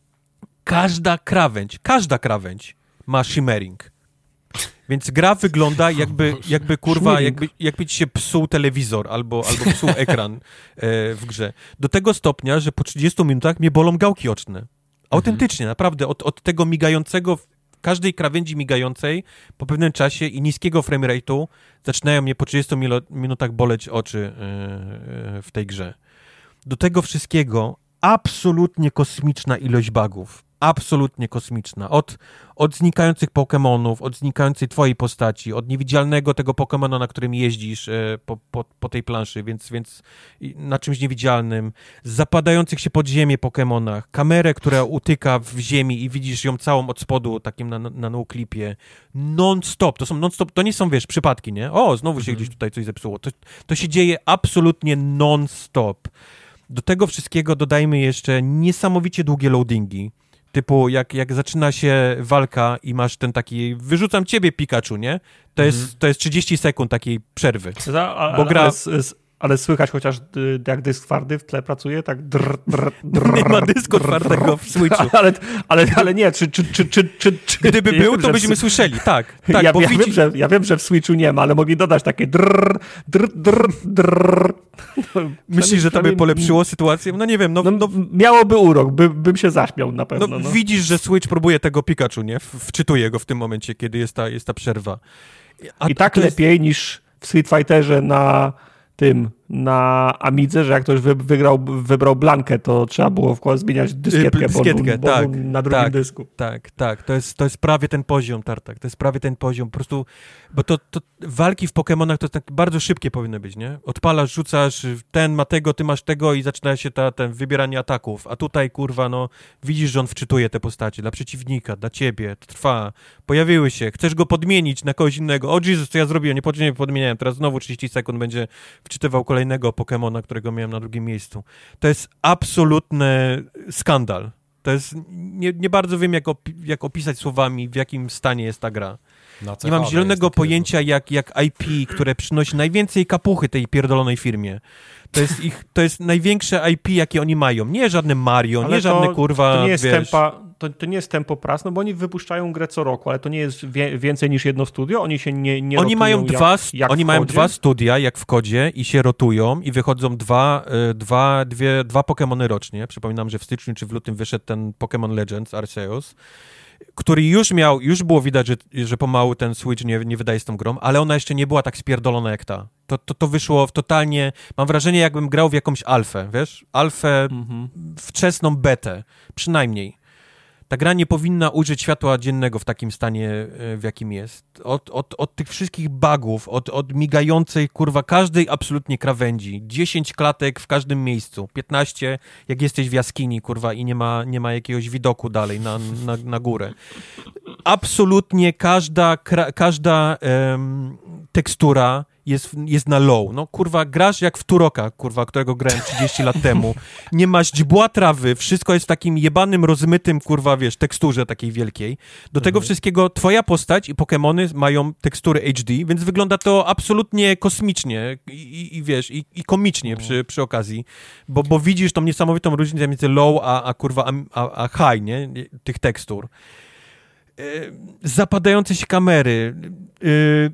każda krawędź, każda krawędź ma shimmering. Więc gra wygląda jakby, jakby kurwa, jakby, jakby ci się psuł telewizor albo, albo psuł ekran e, w grze. Do tego stopnia, że po trzydziestu minutach mnie bolą gałki oczne. Autentycznie, mhm. naprawdę. Od, od tego migającego, każdej krawędzi migającej po pewnym czasie i niskiego framerate'u zaczynają mnie po trzydziestu minutach boleć oczy e, e, w tej grze. Do tego wszystkiego absolutnie kosmiczna ilość bugów. Absolutnie kosmiczna. Od, od znikających Pokemonów, od znikającej twojej postaci, od niewidzialnego tego Pokemona, na którym jeździsz e, po, po, po tej planszy, więc, więc na czymś niewidzialnym, z zapadających się pod ziemię Pokemonach, kamerę, która utyka w ziemi i widzisz ją całą od spodu, takim na, na no-clipie. Non-stop. To są non-stop, to nie są, wiesz, przypadki, nie? O, znowu się mhm. gdzieś tutaj coś zepsuło. To, to się dzieje absolutnie non-stop. Do tego wszystkiego dodajmy jeszcze niesamowicie długie loadingi. Typu, jak, jak zaczyna się walka i masz ten taki, wyrzucam ciebie, Pikachu, nie? To, mhm. jest, to jest trzydzieści sekund takiej przerwy. A, a, bo gra... ale, ale, ale słychać chociaż jak dysk twardy w tle pracuje, tak drr, drr, drr, nie ma dysku twardego w Switchu. Ale, ale, ale nie, czy... czy, czy, czy, czy, czy Gdyby ja był, wiem, to byśmy w... słyszeli, tak. tak ja, bo ja, widzi... wiem, że, ja wiem, że w Switchu nie ma, ale mogli dodać takie drr, drr, drr, drr. Myślisz, że to by polepszyło sytuację? No nie wiem, no... no, no miałoby urok, by, bym się zaśmiał na pewno. No, no. Widzisz, że Switch próbuje tego Pikachu, nie? Wczytuje go w tym momencie, kiedy jest ta, jest ta przerwa. A I tak lepiej jest... niż w Street Fighterze na tym, na Amidze, że jak ktoś wy, wygrał, wybrał Blankę, to trzeba było wkład zmieniać dyskietkę, dyskietkę bo, tak, bo na drugim tak, dysku. Tak, tak, to jest, to jest prawie ten poziom, Tartak, to jest prawie ten poziom, po prostu, bo to, to walki w Pokemonach to tak bardzo szybkie powinny być, nie? Odpalasz, rzucasz, ten ma tego, ty masz tego i zaczyna się ta, ten wybieranie ataków, a tutaj, kurwa, no, widzisz, że on wczytuje te postacie dla przeciwnika, dla ciebie, to trwa, pojawiły się, chcesz go podmienić na kogoś innego, o Jezus, co ja zrobiłem, nie, nie podmieniałem, teraz znowu trzydzieści sekund będzie wczytywał kolejnego Pokemona, którego miałem na drugim miejscu. To jest absolutny skandal. To jest, nie, nie bardzo wiem, jak, opi- jak opisać słowami, w jakim stanie jest ta gra. Nie mam zielonego pojęcia, jak, jak I P, które przynosi najwięcej kapuchy tej pierdolonej firmie. To jest ich, to jest największe I P, jakie oni mają. Nie żadne Mario, ale nie to, żadne kurwa, to nie jest wiesz... tempa, to, to nie jest Tempo Press, no bo oni wypuszczają grę co roku, ale to nie jest wie, więcej niż jedno studio, oni się nie, nie oni mają jak, dwa, jak Oni mają dwa studia, jak w kodzie, i się rotują i wychodzą dwa, y, dwa, dwie, dwa Pokemony rocznie. Przypominam, że w styczniu czy w lutym wyszedł ten Pokémon Legends Arceus, który już miał, już było widać, że, że pomału ten Switch nie, nie wydaje z tą grą, ale ona jeszcze nie była tak spierdolona jak ta. To, to, to wyszło w totalnie, mam wrażenie, jakbym grał w jakąś alfę, wiesz? Alfę, mhm. wczesną betę, przynajmniej. Ta gra nie powinna ujrzeć światła dziennego w takim stanie, w jakim jest. Od, od, od tych wszystkich bugów, od, od migającej, kurwa, każdej absolutnie krawędzi. dziesięć klatek w każdym miejscu. piętnaście, jak jesteś w jaskini, kurwa, i nie ma, nie ma jakiegoś widoku dalej na, na, na górę. Absolutnie każda, kra, każda um, tekstura jest, jest na low. No, kurwa, grasz jak w Turoka, kurwa, którego grałem trzydzieści lat temu. Nie masz źdźbła trawy, wszystko jest w takim jebanym, rozmytym, kurwa, wiesz, teksturze takiej wielkiej. Do mhm. tego wszystkiego twoja postać i Pokemony mają tekstury H D, więc wygląda to absolutnie kosmicznie i, i, i wiesz, i, i komicznie mhm. przy, przy okazji, bo, bo widzisz tą niesamowitą różnicę między low a, a kurwa, a, a high, nie? Tych tekstur. Yy, zapadające się kamery, yy,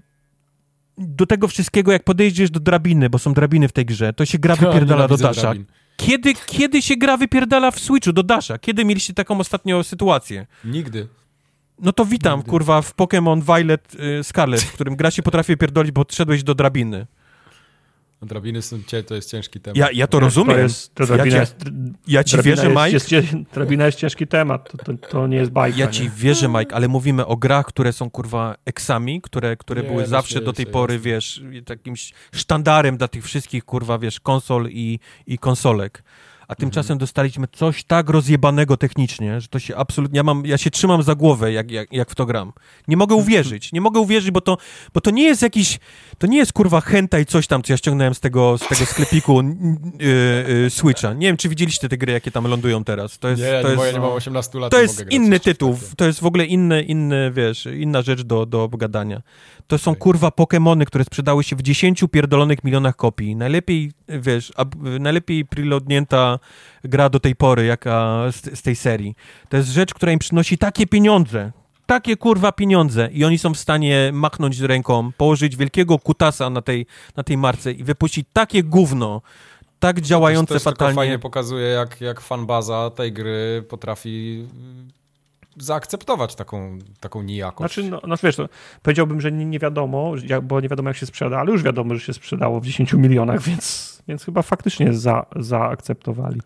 do tego wszystkiego, jak podejdziesz do drabiny, bo są drabiny w tej grze, to się gra wypierdala do dasza. Kiedy, kiedy się gra wypierdala w Switchu do dasza? Kiedy mieliście taką ostatnią sytuację? Nigdy. No to witam, Nigdy. kurwa, w Pokémon Violet y, Scarlet, w którym gra się potrafi pierdolić, bo odszedłeś do drabiny. Drabiny są, to jest ciężki temat. Ja, ja to rozumiem. To jest, to drabina ja, jest, ja ci wierzę, jest, Mike. Jest, jest, drabina jest ciężki temat, to, to, to nie jest bajka. Ja ci nie? wierzę, Mike, ale mówimy o grach, które są, kurwa, eksami, które, które Nie, były no zawsze do tej się, pory, jasne. wiesz, jakimś sztandarem dla tych wszystkich, kurwa, wiesz, konsol i, i konsolek. A tymczasem Mhm. dostaliśmy coś tak rozjebanego technicznie, że to się absolutnie... Ja, mam, ja się trzymam za głowę, jak, jak, jak w to gram. Nie mogę uwierzyć. Nie mogę uwierzyć, bo to, bo to nie jest jakiś... To nie jest, kurwa, hentai coś tam, co ja ściągnąłem z tego, z tego sklepiku yy, yy, Switcha. Nie wiem, czy widzieliście te gry, jakie tam lądują teraz. To jest, Nie, to nie, jest, bo ja nie mam osiemnastu lat. to nie jest mogę grać inny jeszcze w tytuł. takie. To jest w ogóle inny, inny, wiesz, inna rzecz do, do obgadania. To są, Okej. kurwa, Pokemony, które sprzedały się w dziesięciu pierdolonych milionach kopii. Najlepiej, wiesz, ab, najlepiej preloadnięta gra do tej pory, jaka z, z tej serii. To jest rzecz, która im przynosi takie pieniądze, takie, kurwa, pieniądze i oni są w stanie machnąć ręką, położyć wielkiego kutasa na tej, na tej marce i wypuścić takie gówno, tak działające to też fatalnie. tylko fajnie pokazuje, jak, jak fanbaza tej gry potrafi zaakceptować taką, taką nijakość. Znaczy, no, no wiesz, no, powiedziałbym, że nie, nie wiadomo, jak, bo nie wiadomo jak się sprzeda, ale już wiadomo, że się sprzedało w dziesięciu milionach, więc, więc chyba faktycznie za, zaakceptowali.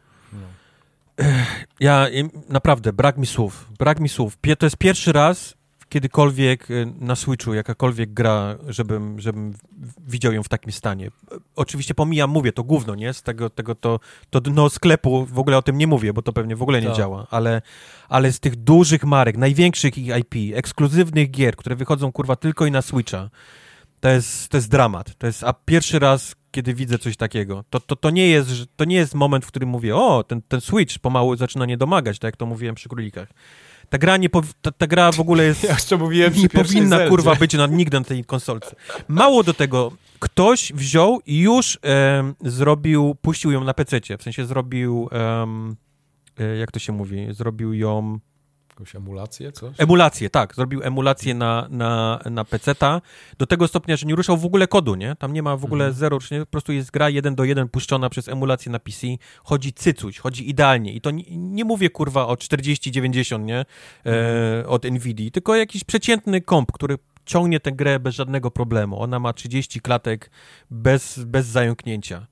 Ja naprawdę, brak mi słów, brak mi słów. Pie- To jest pierwszy raz kiedykolwiek y, na Switchu, jakakolwiek gra, żebym, żebym widział ją w takim stanie. Oczywiście pomijam, mówię, to gówno, nie? Z tego, tego to, to dno sklepu, w ogóle o tym nie mówię, bo to pewnie w ogóle nie Tak. działa, ale, ale z tych dużych marek, największych ich I P, ekskluzywnych gier, które wychodzą, kurwa, tylko i na Switcha, to jest, to jest dramat. To jest a pierwszy raz, kiedy widzę coś takiego. To, to, to, nie jest, że- to nie jest moment, w którym mówię, o, ten, ten Switch pomału zaczyna nie domagać, tak jak to mówiłem przy Królikach. Ta gra, nie powi- ta, ta gra w ogóle jest... Ja jeszcze mówiłem nie przy pierwszej powinna, Zeldzie. kurwa, być na, nigdy na tej konsolce. Mało do tego, ktoś wziął i już em, zrobił, puścił ją na pececie, w sensie zrobił, em, e, jak to się mówi, zrobił ją... Jakąś emulację, coś? Emulację, tak. Zrobił emulację na, na, na peceta do tego stopnia, że nie ruszał w ogóle kodu, nie? Tam nie ma w ogóle Mhm. zero, nie? Po prostu jest gra jeden do jeden puszczona przez emulację na P C. Chodzi cycuś, chodzi idealnie. I to nie, nie mówię, kurwa, o czterdzieści dziewięćdziesiąt, nie? E, od Nvidii, tylko jakiś przeciętny komp, który ciągnie tę grę bez żadnego problemu. Ona ma trzydzieści klatek bez, bez zająknięcia.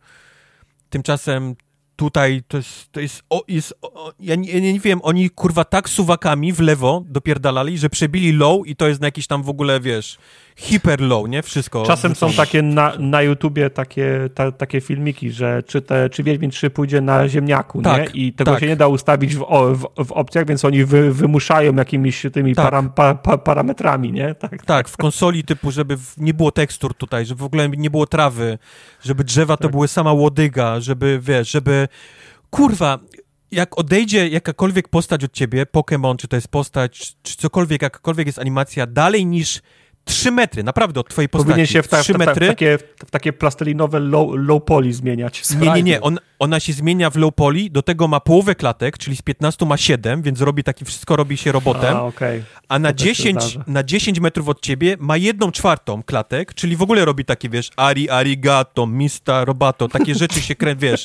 Tymczasem tutaj to jest, to jest, o, jest o, ja, nie, ja nie wiem, oni kurwa tak suwakami w lewo dopierdalali, że przebili low i to jest na jakiś tam w ogóle, wiesz, hiper low, nie? Wszystko. Czasem są takie na, na YouTubie takie, ta, takie filmiki, że czy, te, czy Wiedźmin trzy pójdzie na ziemniaku, Tak, nie? I tego tak. się nie da ustawić w, o, w, w opcjach, więc oni wy, wymuszają jakimiś tymi Tak. param, pa, pa, parametrami, nie? Tak. Tak, w konsoli typu, żeby w, nie było tekstur tutaj, żeby w ogóle nie było trawy, żeby drzewa to Tak. były sama łodyga, żeby, wiesz, żeby... Kurwa, jak odejdzie jakakolwiek postać od ciebie, Pokémon, czy to jest postać, czy cokolwiek, jakakolwiek jest animacja, dalej niż trzy metry, naprawdę od twojej postaci, Powinien się w, ta, w, trzy ta, w, metry... takie, w takie plastelinowe low, low poly zmieniać. Nie, nie, nie. On, ona się zmienia w low poly, do tego ma połowę klatek, czyli z piętnastu ma siedem, więc robi taki, wszystko robi się robotem. A, okej. A na to też się dziesięć, zdarza. na dziesięć metrów od ciebie ma jedną czwartą klatek, czyli w ogóle robi takie, wiesz, ari, arigato, mista, robato, takie rzeczy się krę, wiesz.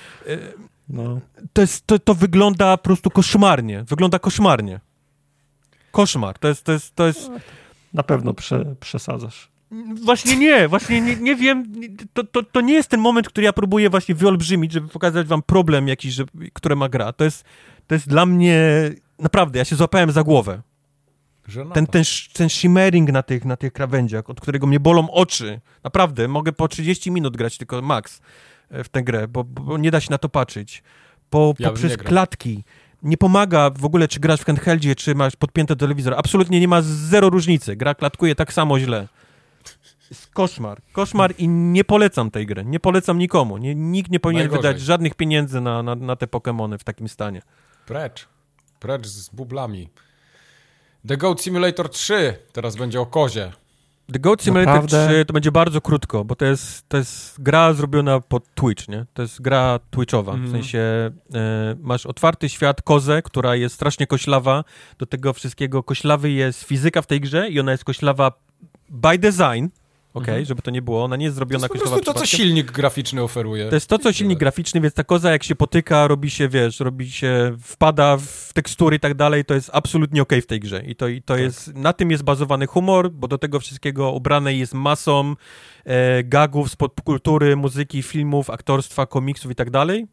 No. To, jest, to, to wygląda po prostu koszmarnie. Wygląda koszmarnie. Koszmar. To jest, to jest, to jest... Na pewno prze, przesadzasz. Właśnie nie, właśnie nie, nie wiem, to, to, to nie jest ten moment, który ja próbuję właśnie wyolbrzymić, żeby pokazać wam problem jakiś, że, który ma gra. To jest, to jest dla mnie, naprawdę, ja się złapałem za głowę. Żenada. Ten, ten, sz- ten shimmering na tych, na tych krawędziach, od którego mnie bolą oczy. Naprawdę, mogę po trzydzieści minut grać tylko max e, w tę grę, bo, bo nie da się na to patrzeć. Po, Ja bym poprzez nie grał. klatki. Nie pomaga w ogóle, czy grasz w handheldzie, czy masz podpięty telewizor. Absolutnie nie ma zero różnicy. Gra klatkuje tak samo źle. Jest koszmar. Koszmar i nie polecam tej gry. Nie polecam nikomu. Nie, nikt nie powinien Najgorzej. wydać żadnych pieniędzy na, na, na te Pokemony w takim stanie. Precz. Precz z bublami. The Goat Simulator trzy. Teraz będzie o kozie. The Goat Simulator Naprawdę? trzy to będzie bardzo krótko, bo to jest, to jest gra zrobiona pod Twitch, nie? To jest gra twitchowa, Mhm. w sensie e, masz otwarty świat, kozę, która jest strasznie koślawa, do tego wszystkiego koślawy jest fizyka w tej grze i ona jest koślawa by design, okej, okay, żeby to nie było, ona nie jest zrobiona... To jest po prostu to, co silnik graficzny oferuje. To jest to, co silnik graficzny, więc ta koza jak się potyka, robi się, wiesz, robi się, wpada w tekstury i tak dalej, to jest absolutnie okej okay w tej grze. I to, i to tak. jest, na tym jest bazowany humor, bo do tego wszystkiego ubrane jest masą e, gagów z popkultury, muzyki, filmów, aktorstwa, komiksów i tak dalej.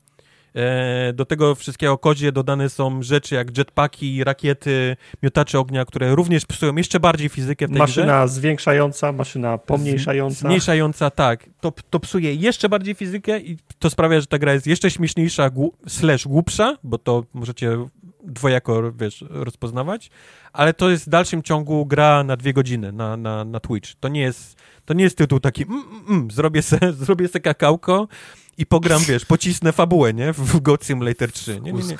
Do tego wszystkiego kodzie dodane są rzeczy jak jetpacki, rakiety, miotacze ognia, które również psują jeszcze bardziej fizykę w tej maszyna grze. Maszyna zwiększająca, maszyna pomniejszająca. Zmniejszająca, tak. To, to psuje jeszcze bardziej fizykę i to sprawia, że ta gra jest jeszcze śmieszniejsza, gł- slash głupsza, bo to możecie dwojako, wiesz, rozpoznawać, ale to jest w dalszym ciągu gra na dwie godziny na, na, na Twitch. To nie jest, to nie jest tytuł taki mm, mm, mm, zrobię se, zrobię se kakałko i pogram, wiesz, pocisnę fabułę, nie? W Goat Simulator trzy. Nie, nie, nie.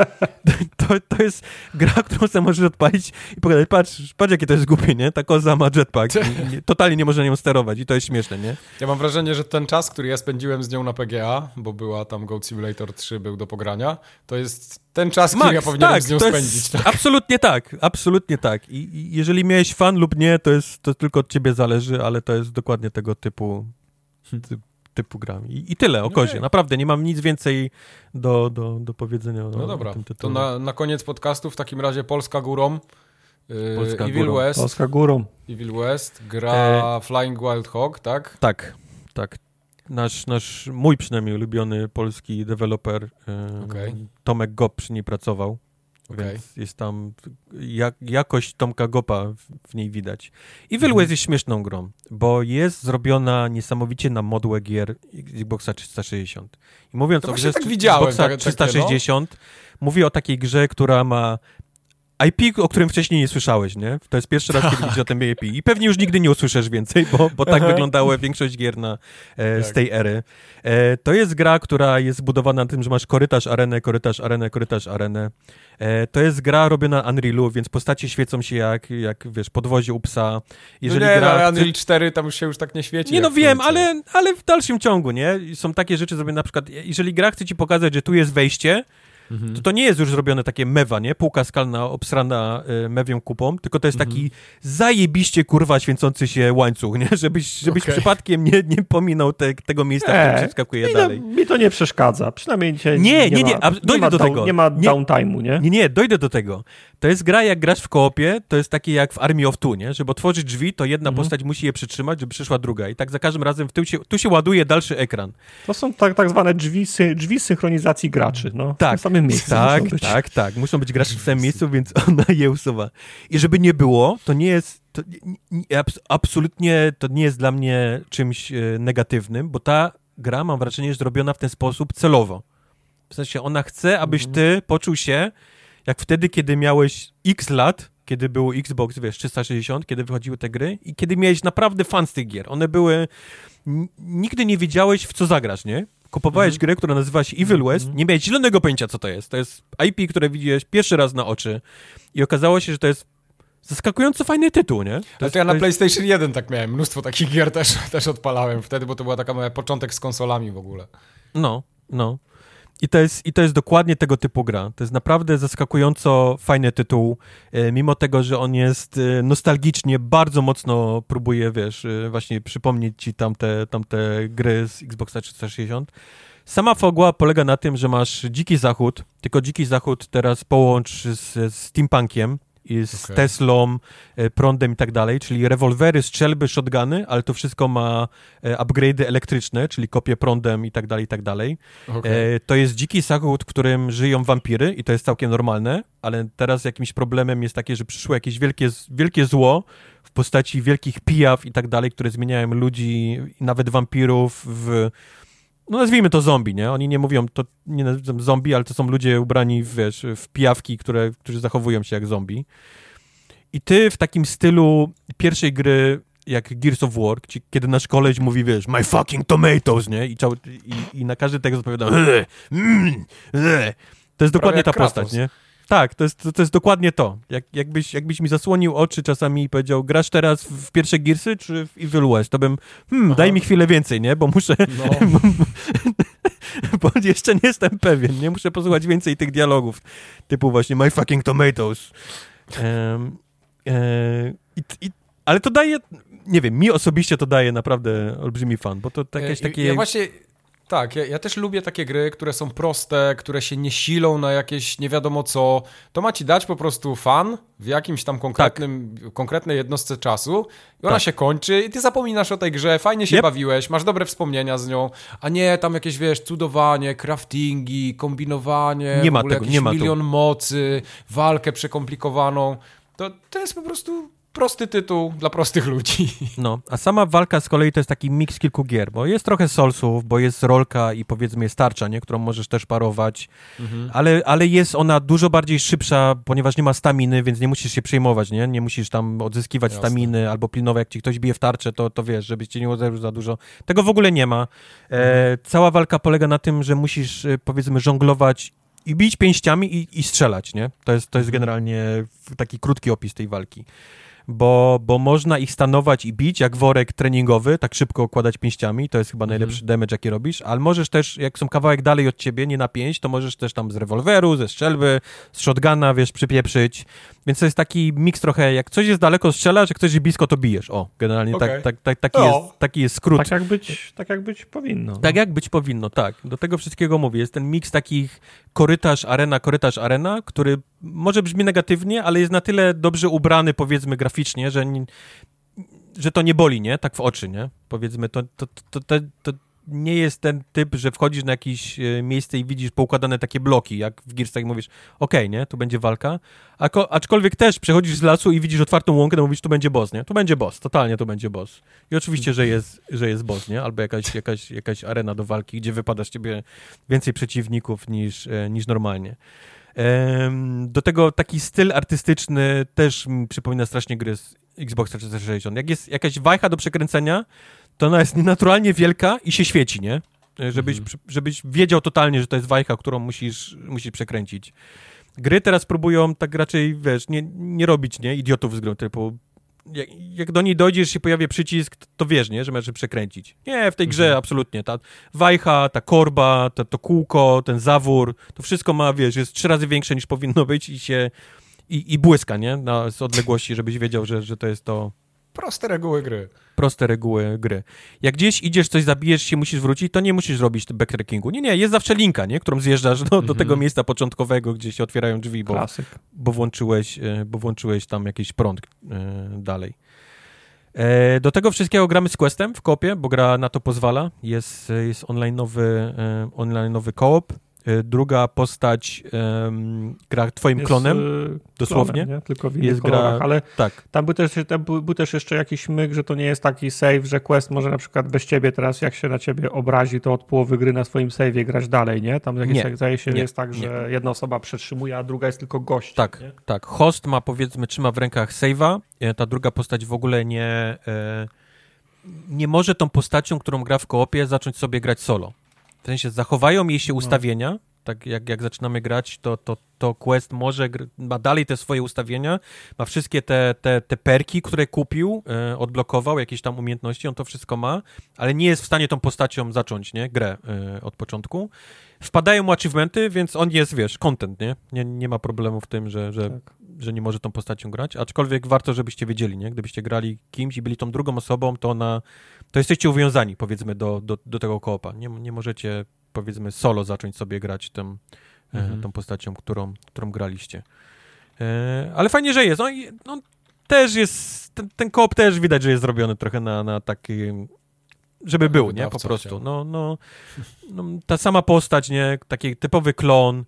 To, to jest gra, którą sobie możesz odpalić i pogadać, patrz, patrz jakie to jest głupie, nie? Ta koza ma jetpack. I, nie, totalnie nie można nią sterować i to jest śmieszne, nie? Ja mam wrażenie, że ten czas, który ja spędziłem z nią na P G A, bo była tam Goat Simulator trzy, był do pogrania, to jest ten czas, Max, który ja powinienem tak, z nią spędzić. Tak? Absolutnie tak, absolutnie tak. I, I jeżeli miałeś fan lub nie, to jest to tylko od ciebie zależy, ale to jest dokładnie tego typu... Ty, typu gra. I, I tyle o kozie. Okay. Naprawdę, nie mam nic więcej do, do, do powiedzenia o, no dobra, o tym to tytule. na, na koniec podcastu w takim razie Polska górą. Yy, Polska Evil górą. West. Polska górą. Evil West gra e... Flying Wild Hog, tak? Tak, tak. Nasz, nasz, mój przynajmniej ulubiony polski deweloper e, okay. Tomek Gop przy niej pracował. Okay. Więc jest tam jak, jakość Tomka Gopa w, w niej widać. Evil West jest śmieszną grą, bo jest zrobiona niesamowicie na modłę gier Xboxa trzysta sześćdziesiąt. I mówiąc to o grze tak widziałem, Xboxa tak, trzysta sześćdziesiąt, takie, no. mówię o takiej grze, która ma I P, o którym wcześniej nie słyszałeś, nie? To jest pierwszy raz, kiedy widzisz o tym I P. I pewnie już nigdy nie usłyszysz więcej, bo, bo tak wyglądała większość gier na, e, z tej ery. E, to jest gra, która jest zbudowana na tym, że masz korytarz, arenę, korytarz, arenę, korytarz, arenę. E, to jest gra robiona na Unrealu, więc postacie świecą się jak, jak wiesz, podwozie u psa. Jeżeli no nie, gra... ale Unreal cztery tam już się już tak nie świeci. Nie, no wiem, ale, ale w dalszym ciągu, nie? Są takie rzeczy zrobione, na przykład, jeżeli gra chce ci pokazać, że tu jest wejście, Mhm. To, to nie jest już zrobione takie mewa, nie? Półka skalna obsrana y, mewią kupą, tylko to jest taki mhm. zajebiście, kurwa, święcący się łańcuch, nie? Żebyś, żebyś okay. przypadkiem nie, nie pominął te, tego miejsca, w którym przeskakuje dalej. No, mi to nie przeszkadza, przynajmniej dzisiaj nie, nie, nie, nie, nie, a, nie dojdę ma do down, tego. Nie ma downtime'u, nie? Nie, nie, dojdę do tego. To jest gra, jak grasz w koopie, to jest takie jak w Army of Two, nie? Żeby otworzyć drzwi, to jedna mhm. postać musi je przytrzymać, żeby przyszła druga i tak za każdym razem w tył się, tu się ładuje dalszy ekran. To są tak, tak zwane drzwi, sy, drzwi synchronizacji graczy, no. Tak, w samym miejscu. Tak, tak, tak. Muszą być gracze w samym miejscu, więc ona je usuwa. I żeby nie było, to nie jest, to nie, nie, absolutnie to nie jest dla mnie czymś e, negatywnym, bo ta gra, mam wrażenie, jest zrobiona w ten sposób celowo. W sensie ona chce, abyś ty poczuł się jak wtedy, kiedy miałeś x lat, kiedy był Xbox, wiesz, trzysta sześćdziesiąt, kiedy wychodziły te gry i kiedy miałeś naprawdę fan z tych gier. One były... N- nigdy nie wiedziałeś, w co zagrasz, nie? Kupowałeś mm-hmm. grę, która nazywa się Evil West, mm-hmm. nie miałeś zielonego pojęcia, co to jest. To jest I P, które widziałeś pierwszy raz na oczy i okazało się, że to jest zaskakująco fajny tytuł, nie? To, jest, to ja na to jest... PlayStation jeden tak miałem. Mnóstwo takich gier też, też odpalałem wtedy, bo to była taka moja początek z konsolami w ogóle. No, no. I to, jest, I to jest dokładnie tego typu gra. To jest naprawdę zaskakująco fajny tytuł, e, mimo tego, że on jest e, nostalgicznie, bardzo mocno próbuje, wiesz, e, właśnie przypomnieć ci tamte, tamte gry z Xboxa trzysta sześćdziesiąt. Sama fabuła polega na tym, że masz Dziki Zachód, tylko Dziki Zachód teraz połącz z, z steampunkiem, i z okay. Teslą, prądem i tak dalej, czyli rewolwery, strzelby, shotguny, ale to wszystko ma upgrade'y elektryczne, czyli kopie prądem i tak dalej, i tak dalej. Okay. E, to jest dziki zachód, w którym żyją wampiry i to jest całkiem normalne, ale teraz jakimś problemem jest takie, że przyszło jakieś wielkie, wielkie zło w postaci wielkich pijaw i tak dalej, które zmieniają ludzi, nawet wampirów w... No nazwijmy to zombie, nie? Oni nie mówią, to nie nazywam zombie, ale to są ludzie ubrani, wiesz, w pijawki, które, którzy zachowują się jak zombie. I ty w takim stylu pierwszej gry, jak Gears of War, kiedy nasz koleś mówi, wiesz, my fucking tomatoes, nie? I, i, i na każdy tekst odpowiada mm, to jest dokładnie ta Kratos. postać, nie? Tak, to jest, to, to jest dokładnie to. Jak, jakbyś, jakbyś mi zasłonił oczy czasami i powiedział, grasz teraz w pierwsze Gearsy czy w Evil West, to bym, hmm, daj mi chwilę więcej, nie? Bo muszę... No. bo jeszcze nie jestem pewien, nie? Muszę posłuchać więcej tych dialogów, typu właśnie my fucking tomatoes. Um, e, i, i, ale to daje, nie wiem, mi osobiście to daje naprawdę olbrzymi fan, bo to jakieś takie... Ja właśnie... Tak, ja, ja też lubię takie gry, które są proste, które się nie silą na jakieś nie wiadomo co. To ma ci dać po prostu fan w jakimś tam konkretnym, tak. konkretnej jednostce czasu i ona tak. się kończy i ty zapominasz o tej grze, fajnie się yep. bawiłeś, masz dobre wspomnienia z nią, a nie tam jakieś, wiesz, cudowanie, craftingi, kombinowanie, nie w ma ogóle tego, jakiś nie ma milion tu. mocy, walkę przekomplikowaną. To, to jest po prostu... prosty tytuł dla prostych ludzi. No, a sama walka z kolei to jest taki miks kilku gier, bo jest trochę Soulsów, bo jest rolka i powiedzmy jest tarcza, nie? Którą możesz też parować, mhm. ale, ale jest ona dużo bardziej szybsza, ponieważ nie ma staminy, więc nie musisz się przejmować, nie? Nie musisz tam odzyskiwać Jasne. staminy albo pilnować, jak ci ktoś bije w tarczę, to, to wiesz, żebyś cię nie uderzył za dużo. Tego w ogóle nie ma. E, mhm. Cała walka polega na tym, że musisz powiedzmy żonglować i bić pięściami i, i strzelać, nie? To jest, to jest generalnie taki krótki opis tej walki. Bo, bo można ich stanować i bić jak worek treningowy, tak szybko okładać pięściami, to jest chyba najlepszy mm. damage, jaki robisz, ale możesz też, jak są kawałek dalej od ciebie, nie na pięść, to możesz też tam z rewolweru, ze strzelby, z shotguna, wiesz, przypieprzyć, więc to jest taki miks trochę, jak coś jest daleko strzelasz, jak ktoś jest blisko, to bijesz, o, generalnie okay. tak, tak, tak, taki, no. jest, taki jest skrót. Tak jak być, tak jak być powinno. No. Tak jak być powinno, tak. Do tego wszystkiego mówię, jest ten miks takich korytarz, arena, korytarz, arena, który może brzmi negatywnie, ale jest na tyle dobrze ubrany, powiedzmy, graficznie, że, nie, że to nie boli, nie? Tak w oczy, nie? Powiedzmy, to, to, to, to, to nie jest ten typ, że wchodzisz na jakieś miejsce i widzisz poukładane takie bloki, jak w Gearsach i mówisz, okej, okay, nie? Tu będzie walka, A, aczkolwiek też przechodzisz z lasu i widzisz otwartą łąkę, no mówisz, tu będzie boss, nie? Tu będzie boss, totalnie tu będzie boss. I oczywiście, że jest, że jest boss, nie? Albo jakaś, jakaś, jakaś arena do walki, gdzie wypada z ciebie więcej przeciwników niż, niż normalnie. Do tego taki styl artystyczny też mi przypomina strasznie gry z Xboxa trzysta sześćdziesiąt. Jak jest jakaś wajcha do przekręcenia, to ona jest nienaturalnie wielka i się świeci, nie? Żebyś, mhm. żebyś wiedział totalnie, że to jest wajcha, którą musisz, musisz przekręcić. Gry teraz próbują tak raczej, wiesz, nie, nie robić, nie? Idiotów z grą, typu jak, jak do niej dojdziesz, się pojawia przycisk, to wiesz, nie? Że możesz przekręcić. Nie, w tej grze mhm. absolutnie. Ta wajcha, ta korba, ta, to kółko, ten zawór, to wszystko ma, wiesz, jest trzy razy większe niż powinno być i się i, i błyska, nie? Na, z odległości, żebyś wiedział, że, że to jest to... Proste reguły gry. Proste reguły gry. Jak gdzieś idziesz, coś zabijesz się, musisz wrócić, to nie musisz robić backtrackingu. Nie, nie, jest zawsze linka, nie? Którą zjeżdżasz do, do tego miejsca początkowego, gdzie się otwierają drzwi, bo, bo, włączyłeś, bo włączyłeś tam jakiś prąd e, dalej. E, do tego wszystkiego gramy z Questem w koopie, bo gra na to pozwala. Jest, jest online'owy, e, online'owy koop. Druga postać um, gra twoim jest, klonem, y, dosłownie. Klonem, nie? Tylko w innych jest kolorach, gra, ale tak. tam był też, tam był, był też jeszcze jakiś myk, że to nie jest taki save, że quest może na przykład bez ciebie teraz, jak się na ciebie obrazi, to od połowy gry na swoim save'ie grać dalej, nie? Tam jakieś, nie, zdaje się, nie, jest tak, nie. że jedna osoba przetrzymuje, a druga jest tylko gościem. Tak, nie? tak. Host ma, powiedzmy, trzyma w rękach save'a, ta druga postać w ogóle nie, e, nie może tą postacią, którą gra w koopie, zacząć sobie grać solo. W sensie zachowają jej się ustawienia, no. tak jak, jak zaczynamy grać, to, to, to Quest może, ma dalej te swoje ustawienia, ma wszystkie te, te, te perki, które kupił, e, odblokował, jakieś tam umiejętności, on to wszystko ma, ale nie jest w stanie tą postacią zacząć, nie, grę e, od początku. Wpadają mu achievementy, więc on jest, wiesz, content, nie? Nie, nie ma problemu w tym, że, że, tak. że nie może tą postacią grać, aczkolwiek warto, żebyście wiedzieli, nie? Gdybyście grali kimś i byli tą drugą osobą, to ona, to jesteście uwiązani, powiedzmy, do, do, do tego koopa. Nie, nie możecie, powiedzmy, solo zacząć sobie grać tym, mhm. e, tą postacią, którą, którą graliście. E, ale fajnie, że jest. No, i, no też jest, ten, ten koop też widać, że jest zrobiony trochę na, na taki... Żeby był, nie? Po prostu. No, no, no, ta sama postać, nie? Taki typowy klon.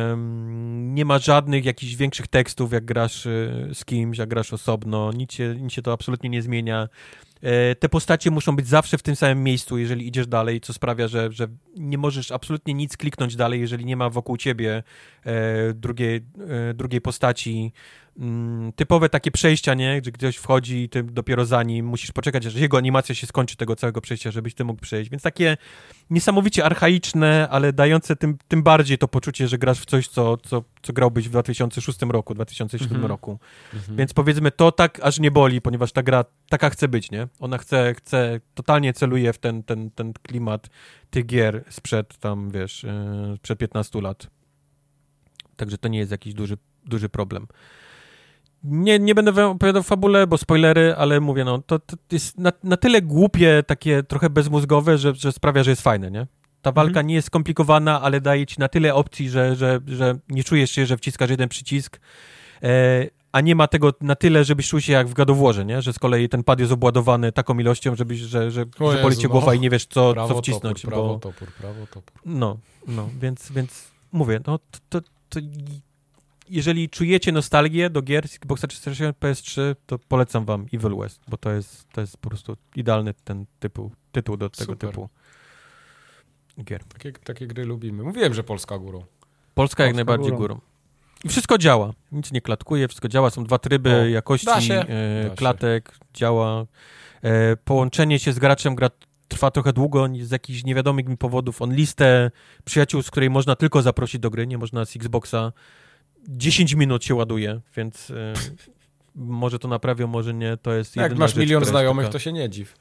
Um, nie ma żadnych jakichś większych tekstów, jak grasz y, z kimś, jak grasz osobno. Nic się, nic się to absolutnie nie zmienia. E, te postacie muszą być zawsze w tym samym miejscu, jeżeli idziesz dalej, co sprawia, że, że nie możesz absolutnie nic kliknąć dalej, jeżeli nie ma wokół ciebie e, drugiej, e, drugiej postaci. Mm, typowe takie przejścia, nie? Gdzie ktoś wchodzi i ty dopiero za nim musisz poczekać, aż jego animacja się skończy tego całego przejścia, żebyś ty mógł przejść. Więc takie niesamowicie archaiczne, ale dające tym, tym bardziej to poczucie, że grasz w coś, co, co, co grałbyś w dwa tysiące szóstym roku, dwa tysiące siódmym mm-hmm. roku. Mm-hmm. Więc powiedzmy, to tak aż nie boli, ponieważ ta gra taka chce być, nie? Ona chce, chce totalnie celuje w ten, ten, ten klimat tych gier sprzed tam, wiesz, yy, sprzed piętnastu lat. Także to nie jest jakiś duży, duży problem. Nie, nie będę wam opowiadał fabule, bo spoilery, ale mówię, no, to, to jest na, na tyle głupie, takie trochę bezmózgowe, że, że sprawia, że jest fajne, nie? Ta walka mhm. nie jest skomplikowana, ale daje ci na tyle opcji, że, że, że nie czujesz się, że wciskasz jeden przycisk, e, a nie ma tego na tyle, żebyś czuł się jak w God of Warze, nie? Że z kolei ten pad jest obładowany taką ilością, żebyś, że, że, o że boli cię Jezu, głowa no. i nie wiesz, co, prawo, co wcisnąć. Topór, prawo, bo... topór, prawo, topór. No, no, więc, więc mówię, no to, to, to jeżeli czujecie nostalgię do gier z Xboxa trzysta sześćdziesiąt, P S trzy, to polecam wam Evil West, bo to jest, to jest po prostu idealny ten typu, tytuł do tego Super. typu gier. Takie, takie gry lubimy. Mówiłem, że Polska górą. Polska, Polska jak najbardziej górą. górą. I wszystko działa. Nic nie klatkuje, wszystko działa. Są dwa tryby O, jakości da się. e, Da klatek, się. działa. E, połączenie się z graczem gra trwa trochę długo, z jakichś niewiadomych mi powodów. On listę przyjaciół, z której można tylko zaprosić do gry, nie można z Xboxa. dziesięć minut się ładuje, więc e, może to naprawią, może nie. To jest Jak masz milion znajomych, taka... to się nie dziw.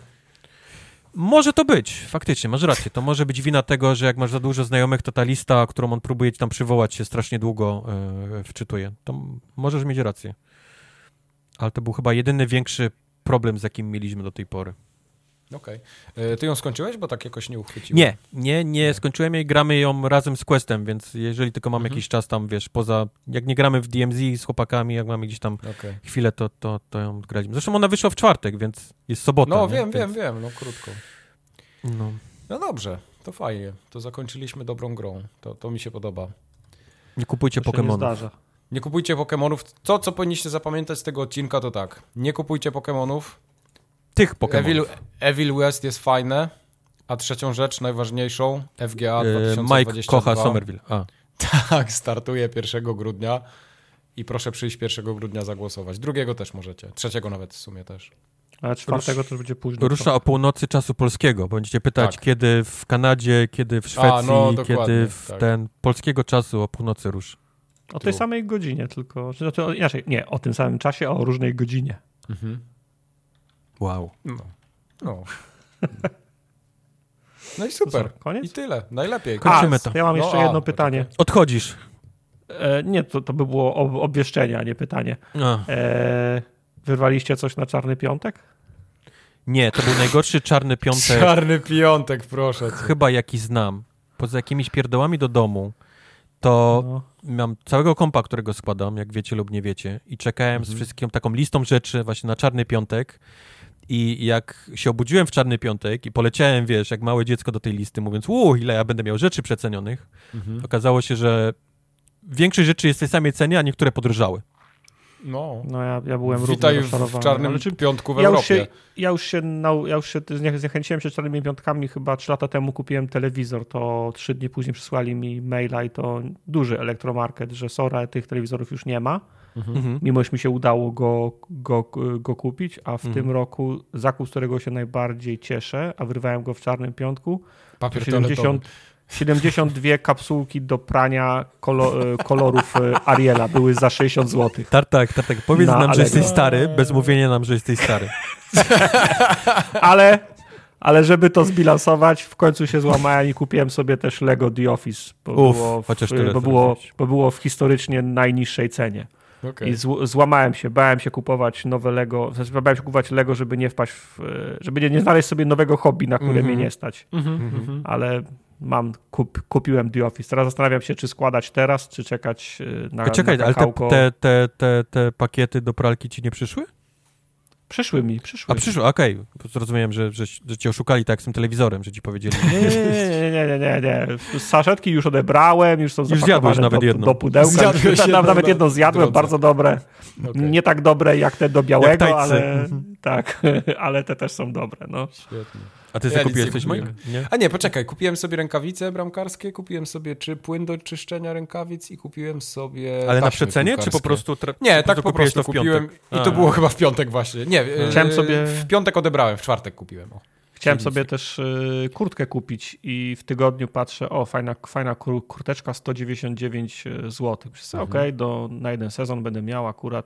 Może to być, faktycznie, masz rację. To może być wina tego, że jak masz za dużo znajomych, to ta lista, którą on próbuje ci tam przywołać, się strasznie długo yy, wczytuje. To m- możesz mieć rację. Ale to był chyba jedyny większy problem, z jakim mieliśmy do tej pory. Okej. Okay. Ty ją skończyłeś, bo tak jakoś nie uchwyciłem? Nie, nie, nie skończyłem jej. Gramy ją razem z Questem, więc jeżeli tylko mamy mhm. jakiś czas tam, wiesz, poza... Jak nie gramy w D M Z z chłopakami, jak mamy gdzieś tam okay. chwilę, to, to, to ją graliśmy. Zresztą ona wyszła w czwartek, więc jest sobota. No nie? wiem, więc... wiem, wiem, no krótko. No. no dobrze, to fajnie. To zakończyliśmy dobrą grą. To, to mi się podoba. Nie kupujcie to Pokemonów. Nie zdarza. Nie kupujcie Pokemonów. To, co powinniście zapamiętać z tego odcinka, to tak. Nie kupujcie Pokemonów. Tych Pokemonów. Evil, Evil West jest fajne, a trzecią rzecz, najważniejszą, F G A dwa tysiące dwadzieścia dwa. Mike kocha Somerville. A. Tak, startuje pierwszego grudnia i proszę przyjść pierwszego grudnia zagłosować. Drugiego też możecie, trzeciego nawet w sumie też. Ale czwartego Rusz, to będzie późno. Rusza o północy czasu polskiego. Będziecie pytać, tak. kiedy w Kanadzie, kiedy w Szwecji, a, no, kiedy w tak. ten polskiego czasu o północy rusz. O tej samej godzinie tylko. Znaczy, o, inaczej, nie, o tym samym czasie, o różnej godzinie. Mhm. Wow. No. No. No i super. Co, koniec? I tyle. Najlepiej. Kończymy to. Ja mam jeszcze no, jedno a, pytanie. Okay. Odchodzisz. E, nie, to, to by było ob- obwieszczenie, a nie pytanie. E, wyrwaliście coś na Czarny Piątek? Nie, to był najgorszy Czarny Piątek. Czarny Piątek, proszę cię. Chyba jaki znam. Poza jakimiś pierdołami do domu, to no. mam całego kompa, którego składam, jak wiecie lub nie wiecie, i czekałem mhm. z wszystkim taką listą rzeczy właśnie na Czarny Piątek. I jak się obudziłem w Czarny Piątek i poleciałem, wiesz, jak małe dziecko do tej listy, mówiąc, uuu, ile ja będę miał rzeczy przecenionych, mhm. okazało się, że większość rzeczy jest w tej samej cenie, a niektóre podrożały. No, no ja, ja byłem Witaj równie w Czarnym ale, Piątku w ja Europie. Już się, ja, już się, no, ja już się zniechęciłem się Czarnymi Piątkami, chyba trzy lata temu kupiłem telewizor, to trzy dni później przysłali mi maila i to duży elektromarket, że sorry, tych telewizorów już nie ma. Mhm. Mimo, że mi się udało go, go, go kupić, a w mhm. tym roku zakup, z którego się najbardziej cieszę, a wyrwałem go w Czarnym Piątku, papier siedemdziesiąt, siedemdziesiąt dwie kapsułki do prania kolo, kolorów Ariela były za sześćdziesiąt złotych. Tartak, Tartak, powiedz Na nam, że jesteś stary, bez mówienia nam, że jesteś stary. ale, ale żeby to zbilansować, w końcu się złamałem i kupiłem sobie też Lego The Office, bo, Uf, było, w, chociaż bo, było, bo było w historycznie najniższej cenie. Okay. I zł- złamałem się, bałem się kupować nowe Lego, znaczy bałem się kupować Lego, żeby nie wpaść w, żeby nie, nie znaleźć sobie nowego hobby, na które mm-hmm. mnie nie stać. Mm-hmm. Ale mam, kup, kupiłem The Office. Teraz zastanawiam się, czy składać teraz, czy czekać na Czekaj, na ale te, te, te, te, te pakiety do pralki ci nie przyszły? Przyszły mi, przyszły. A przyszły, okej. Okay. Zrozumiałem, że, że, że cię oszukali tak z tym telewizorem, że ci powiedzieli. Nie, nie, nie, nie, nie, nie. Saszetki już odebrałem, już są już zapakowane nawet do, jedno. do pudełka. Jedno nawet jedno zjadłem, bardzo dobre. Okay. Nie tak dobre jak te do białego, ale tak, ale te też są dobre. No. Świetnie. A ty ja zakupiłeś coś, Mike? Nie? A nie, poczekaj, kupiłem sobie rękawice bramkarskie, kupiłem sobie czy płyn do czyszczenia rękawic i kupiłem sobie ale na przecenie, czy po prostu... Tra- nie, tak po prostu kupiłem i to było chyba w piątek właśnie. Nie, Chciałem sobie... w piątek odebrałem, w czwartek kupiłem. O. Chciałem sobie też y, kurtkę kupić i w tygodniu patrzę, o fajna, fajna kur- kurteczka, sto dziewięćdziesiąt dziewięć złotych. Mhm. Okej, okay, na jeden sezon będę miał akurat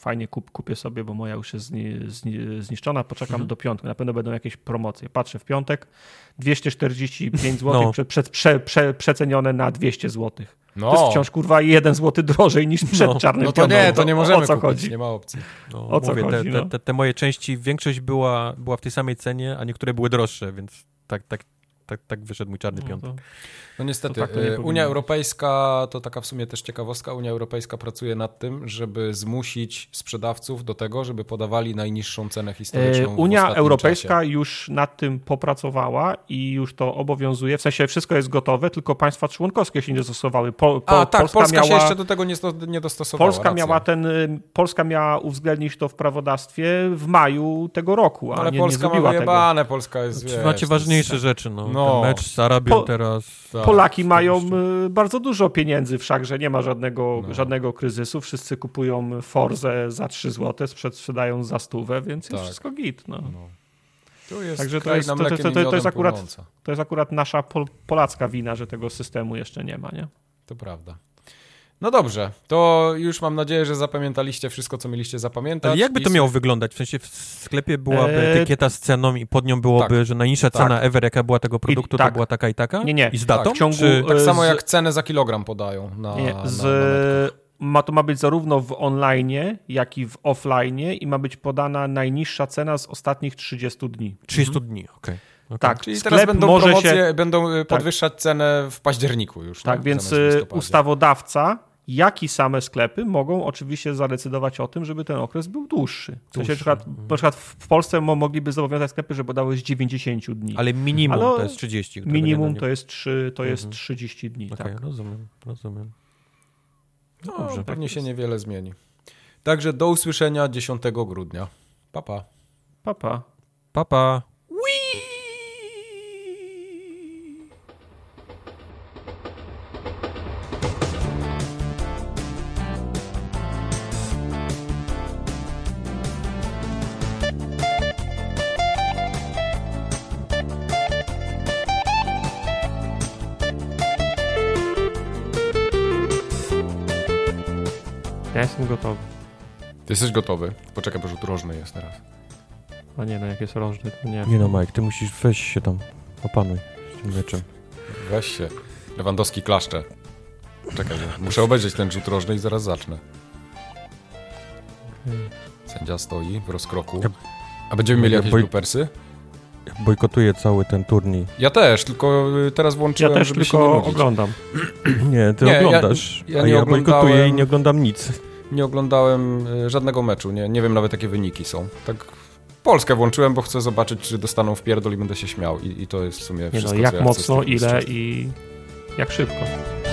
fajnie kup, kupię sobie, bo moja już jest zni, zni, zniszczona, poczekam mhm. do piątku, na pewno będą jakieś promocje. Patrzę w piątek, dwieście czterdzieści pięć złotych no. prze, prze, prze, prze, przecenione na dwieście złotych. No. To jest wciąż kurwa jeden złoty drożej niż przed no. czarnym No to nie, to nie możemy o co kupić, chodzi? Nie ma opcji. No, o co mówię, chodzi? Te, no? te, te moje części, większość była, była w tej samej cenie, a niektóre były droższe, więc tak, tak, tak, tak wyszedł mój czarny piątek. No, to, no niestety, tak Unia Europejska, to taka w sumie też ciekawostka, Unia Europejska pracuje nad tym, żeby zmusić sprzedawców do tego, żeby podawali najniższą cenę historyczną. E, Unia w Europejska czasie. już nad tym popracowała i już to obowiązuje, w sensie wszystko jest gotowe, tylko państwa członkowskie się nie dostosowały. Po, po, A tak, Polska, Polska miała, się jeszcze do tego nie, nie dostosowała. Polska miała, ten, Polska miała uwzględnić to w prawodawstwie w maju tego roku, a Ale nie, Polska nie zrobiła ma wyjebane, tego. Polska jest, wiesz, macie ważniejsze jest... rzeczy, no. no. Ten mecz z Arabią Po, teraz. Tak, Polaki mają bardzo dużo pieniędzy, wszakże nie ma żadnego, no. żadnego kryzysu. Wszyscy kupują Forzę za trzy złote, sprzedają za stówę, więc tak. jest wszystko git. No. No. Tu jest Także to jest, to, to, to, to, jest akurat, to jest akurat nasza pol, polacka wina, że tego systemu jeszcze nie ma, nie? To prawda. No dobrze, to już mam nadzieję, że zapamiętaliście wszystko, co mieliście zapamiętać. Ale jakby to miało wyglądać? W sensie w sklepie byłaby eee... etykieta z ceną i pod nią byłoby, tak. że najniższa tak. cena ever, jaka była tego produktu, I, to tak. była taka i taka? Nie, nie. I z datą? Tak, w ciągu, Czy... tak samo z... jak cenę za kilogram podają na, nie, na, z... na Ma to ma być zarówno w online, jak i w offline i ma być podana najniższa cena z ostatnich trzydziestu dni. trzydziestu mhm. dni, okej. Okay. Okay. Tak, czyli teraz będą może promocje, się... będą podwyższać tak. cenę w październiku już. Tak, nie? więc ustawodawca, jak i same sklepy mogą oczywiście zadecydować o tym, żeby ten okres był dłuższy. W sensie, na przykład, na przykład w Polsce mogliby zobowiązać sklepy, żeby dały z dziewięćdziesięciu dni. Ale minimum Ale to jest trzydzieści. Minimum to jest, trzy, to jest mhm. trzydzieści dni. Okay, tak. rozumiem, rozumiem. No, Dobrze, no, pewnie tak się niewiele zmieni. Także do usłyszenia dziesiątego grudnia. Pa, pa. Pa, pa. Pa, pa. Ja jestem gotowy. Ty jesteś gotowy? Poczekaj, bo rzut rożny jest teraz. A nie, no jak jest rożny, to nie. Nie no, Mike, ty musisz weź się tam, opanuj z tym meczem. Weź się. Lewandowski klaszcze. Czekaj, muszę obejrzeć ten rzut rożny i zaraz zacznę. Hmm. Sędzia stoi w rozkroku. A będziemy mieli ja jakieś boj... bloopersy? Ja bojkotuję cały ten turniej. Ja też, tylko teraz włączyłem, ja też żeby tylko się nie nudzić. oglądam. Nie, ty nie, oglądasz, ja, ja a nie ja oglądałem, bojkotuję i nie oglądam nic. Nie oglądałem żadnego meczu, nie, nie wiem nawet jakie wyniki są. Tak Polskę włączyłem, bo chcę zobaczyć, czy dostaną w pierdol i będę się śmiał. I, i to jest w sumie nie wszystko, no, jak co ja mocno, chcę z ile i jak szybko.